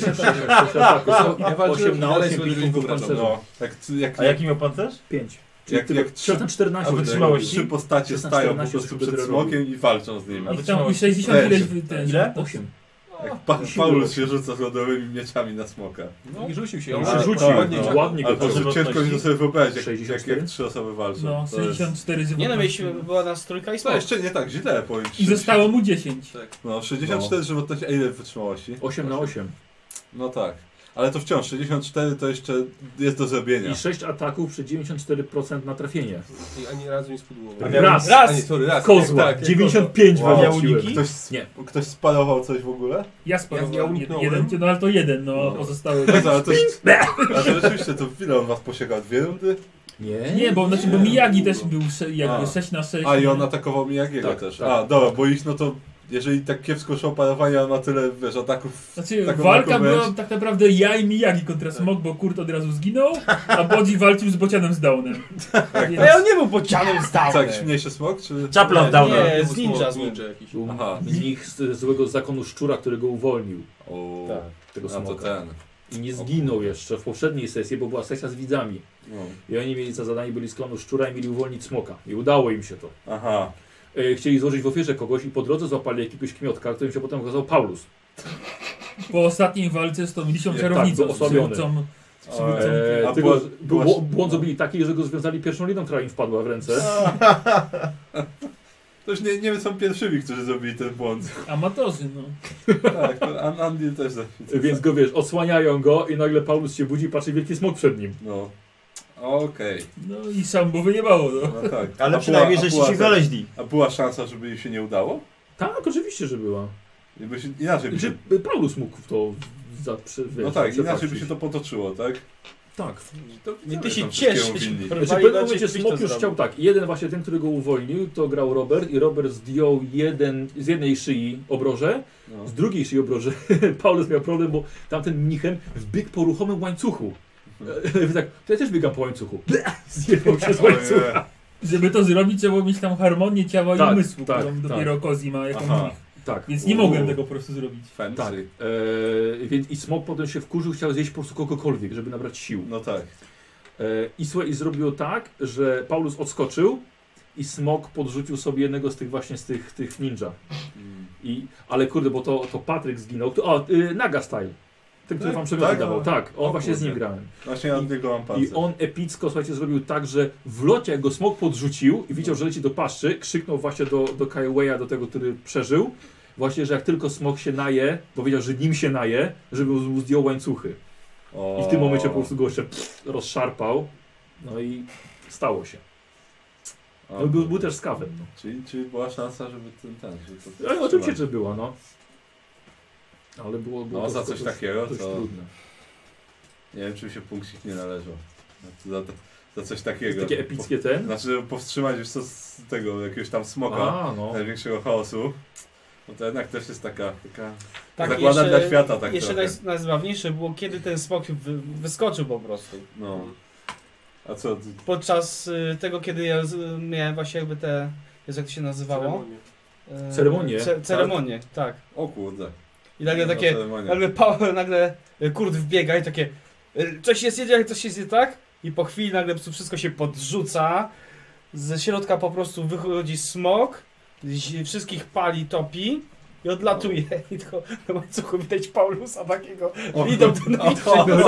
Ja walczyłem 8 na dalej 8 sobie punktów wracam. pancerza. No, jak A jaki miał pancerz? 5. Jak trzy- 14. A wytrzymałości? trzy postacie 16, stają po 14 prostu sobie przed robił. smokiem i walczą z nim. A I tam i wytrzymałość? 60 ileś Weź. ten. Ile? 8. Jak Paulus się rzuca z lodowymi mieczami na smoka. No i rzucił się. On On się tak, rzucił, tak, no. ładnie go Ale to trafił. ciężko mi to sobie wyobrazić, jak 64? 3 osoby walczą. No, To jest... 64 z Nie no, mieliśmy, była nas trójka i To smok. jeszcze nie tak źle, powiem ci. I zostało mu 10. No, 64 żywotności, a ile wytrzymałości? 8 na 8. No tak. Ale to wciąż, 64 to jeszcze jest do zrobienia. I 6 ataków przy 94% na trafienie. I ani razu nie spudłował. A miał- Raz! A nie, sorry, raz. Kozła! Tak, 95 Wow. wywróciłem. Uniki? Nie. Ktoś sparował coś w ogóle? Ja Ja sparowałem uniknąłem. jeden, no ale to jeden, no No. pozostałe. No, ale to rzeczywiście, to ile on was posiekał? 2 rundy? Nie, bo Miyagi też był jakby A. 6 na 6. A i on atakował Miyagiego Tak, też. tak. A, dobra, bo ich no to... Jeżeli tak kiepsko szło parowanie, on ma tyle, wiesz, ataków... Znaczy taką walka taką była wręcz. tak naprawdę ja i Miyagi kontra Smok, bo Kurt od razu zginął, a Bodzi walczył z Bocianem z Downem. Więc... Ale on nie był podcianym Co, stałym. jakiś mniejszy smok, czy... Czapla dał Nie, nam. z ninja zły. jakiś. Był Aha. mnich z złego zakonu szczura, który go uwolnił. O, Tak. Tego a to smoka. ten. I nie zginął jeszcze w poprzedniej sesji, bo była sesja z widzami. No. I oni mieli za zadanie, byli z klanu szczura i mieli uwolnić smoka. I udało im się to. Aha. Chcieli złożyć w ofierze kogoś i po drodze złapali jakiegoś kmiotka, którym się potem okazał Paulus. Po ostatniej walce z tą lisią Tak, czarownicą, był osłabiony. przywódcą A Tylko była- błąd zrobili taki, że go związali pierwszą liną, która im wpadła w ręce. To już nie wiem, są pierwszymi, którzy zrobili ten błąd. amatorzy, no. Tak, to Andy też za Więc go wiesz, odsłaniają go i nagle Paulus się budzi i patrzy wielki smok przed nim. No. Okej. No i sam bo wyjebało, no. No tak. Ale A przynajmniej, była- żeście była się ten- znaleźli. A była szansa, żeby im się nie udało? Tak, oczywiście, że była. Jakby się, inaczej by się... Znaczy, Paulus mógł w to No tak, inaczej by się to potoczyło, tak? Tak. To Nie, ty co się tam ciesz. wszystkiemu winni? Znaczy, w Rwali pewnym inaczej, momencie ktoś smok to już zrobił. chciał tak. Jeden właśnie ten, który go uwolnił, to grał Robert i Robert zdjął z jednej szyi obroże, No. z drugiej szyi obroże. Paulus miał problem, bo tamten mnichem wbiegł po ruchomym łańcuchu. Tak, to ja też biegam po łańcuchu. Zjechał się z łańcucha. Żeby to zrobić, trzeba było mieć tam harmonię ciała i Tak, umysłu, tak, którą tak. dopiero Kozji ma jako Aha. mnich. Tak. Więc nie mogłem tego po prostu zrobić. Fancy. Tak. Więc i smok potem się wkurzył, chciał zjeść po prostu kogokolwiek, żeby nabrać sił. No tak. I słuchaj, i zrobiło tak, że Paulus odskoczył i smok podrzucił sobie jednego z tych właśnie z tych ninja. Ale kurde, bo to Patryk zginął. Naga Style. Ten, który Tak? wam przemioty Tak? dawał. Tak, on O właśnie z nim kurde. grałem. Właśnie ja niego mam pancerz. I on epicko, słuchajcie, zrobił tak, że w locie jak go smok podrzucił i widział, że leci do paszczy, krzyknął właśnie do Kiowa'a, do tego, który przeżył, właśnie, że jak tylko smok się naje, powiedział, że nim się naje, żeby mu zdjął łańcuchy. O. I w tym momencie po prostu go jeszcze rozszarpał. No i stało się. O, No, był też z kawem. No. Czyli była szansa, żeby żeby to Ale oczywiście, że była, no. Ale było No, to za coś takiego, dość to- trudne. Nie wiem, czy mi się punkcik nie należał. Za coś takiego. Takie epickie ten? Znaczy powstrzymać już co z tego, jakiegoś tam smoka, A, no. największego chaosu. No to jednak też jest taka Tak, zakłada jeszcze- dla świata tak Jeszcze trochę. najzabawniejsze było, kiedy ten smok wyskoczył po prostu. No. A co? Podczas tego, kiedy ja miałem właśnie jakby te... Jezu, jak to się nazywało? Ceremonię? Ceremonię, tak. O kurde. I nagle No, takie... ceremonia. Nagle Kurt wbiega i takie... Coś jest nie tak, coś jest nie tak? I po chwili nagle po prostu wszystko się podrzuca. Ze środka po prostu wychodzi smok. Wszystkich pali, topi. I odlatuje. I tylko na łańcuchu widać Paulusa takiego. Idą do najwyższego.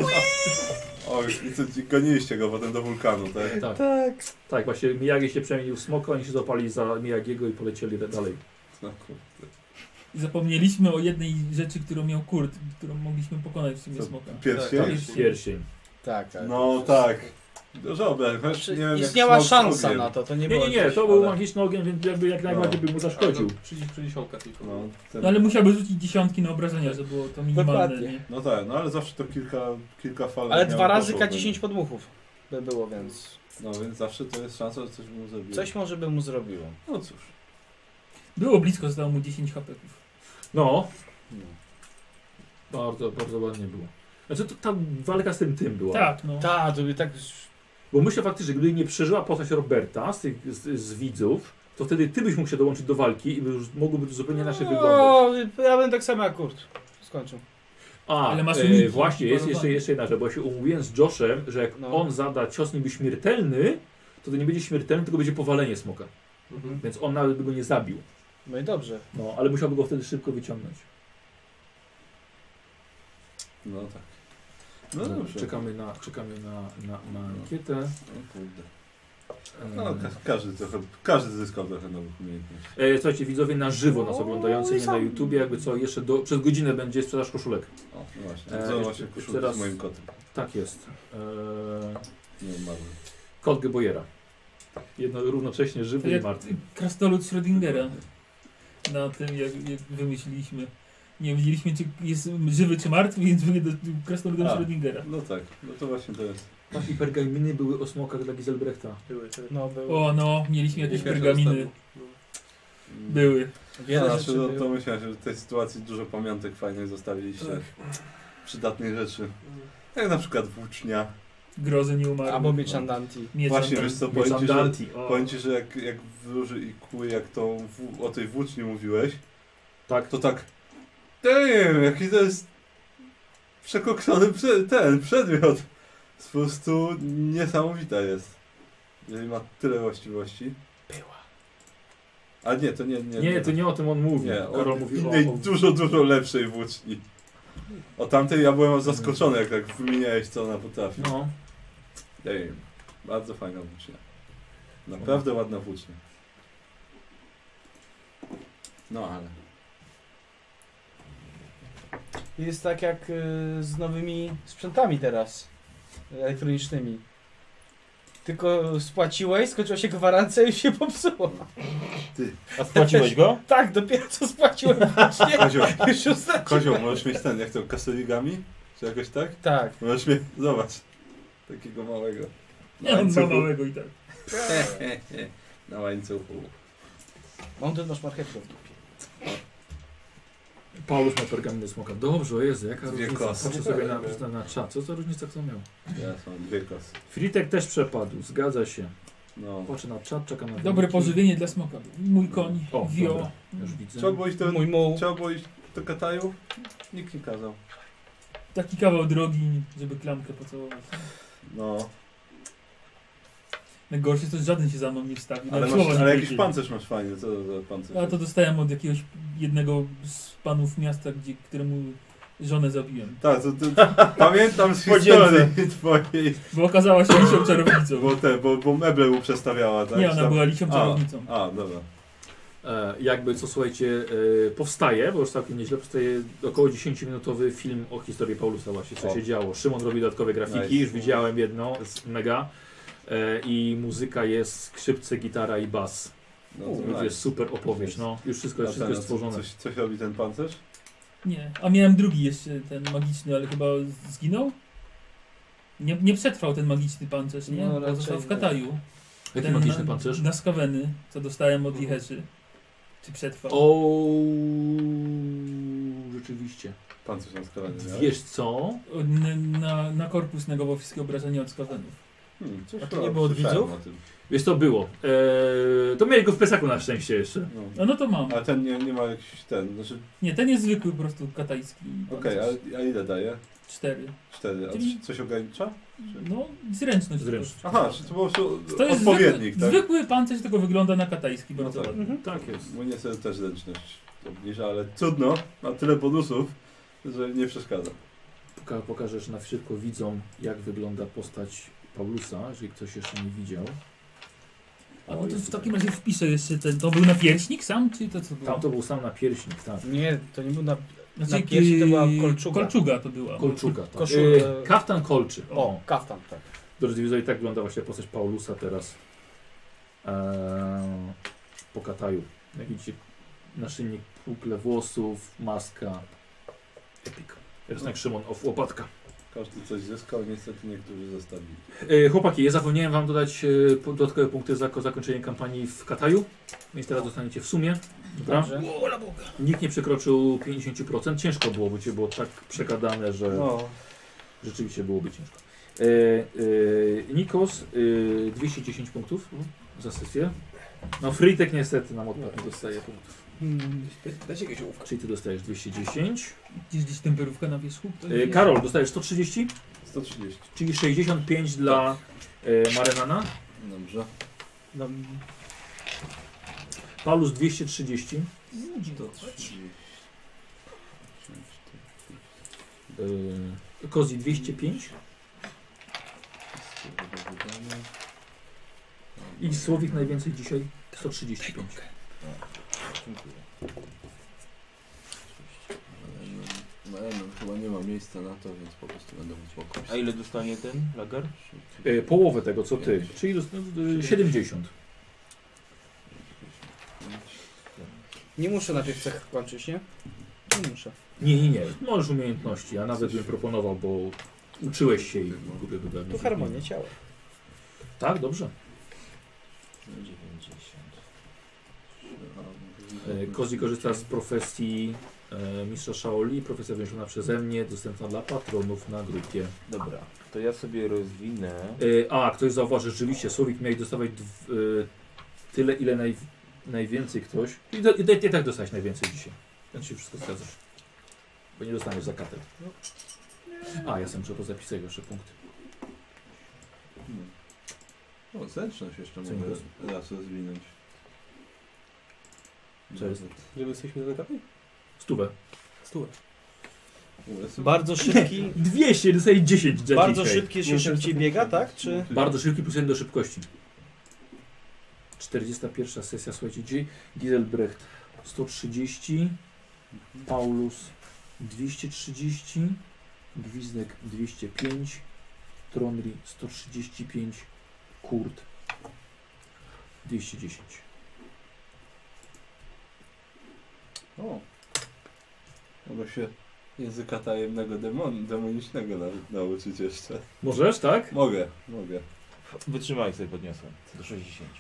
O, i co, goniliście go potem do wulkanu, tak? Tak. Tak. Tak, właśnie Miyagi się przemienił w smoka, oni się zapali za Miyagiego i polecieli dalej. No, kurde. I zapomnieliśmy o jednej rzeczy, którą miał Kurt, którą mogliśmy pokonać w sumie Co, smoka. pierścień? Tak, pierścień. Tak, tak. No tak. Dużo obrażeń, chociaż nie wiem jak Istniała smok szansa ogniem. na to, to nie Nie, było nie, nie, coś, to był ale- magiczny ogień, więc jakby jak najbardziej by mu zaszkodził. 30 tylko. No, ten, No ale musiałby rzucić dziesiątki na obrażenia, żeby było to minimalne, Dokładnie. nie? no tak, no ale zawsze to kilka fal. Ale miało 2 razy poszło, K10 podmuchów by było, więc No więc zawsze to jest szansa, że coś by mu zrobiło. coś może by mu zrobiło. No cóż. Było blisko, zostało mu 10 HP-ków. No, No. bardzo, bardzo ładnie było. Znaczy to, ta walka z tym była. Tak, no. Tak, to by tak... Bo myślę faktycznie, że gdyby nie przeżyła postać Roberta z widzów, to wtedy ty byś mógł się dołączyć do walki i by już mogłoby to zupełnie inaczej wyglądać. No, ja bym tak samo jak Kurt. Skończył. A, Ale masz uniki, właśnie, jest parowanie. jeszcze jedna rzecz, bo ja się umówiłem z Joshem, że jak No. on zada cios niby śmiertelny, to nie będzie śmiertelny, tylko będzie powalenie smoka. Mhm. Więc on nawet by go nie zabił. No i dobrze. No, ale musiałby go wtedy szybko wyciągnąć. No tak. No dobrze. Czekamy na ankietę. O kurde. No, każdy zyskał trochę nowych umiejętności. Słuchajcie, widzowie na żywo nas oglądający, nie na YouTubie, jakby co, jeszcze przez godzinę będzie sprzedaż koszulek. O, no właśnie. jeszcze- Zobacz się jeszcze koszulkę raz- z moim kotem. Tak jest. Nie umarłem. Kot Gebojera. Równocześnie To żywy i jak martwy. krasnolud Schrödingera. Na tym, jak wymyśliliśmy. Nie wiedzieliśmy, czy jest żywy, czy martwy, więc były krasnoludem A. Schrödingera. No tak, no to właśnie to jest. Tak, i pergaminy były o smokach dla Giselbrechta. Były te... No, było. O no, mieliśmy jakieś Pierwszy pergaminy. zestawu. No. Były. Wiele No, rzeczy znaczy, było. to myślałem, że w tej sytuacji dużo pamiątek fajnych zostawiliście. Przydatnych rzeczy. Jak na przykład włócznia. Grozy nie umarły. Albo miecz Andanti. Miecz Właśnie, Andanti. wiesz co, powiem ci, że, Andanti. O. powiem ci, że jak wróży i kły, jak o tej włóczni mówiłeś, Tak. to tak, damn, jaki to jest przekokszony przedmiot. Po prostu niesamowita jest. Jeżeli ma tyle właściwości. Była. A nie, to nie. Nie, to nie o tym on mówi. Nie, Karol o mówi innej, o... dużo lepszej włóczni. O tamtej ja byłem zaskoczony, jak tak wymieniałeś, co ona potrafi. No. Damn, bardzo fajna włócznia. Naprawdę ładna włócznia. No ale... Jest tak jak z nowymi sprzętami teraz. Elektronicznymi. Tylko spłaciłeś, skończyła się gwarancja i się popsuło. A spłaciłeś go? Tak, dopiero co spłaciłem właśnie. Kozioł, Już ostatnio. Kozioł, możesz mieć ten, jak to, kasoligami? Czy jakoś tak? Tak. Możesz mieć, zobacz, takiego małego. Nie, on ma małego i tak. Na łańcuchu. Mam tu masz marchewkę w dupie. Paulus ma pergaminy smoka. Dobrze, o Jezu, jaka Dwie różnica. kosy. Patrzę sobie na czat. Co za różnica kto miał? Ja są dwie kosy. Fritek też przepadł, zgadza się. No. Patrzę na czat, czekam na Dobre wyniki. pożywienie dla smoka. Mój koń, O, wio. dobra. Już widzę. Trzeba było iść do, Mój muł. trzeba było iść do Kataju? Nikt nie kazał. Taki kawał drogi, żeby klamkę pocałować. No. Najgorsze jest to, że żaden się za mną nie wstawi. Ale, Nawet słowa nie ale jakiś powiedzieli. pancerz masz fajny, co to za pancerz? A to dostałem od jakiegoś jednego z panów miasta, któremu żonę zabiłem. Tak, pamiętam z Podzielne. historii twojej, Bo okazała się lisią czarownicą. bo meble mu przestawiała, tak? Nie, ona Tam- była lisią czarownicą. A, dobra. Jakby co, słuchajcie, powstaje, bo już całkiem nieźle, powstaje około 10-minutowy film o historii Paulusa właśnie, co się działo. Szymon robi dodatkowe grafiki, Nice. już widziałem jedno, jest mega. I muzyka jest skrzypce, gitara i bas. No To to będzie nice. super opowieść, no. Już wszystko jest stworzone. Coś robi ten pancerz? Nie. A miałem drugi jeszcze, ten magiczny, ale chyba zginął? Nie przetrwał ten magiczny pancerz, nie? No, Bo raczej został w nie. Kataju. Jaki Ten magiczny pancerz? Na skaweny, co dostałem od Iheszy. Czy przetrwał? O, rzeczywiście. Pancerz na skalanie, Wiesz co? Na korpus negował wszystkie obrażenia od skawenów. Coś A to chyba nie było od słyszałem widzów? o tym. Wiesz to było. To mieli go w plecaku na szczęście jeszcze. No. No to mam. A ten nie ma jakiś znaczy... Nie, ten jest zwykły po prostu katajski. Okej, a ile daje? 4. 4. A Czyli- coś ogranicza? No, zręczność. Zręczność. Aha, czy to po prostu To jest odpowiednik, tak? zwykły pancerz, tylko wygląda na katajski No bardzo tak. ładnie. Tak jest. Mnie sobie też zręczność obniża, ale trudno, ma tyle bonusów, że nie przeszkadza. Pokażesz na szybko widzom, jak wygląda postać Paulusa, jeżeli ktoś jeszcze nie widział. A no to w takim razie wpiszę jeszcze ten. To był napierśnik sam, czy to co było? Tam to był sam napierśnik, tak. Nie, to nie był na... Znaczy, na piersi to była kolczuga. Kolczuga to była. Kolczuga, tak. Koszulę. Kaftan kolczy. O, kaftan, tak. Drodzy widzowie, tak wygląda właśnie postać Paulusa teraz po Kataju. Jak widzicie, naszyjnik, puple włosów, maska. Epik. Jasnek Szymon, łopatka. Każdy coś zyskał, niestety niektórzy zostawili. Chłopaki, ja zapomniałem wam dodać dodatkowe punkty za zakończenie kampanii w Kataju. Więc teraz dostaniecie w sumie. Dobra? Dobrze. Nikt nie przekroczył 50%. Ciężko było, bo cię było tak przegadane, że No, rzeczywiście byłoby ciężko. Nikos 210 punktów za sesję. No Fritek niestety nam odpadł, nie dostaje punktów. Dajcie jakieś ołówka. Czyli ty dostajesz 210. Gdzieś temperówka na wierzchu? Karol, dostajesz 130, 130. czyli 65 dla Marenana. Dobrze. No, Paulus 230. 130. Kozi 205. I Słowik najwięcej dzisiaj 135. Ale chyba nie ma miejsca na to, więc po prostu będę mógł spokój. A ile dostanie ten lagar? Połowę tego co ty, czyli 70. nie muszę najpierw cech kończyć, nie? Nie muszę. Nie. Możesz umiejętności. Ja nawet bym proponował, bo uczyłeś się i Tu harmonia ciała. Tak, dobrze. 90. Kozi korzysta z profesji mistrza Shaoli, profesja wyniesiona przeze mnie, dostępna dla patronów na grupie. Dobra, to ja sobie rozwinę. Ktoś zauważy, rzeczywiście Słowik miałeś dostawać tyle, ile najwięcej ktoś. I tak dostałeś najwięcej dzisiaj. Więc się wszystko zgadza. Bo nie dostaniesz za katę. Ja sam muszę to zapisać jeszcze punkty. O, zręczność jeszcze Co mogę jest? raz rozwinąć. Co jest? Że my jesteśmy na etapie? 100. Bardzo szybki. 200, dostaje 10 za Bardzo dzisiaj. szybki się szybciej biega, tak? Czy... Bardzo szybki plus 1 do szybkości. 41 sesja, słuchajcie, dzisiaj Giselbrecht 130, Paulus 230, Gwizdek 205, Tronri 135, Kurt 210. O! Mogę się języka tajemnego demonicznego nauczyć jeszcze. Możesz, tak? Mogę. Wytrzymaj, sobie podniosłem. Do 60.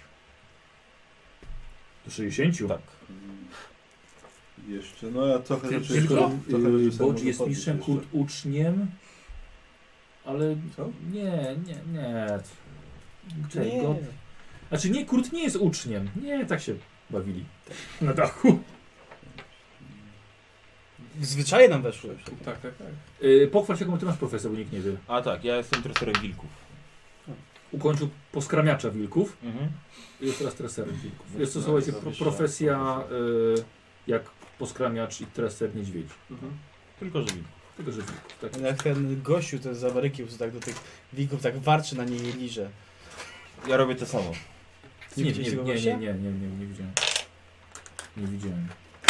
Do 60? Tak. Jeszcze, no ja trochę Ty- rzeczy tylko? trochę sobie Bodzi mogę jest podnieść mistrzem, jeszcze. Kurt uczniem, ale Co? nie. Nie. Czego? Znaczy nie, Kurt nie jest uczniem. Nie, tak się bawili. Na dachu. Zwyczaje nam weszły. Tak. Pochwal się, jaką ty masz profesję, bo nikt nie wie. A tak, ja jestem treserem wilków. Ukończył poskramiacza wilków Mhm. i jest teraz treserem wilków. Jest to, słuchajcie, profesja jak poskramiacz i treser niedźwiedzi. Tylko, że wilków. Tylko, że wilków. Tak. Jak ten gościu to z Ameryki, po tak do tych wików tak warczy na niej i liże. Ja robię to samo. Nie widzieliście tego gościa? Nie widziałem. Nie widziałem.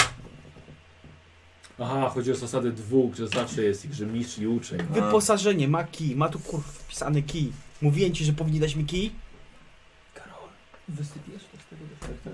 Aha, chodzi o zasady dwóch, że zawsze jest ich, że mistrz i uczeń. Wyposażenie, ma kij, ma tu kurw wpisany kij. Mówiłem ci, że powinni dać mi kij? Karol, wysypiesz to z tego deflektora?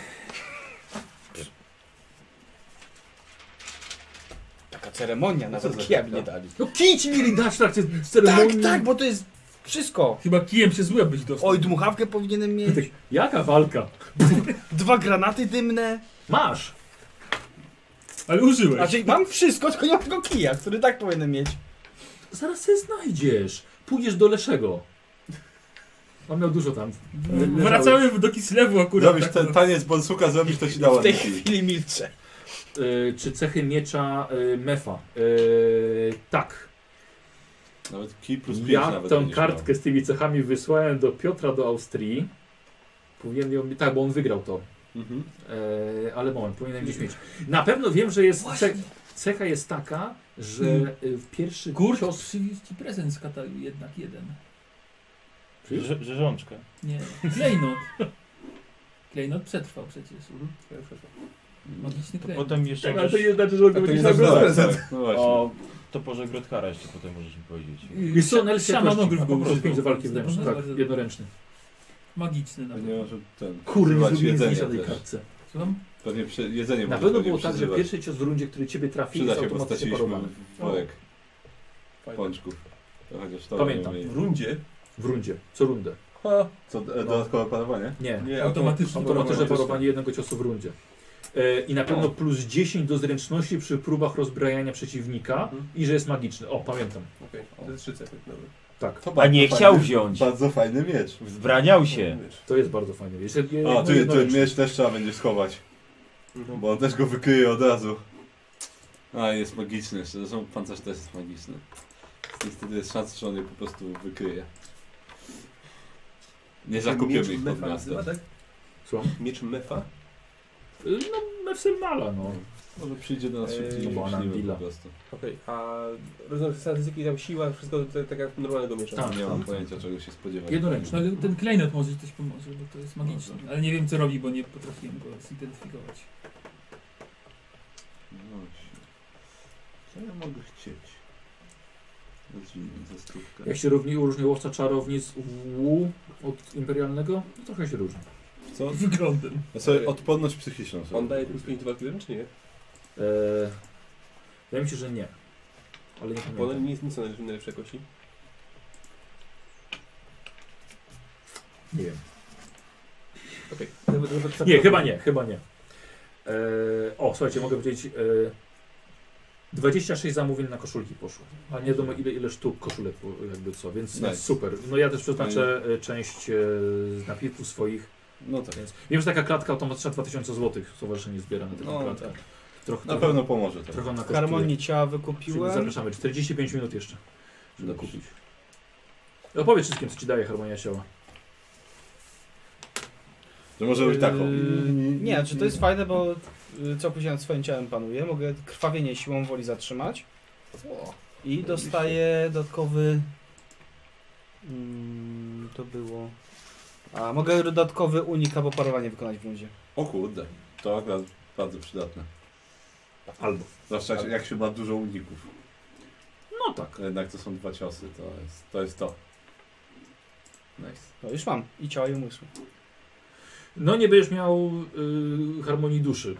Taka ceremonia, Co nawet za kija mi taka? nie dali. No kij ci mieli dać w trakcie ceremonii. Tak, tak, bo to jest wszystko. Chyba kijem się złe być dostał. Oj, dmuchawkę powinienem mieć. Jaka walka? 2 granaty dymne. Masz! Ale użyłeś. Znaczy mam wszystko, tylko nie mam tego kija, który tak powinienem mieć. Zaraz się znajdziesz. Pójdziesz do Leszego. On miał dużo tam. Wracałem do Kislewu akurat. Zrobisz tak, ten taniec Bonsuka, zrobisz to ci dała W tej Niki. chwili milczę. Czy cechy miecza Mefa? Tak. Nawet kij plus 5 Ja nawet tą będziesz kartkę z tymi cechami wysłałem do Piotra do Austrii. Powinien ją... Tak, bo on wygrał to. miał. Mhm. Ale moment, powinienem gdzieś mieć. Na pewno wiem, że jest cecha jest taka, że w pierwszy Kurt cios... przywiózł ci prezent z Kataju, jednak jeden. Rzeżączka. Nie, klejnot. Klejnot przetrwał przecież. Magiczny To klejnot. potem jeszcze Tak, ale to możesz... nie znaczy, że on go to będzie nie znaczy, nagrodzał. że- Tak, no właśnie. O toporze Grotkara jeszcze potem możesz mi powiedzieć. Wiesz co, Nelsie Szamanogryf go plus używał. 5 do walki wręcz. Bardzo, Tak, bardzo jednoręczny. Magiczny To nawet. nie może ten... Kurde, nie używać zrobiłem jedzenia zdjęcia tej też. kartce. Słucham? Pewnie jedzenie Na może pewno pewnie było tak, że przyzywać. pierwszy cios w rundzie, który ciebie trafi, Przyda jest się, bo automatycznie straciliśmy parowany. worek Fajne. pączków. To chociaż to Pamiętam. nie mieli. W rundzie? W rundzie, co rundę. Ha, Co, dodatkowe parowanie? Nie, nie, Automatyczne automatyczne parowanie jednego ciosu w rundzie. I na pewno plus 10 do zręczności przy próbach rozbrajania przeciwnika Mhm. i że jest magiczny. O, pamiętam. Okej, to jest 3 cechy. Dobra. Tak, To A bardzo nie fajny- chciał wziąć. Bardzo fajny miecz. Wzbraniał się. Wiesz. to jest bardzo fajne. Jest, A, ten miecz też trzeba będzie schować, Mhm. bo on też go wykryje od razu. A, jest magiczny, zresztą pancerz też jest magiczny. Niestety jest szansa, że on je po prostu wykryje. Nie zakupiemy Miecz ich pod Mefa miastem. nazywa, tak? Słucham? Miecz Mefa? No, Mefselmala, no. Może przyjdzie do nas szybciej No niż bo ona myślimy Andila. po prostu. Okej, a rozumiem, statystyki tam siła, wszystko tak jak normalnego miecza. Tak. Nie mam pojęcia, czego się spodziewać. Jednoręczny. No, ale ten klejnot może ci coś pomoże, bo to jest magiczny. Ale nie wiem co robi, bo nie potrafiłem go zidentyfikować. No właśnie. Co ja mogę chcieć? Zacznijmy ze stówkę. Jak się różni łowca czarownic Wu od imperialnego? No, trochę się różni. Co? Wyglądem. Ja sobie odporność psychiczną sobie. On daje plus 5 do walki wręcz, czy nie? Wydaje mi się, że nie. Ale nie Bo one pamiętam. nie jest nic na najlepszej jakości. Nie wiem. Okej. Nie, chyba nie. O, słuchajcie, mogę powiedzieć, 26 zamówień na koszulki poszło. A nie wiadomo ile sztuk koszulek jakby co, więc Nice. super. No ja też przeznaczę część z napiwków swoich, No tak. więc wiem, że taka klatka automatyczna 2000 zł stowarzyszenie zbiera na taką No klatkę. tak. Trochę, Na pewno pomoże to. trochę ona kosztuje. Harmonii ciała Czyli wykupiłem. zapraszamy, 45 minut jeszcze, żeby Dobrze. kupić. Opowiedz wszystkim, co ci daje harmonia ciała. Że może być taką. Nie, czy to jest fajne, bo co później nad swoim ciałem panuje. Mogę krwawienie siłą woli zatrzymać. I dostaję dodatkowy... to było... A, mogę dodatkowy unik albo parowanie wykonać w rundzie. O kurde, to akurat bardzo przydatne. Albo. Zwłaszcza jak się ma dużo uników. No tak. Jednak to są 2 ciosy, to jest to. Nice. No już mam. I ciała i umysłu. No nie będziesz miał harmonii duszy,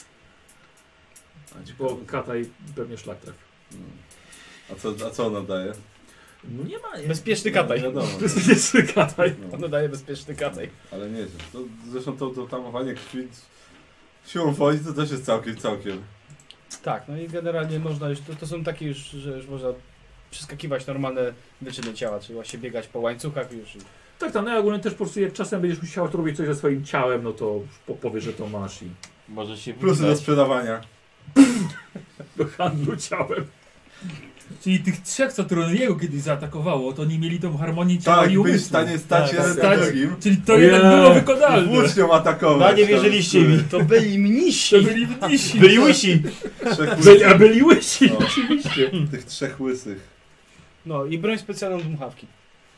A, bo ciekawe. kataj pewnie szlak trafi. A co ona daje? No nie ma. Bezpieczny kataj. No, wiadomo. Bezpieczny kataj. No, Ono daje bezpieczny kataj. ale nie wiem. Zresztą to tamowanie krwi siłą woli to też jest całkiem. Tak, no i generalnie można już, to są takie już, że już można przeskakiwać normalne wyczyny ciała, czyli właśnie biegać po łańcuchach już. Tak, no ja ogólnie też po prostu jak czasem będziesz musiał robić coś ze swoim ciałem, no to powiesz, że to masz i Możesz się Plusy do wybrać. sprzedawania. do handlu ciałem. Czyli tych trzech, co Troniego kiedyś zaatakowało, to nie mieli tą harmonię ciała Tak, i byś umysłu. w stanie stać Tak, jeden stać. na drugim. Czyli to Ojej. jednak było I wykonalne. włócznią atakować. No nie wierzyliście mi. To byli mnisi! To byli mnisi. Byli łysi. Trzech A łysych. byli łysi, No. oczywiście. Tych 3 łysych. No i broń specjalną dmuchawki.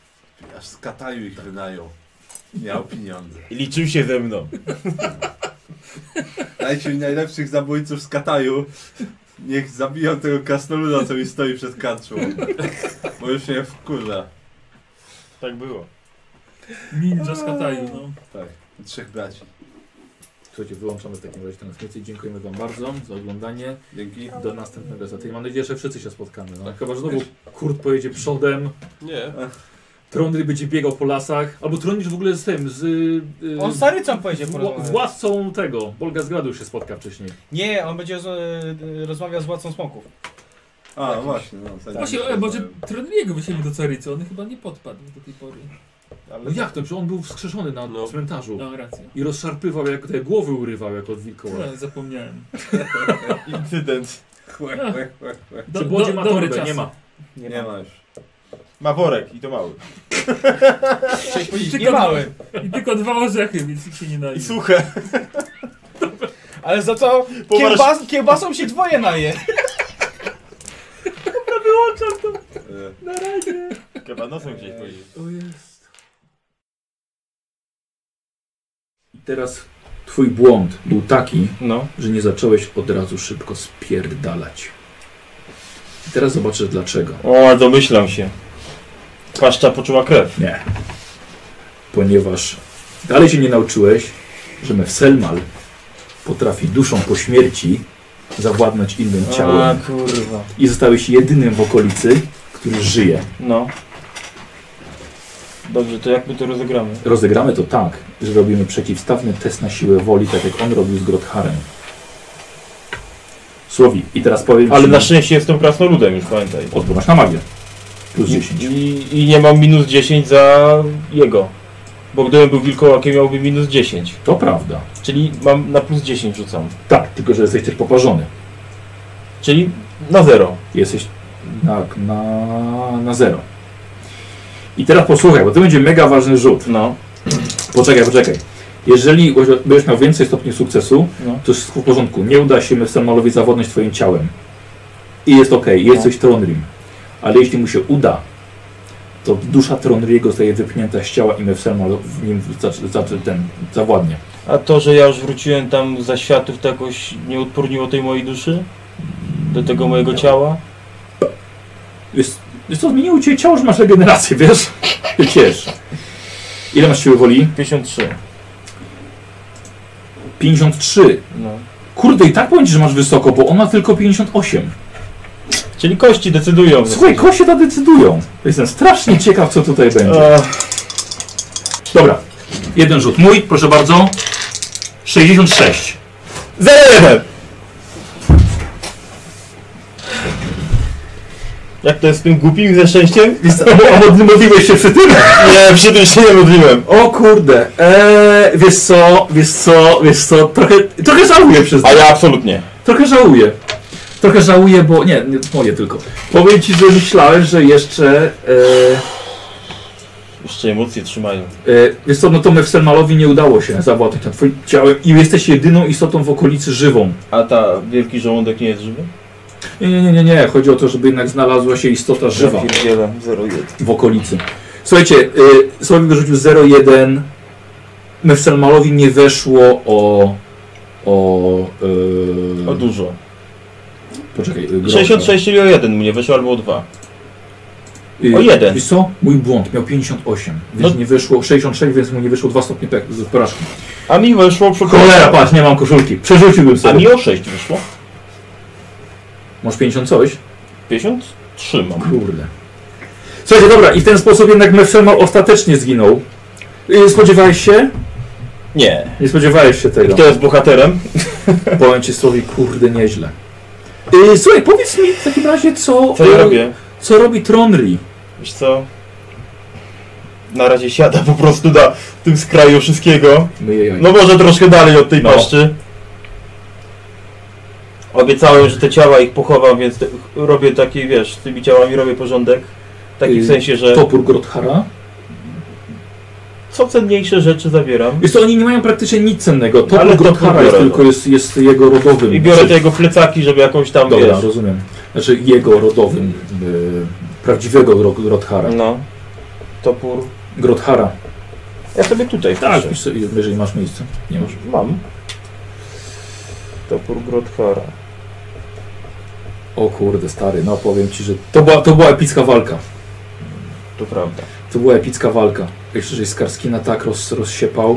Aż z Kataju ich wynajął. Miał pieniądze. I liczył się ze mną. Dajcie mi najlepszych zabójców z Kataju. Niech zabiją tego krasnoluda, co mi stoi przed karczmą. Bo już mnie wkurza. Tak było. Ninja z Kataju, no. Tak, 3 braci. Słuchajcie, wyłączamy w takim razie transmisję. Dziękujemy wam bardzo za oglądanie. Dzięki. Do następnego za tydzień. Mam nadzieję, że wszyscy się spotkamy. No. Chyba, że znowu Kurt pojedzie przodem, Nie. Trondry będzie biegał po lasach, albo Trondry w ogóle z tym, On z Sarycą pojedzie porozmawiać. władcą tego, Bolgazgradu już się spotka wcześniej. Nie, on będzie rozmawiał z władcą smoków. A, Jakiś. właśnie, no. Właśnie, może Trondriego wysieli do Carycy, on chyba nie podpadł do tej pory. No jak to? Przecież on był wskrzeszony na No. cmentarzu No, racja. i rozszarpywał, jak te głowy urywał, jak od wilkoła. No, zapomniałem. Incydent. Czy Bodzie ma dobre torbę? czasy. Nie ma. Nie ma już. Ma worek i to mały. Chciałeś powiedzieć, Tylko nie mały. I tylko 2 orzechy, więc ich się nie daje. I suche. Ale za to kiełbasą się 2 naje. Na razie. Chyba nosem chciałeś powiedzieć. O jest. I teraz twój błąd był taki, No. że nie zacząłeś od razu szybko spierdalać. I teraz zobaczysz dlaczego. O, domyślam się. Paszcza poczuła krew. Nie. Ponieważ dalej się nie nauczyłeś, że Mefselmal potrafi duszą po śmierci zawładnąć innym A, ciałem. kurwa. I zostałeś jedynym w okolicy, który żyje. No. Dobrze, to jak my to rozegramy? Rozegramy to tak, że robimy przeciwstawny test na siłę woli, tak jak on robił z Grotharem. Słowi. I teraz powiem Ale ci, na szczęście jestem krasnoludem, już pamiętaj. odpływasz na magię. Plus 10. I nie mam minus 10 za jego. Bo gdybym był wilkołakiem, miałbym minus 10. To prawda. Czyli mam na plus 10 rzucam. Tak, tylko że jesteś też poparzony. Czyli na 0. Jesteś na 0. I teraz posłuchaj, bo to będzie mega ważny rzut. No. Poczekaj. Jeżeli będziesz miał więcej stopni sukcesu, No. to jest w porządku. Nie uda się Mefselmalowi zawodnąć twoim ciałem. I jest ok, jesteś Tronrim. Ale jeśli mu się uda, to dusza Tronriego zostaje wypchnięta z ciała i Mefselmal w nim zawładnie. A to, że ja już wróciłem tam za światów, to jakoś nie odporniło tej mojej duszy? Do tego mojego ciała? Jest co, zmieniło cię ciało, że masz regenerację, wiesz? Ty ciesz. Ile masz siły woli? 53. 53. No. Kurde, i tak powiem ci, że masz wysoko, bo on ma tylko 58. Czyli kości decydują. Słuchaj, kości to decydują. Jestem strasznie ciekaw, co tutaj będzie. Dobra, jeden rzut. Mój, proszę bardzo. 66. 0,1! Jak to jest z tym głupim ze szczęściem? A modliłeś się przy tym? Nie, przy tym się nie modliłem. O kurde. Wiesz co, trochę żałuję przez to. A ja absolutnie. Trochę żałuję, bo... Nie, moje tylko. Powiem ci, że myślałem, że jeszcze... Jeszcze emocje trzymają. Wiesz co, no to Mefselmalowi nie udało się zawładnąć nad twoim ciałem i jesteś jedyną istotą w okolicy żywą. A ta wielki żołądek nie jest żywy? Nie. Chodzi o to, żeby jednak znalazła się istota żywa Ja pierdzielę, 0,1. w okolicy. Słuchajcie, Słowik wyrzucił 0,1. Mefselmalowi nie weszło O dużo. Poczekaj. 66, czyli o 1 mu nie wyszło, albo o 2. O 1. Wiesz co? Mój błąd. Miał 58. Więc No. nie wyszło 66, więc mu nie wyszło 2 stopnie porażki. A mi weszło przy Cholera, patrz, nie mam koszulki. Przerzuciłbym A sobie. mi o 6 wyszło. Masz 50 coś? 53 mam. Kurde. Słuchajcie, dobra, i w ten sposób jednak Mefselmal ostatecznie zginął. Spodziewałeś się? Nie. Nie spodziewałeś się tego. Kto jest bohaterem? Powiem ci słowi, kurde, nieźle. Słuchaj, powiedz mi w takim razie, co Co ja robię? Co robi Tronri? Wiesz co? Na razie siada po prostu na tym skraju wszystkiego. No może troszkę dalej od tej paszczy. Obiecałem, że te ciała ich pochowam, więc robię taki, wiesz, z tymi ciałami robię porządek. Taki w sensie, że Topór Grothara? co cenniejsze rzeczy zabieram. Wiesz co, oni nie mają praktycznie nic cennego. Ale Topór topór Grothara jest biorę, tylko jest jego rodowym. I biorę te jego plecaki, żeby jakąś tam, Dobra, wiesz... rozumiem. Znaczy jego rodowym, prawdziwego Grothara. No. Topór. Grothara. Ja sobie tutaj Tak, patrzę. jeżeli masz miejsce. Nie masz. Mam. Topór Grothara. O kurde, stary, no powiem ci, że to była epicka walka. To prawda. To była epicka walka. Jeszcze, że Skarskina tak rozsiepał.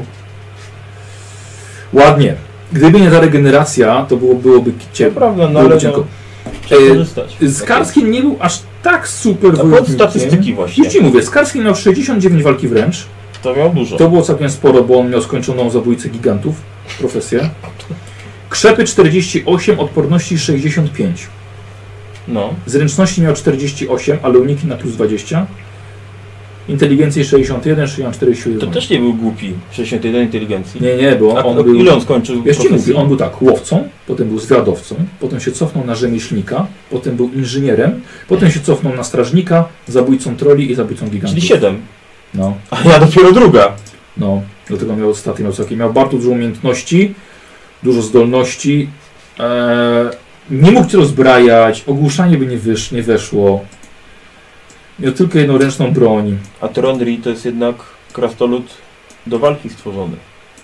Ładnie. Gdyby nie ta regeneracja, to byłoby To ciepło. prawda, no Byłoby ale cienko. trzeba korzystać. Skarskin nie był aż tak super A pod wojownikiem. statystyki właśnie. Już ci mówię, Skarskin miał 69 walki wręcz. To miał dużo. To było całkiem sporo, bo on miał skończoną zabójcę gigantów. Profesję. Krzepy 48, odporności 65. No. Zręczności miał 48, ale uniki na plus 20. Inteligencji 61, 64 siły To woli. też nie był głupi. 61 inteligencji. Nie, bo A on był... ile on skończył Wiesz, ci profesji? mówię, on był tak, łowcą, potem był zwiadowcą, potem się cofnął na rzemieślnika, potem był inżynierem, potem się cofnął na strażnika, zabójcą troli i zabójcą gigantów. Czyli 7. No, A ja dopiero druga. no, dlatego miał staty, miał całkiem, miał bardzo dużo umiejętności, dużo zdolności, nie mógł cię rozbrajać, ogłuszanie by nie weszło, miał tylko jednoręczną broń. A Trondri to jest jednak krasnolud do walki stworzony.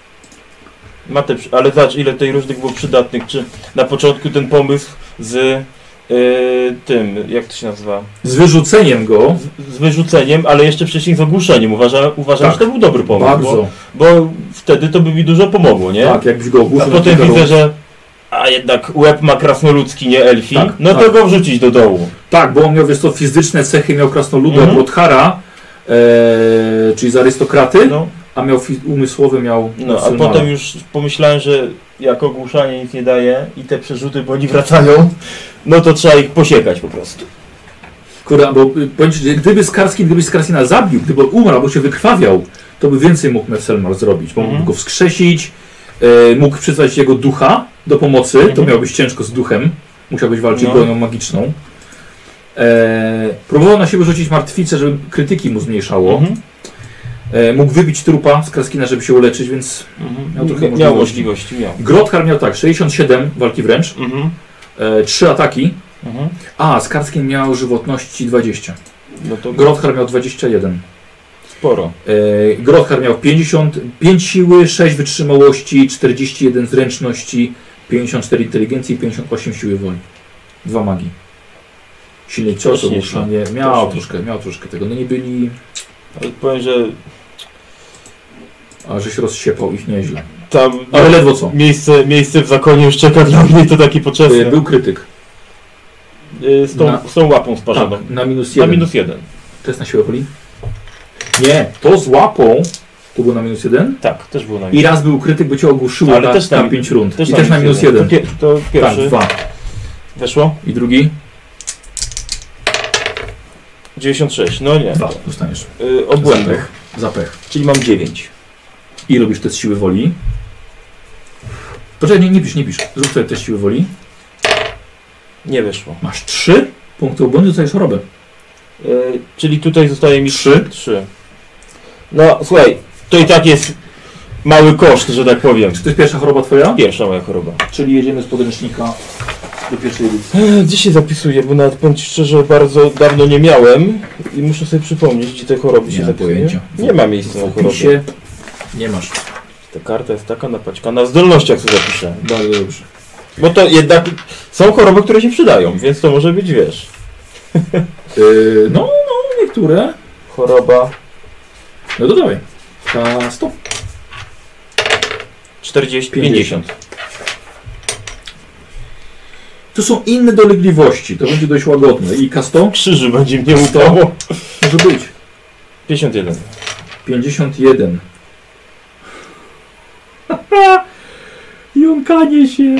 Ma te, ale zobacz ile tej różnych było przydatnych. Czy na początku ten pomysł z tym, jak to się nazywa? Z wyrzuceniem go, Z wyrzuceniem, ale jeszcze wcześniej z ogłuszeniem. Uważam, Tak. że to był dobry pomysł. bardzo, Bo wtedy to by mi dużo pomogło, nie? tak, jakbyś go A ogłuszył. potem na kilka widzę, że a jednak łeb ma krasnoludzki, nie elfi. Tak, no tak. to go wrzucić do dołu. Tak, bo on miał, wiesz co, fizyczne cechy, miał krasnoluda, Mhm. Grothara, czyli z arystokraty, No, a miał umysłowy, miał no a Sylmara. potem już pomyślałem, że jak ogłuszanie nic nie daje i te przerzuty, bo oni wracają, no to trzeba ich posiekać po prostu. Kurde, bo powiem ci, że gdybyś Skarskina zabił, gdyby on umarł albo się wykrwawiał, to by więcej mógł Selmar zrobić, bo mógł Mhm. go wskrzesić, mógł przyzwać jego ducha do pomocy, to Mhm. miałbyś ciężko z duchem, musiałbyś walczyć No. bronią magiczną. Próbował na siebie rzucić martwicę, żeby krytyki mu zmniejszało. Mhm. Mógł wybić trupa Skarskina, żeby się uleczyć, więc miał trochę Miał możliwości. możliwości, miał. Grothar miał tak, 67 walki wręcz, Mhm. 3 ataki, Mhm. a Skarskin miał żywotności 20. No to Grothar miał 21. sporo. Grothar miał 55 siły, 6 wytrzymałości, 41 zręczności, 54 inteligencji i 58 siły woli. 2 magii. Silny cios, Też nie ogłuszanie. źle. Miał Też troszkę tego. No nie byli... Ale powiem, że A że się rozsiepał ich nieźle. tam Ale ledwo co. miejsce w zakonie już czeka dla mnie, to takie poczesne. Był krytyk. Z tą łapą sparzoną. Tak, na minus Na 1. -1. To jest na siłę woli? Nie, to z łapą to było na minus 1. Tak, też było na I raz był krytyk, by cię ogłuszyło Ale na, też na- 5 rund. Też I też na minus 1. To Tak, pierwszy. 2. Weszło? I drugi? 96. No nie. 2 dostaniesz. Obłędnych. Zapech. Czyli mam 9. I robisz test siły woli. Poczekaj, nie pisz. Zrób sobie test siły woli. Nie weszło. Masz 3 punkty obłędu, dostajesz chorobę. Czyli tutaj zostaje mi 3. 3. No słuchaj, to i tak jest mały koszt, że tak powiem. Czy to jest pierwsza choroba twoja? Pierwsza moja choroba. Czyli jedziemy z podręcznika do pierwszej edycji. Gdzie się zapisuję, bo nawet powiem ci szczerze, bardzo dawno nie miałem i muszę sobie przypomnieć, gdzie te choroby się Nie mam zapisuje. pojęcia. Nie ma miejsca W na choroby. opisie nie masz. Ta karta jest taka napaćkana w zdolnościach, co zapiszę. Bardzo dobrze. Bo to jednak są choroby, które się przydają, więc to może być, wiesz, No, niektóre. choroba No to dawaj. K100. 40, 50. To są inne dolegliwości, to będzie dość łagodne. I K100? Krzyży będzie mnie 100? łupało. Może być. 51. 51. Jąkanie się.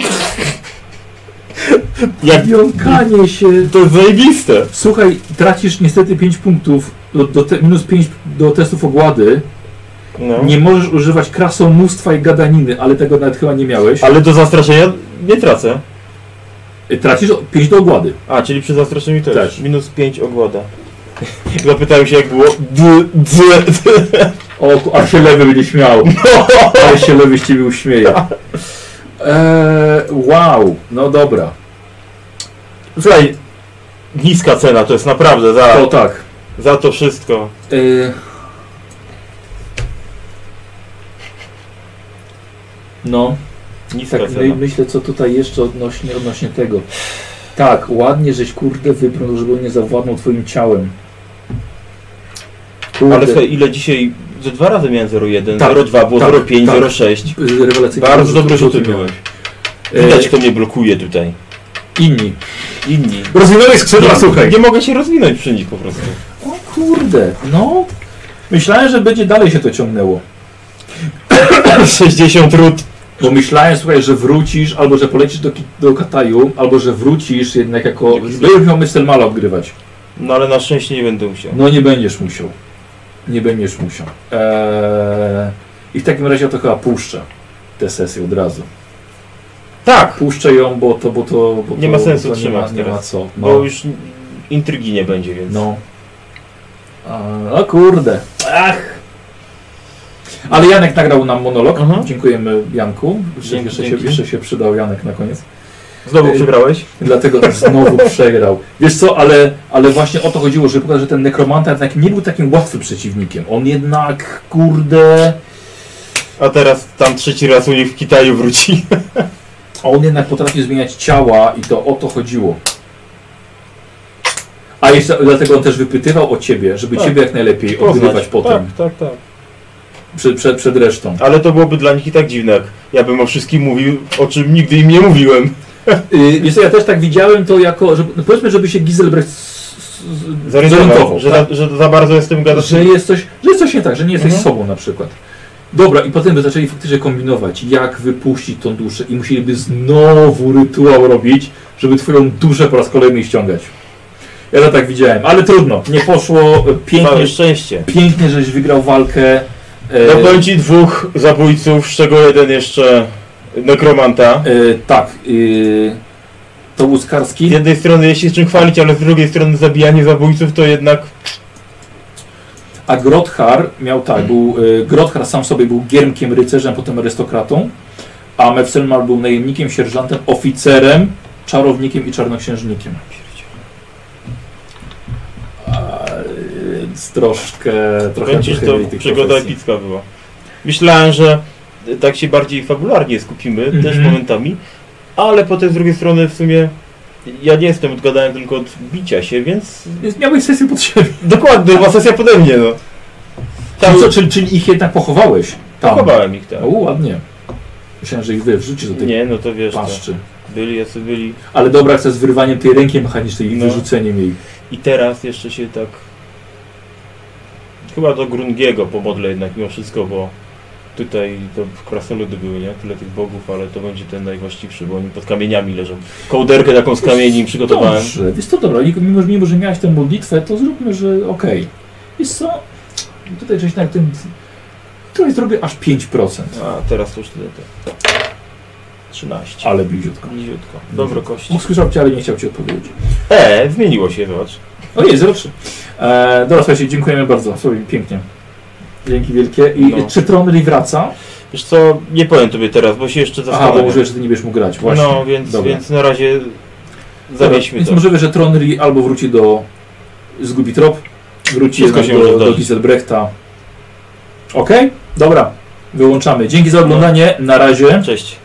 Jak Jąkanie się. to jest zajebiste. Słuchaj, tracisz niestety 5 punktów, minus 5 do testów ogłady. No. Nie możesz używać krasomóstwa i gadaniny, ale tego nawet chyba nie miałeś. Ale do zastraszenia nie tracę. Tracisz 5 do ogłady. A, czyli przy zastraszeniu też. Też. Minus 5 ogłada. Zapytałem się jak było. O, a się lewy będzie śmiał. Ale się lewy z ciebie uśmieje. Wow, no dobra. Słuchaj, niska cena to jest naprawdę To tak. za to wszystko. No. Niska Tak, cena. myślę, co tutaj jeszcze odnośnie tego. Tak, ładnie, żeś kurde wybrnął, żeby on nie zawładnął twoim ciałem. Kurde. Ale słuchaj, ile dzisiaj... Ze 2 razy miałem 0,1, Tak, 0,2, było tak, 0,5, tak. 0,6. Rewelacyjnie. Bardzo dobre rzuty miałem. były. Widać, kto mnie blokuje tutaj. Inni. Inni. Rozwinąłeś skrzydła, słuchaj. Nie mogę się rozwinąć przy nich po prostu. O kurde, no. Myślałem, że będzie dalej się to ciągnęło. 60 rut. Bo myślałem, słuchaj, że wrócisz, albo że polecisz do Kataju, albo że wrócisz jednak jako... Będziesz miał Selmala odgrywać. No ale na szczęście nie będę musiał. No nie będziesz musiał. Nie będziesz musiał. I w takim razie ja to chyba puszczę tę sesję od razu. Tak! Puszczę ją, bo Nie ma sensu bo trzymać nie ma teraz. co. No, Bo już intrygi nie będzie, więc... no. O kurde. Ach. Ale Janek nagrał nam monolog. Mhm. Dziękujemy Janku. Dzięki. Jeszcze się przydał Janek na koniec. Znowu przegrałeś? Dlatego znowu przegrał. Wiesz co, ale właśnie o to chodziło, żeby pokazać, że ten nekromanta jednak nie był takim łatwym przeciwnikiem. On jednak, kurde... A teraz tam trzeci raz u nich w Kitaju wróci. A on jednak potrafi zmieniać ciała i to o to chodziło. A jeszcze dlatego on też wypytywał o ciebie, żeby Tak. ciebie jak najlepiej odgrywać potem. Tak. Przed resztą. Ale to byłoby dla nich i tak dziwne, jak ja bym o wszystkim mówił, o czym nigdy im nie mówiłem. Wiesz co, ja też tak widziałem to jako, że, no powiedzmy, żeby się Giselbrecht Zorientował, tak? że za bardzo jestem gadać. że jest coś nie tak, że nie jesteś sobą na przykład. Dobra, i potem by zaczęli faktycznie kombinować, jak wypuścić tą duszę i musieliby znowu rytuał robić, żeby twoją duszę po raz kolejny ściągać. Ja to tak widziałem, ale trudno, nie poszło, pięknie, Całe szczęście. pięknie żeś wygrał walkę. No powiem ci 2 zabójców, z czego jeden jeszcze nekromanta. Tak, to był Z Skarski. jednej strony jest się czym chwalić, ale z drugiej strony zabijanie zabójców to jednak... A Grothar miał tak, Grothar sam sobie był giermkiem, rycerzem, potem arystokratą, a Mefselmar był najemnikiem, sierżantem, oficerem, czarownikiem i czarnoksiężnikiem. Więc trochę Kręcisz, to trochę tych przygoda profesji. epicka była. Myślałem, że tak się bardziej fabularnie skupimy, też momentami, ale potem z drugiej strony w sumie ja nie jestem odgadany tylko od bicia się, więc... Więc miałeś sesję pod siebie. Dokładnie, była sesja pode mnie, no. Czyli ich jednak pochowałeś tam. Pochowałem ich, tak. O, ładnie. Myślałem, że ich wrzucisz do tej Nie, no to wiesz, to paszczy. byli, jacy byli. Ale dobra akcja z wyrwaniem tej ręki mechanicznej i No. wyrzuceniem jej. I teraz jeszcze się tak... Chyba do Grungiego pomodlę jednak mimo wszystko, bo tutaj to krasnoludy były, nie? Tyle tych bogów, ale to będzie ten najwłaściwszy, bo oni pod kamieniami leżą. Kołderkę taką z kamieni im przygotowałem. Dobrze, wiesz co, dobra, mimo że miałeś tę modlitwę, to zróbmy, że okej. Wiesz co, tutaj żeś na tym... Tutaj zrobię aż 5%. A teraz to już tyle. 13. Ale bliziutko. Bliziutko. Dobre kości. Słyszał cię, ale nie chciał ci odpowiedzieć. Zmieniło się, zobacz. Ojej, 0,3. Dobra, słuchajcie, dziękujemy bardzo. Słuchaj, pięknie. Dzięki wielkie. I No. czy Tronry wraca? Wiesz co, nie powiem tobie teraz, bo się jeszcze Aha, zastanawiam. bo może jeszcze ty nie będziesz mógł grać. Właśnie. No, Dobra. więc na razie Dobra, zawieźmy więc to. możliwe, że Tronry albo wróci zgubi trop, wróci Wszystko jednak się może do zdarzyć. Giselbrechta. Okej? Dobra, wyłączamy. Dzięki za oglądanie. Na razie. Cześć.